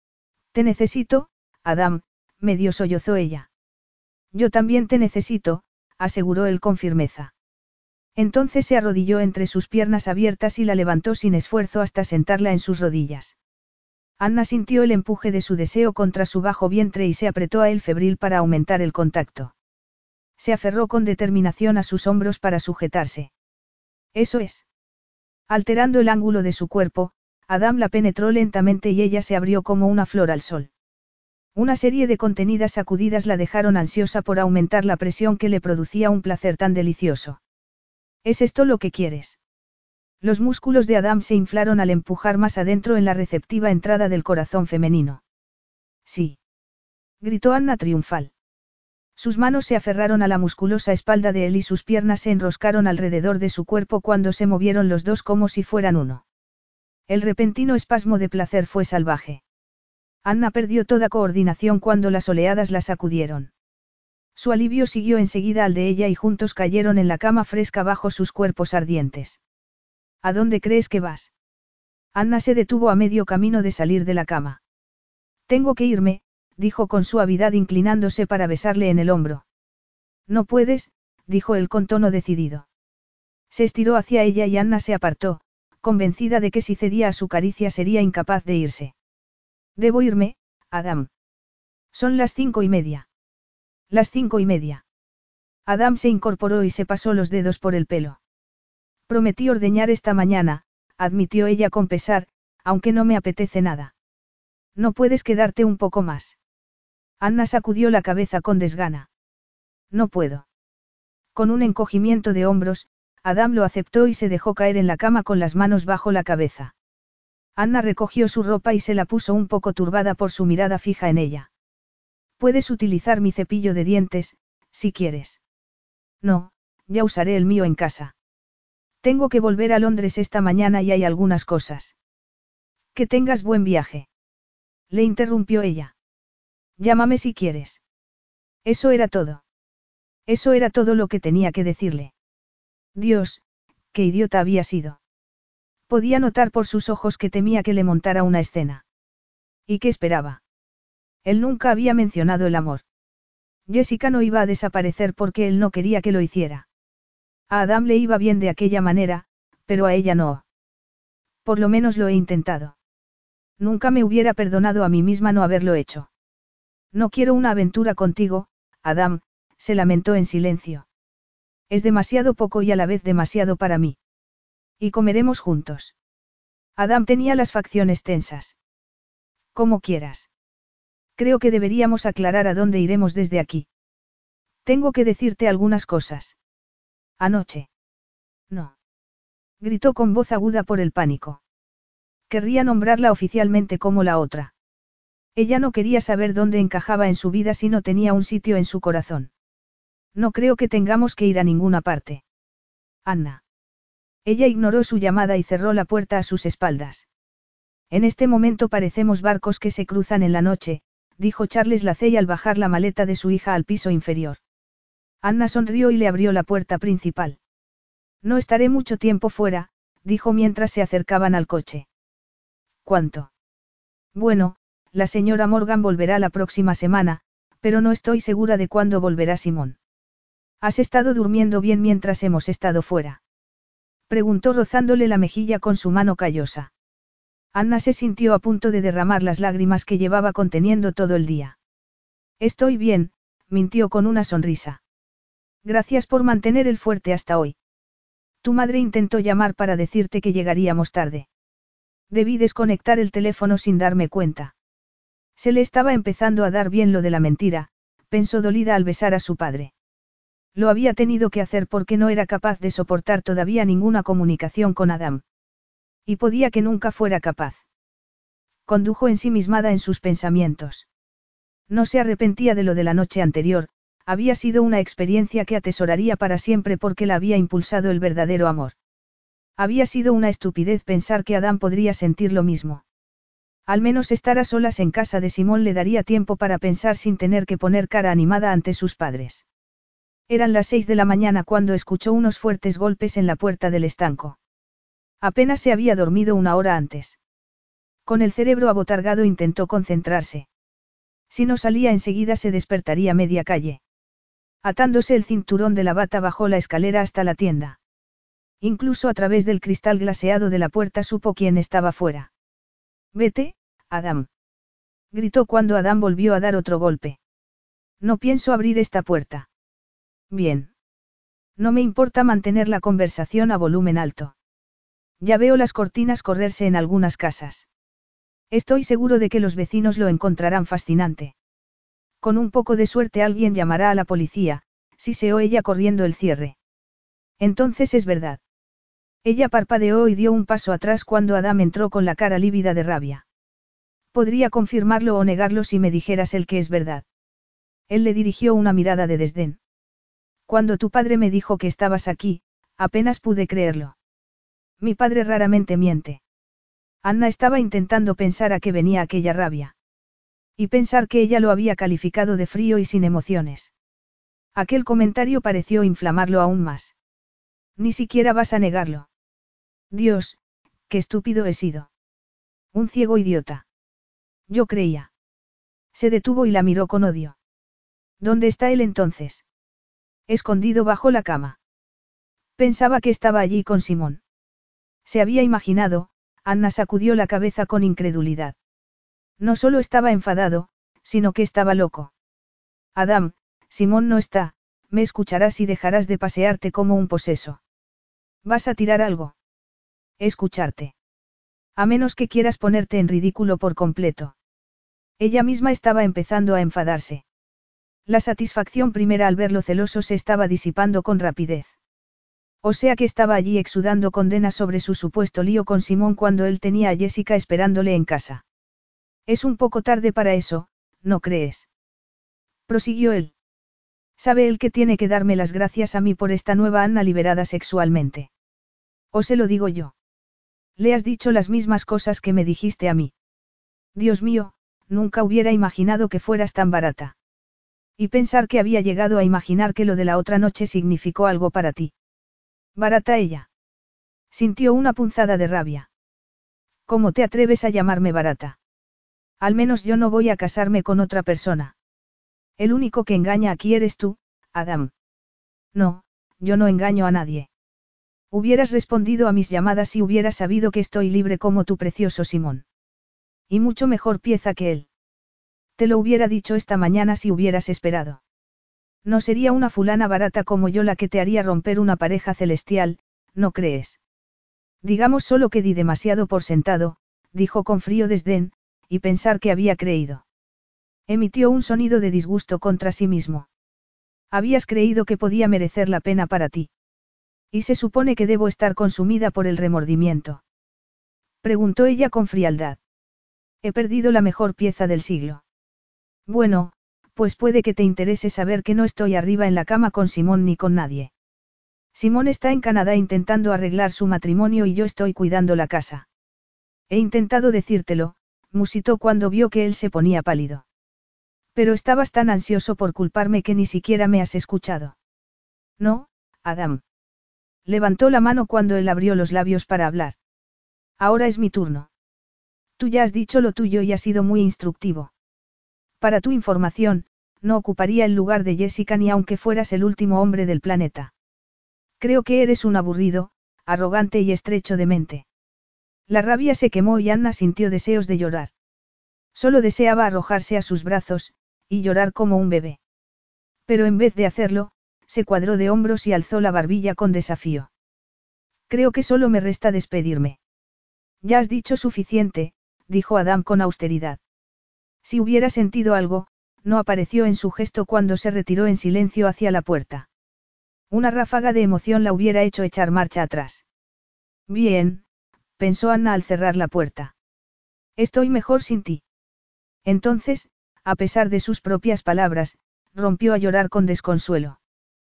Te necesito, Adam, medio sollozó ella. Yo también te necesito, aseguró él con firmeza. Entonces se arrodilló entre sus piernas abiertas y la levantó sin esfuerzo hasta sentarla en sus rodillas. Anna sintió el empuje de su deseo contra su bajo vientre y se apretó a él febril para aumentar el contacto. Se aferró con determinación a sus hombros para sujetarse. Eso es. Alterando el ángulo de su cuerpo, Adam la penetró lentamente y ella se abrió como una flor al sol. Una serie de contenidas sacudidas la dejaron ansiosa por aumentar la presión que le producía un placer tan delicioso. ¿Es esto lo que quieres? Los músculos de Adam se inflaron al empujar más adentro en la receptiva entrada del corazón femenino. Sí. Gritó Anna triunfal. Sus manos se aferraron a la musculosa espalda de él y sus piernas se enroscaron alrededor de su cuerpo cuando se movieron los dos como si fueran uno. El repentino espasmo de placer fue salvaje. Anna perdió toda coordinación cuando las oleadas la sacudieron. Su alivio siguió enseguida al de ella y juntos cayeron en la cama fresca bajo sus cuerpos ardientes. ¿A dónde crees que vas? Anna se detuvo a medio camino de salir de la cama. Tengo que irme, dijo con suavidad inclinándose para besarle en el hombro. No puedes, dijo él con tono decidido. Se estiró hacia ella y Anna se apartó, convencida de que si cedía a su caricia sería incapaz de irse. Debo irme, Adam. Son las cinco y media. Las cinco y media. Adam se incorporó y se pasó los dedos por el pelo. Prometí ordeñar esta mañana, admitió ella con pesar, aunque no me apetece nada. No puedes quedarte un poco más. Anna sacudió la cabeza con desgana. No puedo. Con un encogimiento de hombros, Adam lo aceptó y se dejó caer en la cama con las manos bajo la cabeza. Anna recogió su ropa y se la puso un poco turbada por su mirada fija en ella. Puedes utilizar mi cepillo de dientes, si quieres. No, ya usaré el mío en casa. Tengo que volver a Londres esta mañana y hay algunas cosas. Que tengas buen viaje. Le interrumpió ella. Llámame si quieres. Eso era todo. Eso era todo lo que tenía que decirle. Dios, qué idiota había sido. Podía notar por sus ojos que temía que le montara una escena. ¿Y qué esperaba? Él nunca había mencionado el amor. Jessica no iba a desaparecer porque él no quería que lo hiciera. A Adam le iba bien de aquella manera, pero a ella no. Por lo menos lo he intentado. Nunca me hubiera perdonado a mí misma no haberlo hecho. No quiero una aventura contigo, Adam, se lamentó en silencio. Es demasiado poco y a la vez demasiado para mí. Y comeremos juntos. Adam tenía las facciones tensas. Como quieras. Creo que deberíamos aclarar a dónde iremos desde aquí. Tengo que decirte algunas cosas. Anoche. No. Gritó con voz aguda por el pánico. Querría nombrarla oficialmente como la otra. Ella no quería saber dónde encajaba en su vida si no tenía un sitio en su corazón. No creo que tengamos que ir a ninguna parte. Anna. Ella ignoró su llamada y cerró la puerta a sus espaldas. En este momento parecemos barcos que se cruzan en la noche, dijo Charles Lacey al bajar la maleta de su hija al piso inferior. Anna sonrió y le abrió la puerta principal. No estaré mucho tiempo fuera, dijo mientras se acercaban al coche. ¿Cuánto? Bueno, la señora Morgan volverá la próxima semana, pero no estoy segura de cuándo volverá Simón. ¿Has estado durmiendo bien mientras hemos estado fuera? Preguntó rozándole la mejilla con su mano callosa. Anna se sintió a punto de derramar las lágrimas que llevaba conteniendo todo el día. Estoy bien, mintió con una sonrisa. Gracias por mantener el fuerte hasta hoy. Tu madre intentó llamar para decirte que llegaríamos tarde. Debí desconectar el teléfono sin darme cuenta. Se le estaba empezando a dar bien lo de la mentira, pensó dolida al besar a su padre. Lo había tenido que hacer porque no era capaz de soportar todavía ninguna comunicación con Adam. Y podía que nunca fuera capaz. Condujo ensimismada en sus pensamientos. No se arrepentía de lo de la noche anterior, había sido una experiencia que atesoraría para siempre porque la había impulsado el verdadero amor. Había sido una estupidez pensar que Adam podría sentir lo mismo. Al menos estar a solas en casa de Simón le daría tiempo para pensar sin tener que poner cara animada ante sus padres. Eran las seis de la mañana cuando escuchó unos fuertes golpes en la puerta del estanco. Apenas se había dormido una hora antes. Con el cerebro abotargado intentó concentrarse. Si no salía enseguida se despertaría media calle. Atándose el cinturón de la bata bajó la escalera hasta la tienda. Incluso a través del cristal glaseado de la puerta supo quién estaba fuera. Vete, Adam. Gritó cuando Adam volvió a dar otro golpe. No pienso abrir esta puerta. Bien. No me importa mantener la conversación a volumen alto. Ya veo las cortinas correrse en algunas casas. Estoy seguro de que los vecinos lo encontrarán fascinante. Con un poco de suerte alguien llamará a la policía, siseó ella corriendo el cierre. Entonces es verdad. Ella parpadeó y dio un paso atrás cuando Adam entró con la cara lívida de rabia. Podría confirmarlo o negarlo si me dijeras el que es verdad. Él le dirigió una mirada de desdén. Cuando tu padre me dijo que estabas aquí, apenas pude creerlo. Mi padre raramente miente. Anna estaba intentando pensar a qué venía aquella rabia. Y pensar que ella lo había calificado de frío y sin emociones. Aquel comentario pareció inflamarlo aún más. Ni siquiera vas a negarlo. Dios, qué estúpido he sido. Un ciego idiota. Yo creía. Se detuvo y la miró con odio. ¿Dónde está él entonces? Escondido bajo la cama. Pensaba que estaba allí con Simón. Se había imaginado, Anna sacudió la cabeza con incredulidad. No solo estaba enfadado, sino que estaba loco. Adam, Simón no está, me escucharás y dejarás de pasearte como un poseso. ¿Vas a tirar algo? Escucharte. A menos que quieras ponerte en ridículo por completo. Ella misma estaba empezando a enfadarse. La satisfacción primera al verlo celoso se estaba disipando con rapidez. O sea que estaba allí exudando condena sobre su supuesto lío con Simón cuando él tenía a Jessica esperándole en casa. Es un poco tarde para eso, ¿no crees? Prosiguió él. Sabe él que tiene que darme las gracias a mí por esta nueva Anna liberada sexualmente. ¿O se lo digo yo? Le has dicho las mismas cosas que me dijiste a mí. Dios mío, nunca hubiera imaginado que fueras tan barata. Y pensar que había llegado a imaginar que lo de la otra noche significó algo para ti. Barata ella. Sintió una punzada de rabia. ¿Cómo te atreves a llamarme barata? Al menos yo no voy a casarme con otra persona. El único que engaña aquí eres tú, Adam. No, yo no engaño a nadie. Hubieras respondido a mis llamadas si hubieras sabido que estoy libre como tu precioso Simón. Y mucho mejor pieza que él. Te lo hubiera dicho esta mañana si hubieras esperado. No sería una fulana barata como yo la que te haría romper una pareja celestial, ¿no crees? Digamos solo que di demasiado por sentado, dijo con frío desdén, y pensar que había creído. Emitió un sonido de disgusto contra sí mismo. Habías creído que podía merecer la pena para ti. ¿Y se supone que debo estar consumida por el remordimiento? Preguntó ella con frialdad. He perdido la mejor pieza del siglo. Bueno, pues puede que te interese saber que no estoy arriba en la cama con Simón ni con nadie. Simón está en Canadá intentando arreglar su matrimonio y yo estoy cuidando la casa. He intentado decírtelo, musitó cuando vio que él se ponía pálido. Pero estabas tan ansioso por culparme que ni siquiera me has escuchado. No, Adam. Levantó la mano cuando él abrió los labios para hablar. Ahora es mi turno. Tú ya has dicho lo tuyo y has sido muy instructivo. Para tu información, no ocuparía el lugar de Jessica ni aunque fueras el último hombre del planeta. Creo que eres un aburrido, arrogante y estrecho de mente. La rabia se quemó y Anna sintió deseos de llorar. Solo deseaba arrojarse a sus brazos, y llorar como un bebé. Pero en vez de hacerlo, se cuadró de hombros y alzó la barbilla con desafío. Creo que solo me resta despedirme. Ya has dicho suficiente, dijo Adam con austeridad. Si hubiera sentido algo, no apareció en su gesto cuando se retiró en silencio hacia la puerta. Una ráfaga de emoción la hubiera hecho echar marcha atrás. Bien, pensó Anna al cerrar la puerta. Estoy mejor sin ti. Entonces, a pesar de sus propias palabras, rompió a llorar con desconsuelo.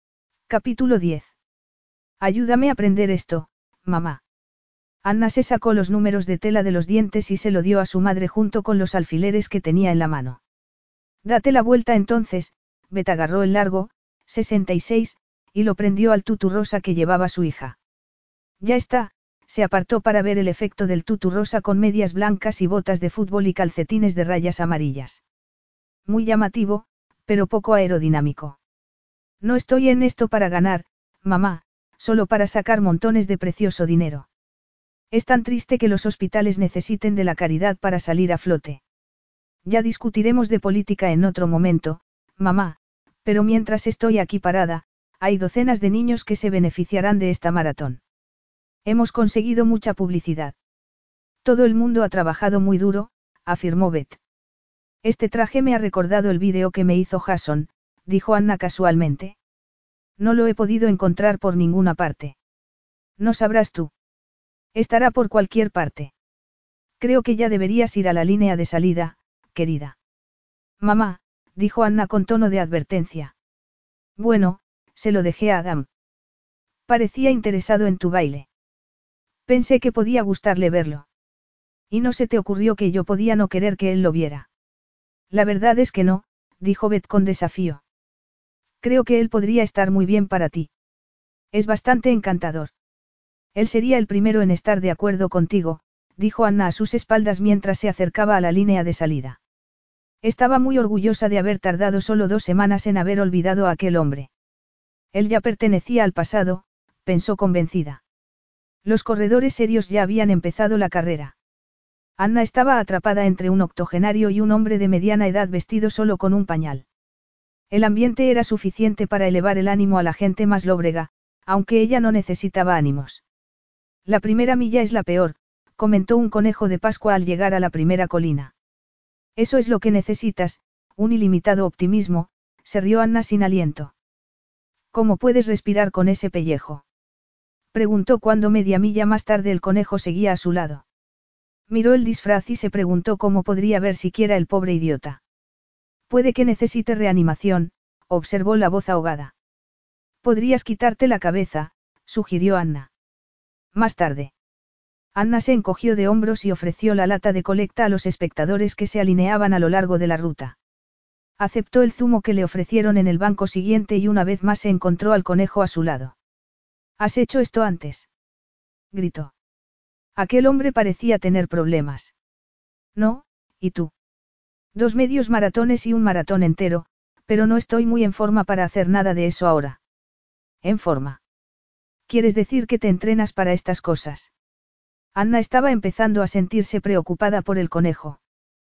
Capítulo diez. Ayúdame a prender esto, mamá. Anna se sacó los números de tela de los dientes y se lo dio a su madre junto con los alfileres que tenía en la mano. Date la vuelta entonces, Bet agarró el largo, sesenta y seis, y lo prendió al tutu rosa que llevaba su hija. Ya está, se apartó para ver el efecto del tutu rosa con medias blancas y botas de fútbol y calcetines de rayas amarillas. Muy llamativo, pero poco aerodinámico. No estoy en esto para ganar, mamá, solo para sacar montones de precioso dinero. Es tan triste que los hospitales necesiten de la caridad para salir a flote. Ya discutiremos de política en otro momento, mamá, pero mientras estoy aquí parada, hay docenas de niños que se beneficiarán de esta maratón. Hemos conseguido mucha publicidad. Todo el mundo ha trabajado muy duro, afirmó Beth. Este traje me ha recordado el vídeo que me hizo Jason, dijo Anna casualmente. No lo he podido encontrar por ninguna parte. No sabrás tú. Estará por cualquier parte. Creo que ya deberías ir a la línea de salida, querida. Mamá, dijo Anna con tono de advertencia. Bueno, se lo dejé a Adam. Parecía interesado en tu baile. Pensé que podía gustarle verlo. ¿Y no se te ocurrió que yo podía no querer que él lo viera? La verdad es que no, dijo Beth con desafío. Creo que él podría estar muy bien para ti. Es bastante encantador. Él sería el primero en estar de acuerdo contigo, dijo Anna a sus espaldas mientras se acercaba a la línea de salida. Estaba muy orgullosa de haber tardado solo dos semanas en haber olvidado a aquel hombre. Él ya pertenecía al pasado, pensó convencida. Los corredores serios ya habían empezado la carrera. Anna estaba atrapada entre un octogenario y un hombre de mediana edad vestido solo con un pañal. El ambiente era suficiente para elevar el ánimo a la gente más lóbrega, aunque ella no necesitaba ánimos. La primera milla es la peor, comentó un conejo de Pascua al llegar a la primera colina. Eso es lo que necesitas, un ilimitado optimismo, se rió Anna sin aliento. ¿Cómo puedes respirar con ese pellejo? Preguntó cuando media milla más tarde el conejo seguía a su lado. Miró el disfraz y se preguntó cómo podría ver siquiera el pobre idiota. Puede que necesite reanimación, observó la voz ahogada. Podrías quitarte la cabeza, sugirió Anna. Más tarde. Anna se encogió de hombros y ofreció la lata de colecta a los espectadores que se alineaban a lo largo de la ruta. Aceptó el zumo que le ofrecieron en el banco siguiente y una vez más se encontró al conejo a su lado. ¿Has hecho esto antes?, gritó. Aquel hombre parecía tener problemas. No, ¿y tú? Dos medios maratones y un maratón entero, pero no estoy muy en forma para hacer nada de eso ahora. ¿En forma? ¿Quieres decir que te entrenas para estas cosas? Anna estaba empezando a sentirse preocupada por el conejo.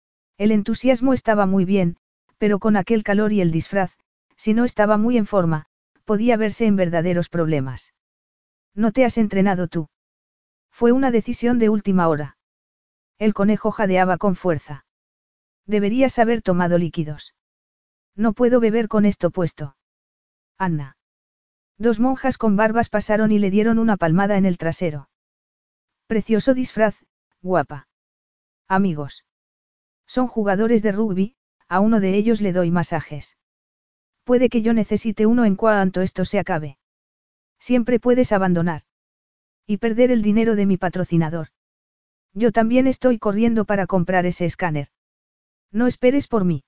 El entusiasmo estaba muy bien, pero con aquel calor y el disfraz, si no estaba muy en forma, podía verse en verdaderos problemas. ¿No te has entrenado tú? Fue una decisión de última hora. El conejo jadeaba con fuerza. Deberías haber tomado líquidos. No puedo beber con esto puesto. Anna. Dos monjas con barbas pasaron y le dieron una palmada en el trasero. Precioso disfraz, guapa. Amigos. Son jugadores de rugby, a uno de ellos le doy masajes. Puede que yo necesite uno en cuanto esto se acabe. Siempre puedes abandonar. Y perder el dinero de mi patrocinador. Yo también estoy corriendo para comprar ese escáner. No esperes por mí.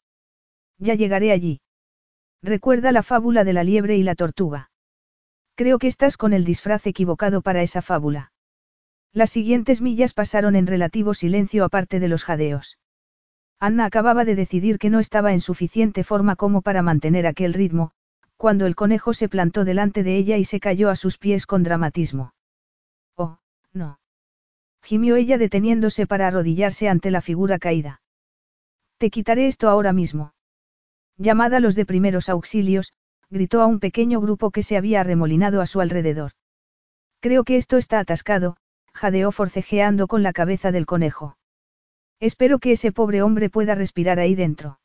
Ya llegaré allí. Recuerda la fábula de la liebre y la tortuga. Creo que estás con el disfraz equivocado para esa fábula. Las siguientes millas pasaron en relativo silencio aparte de los jadeos. Anna acababa de decidir que no estaba en suficiente forma como para mantener aquel ritmo, cuando el conejo se plantó delante de ella y se cayó a sus pies con dramatismo. Oh, no. Gimió ella deteniéndose para arrodillarse ante la figura caída. Te quitaré esto ahora mismo. Llamad a los de primeros auxilios, gritó a un pequeño grupo que se había arremolinado a su alrededor. Creo que esto está atascado, jadeó forcejeando con la cabeza del conejo. Espero que ese pobre hombre pueda respirar ahí dentro.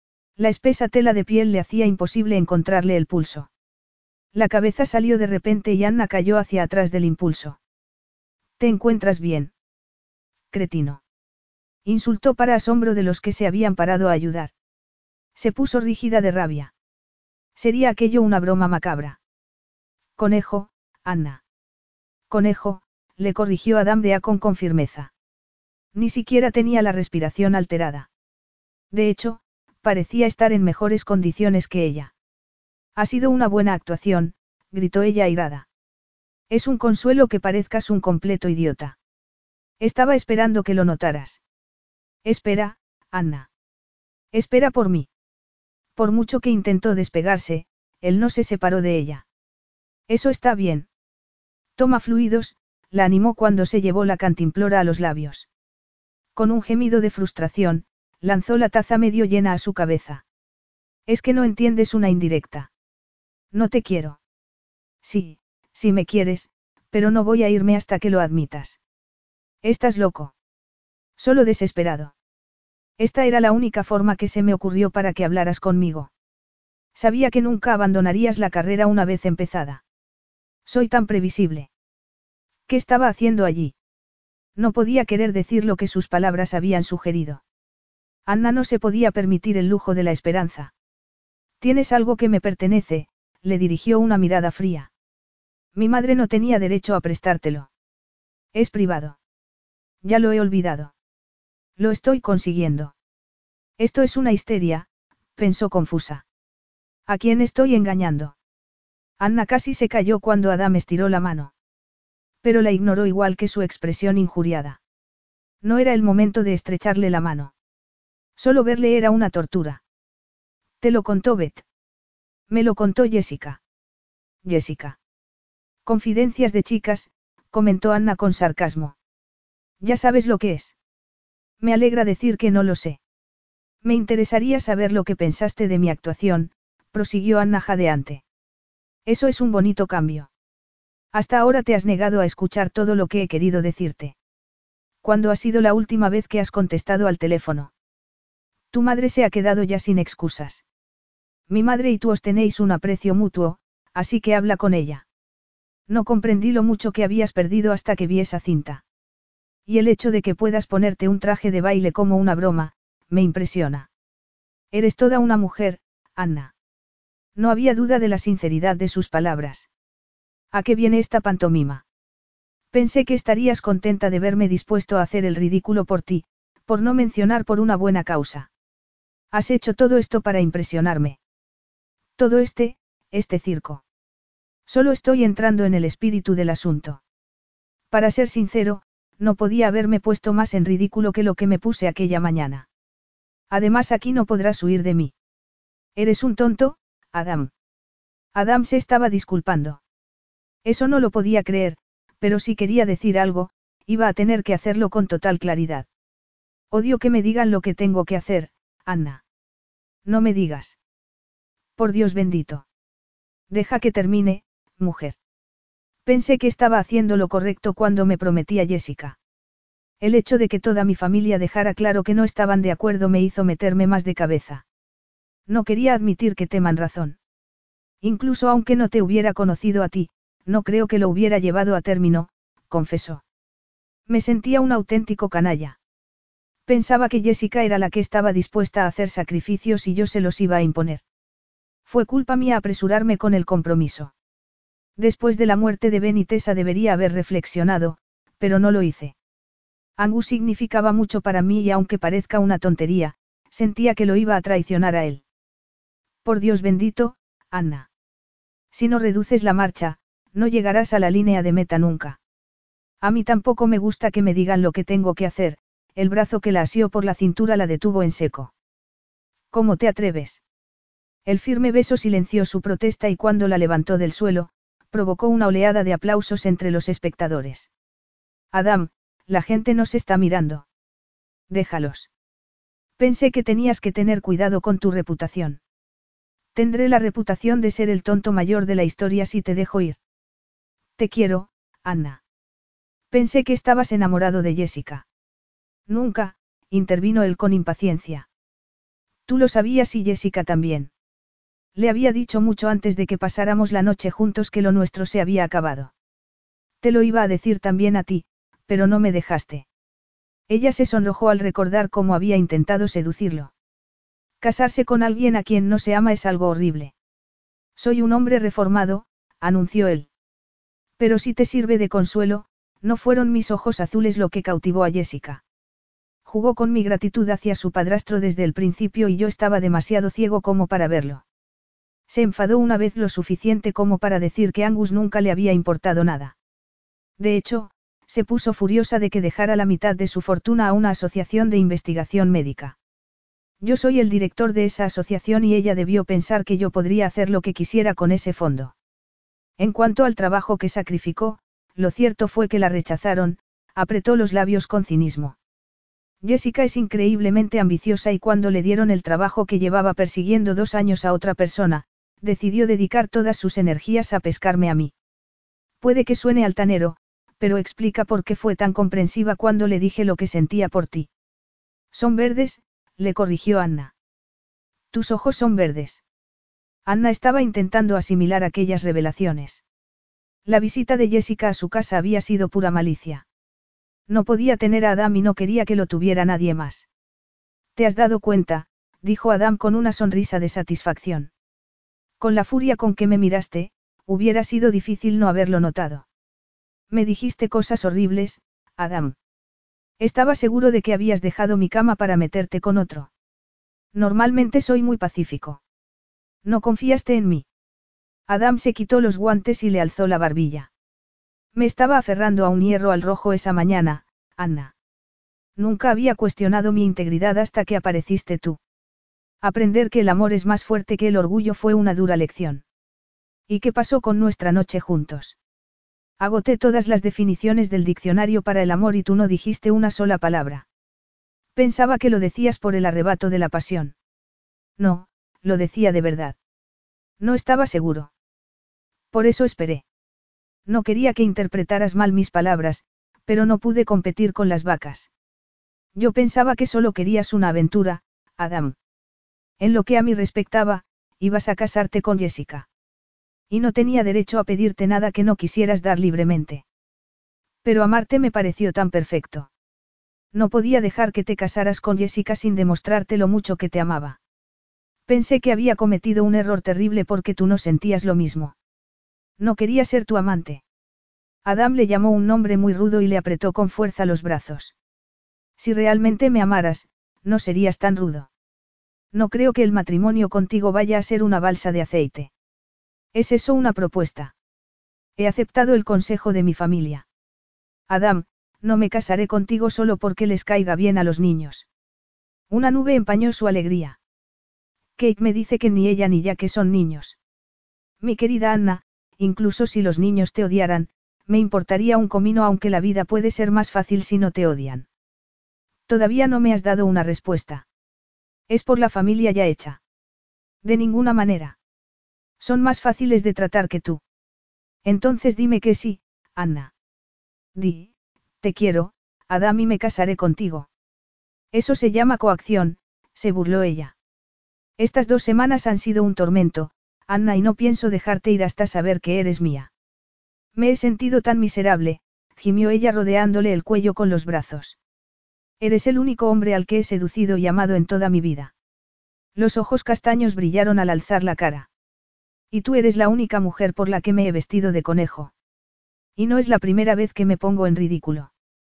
La espesa tela de piel le hacía imposible encontrarle el pulso. La cabeza salió de repente y Anna cayó hacia atrás del impulso. ¿Te encuentras bien? Cretino. Insultó para asombro de los que se habían parado a ayudar. Se puso rígida de rabia. Sería aquello una broma macabra. Conejo, Anna. Conejo, le corrigió Adam Deacon con firmeza. Ni siquiera tenía la respiración alterada. De hecho, parecía estar en mejores condiciones que ella. Ha sido una buena actuación, gritó ella airada. Es un consuelo que parezcas un completo idiota. Estaba esperando que lo notaras. Espera, Anna. Espera por mí. Por mucho que intentó despegarse, él no se separó de ella. Eso está bien. Toma fluidos, la animó cuando se llevó la cantimplora a los labios. Con un gemido de frustración, lanzó la taza medio llena a su cabeza. Es que no entiendes una indirecta. No te quiero. Sí, sí me quieres, pero no voy a irme hasta que lo admitas. Estás loco. Solo desesperado. Esta era la única forma que se me ocurrió para que hablaras conmigo. Sabía que nunca abandonarías la carrera una vez empezada. Soy tan previsible. ¿Qué estaba haciendo allí? No podía querer decir lo que sus palabras habían sugerido. Anna no se podía permitir el lujo de la esperanza. Tienes algo que me pertenece, le dirigió una mirada fría. Mi madre no tenía derecho a prestártelo. Es privado. Ya lo he olvidado. Lo estoy consiguiendo. Esto es una histeria, pensó confusa. ¿A quién estoy engañando? Anna casi se cayó cuando Adam estiró la mano. Pero la ignoró igual que su expresión injuriada. No era el momento de estrecharle la mano. Solo verle era una tortura. ¿Te lo contó Beth? Me lo contó Jessica. Jessica. Confidencias de chicas, comentó Anna con sarcasmo. Ya sabes lo que es. Me alegra decir que no lo sé. Me interesaría saber lo que pensaste de mi actuación, prosiguió Anna jadeante. Eso es un bonito cambio. Hasta ahora te has negado a escuchar todo lo que he querido decirte. ¿Cuándo ha sido la última vez que has contestado al teléfono? Tu madre se ha quedado ya sin excusas. Mi madre y tú os tenéis un aprecio mutuo, así que habla con ella. No comprendí lo mucho que habías perdido hasta que vi esa cinta. Y el hecho de que puedas ponerte un traje de baile como una broma, me impresiona. Eres toda una mujer, Anna. No había duda de la sinceridad de sus palabras. ¿A qué viene esta pantomima? Pensé que estarías contenta de verme dispuesto a hacer el ridículo por ti, por no mencionar por una buena causa. Has hecho todo esto para impresionarme. Todo este, este circo. Solo estoy entrando en el espíritu del asunto. Para ser sincero, no podía haberme puesto más en ridículo que lo que me puse aquella mañana. Además, aquí no podrás huir de mí. Eres un tonto, Adam. Adam se estaba disculpando. Eso no lo podía creer, pero si quería decir algo, iba a tener que hacerlo con total claridad. Odio que me digan lo que tengo que hacer, Anna. No me digas. Por Dios bendito. Deja que termine, mujer. Pensé que estaba haciendo lo correcto cuando me prometí a Jessica. El hecho de que toda mi familia dejara claro que no estaban de acuerdo me hizo meterme más de cabeza. No quería admitir que teman razón. Incluso aunque no te hubiera conocido a ti, no creo que lo hubiera llevado a término, confesó. Me sentía un auténtico canalla. Pensaba que Jessica era la que estaba dispuesta a hacer sacrificios y yo se los iba a imponer. Fue culpa mía apresurarme con el compromiso. Después de la muerte de Ben y Tessa debería haber reflexionado, pero no lo hice. Angus significaba mucho para mí y aunque parezca una tontería, sentía que lo iba a traicionar a él. Por Dios bendito, Anna. Si no reduces la marcha, no llegarás a la línea de meta nunca. A mí tampoco me gusta que me digan lo que tengo que hacer, el brazo que la asió por la cintura la detuvo en seco. ¿Cómo te atreves? El firme beso silenció su protesta y cuando la levantó del suelo, provocó una oleada de aplausos entre los espectadores. Adam, la gente nos está mirando. Déjalos. Pensé que tenías que tener cuidado con tu reputación. Tendré la reputación de ser el tonto mayor de la historia si te dejo ir. Te quiero, Anna. Pensé que estabas enamorado de Jessica. Nunca, intervino él con impaciencia. Tú lo sabías y Jessica también. Le había dicho mucho antes de que pasáramos la noche juntos que lo nuestro se había acabado. Te lo iba a decir también a ti, pero no me dejaste. Ella se sonrojó al recordar cómo había intentado seducirlo. Casarse con alguien a quien no se ama es algo horrible. Soy un hombre reformado, anunció él. Pero si te sirve de consuelo, no fueron mis ojos azules lo que cautivó a Jessica. Jugó con mi gratitud hacia su padrastro desde el principio y yo estaba demasiado ciego como para verlo. Se enfadó una vez lo suficiente como para decir que Angus nunca le había importado nada. De hecho, se puso furiosa de que dejara la mitad de su fortuna a una asociación de investigación médica. Yo soy el director de esa asociación y ella debió pensar que yo podría hacer lo que quisiera con ese fondo. En cuanto al trabajo que sacrificó, lo cierto fue que la rechazaron, apretó los labios con cinismo. Jessica es increíblemente ambiciosa y cuando le dieron el trabajo que llevaba persiguiendo dos años a otra persona, decidió dedicar todas sus energías a pescarme a mí. Puede que suene altanero, pero explica por qué fue tan comprensiva cuando le dije lo que sentía por ti. Son verdes, le corrigió Anna. Tus ojos son verdes. Anna estaba intentando asimilar aquellas revelaciones. La visita de Jessica a su casa había sido pura malicia. No podía tener a Adam y no quería que lo tuviera nadie más. ¿Te has dado cuenta?, dijo Adam con una sonrisa de satisfacción. Con la furia con que me miraste, hubiera sido difícil no haberlo notado. Me dijiste cosas horribles, Adam. Estaba seguro de que habías dejado mi cama para meterte con otro. Normalmente soy muy pacífico. ¿No confiaste en mí? Adam se quitó los guantes y le alzó la barbilla. Me estaba aferrando a un hierro al rojo esa mañana, Anna. Nunca había cuestionado mi integridad hasta que apareciste tú. Aprender que el amor es más fuerte que el orgullo fue una dura lección. ¿Y qué pasó con nuestra noche juntos? Agoté todas las definiciones del diccionario para el amor y tú no dijiste una sola palabra. Pensaba que lo decías por el arrebato de la pasión. No, lo decía de verdad. No estaba seguro. Por eso esperé. No quería que interpretaras mal mis palabras, pero no pude competir con las vacas. Yo pensaba que solo querías una aventura, Adam. En lo que a mí respectaba, ibas a casarte con Jessica. Y no tenía derecho a pedirte nada que no quisieras dar libremente. Pero amarte me pareció tan perfecto. No podía dejar que te casaras con Jessica sin demostrarte lo mucho que te amaba. Pensé que había cometido un error terrible porque tú no sentías lo mismo. No quería ser tu amante. Adam le llamó un nombre muy rudo y le apretó con fuerza los brazos. Si realmente me amaras, no serías tan rudo. No creo que el matrimonio contigo vaya a ser una balsa de aceite. ¿Es eso una propuesta? He aceptado el consejo de mi familia. Adam, no me casaré contigo solo porque les caiga bien a los niños. Una nube empañó su alegría. Kate me dice que ni ella ni Jack son niños. Mi querida Anna, incluso si los niños te odiaran, me importaría un comino aunque la vida puede ser más fácil si no te odian. Todavía no me has dado una respuesta. Es por la familia ya hecha. De ninguna manera. Son más fáciles de tratar que tú. Entonces dime que sí, Anna. Di, te quiero, Adam y me casaré contigo. Eso se llama coacción, se burló ella. Estas dos semanas han sido un tormento, Anna, y no pienso dejarte ir hasta saber que eres mía. Me he sentido tan miserable, gimió ella rodeándole el cuello con los brazos. Eres el único hombre al que he seducido y amado en toda mi vida. Los ojos castaños brillaron al alzar la cara. Y tú eres la única mujer por la que me he vestido de conejo. Y no es la primera vez que me pongo en ridículo.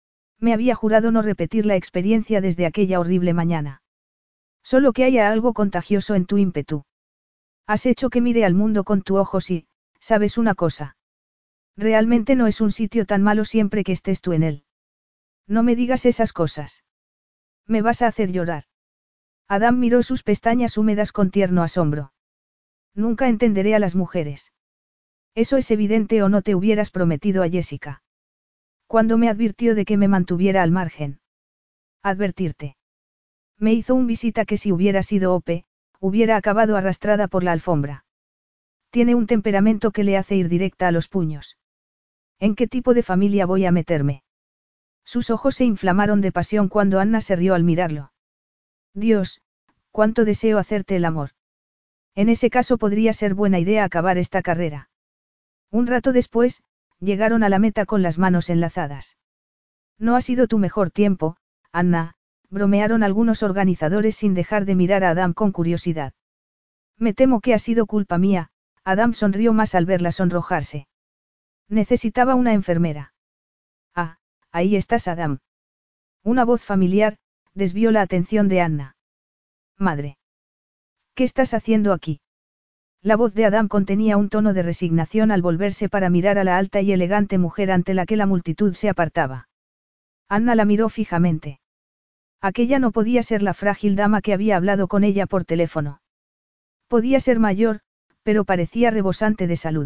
Me había jurado no repetir la experiencia desde aquella horrible mañana. Solo que haya algo contagioso en tu ímpetu. Has hecho que mire al mundo con tus ojos y, ¿sabes una cosa? Realmente no es un sitio tan malo siempre que estés tú en él. No me digas esas cosas. Me vas a hacer llorar. Adam miró sus pestañas húmedas con tierno asombro. Nunca entenderé a las mujeres. Eso es evidente o no te hubieras prometido a Jessica. Cuando me advirtió de que me mantuviera al margen. Advertirte. Me hizo un visita que si hubiera sido Ope, hubiera acabado arrastrada por la alfombra. Tiene un temperamento que le hace ir directa a los puños. ¿En qué tipo de familia voy a meterme? Sus ojos se inflamaron de pasión cuando Anna se rió al mirarlo. Dios, cuánto deseo hacerte el amor. En ese caso podría ser buena idea acabar esta carrera. Un rato después, llegaron a la meta con las manos enlazadas. No ha sido tu mejor tiempo, Anna, bromearon algunos organizadores sin dejar de mirar a Adam con curiosidad. Me temo que ha sido culpa mía, Adam sonrió más al verla sonrojarse. Necesitaba una enfermera. Ah, ahí estás, Adam. Una voz familiar, desvió la atención de Anna. Madre. ¿Qué estás haciendo aquí? La voz de Adam contenía un tono de resignación al volverse para mirar a la alta y elegante mujer ante la que la multitud se apartaba. Anna la miró fijamente. Aquella no podía ser la frágil dama que había hablado con ella por teléfono. Podía ser mayor, pero parecía rebosante de salud.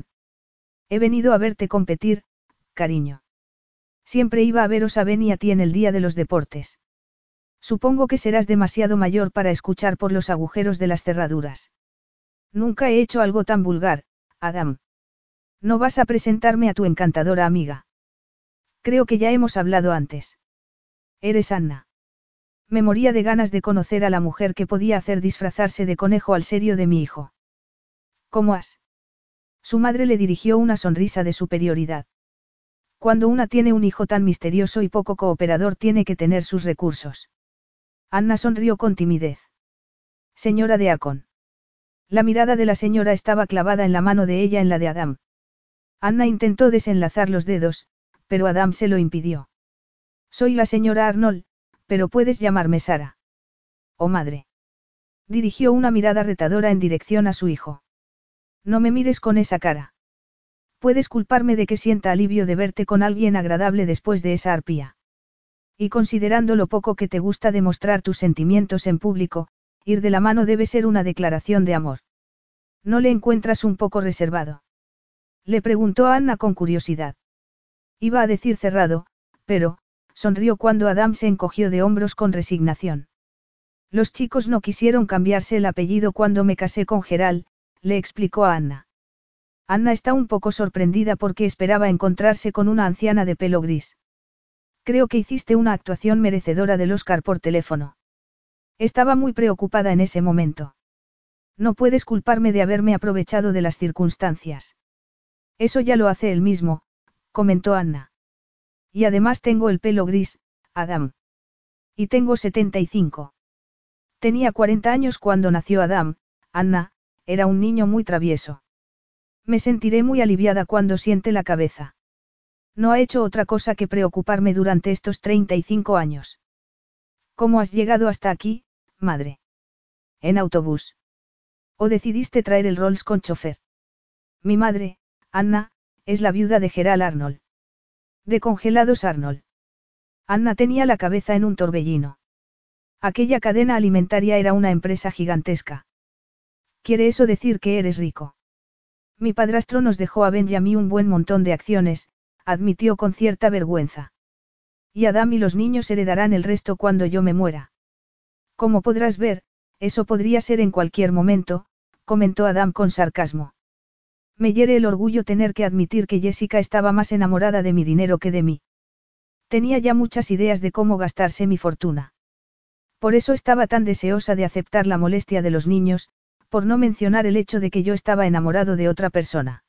He venido a verte competir, cariño. Siempre iba a veros a Ben y a ti en el día de los deportes. Supongo que serás demasiado mayor para escuchar por los agujeros de las cerraduras. Nunca he hecho algo tan vulgar, Adam. No vas a presentarme a tu encantadora amiga. Creo que ya hemos hablado antes. Eres Anna. Me moría de ganas de conocer a la mujer que podía hacer disfrazarse de conejo al serio de mi hijo. ¿Cómo has? Su madre le dirigió una sonrisa de superioridad. Cuando una tiene un hijo tan misterioso y poco cooperador tiene que tener sus recursos. Anna sonrió con timidez. Señora Deacon. La mirada de la señora estaba clavada en la mano de ella en la de Adam. Anna intentó desenlazar los dedos, pero Adam se lo impidió. Soy la señora Arnold, pero puedes llamarme Sara. Oh madre. Dirigió una mirada retadora en dirección a su hijo. No me mires con esa cara. Puedes culparme de que sienta alivio de verte con alguien agradable después de esa arpía. Y considerando lo poco que te gusta demostrar tus sentimientos en público, ir de la mano debe ser una declaración de amor. ¿No le encuentras un poco reservado? Le preguntó a Anna con curiosidad. Iba a decir cerrado, pero, sonrió cuando Adam se encogió de hombros con resignación. Los chicos no quisieron cambiarse el apellido cuando me casé con Gerald, le explicó a Anna. Anna está un poco sorprendida porque esperaba encontrarse con una anciana de pelo gris. Creo que hiciste una actuación merecedora del Oscar por teléfono. Estaba muy preocupada en ese momento. No puedes culparme de haberme aprovechado de las circunstancias. Eso ya lo hace él mismo, comentó Anna. Y además tengo el pelo gris, Adam. Y tengo setenta y cinco. Tenía cuarenta años cuando nació Adam, Anna, era un niño muy travieso. Me sentiré muy aliviada cuando siente la cabeza. No ha hecho otra cosa que preocuparme durante estos treinta y cinco años. ¿Cómo has llegado hasta aquí, madre? ¿En autobús? ¿O decidiste traer el Rolls con chofer? Mi madre, Anna, es la viuda de Gerald Arnold. De Congelados Arnold. Anna tenía la cabeza en un torbellino. Aquella cadena alimentaria era una empresa gigantesca. ¿Quiere eso decir que eres rico? Mi padrastro nos dejó a Ben y a mí un buen montón de acciones, admitió con cierta vergüenza. Y Adam y los niños heredarán el resto cuando yo me muera. Como podrás ver, eso podría ser en cualquier momento, comentó Adam con sarcasmo. Me hiere el orgullo tener que admitir que Jessica estaba más enamorada de mi dinero que de mí. Tenía ya muchas ideas de cómo gastarse mi fortuna. Por eso estaba tan deseosa de aceptar la molestia de los niños, por no mencionar el hecho de que yo estaba enamorado de otra persona.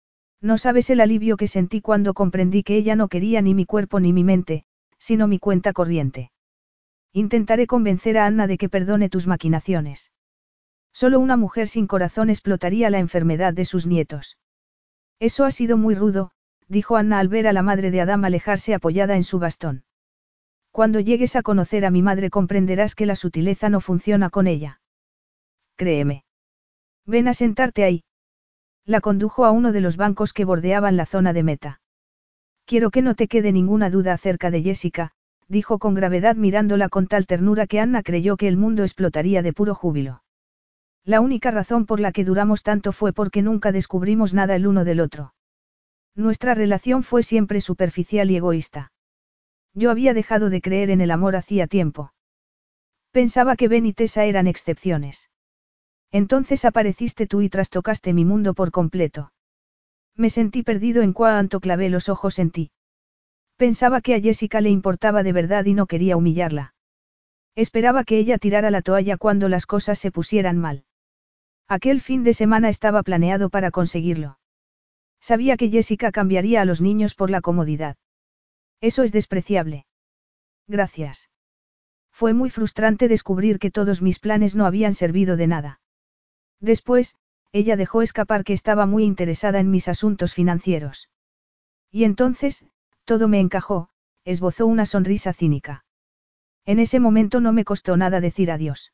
No sabes el alivio que sentí cuando comprendí que ella no quería ni mi cuerpo ni mi mente, sino mi cuenta corriente. Intentaré convencer a Anna de que perdone tus maquinaciones. Solo una mujer sin corazón explotaría la enfermedad de sus nietos. Eso ha sido muy rudo, dijo Anna al ver a la madre de Adam alejarse apoyada en su bastón. Cuando llegues a conocer a mi madre comprenderás que la sutileza no funciona con ella. Créeme. Ven a sentarte ahí. La condujo a uno de los bancos que bordeaban la zona de meta. Quiero que no te quede ninguna duda acerca de Jessica, dijo con gravedad mirándola con tal ternura que Anna creyó que el mundo explotaría de puro júbilo. La única razón por la que duramos tanto fue porque nunca descubrimos nada el uno del otro. Nuestra relación fue siempre superficial y egoísta. Yo había dejado de creer en el amor hacía tiempo. Pensaba que Ben y Tessa eran excepciones. Entonces apareciste tú y trastocaste mi mundo por completo. Me sentí perdido en cuanto clavé los ojos en ti. Pensaba que a Jessica le importaba de verdad y no quería humillarla. Esperaba que ella tirara la toalla cuando las cosas se pusieran mal. Aquel fin de semana estaba planeado para conseguirlo. Sabía que Jessica cambiaría a los niños por la comodidad. Eso es despreciable. Gracias. Fue muy frustrante descubrir que todos mis planes no habían servido de nada. Después, ella dejó escapar que estaba muy interesada en mis asuntos financieros. Y entonces, todo me encajó, esbozó una sonrisa cínica. En ese momento no me costó nada decir adiós.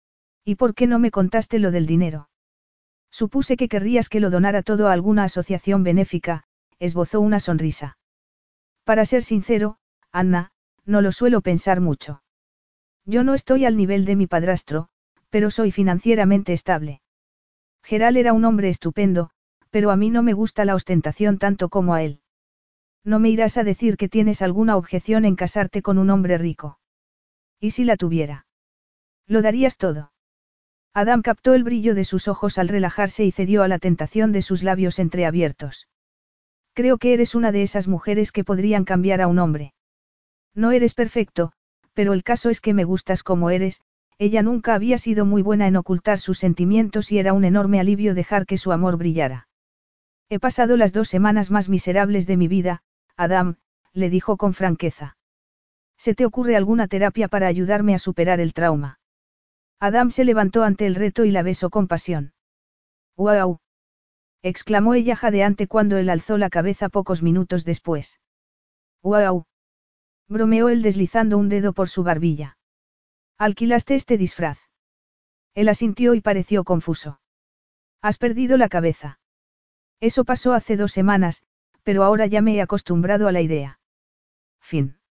¿Y por qué no me contaste lo del dinero? Supuse que querrías que lo donara todo a alguna asociación benéfica, esbozó una sonrisa. Para ser sincero, Anna, no lo suelo pensar mucho. Yo no estoy al nivel de mi padrastro, pero soy financieramente estable. Gerald era un hombre estupendo, pero a mí no me gusta la ostentación tanto como a él. No me irás a decir que tienes alguna objeción en casarte con un hombre rico. ¿Y si la tuviera? ¿Lo darías todo? Adam captó el brillo de sus ojos al relajarse y cedió a la tentación de sus labios entreabiertos. Creo que eres una de esas mujeres que podrían cambiar a un hombre. No eres perfecto, pero el caso es que me gustas como eres. Ella nunca había sido muy buena en ocultar sus sentimientos y era un enorme alivio dejar que su amor brillara. He pasado las dos semanas más miserables de mi vida, Adam, le dijo con franqueza. ¿Se te ocurre alguna terapia para ayudarme a superar el trauma? Adam se levantó ante el reto y la besó con pasión. ¡Guau! Exclamó ella jadeante cuando él alzó la cabeza pocos minutos después. ¡Guau! Bromeó él deslizando un dedo por su barbilla. ¿Alquilaste este disfraz? Él asintió y pareció confuso. ¿Has perdido la cabeza? Eso pasó hace dos semanas, pero ahora ya me he acostumbrado a la idea. Fin.